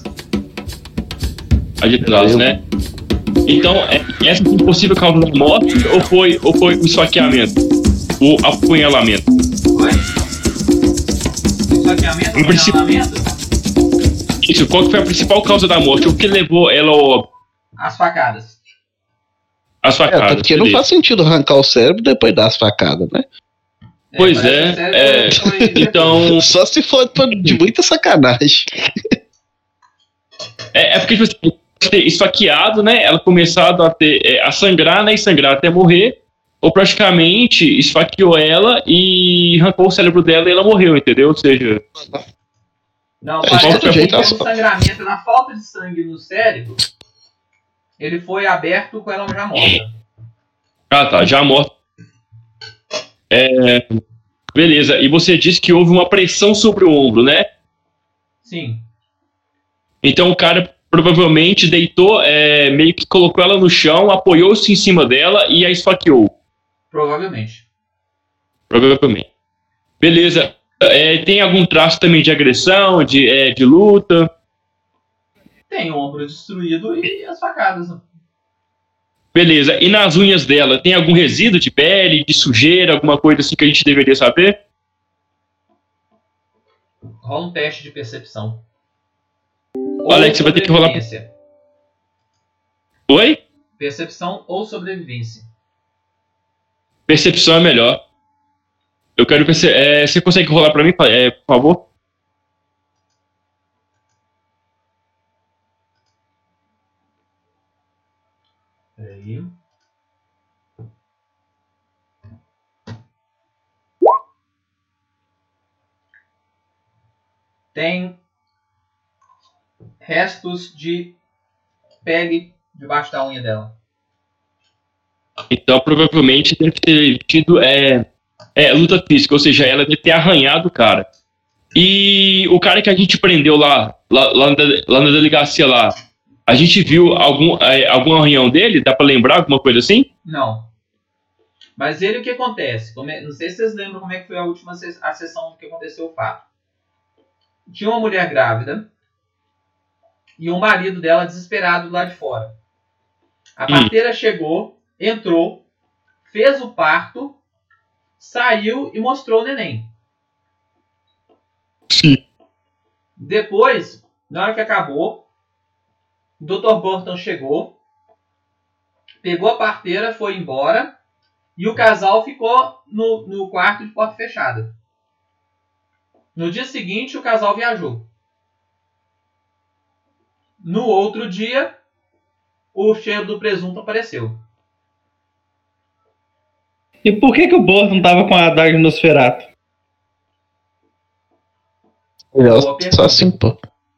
[SPEAKER 6] A de trás,
[SPEAKER 3] Eu-
[SPEAKER 6] né? Então, é, essa foi possível causa da morte ou foi, ou foi o esfaqueamento? O apunhalamento?
[SPEAKER 1] Oi? Esfaqueamento?
[SPEAKER 6] Em princípio-
[SPEAKER 1] apunhalamento?
[SPEAKER 6] Isso, qual que foi a principal causa da morte? O que levou ela ao,
[SPEAKER 1] As facadas.
[SPEAKER 6] às
[SPEAKER 3] É,
[SPEAKER 6] facadas?
[SPEAKER 3] até porque não
[SPEAKER 6] beleza.
[SPEAKER 3] faz sentido arrancar o cérebro depois das facadas, né?
[SPEAKER 6] Pois
[SPEAKER 1] parece
[SPEAKER 6] é,
[SPEAKER 1] que o cérebro
[SPEAKER 6] é,
[SPEAKER 1] foi-
[SPEAKER 6] então...
[SPEAKER 3] Só se for pra- de muita sacanagem.
[SPEAKER 6] É, é porque, tipo assim, ter esfaqueado, né? Ela começado a, ter, é, a sangrar, né? E sangrar até morrer. Ou praticamente esfaqueou ela e arrancou o cérebro dela e ela morreu, entendeu? Ou seja,
[SPEAKER 1] Não,
[SPEAKER 3] É, de
[SPEAKER 1] parece
[SPEAKER 3] qualquer
[SPEAKER 1] que
[SPEAKER 3] jeito,
[SPEAKER 1] pelo
[SPEAKER 3] ela só-
[SPEAKER 1] sangramento, na falta de sangue no cérebro, ele foi aberto com ela já morta.
[SPEAKER 6] ah tá, já morto. É, beleza, e você disse que houve uma pressão sobre o ombro, né?
[SPEAKER 1] Sim.
[SPEAKER 6] Então o cara provavelmente deitou, é, meio que colocou ela no chão, apoiou-se em cima dela e a esfaqueou.
[SPEAKER 1] Provavelmente.
[SPEAKER 6] Provavelmente. Beleza. É, tem algum traço também de agressão, de, é, de luta?
[SPEAKER 1] Tem o ombro destruído e as facadas.
[SPEAKER 6] Beleza. E nas unhas dela, tem algum resíduo de pele, de sujeira, alguma coisa assim que a gente deveria saber?
[SPEAKER 1] Rola um teste de percepção.
[SPEAKER 6] Alex, você vai ter que rolar.
[SPEAKER 1] Sobrevivência.
[SPEAKER 6] Oi?
[SPEAKER 1] Percepção ou sobrevivência.
[SPEAKER 6] Percepção é melhor. Eu quero perceber. É, você consegue rolar pra mim, é, por favor?
[SPEAKER 1] Peraí. Tem restos de pele debaixo da unha dela.
[SPEAKER 6] Então, provavelmente deve ter tido é, é, luta física, ou seja, ela deve ter arranhado o cara. E o cara que a gente prendeu lá, lá, lá, na, lá na delegacia lá, a gente viu algum, é, algum arranhão dele? Dá pra lembrar alguma coisa assim?
[SPEAKER 1] Não. Mas ele, o que acontece? Como é, não sei se vocês lembram como é que foi a última ses- a sessão que aconteceu o fato. Tinha uma mulher grávida e um marido dela desesperado lá de fora. A parteira chegou, entrou, fez o parto, saiu e mostrou o neném.
[SPEAKER 6] Sim.
[SPEAKER 1] Depois, na hora que acabou, o doutor Burton chegou, pegou a parteira, foi embora e o casal ficou no, no quarto de porta fechada. No dia seguinte, o casal viajou. No outro dia, o cheiro do presunto apareceu.
[SPEAKER 2] E por que que o Burton tava com a adaga no Nosferatu?
[SPEAKER 3] Ele é
[SPEAKER 1] Boa
[SPEAKER 3] só
[SPEAKER 1] pergunta.
[SPEAKER 3] assim, pô.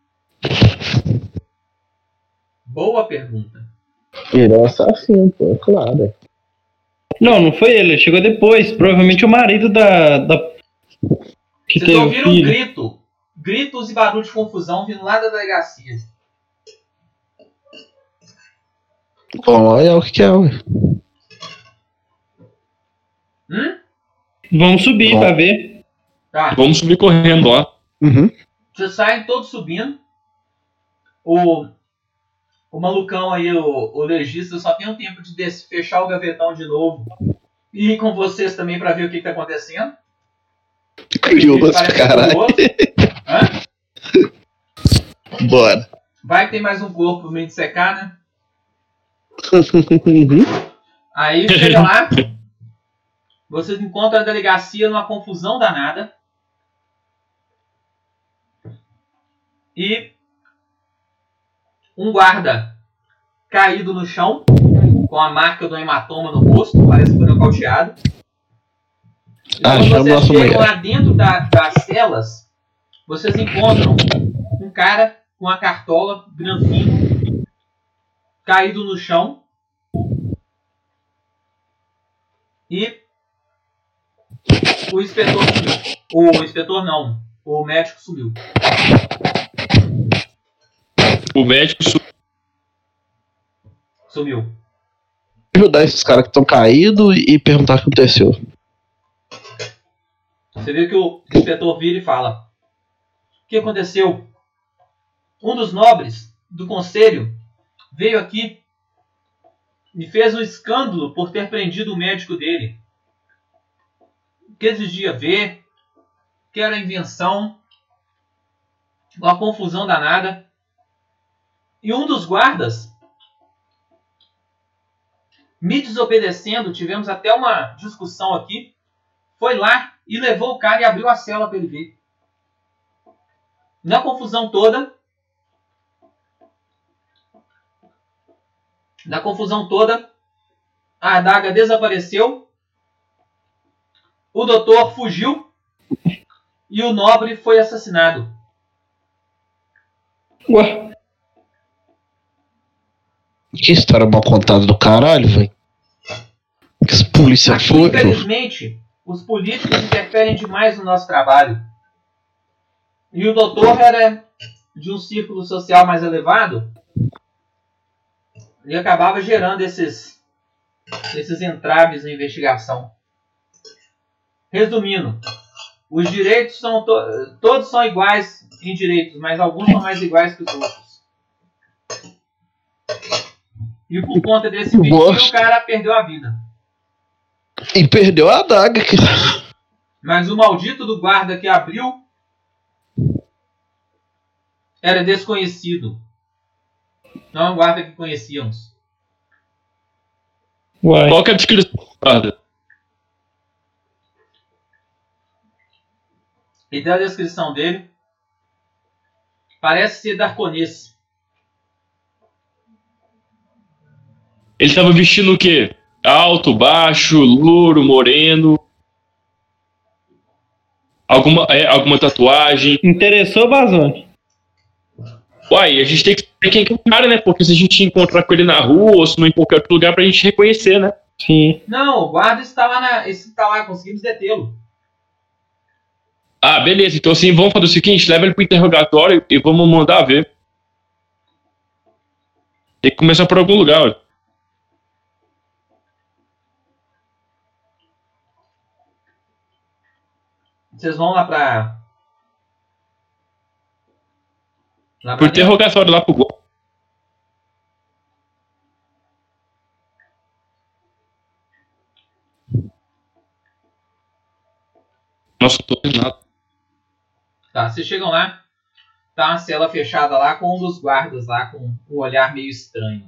[SPEAKER 1] Boa pergunta.
[SPEAKER 3] Ele é assassino, pô, claro.
[SPEAKER 2] Não, não foi ele, ele chegou depois. Provavelmente o marido da. da... que
[SPEAKER 1] Vocês
[SPEAKER 2] teve o
[SPEAKER 1] ouviram um
[SPEAKER 2] filho.
[SPEAKER 1] grito. Gritos e barulho de confusão vindo lá da delegacia.
[SPEAKER 3] Bom, olha o que que é, ué.
[SPEAKER 1] Hum?
[SPEAKER 2] Vamos subir
[SPEAKER 3] Bom.
[SPEAKER 2] pra ver.
[SPEAKER 1] Tá.
[SPEAKER 6] Vamos subir correndo lá.
[SPEAKER 3] Uhum.
[SPEAKER 1] Vocês saem todos subindo. O, o malucão aí, o, o legista, só tem um tempo de des- fechar o gavetão de novo. E ir com vocês também pra ver o que, que tá acontecendo.
[SPEAKER 3] Curioso,
[SPEAKER 1] Parece
[SPEAKER 3] caralho.
[SPEAKER 1] curioso. Hã?
[SPEAKER 3] Bora.
[SPEAKER 1] Vai que tem mais um corpo pra mim de secar, né?
[SPEAKER 3] Uhum.
[SPEAKER 1] Aí chega lá. Vocês encontram a delegacia numa confusão danada. E um guarda caído no chão, com a marca do hematoma no rosto, parece que foi nocauteado. E
[SPEAKER 3] Ah,
[SPEAKER 1] quando
[SPEAKER 3] chama
[SPEAKER 1] vocês
[SPEAKER 3] nossa
[SPEAKER 1] chegam
[SPEAKER 3] mulher.
[SPEAKER 1] lá dentro da- das celas, vocês encontram um cara com a cartola, granfino, caído no chão. E o inspetor sumiu. O inspetor não, o médico sumiu.
[SPEAKER 6] O médico su-
[SPEAKER 1] Sumiu.
[SPEAKER 3] Ajudar esses caras que estão caídos e perguntar o que aconteceu.
[SPEAKER 1] Você vê que o inspetor vira e fala: o que aconteceu? Um dos nobres do conselho veio aqui e fez um escândalo por ter prendido o médico dele. Que exigia ver, que era invenção, uma confusão danada. E um dos guardas, me desobedecendo, tivemos até uma discussão aqui, foi lá e levou o cara e abriu a cela para ele ver. Na confusão toda, na confusão toda, a adaga desapareceu, o doutor fugiu e o nobre foi assassinado.
[SPEAKER 2] Ué,
[SPEAKER 3] Que história mal contada do caralho, velho. Que essa polícia
[SPEAKER 1] Aqui,
[SPEAKER 3] foi, pô.
[SPEAKER 1] infelizmente, os políticos interferem demais no nosso trabalho. E o doutor era de um círculo social mais elevado e acabava gerando esses, esses entraves na investigação. Resumindo, os direitos são to- todos são iguais em direitos, mas alguns são mais iguais que os outros. E por conta desse vídeo, o cara perdeu a vida.
[SPEAKER 3] E perdeu a adaga. Que...
[SPEAKER 1] Mas o maldito do guarda que abriu era desconhecido. Não é um guarda que conhecíamos.
[SPEAKER 2] Uai.
[SPEAKER 6] Qual que é a descrição do guarda?
[SPEAKER 1] E da descrição dele, parece ser darconês.
[SPEAKER 6] Ele estava vestindo o quê? Alto, baixo, louro, moreno? Alguma, é, alguma tatuagem?
[SPEAKER 2] Interessou, Bazone?
[SPEAKER 6] Uai, a gente tem que saber quem que é o cara, né? Porque se a gente encontrar com ele na rua ou se não em qualquer outro lugar pra gente reconhecer, né?
[SPEAKER 2] Sim.
[SPEAKER 1] Não, o guarda está lá, na, está lá, conseguimos detê-lo.
[SPEAKER 6] Ah, beleza. Então assim, vamos fazer o seguinte, leva ele pro interrogatório e vamos mandar ver. Tem que começar por algum lugar, olha.
[SPEAKER 1] Vocês vão lá pra... Lá
[SPEAKER 6] Pro
[SPEAKER 1] pra dentro?
[SPEAKER 6] interrogatório lá pro gol. Nossa, não tô vendo nada.
[SPEAKER 1] Tá, vocês chegam lá, tá uma cela fechada lá com um dos guardas lá com um olhar meio estranho.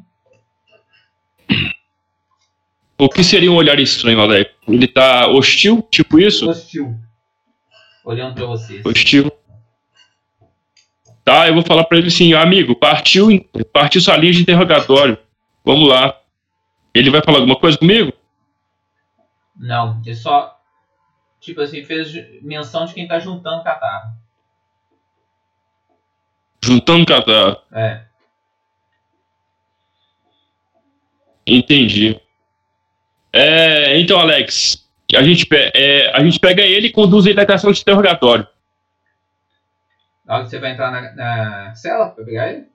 [SPEAKER 6] O que seria um olhar estranho, Alex? Ele tá hostil, tipo isso?
[SPEAKER 1] Hostil. Olhando pra vocês.
[SPEAKER 6] Hostil. Tá, eu vou falar pra ele assim, amigo, partiu, partiu sua linha de interrogatório. Vamos lá. Ele vai falar alguma coisa comigo?
[SPEAKER 1] Não, ele só, tipo assim, fez menção de quem tá juntando catarro.
[SPEAKER 6] Juntando catarro.
[SPEAKER 1] É.
[SPEAKER 6] Entendi. É, então, Alex, a gente, pe- é, a gente pega ele e conduz ele até a sala de interrogatório.
[SPEAKER 1] Na hora que você vai entrar na, na cela pra pegar ele?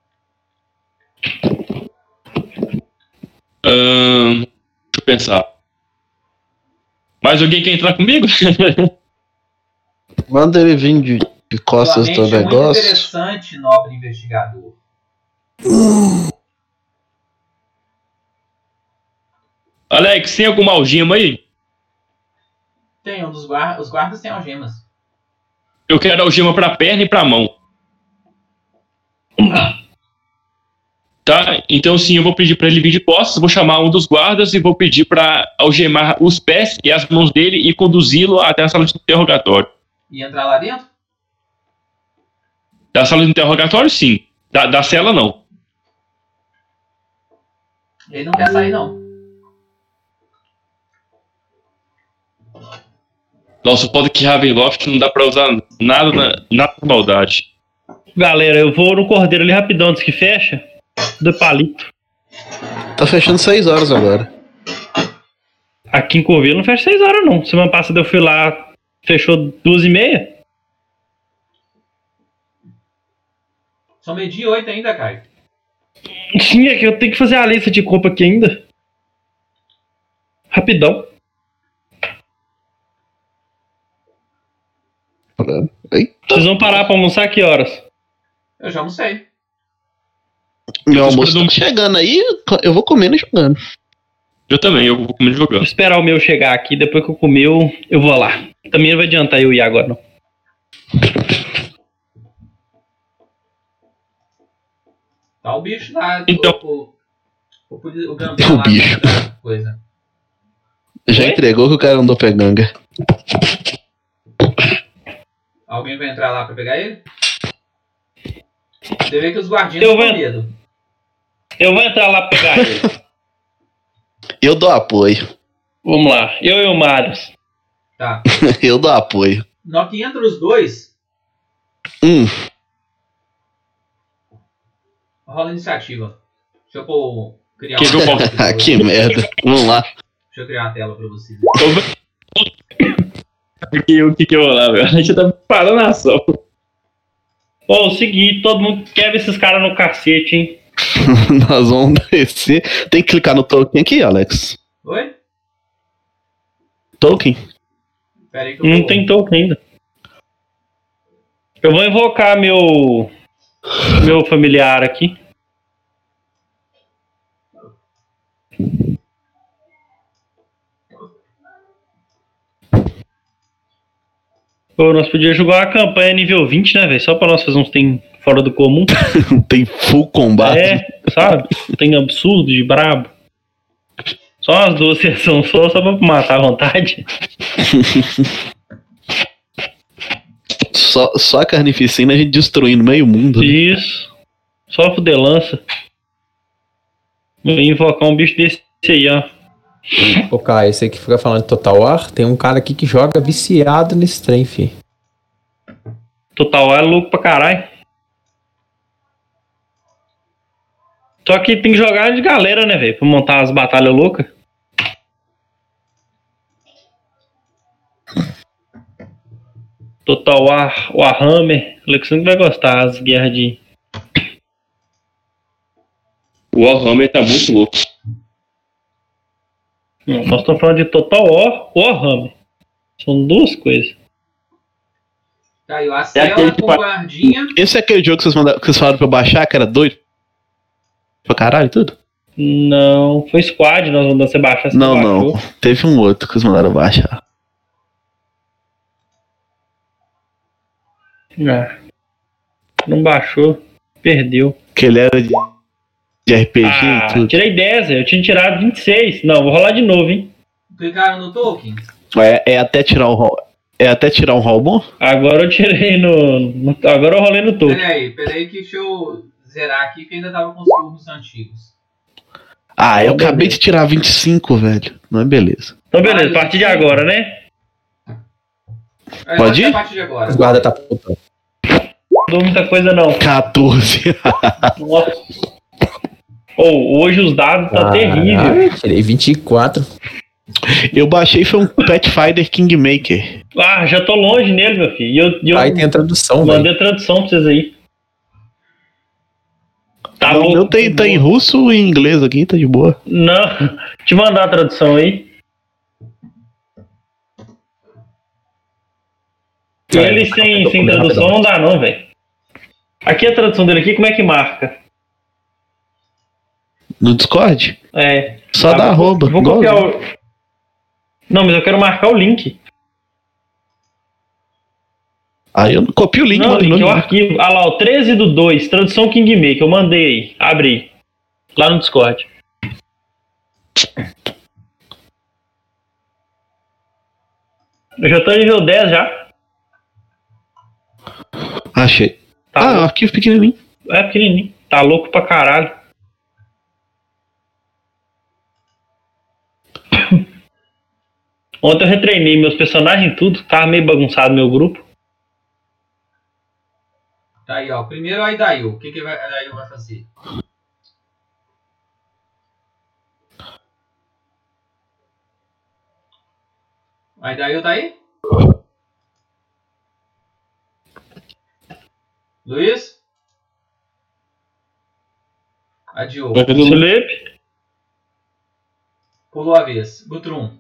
[SPEAKER 6] Ahn, deixa eu pensar. Mais alguém quer entrar comigo?
[SPEAKER 3] Manda ele vir de, de costas
[SPEAKER 1] Sua
[SPEAKER 3] do
[SPEAKER 1] mente é muito
[SPEAKER 3] negócio.
[SPEAKER 1] interessante, nobre investigador.
[SPEAKER 6] Alex, tem alguma algema aí?
[SPEAKER 1] Tem um dos guardas, os guardas têm algemas.
[SPEAKER 6] Eu quero algema pra perna e pra mão. Tá? Então sim, eu vou pedir pra ele vir de costas, vou chamar um dos guardas e vou pedir pra algemar os pés e as mãos dele e conduzi-lo até a sala de interrogatório.
[SPEAKER 1] E entrar lá dentro?
[SPEAKER 6] Da sala de interrogatório, sim. Da, da cela, não.
[SPEAKER 1] Ele não quer sair, não.
[SPEAKER 6] Nossa, pode que Ravenloft não dá pra usar nada na, nada na maldade.
[SPEAKER 2] Galera, eu vou no cordeiro ali rapidão, antes que fecha. Do palito.
[SPEAKER 3] Tá fechando seis horas agora.
[SPEAKER 2] Aqui em Covil não fecha seis horas, não. Semana passada eu fui lá, fechou duas e meia.
[SPEAKER 1] São meio-dia e oito ainda, Caio.
[SPEAKER 2] Sim, é que eu tenho que fazer a lista de compra aqui ainda. Rapidão.
[SPEAKER 3] Eita,
[SPEAKER 2] Vocês vão parar pra almoçar que horas?
[SPEAKER 1] Eu já almocei.
[SPEAKER 3] meu
[SPEAKER 6] Eu tô
[SPEAKER 3] almoço
[SPEAKER 6] esperando-
[SPEAKER 3] tá chegando aí, eu vou comendo e jogando.
[SPEAKER 6] Eu também, eu vou comer
[SPEAKER 2] Vou
[SPEAKER 6] jogando.
[SPEAKER 2] esperar o meu chegar aqui, depois que eu comer, eu, eu vou lá. Também não vai adiantar eu ir agora, não.
[SPEAKER 1] Tá o bicho lá.
[SPEAKER 6] Então-
[SPEAKER 1] O, o, o, o Gambel
[SPEAKER 3] O
[SPEAKER 1] lá
[SPEAKER 3] bicho.
[SPEAKER 1] da coisa.
[SPEAKER 3] Já
[SPEAKER 2] Oi?
[SPEAKER 3] entregou que o cara andou peganga.
[SPEAKER 1] Alguém vai entrar lá pra pegar ele? Você vê que os guardinhas
[SPEAKER 2] Eu
[SPEAKER 1] estão
[SPEAKER 2] vou-
[SPEAKER 1] com medo.
[SPEAKER 2] Eu vou entrar lá pra pegar ele.
[SPEAKER 3] Eu dou apoio.
[SPEAKER 2] Vamos lá. Eu e o Marius.
[SPEAKER 1] Tá.
[SPEAKER 3] Eu dou apoio.
[SPEAKER 1] Na hora que entra os dois,
[SPEAKER 3] Hum,
[SPEAKER 1] rola a iniciativa. Deixa eu pôr, criar
[SPEAKER 6] Quer ver o
[SPEAKER 1] uma
[SPEAKER 6] pau?
[SPEAKER 1] tela.
[SPEAKER 3] que merda. Vamos lá.
[SPEAKER 1] Deixa eu criar uma tela pra vocês.
[SPEAKER 6] Eu vou- O que, o que que eu vou lá, velho? A gente tá parando a ação.
[SPEAKER 2] Ô, o seguinte, todo mundo quer ver esses caras no cacete, hein?
[SPEAKER 3] Nós vamos descer. Tem que clicar no token aqui, Alex.
[SPEAKER 1] Oi?
[SPEAKER 3] Token?
[SPEAKER 1] Pera aí que eu
[SPEAKER 2] Não
[SPEAKER 1] vou...
[SPEAKER 2] tem token ainda. Eu vou invocar meu. Meu familiar aqui. Pô, nós podíamos jogar uma campanha nível vinte, né, velho? Só pra nós fazer uns tem fora do comum.
[SPEAKER 3] Tem full combate.
[SPEAKER 2] É, sabe? Tem absurdo de brabo. Só umas duas sessões só, só pra matar à vontade.
[SPEAKER 3] Só, só a carnificina a gente destruindo meio mundo. Né?
[SPEAKER 2] Isso. Só fudelança. Vou invocar um bicho desse aí, ó.
[SPEAKER 4] Ô, Caio, esse aí que fica falando de Total War, tem um cara aqui que joga viciado nesse trem, fi.
[SPEAKER 2] Total é louco pra caralho. Só que tem que jogar de galera, né, velho? Pra montar as batalhas loucas. Total War, Warhammer. O Alexandre vai gostar, as guerras de...
[SPEAKER 6] O Warhammer tá muito louco.
[SPEAKER 2] Não, nós estamos falando de Total War, Warhammer. São duas coisas.
[SPEAKER 1] Caiu a
[SPEAKER 6] É
[SPEAKER 1] cela
[SPEAKER 6] aquele que
[SPEAKER 1] com
[SPEAKER 6] fa-
[SPEAKER 1] guardinha.
[SPEAKER 3] Esse é aquele jogo que vocês, mandaram, que vocês falaram pra eu baixar, que era doido? Pra caralho, tudo?
[SPEAKER 2] Não, foi Squad, nós mandamos você baixar, você
[SPEAKER 3] Não,
[SPEAKER 2] baixou.
[SPEAKER 3] não. Teve um outro que vocês mandaram baixar.
[SPEAKER 2] Ah, não baixou, perdeu.
[SPEAKER 3] Que ele era de, de R P G
[SPEAKER 2] Ah,
[SPEAKER 3] e tudo.
[SPEAKER 2] tirei dez, eu tinha tirado vinte e seis. Não, vou rolar de novo, hein.
[SPEAKER 1] Clicaram no token?
[SPEAKER 3] É, é até tirar um rol. É até tirar um rol bom?
[SPEAKER 2] Agora eu tirei no... no- agora eu rolei no token.
[SPEAKER 1] Pera aí, pera aí que deixa eu zerar aqui que ainda tava com os turnos antigos.
[SPEAKER 3] Ah, eu
[SPEAKER 2] Então,
[SPEAKER 3] acabei
[SPEAKER 2] beleza.
[SPEAKER 3] de tirar vinte e cinco, velho. Não é beleza.
[SPEAKER 2] Então beleza, a partir de agora, né?
[SPEAKER 1] É,
[SPEAKER 3] Pode
[SPEAKER 1] ser
[SPEAKER 3] ir?
[SPEAKER 1] a partir de agora.
[SPEAKER 4] Os guarda tá puto.
[SPEAKER 2] Não dou muita coisa não.
[SPEAKER 3] quatorze.
[SPEAKER 2] Nossa. Ou hoje os dados tá terrível.
[SPEAKER 4] Caralho, tirei vinte e quatro.
[SPEAKER 3] Eu baixei foi um Pathfinder Kingmaker.
[SPEAKER 2] Ah, já tô longe nele, meu filho. E eu, e eu
[SPEAKER 4] Aí tem a tradução,
[SPEAKER 2] mandei
[SPEAKER 4] velho.
[SPEAKER 2] a tradução pra vocês aí. Tá
[SPEAKER 3] Não, o
[SPEAKER 2] louco,
[SPEAKER 3] meu tem,
[SPEAKER 2] de
[SPEAKER 3] tá em
[SPEAKER 2] boa.
[SPEAKER 3] russo e em inglês aqui, tá de boa.
[SPEAKER 2] Não, te mandar a tradução aí. E
[SPEAKER 4] Vai,
[SPEAKER 2] ele
[SPEAKER 4] calma,
[SPEAKER 2] sem,
[SPEAKER 4] tô
[SPEAKER 2] sem
[SPEAKER 4] comendo
[SPEAKER 2] tradução
[SPEAKER 4] rapidão.
[SPEAKER 2] não dá não, velho. Aqui a tradução dele aqui, como é que marca?
[SPEAKER 3] No Discord?
[SPEAKER 2] É.
[SPEAKER 3] Só
[SPEAKER 2] Tá,
[SPEAKER 3] dá
[SPEAKER 2] vou-
[SPEAKER 3] arroba.
[SPEAKER 2] Vou
[SPEAKER 3] igual-
[SPEAKER 2] copiar o... Não, mas eu quero marcar o link.
[SPEAKER 3] Aí eu copio o link,
[SPEAKER 2] Não,
[SPEAKER 3] mando de
[SPEAKER 2] link é o
[SPEAKER 3] novo.
[SPEAKER 2] arquivo. Ah lá, o treze do dois, tradução Kingmaker. Eu mandei aí. Abri. Lá no Discord. Eu já tô no nível dez já.
[SPEAKER 3] Achei.
[SPEAKER 2] Tá
[SPEAKER 3] ah,
[SPEAKER 2] louco.
[SPEAKER 3] arquivo pequenininho.
[SPEAKER 2] É pequenininho. Tá louco pra caralho. Ontem eu retreinei meus personagens e tudo. Tava meio bagunçado meu grupo.
[SPEAKER 1] Tá aí, ó. Primeiro a Idail. O que, que vai- a Idail vai fazer? A Idail tá aí? Luiz? Adiou.
[SPEAKER 6] Vai fazer um-
[SPEAKER 2] Felipe?
[SPEAKER 1] Pulou a vez. Gutrum.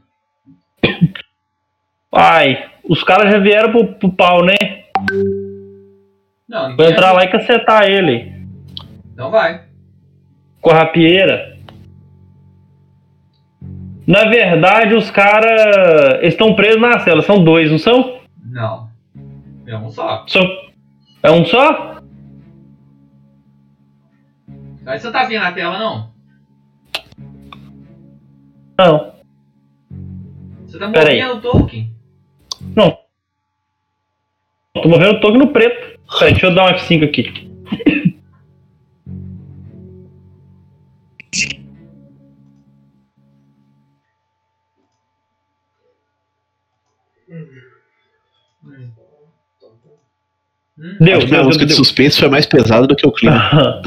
[SPEAKER 2] Ai, os caras já vieram pro, pro pau, né?
[SPEAKER 1] Não,
[SPEAKER 2] Vou
[SPEAKER 1] ninguém
[SPEAKER 2] entrar lá e cacetar ele.
[SPEAKER 1] Não vai.
[SPEAKER 2] Com a rapieira. Na verdade, os caras estão presos na cela. São dois, não são?
[SPEAKER 1] Não. É um só.
[SPEAKER 2] São... É um só?
[SPEAKER 1] Mas você não tá vendo a tela, não?
[SPEAKER 2] Não.
[SPEAKER 1] Você tá
[SPEAKER 2] Pera aí.
[SPEAKER 1] movendo o token.
[SPEAKER 2] Não. Tô movendo o toque no preto. Peraí, deixa eu dar um F cinco aqui.
[SPEAKER 1] Hum?
[SPEAKER 2] Deu,
[SPEAKER 3] Acho que a
[SPEAKER 2] deu,
[SPEAKER 3] música
[SPEAKER 2] deu,
[SPEAKER 3] de
[SPEAKER 2] deu.
[SPEAKER 3] suspense foi mais pesada do que o clima.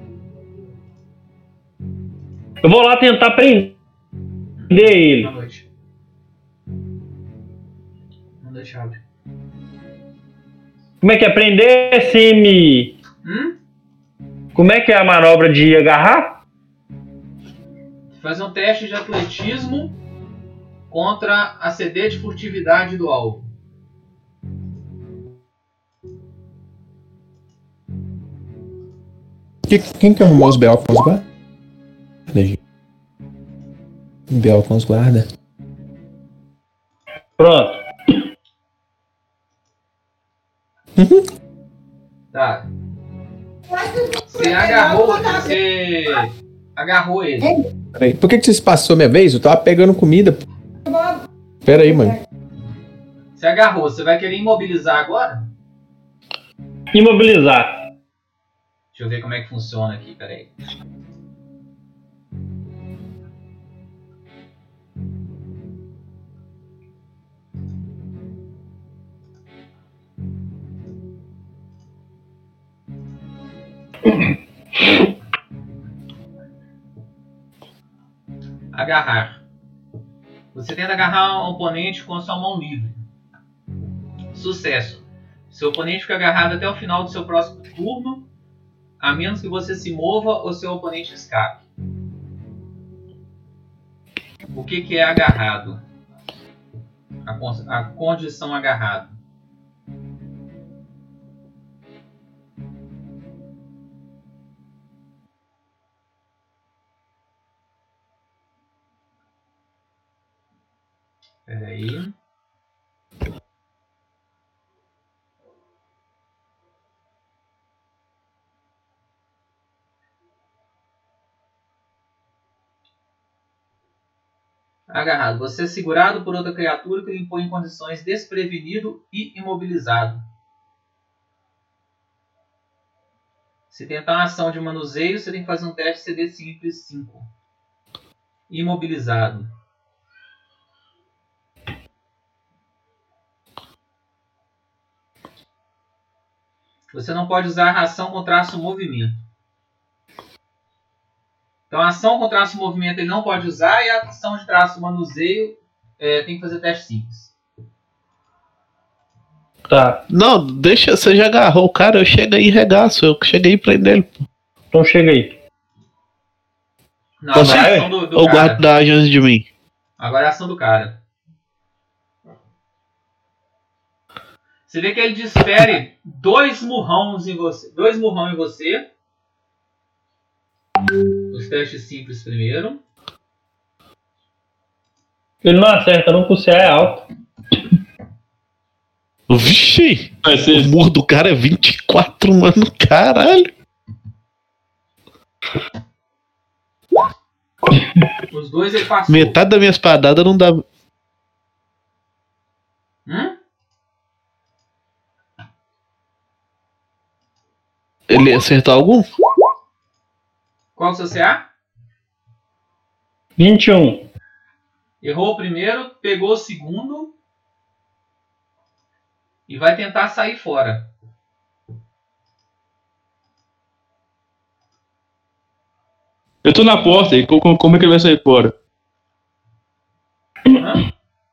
[SPEAKER 2] Eu vou lá tentar prender ele.
[SPEAKER 1] Boa noite. Não Noite, áudio.
[SPEAKER 2] Como é que é? Prender sem me...
[SPEAKER 1] Hum?
[SPEAKER 2] Como é que é a manobra de agarrar?
[SPEAKER 1] Fazer um teste de atletismo contra a C D de furtividade do alvo.
[SPEAKER 4] Que- Quem que arrumou os B O com os guarda? B O com os guarda.
[SPEAKER 2] Pronto.
[SPEAKER 1] Tá. Você agarrou, você agarrou ele.
[SPEAKER 4] Peraí, por que, que você passou minha vez? Eu tava pegando comida. pô. Pera aí, mano.
[SPEAKER 1] Você agarrou, você vai querer imobilizar agora?
[SPEAKER 2] Imobilizar.
[SPEAKER 1] Deixa eu ver como é que funciona aqui, peraí. Agarrar. Você tenta agarrar um oponente com a sua mão livre. Sucesso. Seu oponente fica agarrado até o final do seu próximo turno, a menos que você se mova ou seu oponente escape. O que, que é agarrado? A, con- a condição agarrado. Espera aí. Agarrado. Você é segurado por outra criatura que lhe impõe em condições desprevenido e imobilizado. Se tentar uma ação de manuseio, você tem que fazer um teste C D simples cinco. Imobilizado. Você não pode usar a ação com traço movimento. Então a ação com traço movimento ele não pode usar e a ação de traço manuseio é, tem que fazer teste simples.
[SPEAKER 2] Tá.
[SPEAKER 3] Não, deixa, você já agarrou o cara, eu chego aí e regaço, eu cheguei e prender ele. pô.
[SPEAKER 2] Então chega aí.
[SPEAKER 1] Não,
[SPEAKER 3] Você-
[SPEAKER 1] agora é a ação do, do
[SPEAKER 3] Ou
[SPEAKER 1] cara.
[SPEAKER 3] guarda antes de mim.
[SPEAKER 1] Agora é a ação do cara. Você vê que ele desfere dois murrões em você. Dois murrão em você. Os testes simples primeiro.
[SPEAKER 2] Ele não acerta, não, porque o C A é alto.
[SPEAKER 3] Vixe!
[SPEAKER 6] Vai
[SPEAKER 3] O
[SPEAKER 6] ser.
[SPEAKER 3] murro do cara é vinte e quatro, mano. Caralho!
[SPEAKER 1] Os dois ele passou.
[SPEAKER 3] Metade das minhas padadas não dá.
[SPEAKER 1] Hum?
[SPEAKER 3] Ele acertou algum?
[SPEAKER 1] Qual é o seu C A?
[SPEAKER 2] vinte e um.
[SPEAKER 1] Errou o primeiro, pegou o segundo. E vai tentar sair fora.
[SPEAKER 6] Eu tô na porta, e co- co- como é que ele vai sair fora?
[SPEAKER 1] Hã?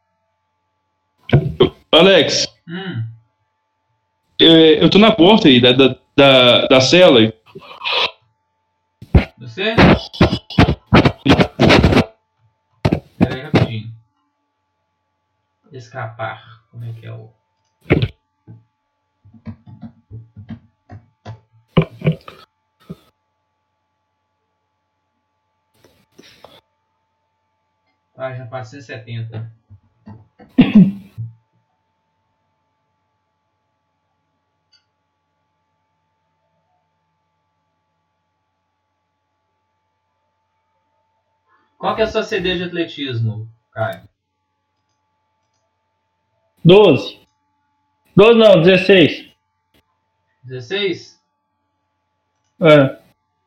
[SPEAKER 6] Alex,
[SPEAKER 1] Hum.
[SPEAKER 6] é, eu tô na porta aí da, da, da, da cela.
[SPEAKER 1] Você? Espera aí rapidinho. Escapar. Como é que é o... Página quatrocentos e setenta. Qual que é a sua C D de atletismo, Caio?
[SPEAKER 2] doze. doze não, dezesseis.
[SPEAKER 1] dezesseis?
[SPEAKER 2] É.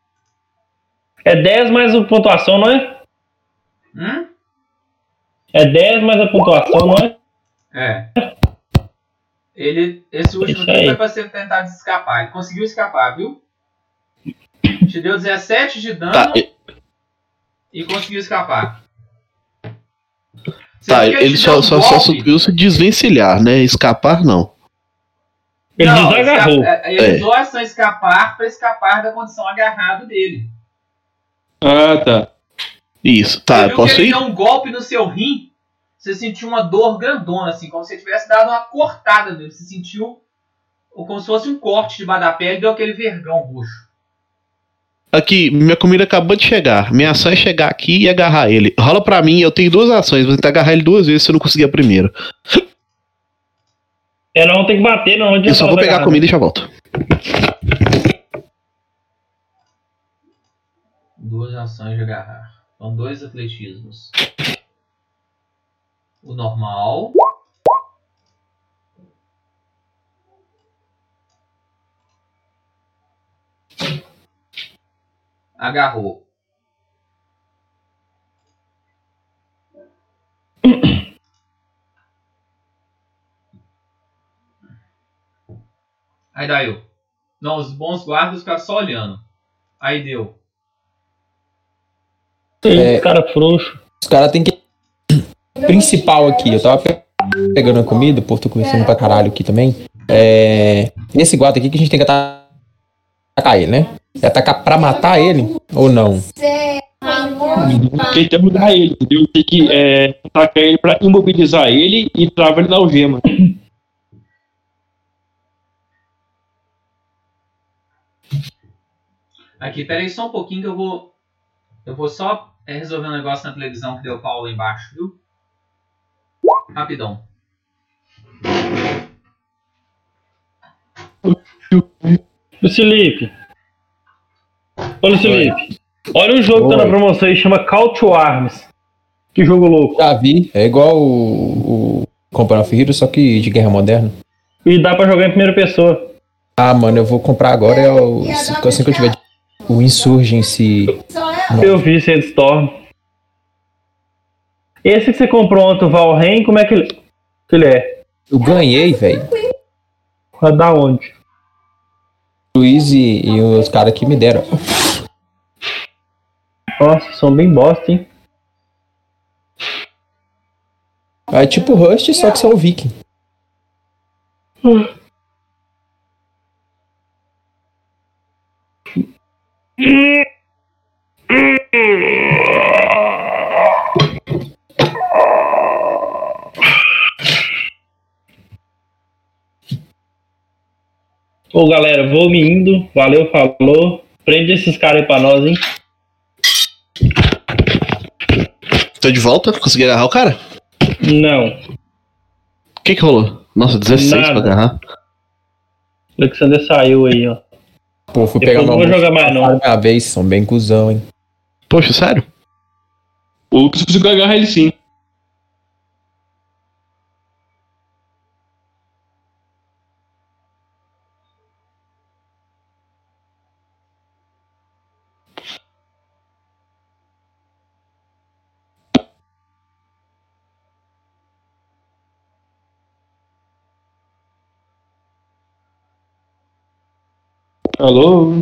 [SPEAKER 2] É dez mais a pontuação, não é?
[SPEAKER 1] Hum?
[SPEAKER 2] É dez mais a pontuação, não é?
[SPEAKER 1] É. Ele, esse último
[SPEAKER 2] Isso
[SPEAKER 1] aqui
[SPEAKER 2] aí.
[SPEAKER 1] foi pra você tentar escapar. Ele conseguiu escapar, viu? Te deu dezessete de dano
[SPEAKER 3] Tá, e-
[SPEAKER 1] e conseguiu escapar. Você
[SPEAKER 3] Tá,
[SPEAKER 1] viu que
[SPEAKER 3] ele
[SPEAKER 1] te
[SPEAKER 3] só,
[SPEAKER 1] deu um
[SPEAKER 3] só, só
[SPEAKER 1] golpe?
[SPEAKER 3] subiu se desvencilhar, né? Escapar, não.
[SPEAKER 2] Ele
[SPEAKER 1] Não,
[SPEAKER 2] desagarrou.
[SPEAKER 1] esca- Ele
[SPEAKER 3] É.
[SPEAKER 1] usou a ação escapar pra escapar da condição agarrado dele.
[SPEAKER 6] Ah, tá.
[SPEAKER 3] Isso,
[SPEAKER 1] Você
[SPEAKER 3] tá, eu
[SPEAKER 1] viu
[SPEAKER 3] posso
[SPEAKER 1] que ele
[SPEAKER 3] ir?
[SPEAKER 1] deu um golpe no seu rim? Você sentiu uma dor grandona, assim, como se você tivesse dado uma cortada nele. Você sentiu ou como se fosse um corte debaixo da pele e deu aquele vergão roxo.
[SPEAKER 3] Aqui, minha comida acabou de chegar. Minha ação é chegar aqui e agarrar ele. Rola pra mim, eu tenho duas ações. Vou tentar agarrar ele duas vezes se eu não conseguir a primeira.
[SPEAKER 2] É, não tem que bater, não.
[SPEAKER 3] Eu só vou pegar a comida e já volto.
[SPEAKER 1] Duas ações de agarrar. São dois atletismos. O normal. Agarrou. Aí daí. Não, os bons guardas ficaram só olhando. Aí deu.
[SPEAKER 4] É.
[SPEAKER 2] Cara frouxo.
[SPEAKER 4] Os caras têm que. Principal aqui, eu tava pe- pegando a comida, pô, tô começando pra caralho aqui também. É. Esse guarda aqui que a gente tem que ata- atacar ele, né? É atacar pra matar ele ou não?
[SPEAKER 6] Tem que mudar ele, entendeu? Tem que é, atacar ele pra imobilizar ele e travar ele na algema.
[SPEAKER 1] Aqui, pera aí só um pouquinho que eu vou. Eu vou só é, resolver um negócio na televisão que deu pau lá embaixo, viu? Rapidão.
[SPEAKER 2] Luiz Felipe. Ô, Luiz Felipe. Olha um jogo que tá na
[SPEAKER 4] Oi.
[SPEAKER 2] promoção aí, chama Call to Arms. Que jogo louco.
[SPEAKER 4] Já vi, é igual o, o Comprar Ferreiro, só que de guerra moderna.
[SPEAKER 2] E dá pra jogar em primeira pessoa.
[SPEAKER 4] Ah, mano, eu vou comprar agora, é o, assim que eu tiver o Insurgency.
[SPEAKER 2] Eu vi Sandstorm. Esse que você comprou ontem, o Valheim, como é que ele, que ele é?
[SPEAKER 4] Eu ganhei, velho.
[SPEAKER 2] Da onde?
[SPEAKER 4] Luiz e, e os caras que me deram.
[SPEAKER 2] Nossa, são bem bosta, hein?
[SPEAKER 4] É tipo Rust, só que são Viking.
[SPEAKER 2] Ô galera, vou me indo. Valeu, falou. Prende esses caras aí pra nós, hein?
[SPEAKER 3] Tô de volta? Consegui agarrar o cara?
[SPEAKER 2] Não.
[SPEAKER 3] O que que rolou? Nossa, dezesseis
[SPEAKER 2] Nada.
[SPEAKER 3] pra agarrar.
[SPEAKER 2] O Alexander saiu aí, ó.
[SPEAKER 4] Pô, fui
[SPEAKER 2] Depois
[SPEAKER 4] pegar
[SPEAKER 2] não
[SPEAKER 4] uma
[SPEAKER 2] vou jogar mais, não.
[SPEAKER 4] Minha vez, são bem cuzão, hein?
[SPEAKER 3] Poxa, sério?
[SPEAKER 6] O Lucas conseguiu agarrar ele sim. Alô?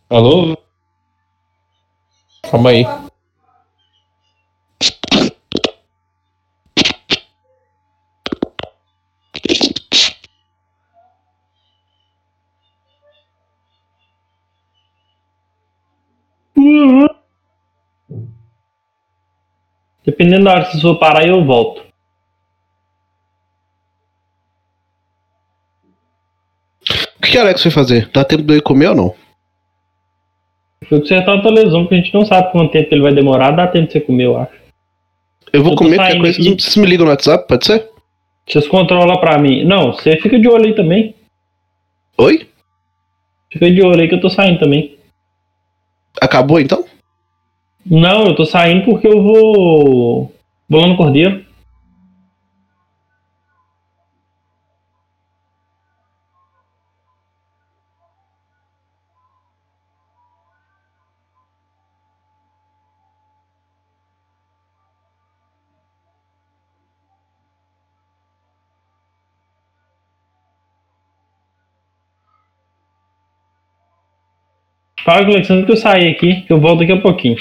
[SPEAKER 6] Alô?
[SPEAKER 4] Calma aí.
[SPEAKER 2] Dependendo da hora que você for parar, eu volto.
[SPEAKER 3] O que que Alex foi fazer? Dá tempo de eu ir comer ou não?
[SPEAKER 2] Foi consertar o televisão, porque a gente não sabe quanto tempo ele vai demorar. Dá tempo de você comer, eu acho.
[SPEAKER 3] Eu vou
[SPEAKER 2] Eu tô
[SPEAKER 3] comer, qualquer
[SPEAKER 2] saindo
[SPEAKER 3] coisa,
[SPEAKER 2] aqui.
[SPEAKER 3] vocês me ligam no WhatsApp, pode ser?
[SPEAKER 2] Vocês controlam pra mim. Não, você fica de olho aí também.
[SPEAKER 3] Oi?
[SPEAKER 2] Fica de olho aí que eu tô saindo também.
[SPEAKER 3] Acabou então?
[SPEAKER 2] Não, eu tô saindo porque eu vou. Vou lá no Cordeiro. Fala com o Alexandre que eu saí aqui, que eu volto daqui a pouquinho.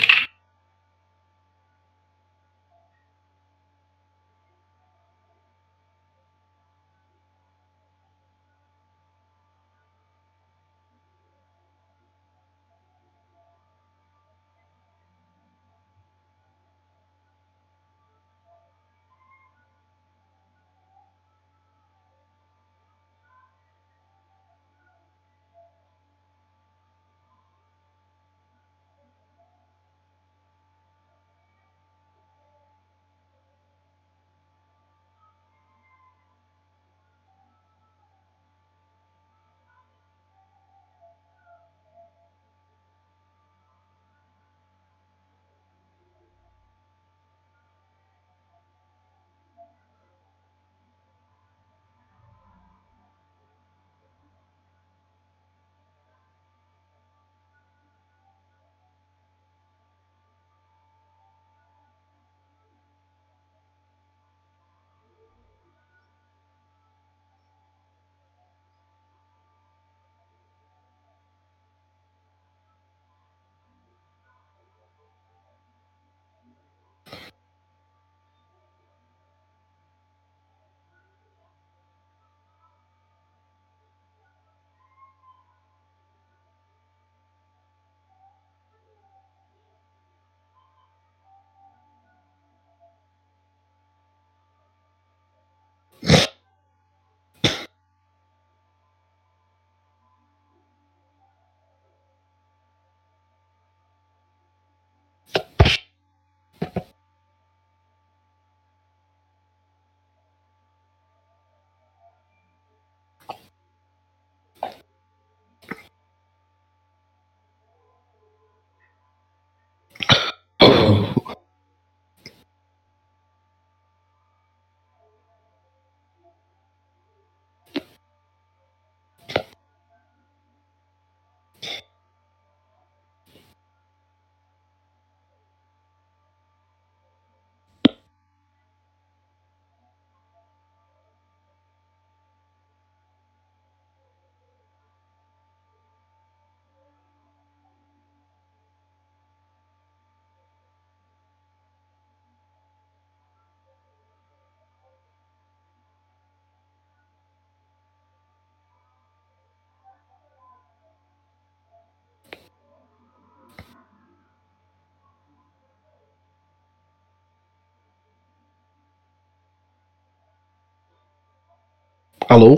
[SPEAKER 3] Alô?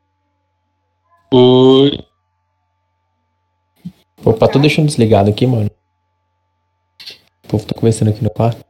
[SPEAKER 6] Oi.
[SPEAKER 4] Opa, tô deixando desligado aqui, mano. O povo tá conversando aqui no quarto.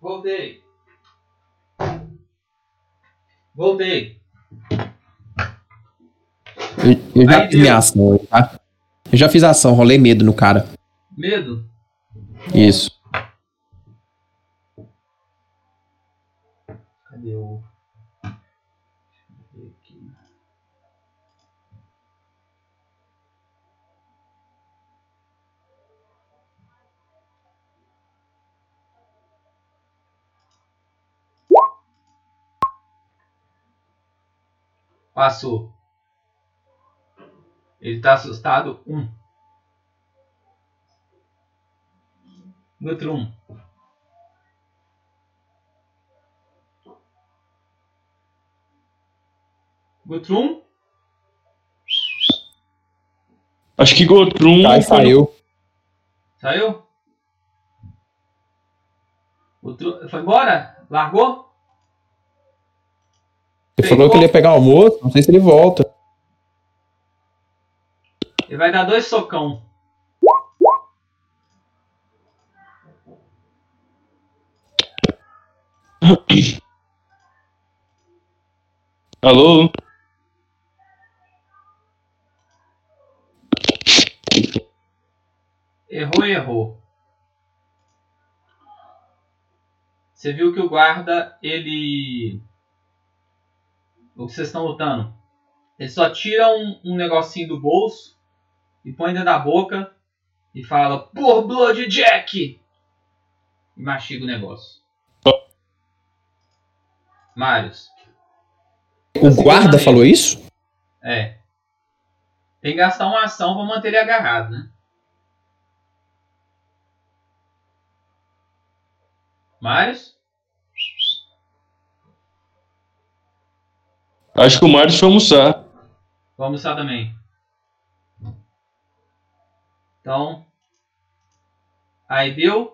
[SPEAKER 1] Voltei. Voltei.
[SPEAKER 4] Eu, eu já
[SPEAKER 1] Aí
[SPEAKER 4] fiz minha
[SPEAKER 1] deu.
[SPEAKER 4] ação, tá? Eu já fiz ação, rolei medo no cara.
[SPEAKER 1] Medo?
[SPEAKER 4] Isso.
[SPEAKER 1] Cadê o... Deixa eu ver aqui. Passou. Ele tá assustado. Um. Gutrum. Gutrum?
[SPEAKER 6] Acho que Gotrum
[SPEAKER 4] Aí
[SPEAKER 6] foi no-
[SPEAKER 4] saiu.
[SPEAKER 1] Saiu? Gutrum... Foi embora? Largou?
[SPEAKER 4] Ele falou que ele ia pegar o almoço, não sei se ele volta.
[SPEAKER 1] Ele vai dar dois socão.
[SPEAKER 6] Alô?
[SPEAKER 1] Errou, errou. Você viu que o guarda, ele... O que vocês estão lutando? Ele só tira um, um negocinho do bolso e põe dentro da boca e fala, por Blood Jack! E mastiga o negócio. Marius.
[SPEAKER 4] O guarda falou isso?
[SPEAKER 1] É. Tem que gastar uma ação pra manter ele agarrado, né? Marius?
[SPEAKER 6] Acho que o Marius foi almoçar.
[SPEAKER 1] Vou almoçar também. Então. Aí deu.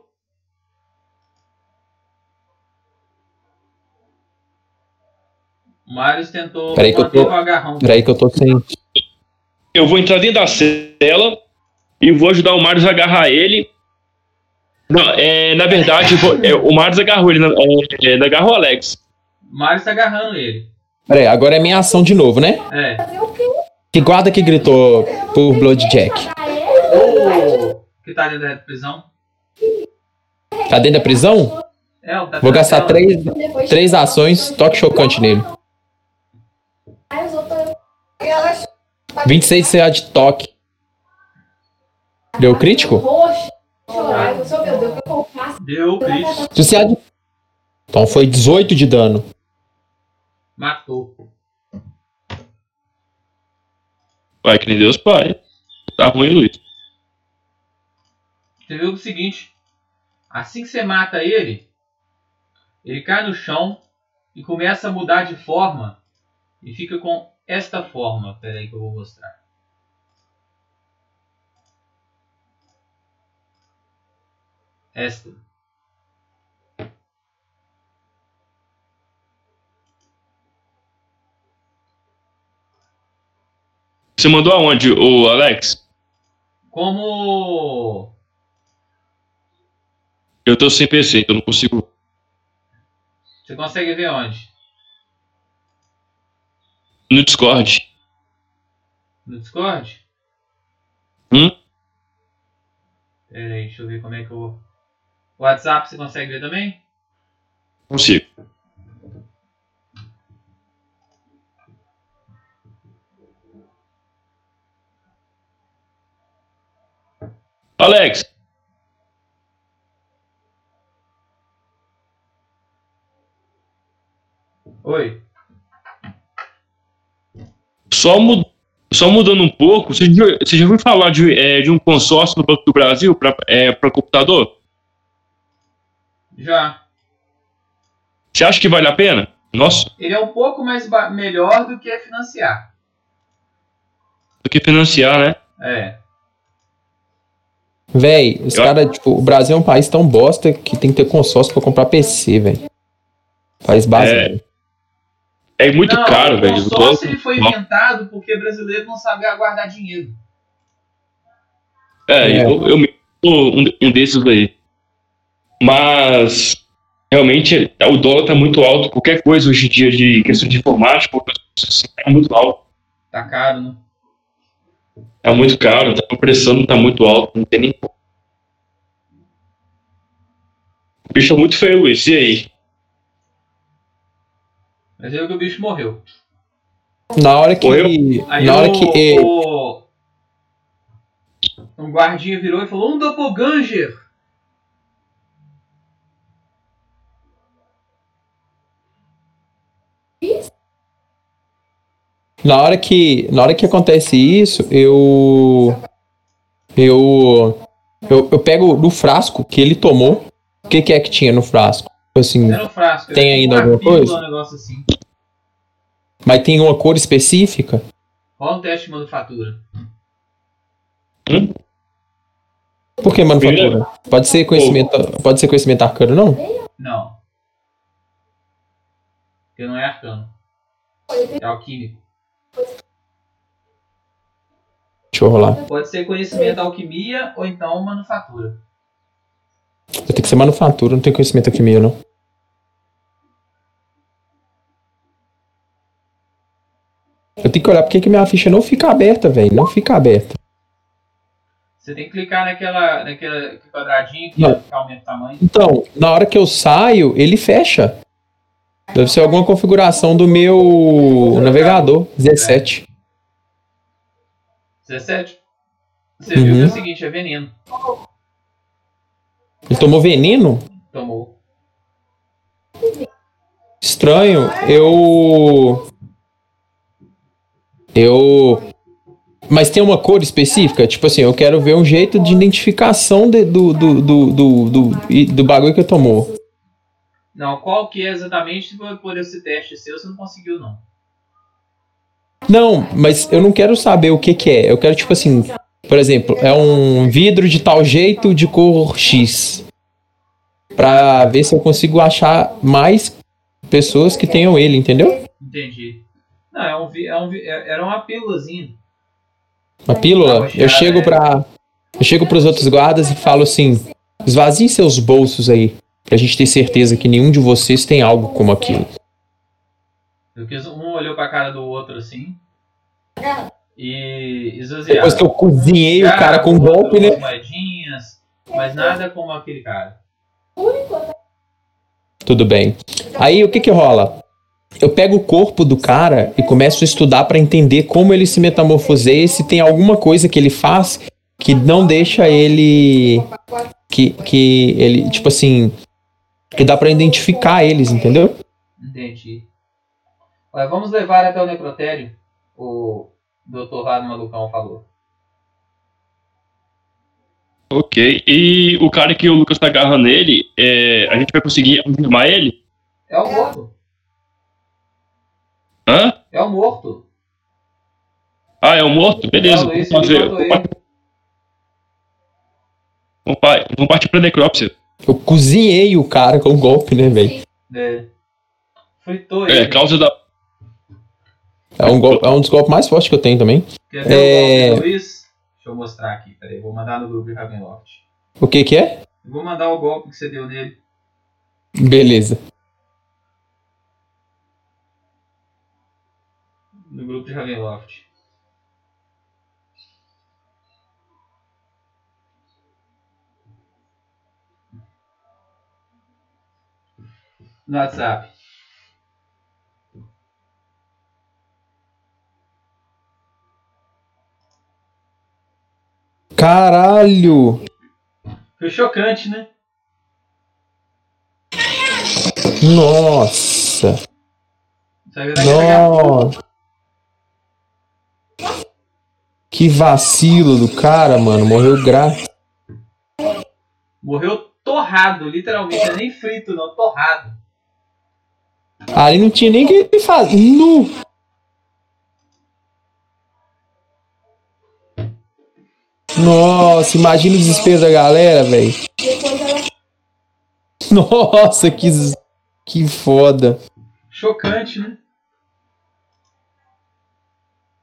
[SPEAKER 1] O Marius tentou
[SPEAKER 4] Peraí que eu
[SPEAKER 1] manter
[SPEAKER 4] tô-
[SPEAKER 1] o agarrão.
[SPEAKER 4] Peraí que eu tô sem.
[SPEAKER 6] Eu vou entrar dentro da cela e vou ajudar o Marius a agarrar ele. Não, é, na verdade, eu vou- é, o Marius agarrou ele, é, é, agarrou o Alex.
[SPEAKER 1] O Marius tá agarrando ele.
[SPEAKER 4] Peraí, agora é minha ação de novo, né?
[SPEAKER 1] É.
[SPEAKER 4] Que guarda que gritou por Blood Jack?
[SPEAKER 1] O que tá dentro da prisão?
[SPEAKER 4] Tá dentro da prisão?
[SPEAKER 1] É, o tá
[SPEAKER 4] Vou
[SPEAKER 1] dentro da
[SPEAKER 4] gastar
[SPEAKER 1] cela.
[SPEAKER 4] três, três ações, toque chocante nele. vinte e seis C A de toque. Deu crítico?
[SPEAKER 1] Deu, Cris.
[SPEAKER 4] Se C A de... Então foi dezoito de dano.
[SPEAKER 1] Matou.
[SPEAKER 6] Vai, que nem Deus pai. Tá ruim, Luiz.
[SPEAKER 1] Você viu o seguinte. Assim que você mata ele, ele cai no chão e começa a mudar de forma. E fica com esta forma. Pera aí que eu vou mostrar. Esta.
[SPEAKER 6] Você mandou aonde, o Alex?
[SPEAKER 1] Como...
[SPEAKER 6] Eu tô sem P C, então não consigo.
[SPEAKER 1] Você consegue ver onde?
[SPEAKER 6] No Discord.
[SPEAKER 1] No Discord?
[SPEAKER 6] Hum?
[SPEAKER 1] Pera aí, deixa eu ver como é que eu... O WhatsApp você consegue ver também?
[SPEAKER 6] Consigo. Alex,
[SPEAKER 1] Oi.
[SPEAKER 6] só, mu- só mudando um pouco, você já, você já ouviu falar de, é, de um consórcio no Banco do Brasil para é, pra computador?
[SPEAKER 1] Já.
[SPEAKER 6] Você acha que vale a pena? Nossa,
[SPEAKER 1] Ele é um pouco mais ba- melhor do que financiar.
[SPEAKER 6] do que financiar, né?
[SPEAKER 1] É.
[SPEAKER 4] Véi, os
[SPEAKER 6] Eu-
[SPEAKER 4] caras, tipo, o Brasil é um país tão bosta que tem que ter consórcio pra comprar P C, velho. País básico.
[SPEAKER 6] É muito
[SPEAKER 1] não,
[SPEAKER 6] caro,
[SPEAKER 1] o
[SPEAKER 6] velho.
[SPEAKER 1] consórcio ele foi inventado porque brasileiro não sabe guardar dinheiro.
[SPEAKER 6] É,
[SPEAKER 4] É.
[SPEAKER 6] eu, eu mesmo sou um, um desses aí. Mas realmente o dólar tá muito alto. Qualquer coisa hoje em dia de questão de informática, é muito alto.
[SPEAKER 1] Tá caro, né?
[SPEAKER 6] Tá muito caro, tá, a pressão tá muito alta, não tem nem como. O bicho é muito feio, Luiz. E aí?
[SPEAKER 1] Mas eu que o bicho morreu.
[SPEAKER 4] Na hora que.
[SPEAKER 6] Morreu?
[SPEAKER 1] Aí
[SPEAKER 4] Na hora
[SPEAKER 1] o,
[SPEAKER 4] que.
[SPEAKER 1] o, um guardinha virou e falou: um doppelganger!
[SPEAKER 4] Na hora que. Na hora que acontece isso, eu. Eu. Eu, eu pego do frasco que ele tomou. O que, que é que tinha no frasco? Assim,
[SPEAKER 1] Era um frasco.
[SPEAKER 4] tem
[SPEAKER 1] era
[SPEAKER 4] ainda
[SPEAKER 1] uma
[SPEAKER 4] alguma
[SPEAKER 1] pílula,
[SPEAKER 4] coisa?
[SPEAKER 1] Um negócio assim.
[SPEAKER 4] Mas tem uma cor específica?
[SPEAKER 1] Rola um teste de manufatura.
[SPEAKER 6] Hum?
[SPEAKER 4] Por que manufatura? Pode ser conhecimento. Pode ser conhecimento arcano, não?
[SPEAKER 1] Não. Porque não é arcano. É alquímico.
[SPEAKER 4] Deixa eu rolar.
[SPEAKER 1] Pode ser conhecimento alquimia ou então manufatura.
[SPEAKER 4] Eu tenho que ser manufatura, não tenho conhecimento alquimia, não. Eu tenho que olhar porque que minha ficha não fica aberta, velho. Não fica aberta.
[SPEAKER 1] Você tem que clicar naquela, naquela quadradinho que,
[SPEAKER 4] Não.
[SPEAKER 1] que aumenta o tamanho.
[SPEAKER 4] Então, na hora que eu saio, ele fecha. Deve ser alguma configuração do meu navegador. dezessete.
[SPEAKER 1] dezessete? Você viu que é
[SPEAKER 4] Uhum.
[SPEAKER 1] o seguinte, é veneno.
[SPEAKER 4] Ele tomou veneno?
[SPEAKER 1] Tomou.
[SPEAKER 4] Estranho. Eu. Eu. Mas tem uma cor específica? Tipo assim, eu quero ver um jeito de identificação de- do, do, do, do, do, e- do bagulho que eu tomou.
[SPEAKER 1] Não, qual que é exatamente por, por esse teste seu, você não conseguiu não.
[SPEAKER 4] Não, mas eu não quero saber o que que é. Eu quero, tipo assim, por exemplo, é um vidro de tal jeito de cor X. Pra ver se eu consigo achar mais pessoas que tenham ele, entendeu?
[SPEAKER 1] Entendi. Não, é um, vi- é um, vi- é- era uma pílulazinha.
[SPEAKER 4] Uma pílula. Eu chego pra. Eu chego pros outros guardas e falo assim: esvazie seus bolsos aí. Pra gente ter certeza que nenhum de vocês tem algo como aquilo.
[SPEAKER 1] Eu quis, um olhou pra cara do outro assim. E esvaziaram.
[SPEAKER 4] Depois que eu cozinhei o cara com um golpe, né?
[SPEAKER 1] Umas moedinhas, mas nada como aquele cara.
[SPEAKER 4] Tudo bem. Aí o que que rola? Eu pego o corpo do cara e começo a estudar pra entender como ele se metamorfoseia e se tem alguma coisa que ele faz que não deixa ele. Que, que ele, tipo assim. Que dá pra identificar eles, entendeu?
[SPEAKER 1] Entendi. Olha, vamos levar até o necrotério. O doutor lá no malucão falou.
[SPEAKER 6] Ok. E o cara que o Lucas tá agarrando ele, é, a gente vai conseguir algemar ele?
[SPEAKER 1] É o morto.
[SPEAKER 6] Hã?
[SPEAKER 1] É o morto.
[SPEAKER 6] Ah, é o morto? Beleza.
[SPEAKER 1] É o Luiz,
[SPEAKER 6] Vamos
[SPEAKER 1] ele
[SPEAKER 6] fazer.
[SPEAKER 1] matou ele.
[SPEAKER 6] Vamos, pa- vamos partir pra necrópsia.
[SPEAKER 4] Eu cozinhei o cara com o golpe, né, velho?
[SPEAKER 1] É. Fritou
[SPEAKER 6] É,
[SPEAKER 1] ele.
[SPEAKER 6] causa da.
[SPEAKER 4] É um, gol- é um dos golpes mais fortes que eu tenho também.
[SPEAKER 1] Quer ver
[SPEAKER 4] É.
[SPEAKER 1] o golpe do Luiz? Deixa eu mostrar aqui. Peraí, vou mandar no grupo de Ravenloft.
[SPEAKER 4] O que que é?
[SPEAKER 1] Eu vou mandar o golpe que você deu nele.
[SPEAKER 4] Beleza.
[SPEAKER 1] No grupo de Ravenloft. No WhatsApp.
[SPEAKER 4] Caralho!
[SPEAKER 1] Foi chocante, né?
[SPEAKER 4] Nossa!
[SPEAKER 1] Sabe daqui a
[SPEAKER 4] Nossa! Que vacilo do cara, mano. Morreu grátis.
[SPEAKER 1] Morreu torrado, literalmente. Não é nem frito, não. Torrado.
[SPEAKER 4] Ali não tinha nem o que ele fazer. Nu! Nossa, imagina o desespero da galera, velho. Nossa, que, z- que foda.
[SPEAKER 1] Chocante, né?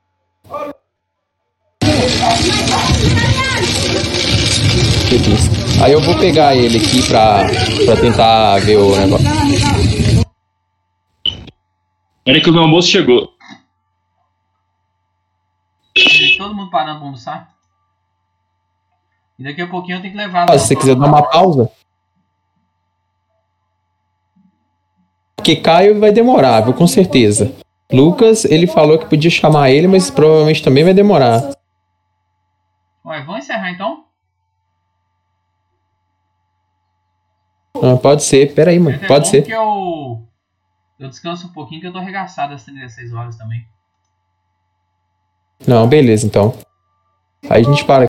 [SPEAKER 4] Que besta. Aí eu vou pegar ele aqui pra, pra tentar ver o negócio.
[SPEAKER 6] Olha que o meu almoço chegou.
[SPEAKER 1] Todo mundo parando pra almoçar. E daqui a pouquinho eu tenho que levar.
[SPEAKER 4] Ah, se você quiser dar uma pausa. Porque Caio vai demorar, viu? Com certeza. Lucas, ele falou que podia chamar ele, mas provavelmente também vai demorar.
[SPEAKER 1] Ué, vamos encerrar então?
[SPEAKER 4] Ah, pode ser, pera aí, mano.
[SPEAKER 1] É
[SPEAKER 4] Pode
[SPEAKER 1] bom
[SPEAKER 4] ser.
[SPEAKER 1] que eu, eu descanso um pouquinho que eu tô arregaçado às trinta e dezesseis horas também.
[SPEAKER 4] Não, beleza, então. Aí a gente para